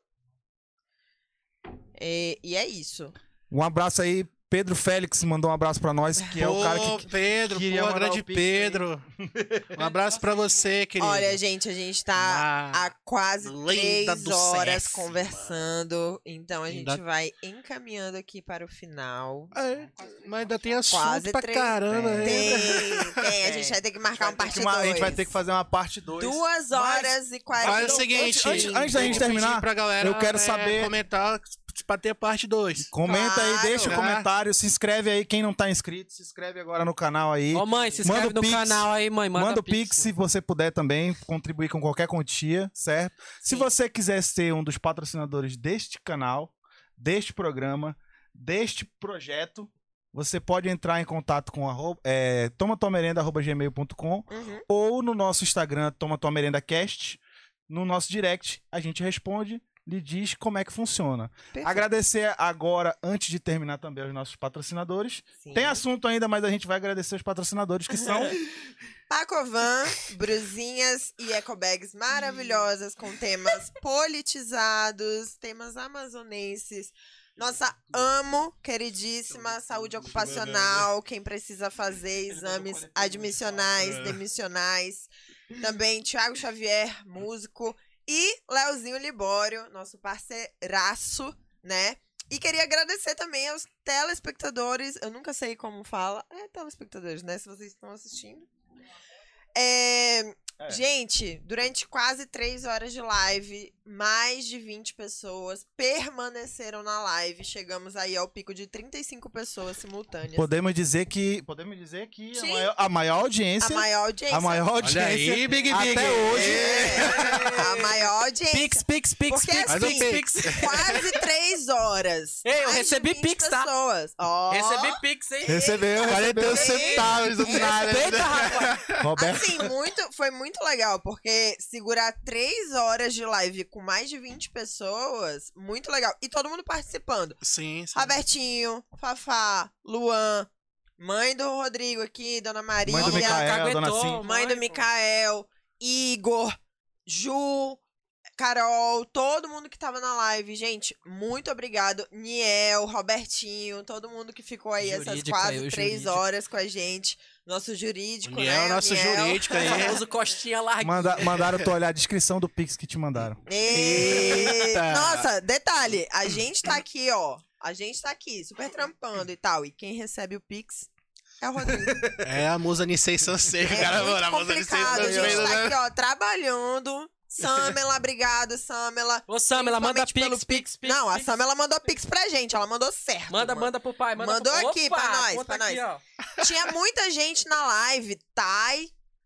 E, e é isso. Um abraço aí. Pedro Félix mandou um abraço pra nós, que é o cara Pô, que... Pedro, queria pô, mandar grande o Pix Pedro. Um abraço pra você, querido. Olha, gente, a gente tá Ah, há quase lenda três do horas C S, conversando. Então a Ainda- gente vai encaminhando aqui para o final. é, mas ainda tem assunto Quase pra três- caramba. Tem. ainda. Tem, tem. A gente vai ter que marcar um Vai ter parte que uma- a gente vai dois. ter que fazer uma parte dois. Duas horas e quarenta. Faz o seguinte, antes- antes da eu gente vou terminar, pedir pra galera, eu quero é, saber- comentar pra ter parte dois. Comenta aí, Claro. deixa o É. comentário, se inscreve aí, quem não tá inscrito, se inscreve agora no canal aí. Ô mãe, se Manda inscreve o no Pix. canal aí, mãe. Manda, Manda o Pix se você puder também, contribuir com qualquer quantia, certo? Se Sim. você quiser ser um dos patrocinadores deste canal, deste programa, deste projeto, você pode entrar em contato com arroba, é, toma tua merenda arroba gmail ponto com Uhum. ou no nosso Instagram, Toma Tua Merenda Cast. No nosso direct, a gente responde, lhe diz como é que funciona. Perfeito. Agradecer agora, antes de terminar também, aos nossos patrocinadores. Sim. Tem assunto ainda, mas a gente vai agradecer os patrocinadores que são... Pacovan, brusinhas e ecobags maravilhosas com temas politizados, temas amazonenses. Nossa, amo, queridíssima saúde ocupacional, quem precisa fazer exames admissionais, demissionais. Também Thiago Xavier, músico. E Leozinho Libório, nosso parceiraço, né? E queria agradecer também aos telespectadores. Eu nunca sei como fala. É telespectadores, né? Se vocês estão assistindo. É, É. Gente, durante quase três horas de live, mais de vinte pessoas permaneceram na live. Chegamos aí ao pico de trinta e cinco pessoas simultâneas. Podemos dizer que... Podemos dizer que a Sim. maior, a maior A audiência... maior audiência. A maior audiência... Olha aí, Big Big. Até hoje... É, a maior audiência. Pix, pix, pix, Porque pix, Faz o assim, pix, Pix. pix. quase três horas. Ei, eu Mais de recebi vinte Pix, tá? pessoas. Ó, Recebi pix, hein? Recebeu, quarenta recebeu. centavos do nada. Respeita, rapaz. Roberto... Assim, muito, foi muito legal, porque segurar três horas de live com mais de vinte pessoas, muito legal. E todo mundo participando. Sim, sim. Robertinho, Fafá, Luan, mãe do Rodrigo aqui, Dona Maria, Mãe do Micael, Micael, caguetou. Dona Sim. mãe do pô. Micael, Igor, Ju, Carol, todo mundo que tava na live. Gente, muito obrigado. Niel, Robertinho, todo mundo que ficou aí essas Jurídico quase aí, o três jurídico. horas com a gente. Nosso jurídico, O Niel né? é nosso Niel. jurídico aí. O famoso costinha larga. Manda, mandaram tu olhar a descrição do Pix que te mandaram. E... Eita. Nossa, detalhe, a gente tá aqui, ó. A gente tá aqui, super trampando e tal. E quem recebe o Pix é o Rodrigo. É a musa Nisei Sansei, É cara. muito Mano, a musa Nisei complicado. A gente Sansei. tá aqui, ó, trabalhando. Samela, obrigada, Samela. Ô, Samela, manda Principalmente pix, pelo pix, pix. Não, a pix. Samela mandou Pix pra gente, ela mandou certo. Manda, mano. manda pro pai. Manda Mandou pro... aqui Opa, pra nós, conta pra aqui, nós. ó. Tinha muita gente na live, Thay,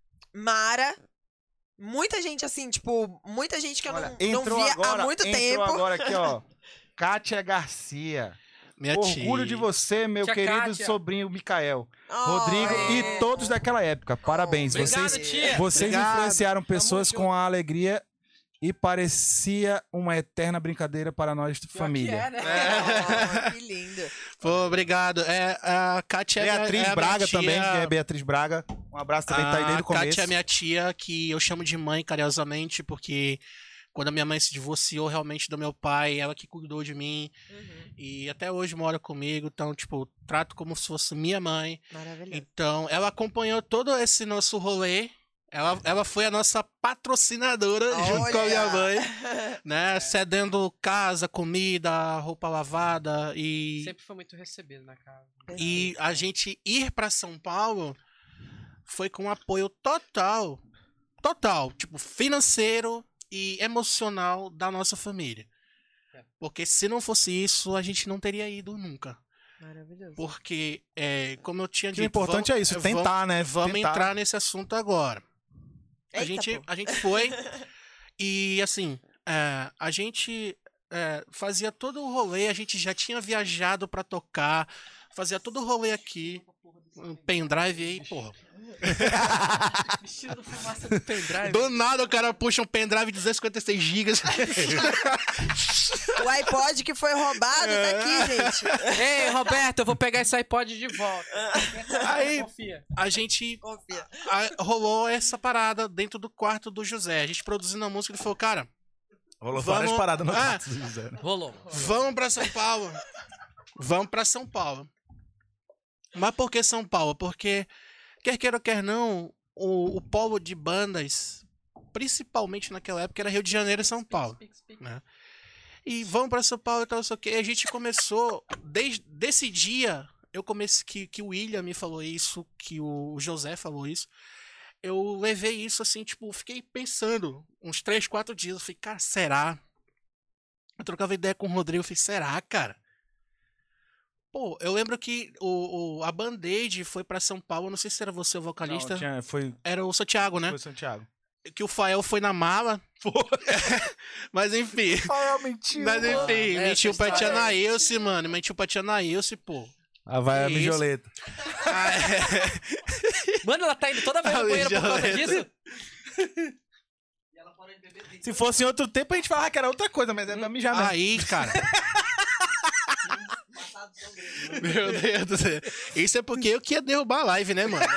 Mara, muita gente assim, tipo, muita gente que eu Olha, não, não entrou via agora, há muito entrou tempo. agora aqui, ó. Kátia Garcia. Minha Orgulho tia. de você, meu Tia querido Kátia. sobrinho Micael. Oh, Rodrigo é. e todos daquela época. Parabéns. Obrigado, vocês tia. vocês Obrigado. influenciaram pessoas junto. com a alegria e parecia uma eterna brincadeira para nós de família. Que é, né? Oh, que lindo. Pô, obrigado. É, a Kátia é, Beatriz é a Braga minha tia, também, que é Beatriz Braga. Um abraço também, tá aí desde o A começo. Kátia é minha tia, que eu chamo de mãe carinhosamente, porque Quando a minha mãe se divorciou realmente do meu pai, ela que cuidou de mim. Uhum. E até hoje mora comigo, então, tipo, trato como se fosse minha mãe. Maravilhoso. Então, ela acompanhou todo esse nosso rolê. Ela, ela foi a nossa patrocinadora junto com a minha mãe, né? Cedendo casa, comida, roupa lavada e... Sempre foi muito recebido na casa. E a gente ir pra São Paulo foi com apoio total, total, tipo, financeiro e emocional da nossa família. É. Porque se não fosse isso, a gente não teria ido nunca. Maravilhoso. Porque, é, como eu tinha Que o dito... importante vamos- é isso, vamos- tentar, né? Vamos Tentar. entrar nesse assunto agora. A Eita, gente, pô. a gente foi e, assim, é, a gente é, fazia todo o rolê, a gente já tinha viajado pra tocar, fazia todo o rolê aqui, um pendrive aí, porra. Vestido fumaça do pendrive. Do nada o cara puxa um pendrive de duzentos e cinquenta e seis gigas. O iPod que foi roubado tá aqui, gente. Ei, Roberto, eu vou pegar esse iPod de volta. Aí- Confia. A gente Confia. a- rolou essa parada dentro do quarto do José. A gente produzindo a música, ele falou, cara, Rolou Vamos- várias paradas no Ah. quarto do José. Rolou. vamos pra São Paulo. Vamos pra São Paulo. Mas por que São Paulo? Porque, quer queira ou quer não, o, o polo de bandas, principalmente naquela época, era Rio de Janeiro e São Paulo. Né? E vamos pra São Paulo e tal, não sei o quê. E a gente começou, desde desse dia, eu comecei, que, que o William me falou isso, que o José falou isso. Eu levei isso assim, tipo, fiquei pensando uns três, quatro dias. Eu falei, cara, será? Eu trocava ideia com o Rodrigo, eu falei, será, cara? Pô, eu lembro que o, o- a Band-Aid foi pra São Paulo, não sei se era você o vocalista, Não, tinha- foi, era o Santiago, né? foi Santiago. Que o Fael foi na mala. Mas enfim. Ah, mentira. Mas enfim, É, mentiu essa pra tia história é- Nailce, mano. Mentiu pra tia Nailce, pô. Ah, vai a Que isso? mijoleta. Ah, é. Mano, ela tá indo toda vez no A banheiro por causa Ligeleta. disso? E ela parou de beber vinho. Se fosse em outro tempo, a gente falava que era outra coisa, mas é pra mijar mesmo. Aí, cara. Passado São Grande. Meu Deus do céu. Isso é porque eu que ia derrubar a live, né, mano?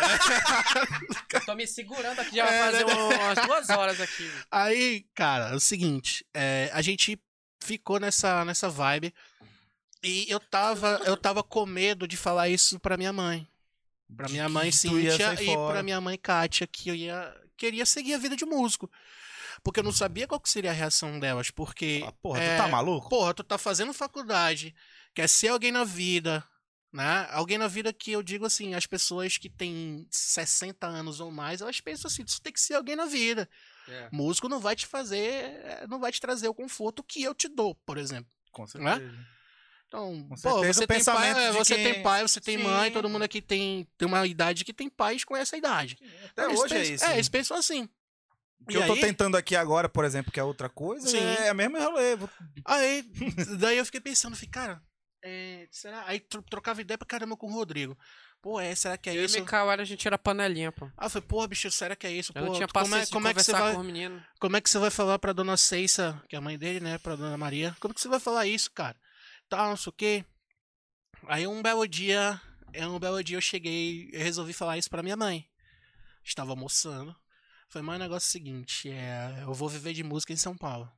Tô me segurando aqui, já vai É, fazer né? um- umas duas horas aqui. Aí, cara, é o seguinte, é, a gente ficou nessa, nessa vibe e eu tava, eu tava com medo de falar isso pra minha mãe. Pra De minha que mãe tu ia Cíntia sair e fora. pra minha mãe Kátia, que eu ia, queria seguir a vida de músico. Porque eu não sabia qual que seria a reação delas, porque... Ah, porra, é, tu tá maluco? Porra, tu tá fazendo faculdade, quer ser alguém na vida, né? Alguém na vida que eu digo assim, as pessoas que têm sessenta anos ou mais, elas pensam assim, tu tem que ser alguém na vida. É. Músico não vai te fazer, não vai te trazer o conforto que eu te dou, por exemplo. Com certeza. Então, Com pô, certeza você o tem pai, pensamento é, de você quem- tem pai, você tem Sim. mãe, todo mundo aqui tem, tem uma idade que tem pais com essa idade. Até Eles hoje é pensam- isso. É, eles pensam assim. O que E eu tô aí- tentando aqui agora, por exemplo, que é outra coisa, Sim. é o mesmo rolê. Vou- Aí, daí eu fiquei pensando, falei, cara, é, será? Aí tro- trocava ideia pra caramba com o Rodrigo. Pô, é, será que é Eu isso? e Mikawara, a gente era panelinha, pô. Ah, eu falei, pô, bicho, será que é isso? Eu Pô, não tinha como paciência é, como de é que você conversar vai, com os meninos. como é que você vai falar pra dona Ceissa, que é a mãe dele, né, pra dona Maria? Como que você vai falar isso, cara? Tal, não sei o quê. Aí um belo dia, é, um belo dia eu cheguei, eu resolvi falar isso pra minha mãe. Estava almoçando. Falei, mãe, o negócio é o seguinte, é, eu vou viver de música em São Paulo.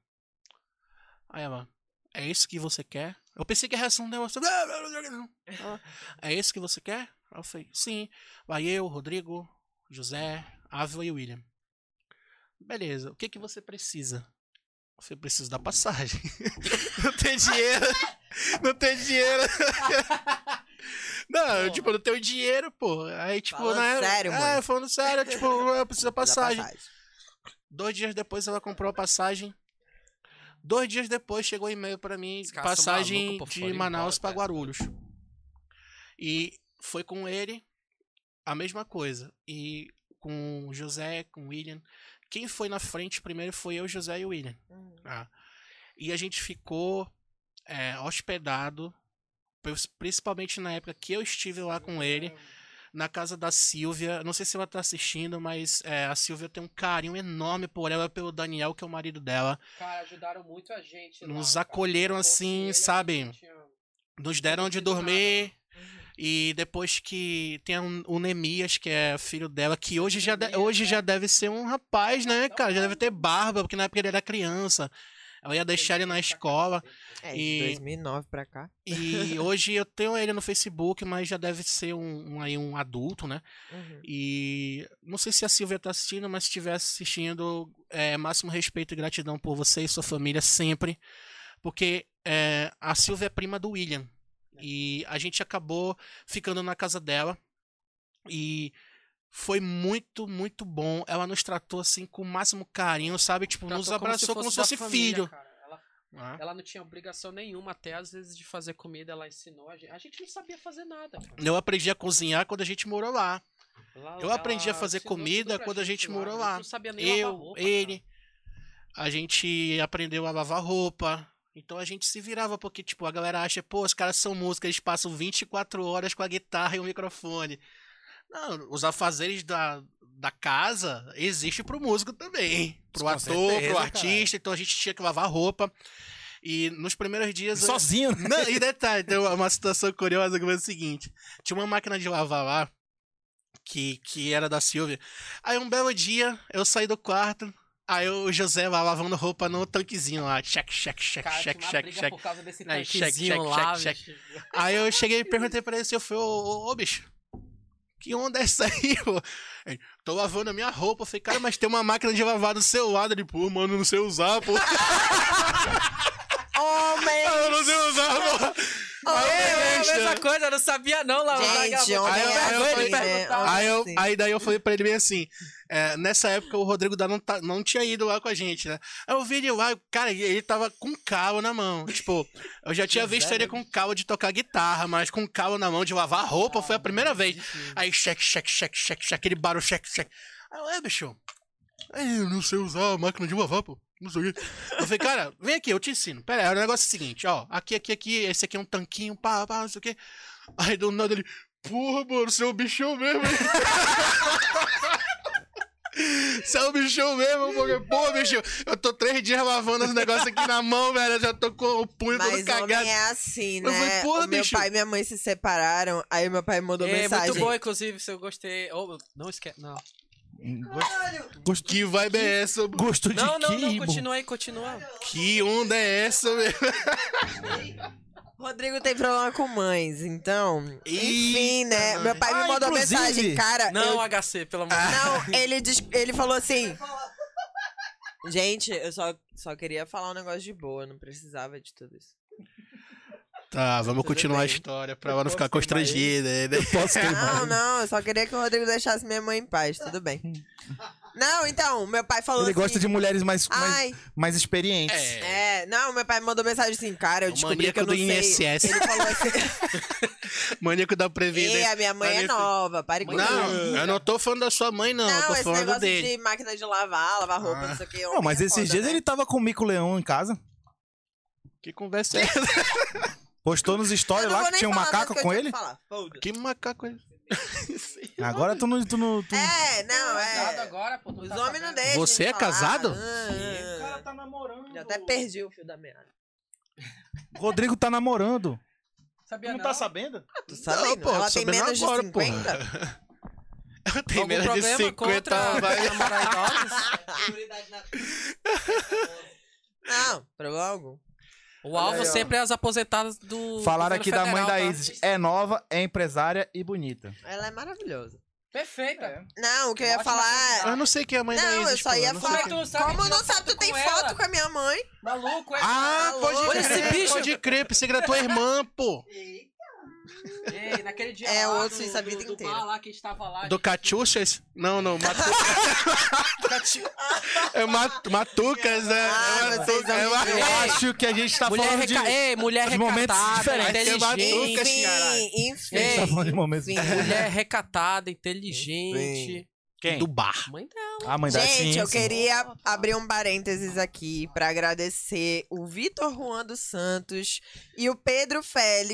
Aí ela, é isso que você quer? Eu pensei que a reação dela foi, ela, é isso que você quer? Aí eu falei, sim. Vai eu, Rodrigo, José, Ávila e William. Beleza, o que que você precisa? Eu falei, preciso da passagem. Não tem dinheiro. Não tem dinheiro. Não, eu, tipo, não tenho dinheiro, pô. Aí, tipo, Falando né? sério, É, mãe. falando sério, tipo, eu preciso da Da passagem. Dois dias depois ela comprou a passagem. Dois dias depois chegou um e-mail pra mim, Os caras são passagem malucos, pô, de foram Manaus embora, pra cara. Guarulhos. E foi com ele a mesma coisa. E com o José, com o William. Quem foi na frente primeiro foi eu, José e o William. Uhum. Ah. E a gente ficou é, hospedado, pris- principalmente na época que eu estive lá com ele, na casa da Silvia. Não sei se ela tá assistindo, mas é, a Silvia tem um carinho enorme por ela, pelo Daniel, que é o marido dela. Cara, ajudaram muito a gente. Nos acolheram assim, sabe? Nos deram de dormir. E depois que tem um- o Nemias, que é filho dela, que hoje já, de- hoje já deve ser um rapaz, né, cara? Já deve ter barba, porque na época ele era criança. Ela ia deixar ele na escola. É, de E- dois mil e nove pra cá. E hoje eu tenho ele no Facebook, mas já deve ser um, um, aí um adulto, né? Uhum. E não sei se a Silvia tá assistindo, mas se estiver assistindo, é, máximo respeito e gratidão por você e sua família sempre. Porque é, a Silvia é prima do William. E a gente acabou ficando na casa dela. E foi muito, muito bom. Ela nos tratou assim com o máximo carinho, sabe? Tipo, nos Tratou abraçou como se da fosse família, filho. cara. Ela, Ah. ela não tinha obrigação nenhuma, até às vezes, de fazer comida, ela ensinou a gente. A gente não sabia fazer nada, cara. Eu aprendi a cozinhar quando a gente morou lá. Ela- Eu aprendi a ela fazer ensinou comida tudo pra quando a gente morou A lá. gente não sabia nem lavar Eu, roupa, ele, cara. a gente aprendeu a lavar roupa. Então a gente se virava, porque, tipo, a galera acha, pô, os caras são músicos, eles passam vinte e quatro horas com a guitarra e o microfone. Não, os afazeres da, da casa existem pro músico também. Pro Com ator, certeza, pro cara. artista. Então a gente tinha que lavar roupa. E nos primeiros dias. Sozinho, né? Não, e detalhe, tem uma situação curiosa que foi o seguinte: tinha uma máquina de lavar lá, que, que era da Silvia. Aí um belo dia, eu saí do quarto, aí o José lá lavando roupa no tanquezinho lá. Check, check, check, Cara, check, tinha uma check, briga check. por causa desse Aí, check, tanquezinho check, lá, check, bicho. Aí eu cheguei e perguntei pra ele se eu fui, ô, ô, ô, bicho, que onda é essa aí, pô? Ele, tô lavando a minha roupa. Eu falei, cara, mas tem uma máquina de lavar do seu lado. Ele, pô, mano, não sei usar, pô. Homem! Eu não sei usar, pô. É, a besta. mesma coisa, eu não sabia não lavar Gente, a homem Aí eu- é aí eu assim, falei- né? Homem Aí, é eu, assim. aí daí eu falei pra ele bem assim, é, nessa época o Rodrigo Dá não, tá, não tinha ido lá com a gente, né? Aí eu vi ele lá, cara, ele tava com calo na mão. Tipo, eu já tinha visto ele com calo de tocar guitarra, mas com calo na mão de lavar roupa foi a primeira vez. Aí, check, check, check, check, check, aquele barulho, check, check. Aí eu, é, bicho, aí eu não sei usar a máquina de lavar, pô. Não sei o quê. Eu falei, cara, vem aqui, eu te ensino. Pera aí, o negócio é o seguinte, ó. Aqui, aqui, aqui, esse aqui é um tanquinho, pá, pá, não sei o quê. Aí do nada ele, porra, mano, você é um bichão mesmo, hein? Você é um bichão mesmo, porque, pô, bicho, eu tô três dias lavando esse negócio aqui na mão, velho. Eu já tô com o punho todo Mas cagado. homem é assim, Eu falei, né? porra, O meu bicho. pai e minha mãe se separaram, aí meu pai mandou É, mensagem. muito bom, inclusive, se eu gostei. Oh, não esquece, não. Gosto, Que vibe é essa, mano? gosto de Não, não, não, quibo. continua aí, continua. Que onda é essa, velho? Rodrigo tem problema com mães, então. Enfim, né? Eita, Meu pai me Ah, mandou inclusive- mensagem, cara. Não, eu- H C, pelo amor de Deus. Não, ele, diz- ele falou assim. Gente, eu só, só queria falar um negócio de boa, não precisava de tudo isso. Tá, vamos Tudo continuar a bem. história pra ela não posso ficar queimar constrangida, né? Posso queimar? Não, não, eu só queria que o Rodrigo deixasse minha mãe em paz, tudo bem. Não, então, meu pai falou Ele assim. gosta de mulheres mais, mais, Ai, mais experientes. É. é, não, meu pai me mandou mensagem assim, cara, eu O descobri que eu maníaco não do sei. I N S S. Ele falou assim, Maníaco da Previdência. ei, a minha mãe é Maníaco- nova, pare com isso. Não, eu não tô falando da sua mãe, não. eu Não, tô esse falando negócio dele. de máquina de lavar, lavar roupa, Ah. não sei o que. Não, mas esses dias ele tava com o Mico Leão em casa. Que conversa é essa? Postou nos stories lá que tinha um macaco com ele. Que macaco é esse? Agora tu não. Tu não tu... É, não, Casado é. agora, pô, tu Os tá homens não sabendo. deixam. Você de é falar. casado? Ah, ah. tá namorando. Já até perdi o fio da meada. Rodrigo tá namorando. Sabia Tu não? não tá sabendo? Tu sabendo? pô, Ela tô tem sabendo menos agora, de porra. cinquenta? Eu tenho Algum menos de problema cinquenta. contra vai. namorar idosos? Prioridade na... Não, problema algum. O alvo aí, ó. sempre é as aposentadas do Falaram governo aqui da mãe federal, da tá? Isis. É nova, é empresária e bonita. Ela é maravilhosa. Perfeita. Não, o que eu ia Ótima falar. Eu não sei quem é a mãe da Não, Isis, eu só pô, ia não falar. sei Como é quem- que tu sabe? Como Tirou não sabe, foto tu tem com foto ela. com a minha mãe. Maluco, é? Ah, Tá pode louco. crer, Esse bicho- pode crer, pensei que era tua irmã, pô. Ei, naquele dia É, lá outro do, isso a do- vida do inteira. bar lá que a gente tava lá. Do gente- Catiuxas? Não, não, Matu... é Mat- Matucas, né? Ah, é vocês Matuca, é vão Ma- me Eu ver. acho que a gente tá Mulher, falando de. reca... Ei, mulher de momentos recatada, diferentes. Acho que é inteligente. Matuca, caralho. Enfim, enfim. A gente tá falando de momentos Enfim. Mulher recatada, inteligente. Quem? Do bar. Mãe dela. A mãe da Gente, sim, eu sim. queria abrir um parênteses aqui pra agradecer o Vitor Juan dos Santos e o Pedro Félix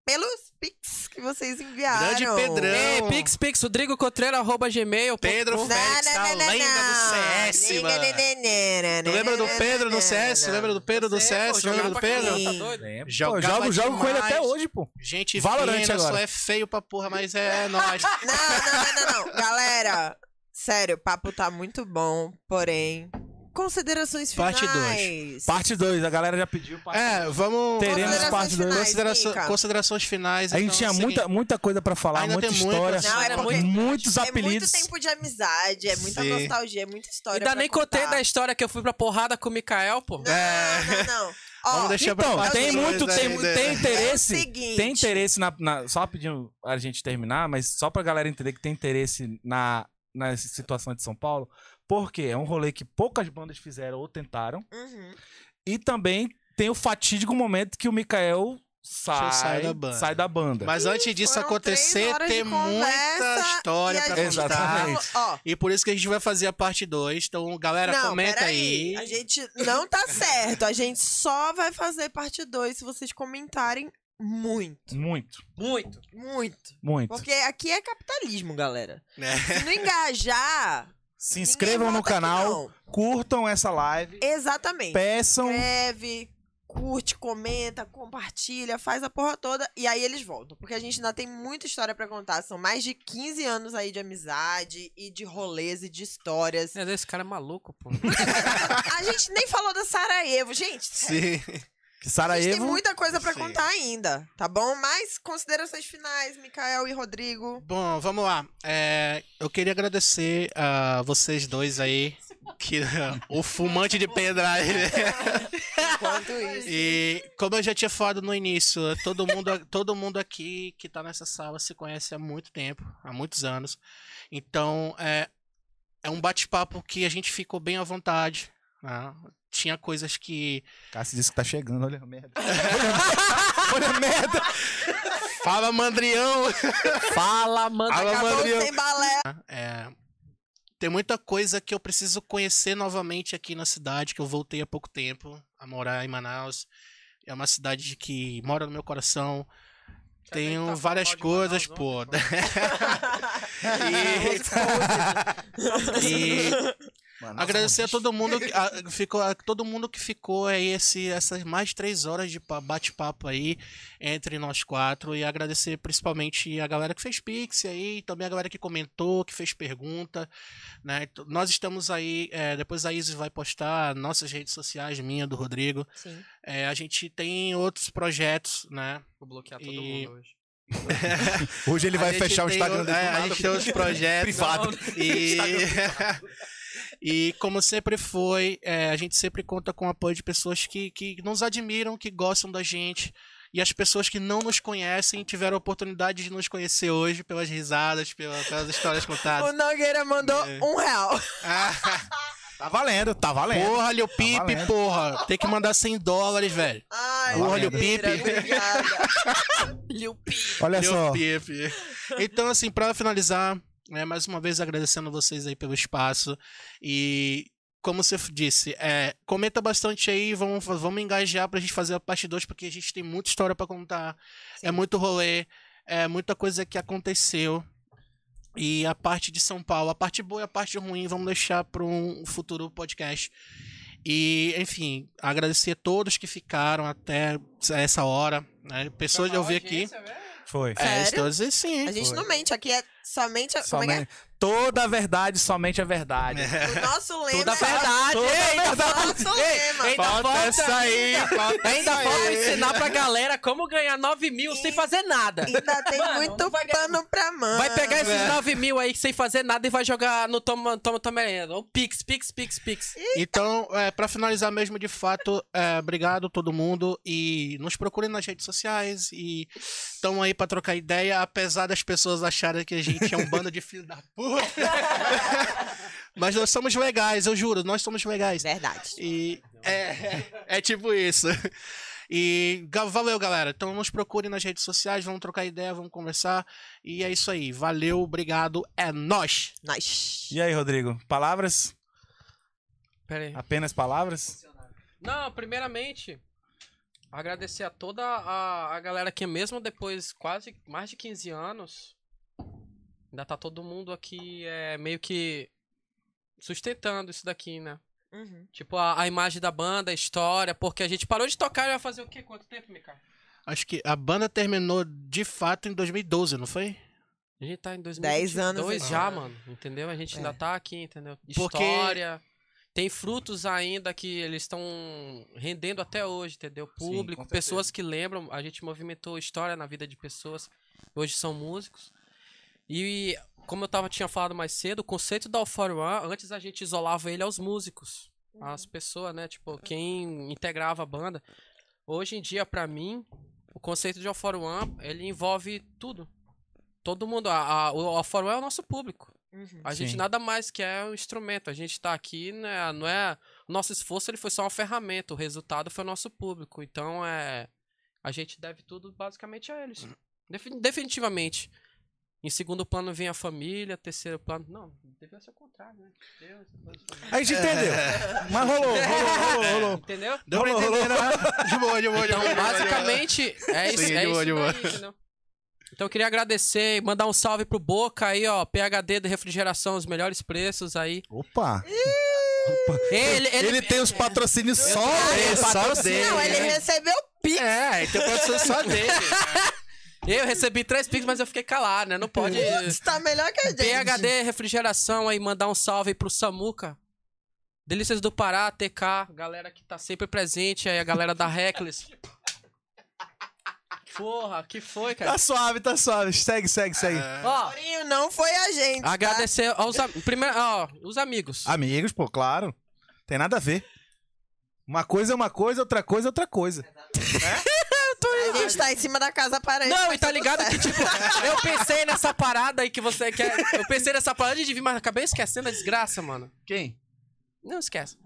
pelos Pix que vocês enviaram. Grande Pedrão. Ei, pix, pix, rodrigo contreira arroba gmail ponto com. Pedro Félix, a lenda do C S, mano. Tu lembra do Pedro no C S? Lembra do Pedro do C S? Lembra do Pedro? Tá doido? Lembro. Pô, Jogava jogo, jogo com ele demais. até hoje, pô. Gente Valorant fina, agora. só é feio pra porra, mas é nóis. Não, não, não, não, não. Galera, sério, o papo tá muito bom, porém... Considerações finais. Parte dois. Parte dois, a galera já pediu. Parte É, vamos... Teremos Considerações parte dois. finais, Consideraço- Mica. considerações finais. A gente então, tinha é o muita, seguinte, muita coisa pra falar, Ainda muita tem história, muita- Não, é porque muitos é apelidos. muito tempo de amizade, é muita Sim. nostalgia, é muita história Ainda pra nem contar. contei da história que eu fui pra porrada com o Mikael, pô. Não, não, não. Ó, Vamos deixar pra Então, parte tem dois muito, tem, ainda. tem é o interesse, seguinte. tem interesse na, na- só pedindo a gente terminar, mas só pra galera entender que tem interesse na, na situação de São Paulo, porque é um rolê que poucas bandas fizeram ou tentaram, Uhum. e também tem o fatídico momento que o Mikael sai, sai da banda. sai da banda. Mas antes disso Foram três acontecer, horas de tem muita conversa história e a pra gente contar. Exatamente. Ó, E por isso que a gente vai fazer a parte dois. Então, galera, não, comenta peraí. aí. A gente não tá certo. A gente só vai fazer parte dois se vocês comentarem muito. Muito, Muito. Muito. muito. Porque aqui é capitalismo, galera. né? Se não engajar. Se ninguém inscrevam no volta aqui, canal, não. curtam essa live, Exatamente. peçam. Escreve, curte, comenta, compartilha, faz a porra toda e aí eles voltam. Porque a gente ainda tem muita história pra contar. São mais de quinze anos aí de amizade e de rolês e de histórias. Meu Deus, esse cara é maluco, pô. A gente nem falou da Sarajevo, gente. sério. Sim. Que A gente tem Sarajevo. muita coisa pra Sim. contar ainda, tá bom? Mas considerações finais, Mikael e Rodrigo. Bom, vamos lá. É, eu queria agradecer a vocês dois aí. Que, o fumante de pendrive. Enquanto isso. E como eu já tinha falado no início, todo mundo, todo mundo aqui que tá nessa sala se conhece há muito tempo, há muitos anos. Então, é, é um bate-papo que a gente ficou bem à vontade. Né? Tinha coisas que... Cássio disse que tá chegando, olha a merda. Olha a merda. Fala, Mandrião! Fala, mano. Fala, Acabou Mandrião! sem balé. É, tem muita coisa que eu preciso conhecer novamente aqui na cidade, que eu voltei há pouco tempo a morar em Manaus. É uma cidade que mora no meu coração. Tenho tá várias falando coisas, mal de pô. E... E Mano, agradecer a nossa, todo mundo, que- a, ficou, a todo mundo que ficou aí esse, essas mais de três horas de pa- bate-papo aí entre nós quatro. E agradecer principalmente a galera que fez Pix aí, também a galera que comentou, que fez pergunta. Né? T- Nós estamos aí, é, depois a Isis vai postar nossas redes sociais, minha, do Rodrigo. Sim. É, a gente tem outros projetos, né? Vou bloquear todo E- mundo hoje. Hoje ele A vai gente fechar o tem Instagram o- dele. é, do a nada. gente tem os projetos. Privado. E... e como sempre foi, é, a gente sempre conta com o apoio de pessoas que, que nos admiram, que gostam da gente. E as pessoas que não nos conhecem tiveram a oportunidade de nos conhecer hoje pelas risadas, pela- pelas histórias O contadas. Nogueira mandou É. um real. Ah, Tá valendo, tá valendo. porra, Lil Pipe, valendo. porra. Tem que mandar cem dólares, velho. Ai, Porra, Lil Nogueira, Pipe. obrigada. Lil Pipe. Olha Lil só. Pipe. Então, assim, pra finalizar, né, mais uma vez agradecendo vocês aí pelo espaço. E, como você disse, é, comenta bastante aí, vamos, vamos engajar pra gente fazer a parte dois, porque a gente tem muita história pra contar. Sim. É muito rolê, é muita coisa que aconteceu. E a parte de São Paulo, a parte boa e a parte ruim, vamos deixar para um futuro podcast. E, enfim, agradecer a todos que ficaram até essa hora. Né? Pessoas eu vi aqui. Foi. É, Sério? estou a dizer sim. A gente Foi. não mente, aqui é somente... a- Como é que é? Somente, toda a verdade, somente a verdade. O nosso lema Toda a é... verdade. Toda a Ei, O nosso lema. Ainda Falta falta essa aí, ainda. falta Ainda essa falta aí. ensinar pra galera como ganhar nove mil sem fazer nada. Ainda tem Mano, muito não vai ganhar- pano pra mão. Vai pegar esses É. nove mil aí sem fazer nada e vai jogar no Toma Toma Toma Merenda. O Pix, Pix, Pix, Pix. Então, é, para finalizar mesmo, de fato, é, obrigado a todo mundo e nos procurem nas redes sociais e estão aí para trocar ideia, apesar das pessoas acharem que a gente é um bando de filho da puta. Mas nós somos legais, eu juro, nós somos legais. Verdade. E é, é tipo isso. E ga- valeu, galera. Então nos procurem nas redes sociais, vamos trocar ideia, vamos conversar. E é isso aí. Valeu, obrigado, é nóis! Nós. E aí, Rodrigo? Palavras? Pera aí. Apenas palavras? Não, primeiramente, Agradecer a toda a, a galera que mesmo depois quase mais de quinze anos, ainda tá todo mundo aqui é, meio que sustentando isso daqui, né? Uhum. Tipo, a, a imagem da banda, a história, porque a gente parou de tocar e vai fazer o quê? Quanto tempo, Mika? Acho que a banda terminou de fato em dois mil e doze, não foi? A gente tá em dois mil e Dez vinte e dois anos já, agora. mano, entendeu? A gente É. ainda tá aqui, entendeu? Porque- História, tem frutos ainda que eles estão rendendo até hoje, entendeu? Público, com pessoas que lembram, a gente movimentou história na vida de pessoas, hoje são músicos. E como eu tava, tinha falado mais cedo, o conceito da All For One, antes a gente isolava ele aos músicos, às pessoas, né? Tipo, quem integrava a banda. Hoje em dia, pra mim, o conceito de All For One, ele envolve tudo. Todo mundo, a, a, o All For One é o nosso público. Uhum. A gente Sim. nada mais quer um instrumento. A gente tá aqui, né? Não é. O nosso esforço ele foi só uma ferramenta. O resultado foi o nosso público. Então é. A gente deve tudo basicamente a eles. Defin- definitivamente. Em segundo plano vem a família, terceiro plano. Não, devia ser o contrário, né? Deus, Deus, família. A gente entendeu. Mas rolou, rolou, rolou, rolou. Entendeu? Deu pra entender, né? De boa, de boa, de Então, boa. de boa, de boa. basicamente, é isso, Sim, é de boa, isso de boa. daí, entendeu? Então eu queria agradecer e mandar um salve pro Boca aí, ó. P H D de refrigeração, os melhores preços aí. Opa. Ele, ele, Ele tem os patrocínios só. ele só patrocina. dele. Não, ele recebeu Pix. É, então patrocínio só dele. Eu recebi três pix, mas eu fiquei calado, né? Não pode. Tá melhor que a gente. P H D refrigeração aí, mandar um salve aí pro Samuca. Delícias do Pará, T K, galera que tá sempre presente aí, a galera da Reckless. Porra, que foi, cara? Tá suave, tá suave. Segue, segue, segue. Ó, Paulinho, não foi a gente. tá? agradecer aos am- primeiro, ó, os amigos. Amigos, pô, claro. Tem nada a ver. Uma coisa é uma coisa, outra coisa é outra coisa. A gente tá em cima da casa parede. Não, mas e tá tudo ligado certo. que, tipo, eu pensei nessa parada aí que você quer. Eu pensei nessa parada de vir, mas acabei esquecendo a desgraça, mano. Quem? Não esquece.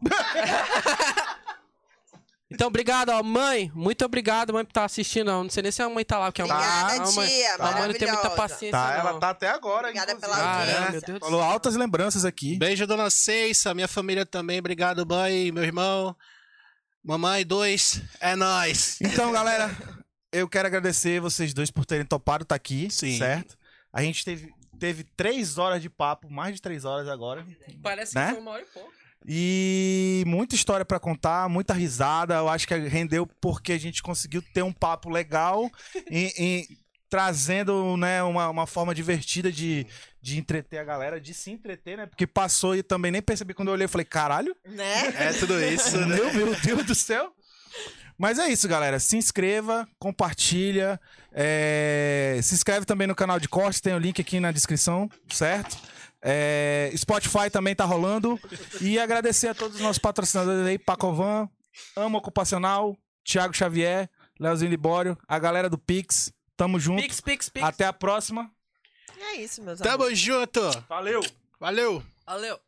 Então, obrigado, ó. Mãe, muito obrigado, mãe, por estar assistindo. Eu não sei nem se a mãe tá lá, porque a mãe. Obrigada, a mãe, tia. a mãe não tem muita maravilhosa. paciência. Tá, não. ela tá até agora. Obrigada inclusive. pela Caramba, audiência. meu Deus do Falou céu. altas lembranças aqui. Beijo, dona Ceissa, minha família também. Obrigado, mãe, meu irmão. Mamãe, dois. É nóis. Então, galera, eu quero agradecer vocês dois por terem topado estar aqui, Sim. certo? A gente teve, teve três horas de papo, mais de três horas agora. Parece Né? que foi uma hora e pouco. E muita história pra contar, muita risada. Eu acho que rendeu porque a gente conseguiu ter um papo legal e, e trazendo, né, uma, uma forma divertida de, de entreter a galera, de se entreter, né? Porque passou e também nem percebi quando eu olhei. Eu falei, caralho, Né? É tudo isso, né? meu, meu Deus do céu. Mas é isso, galera. Se inscreva, compartilha. é, Se inscreve também no canal de corte, tem o link aqui na descrição, certo? É, Spotify também tá rolando. E agradecer a todos os nossos patrocinadores aí, Pacovan, Amo Ocupacional, Thiago Xavier, Leozinho Libório, a galera do Pix. Tamo junto. Pix, pix, pix. Até a próxima. É isso, meus amigos. Tamo junto. Valeu! Valeu. Valeu.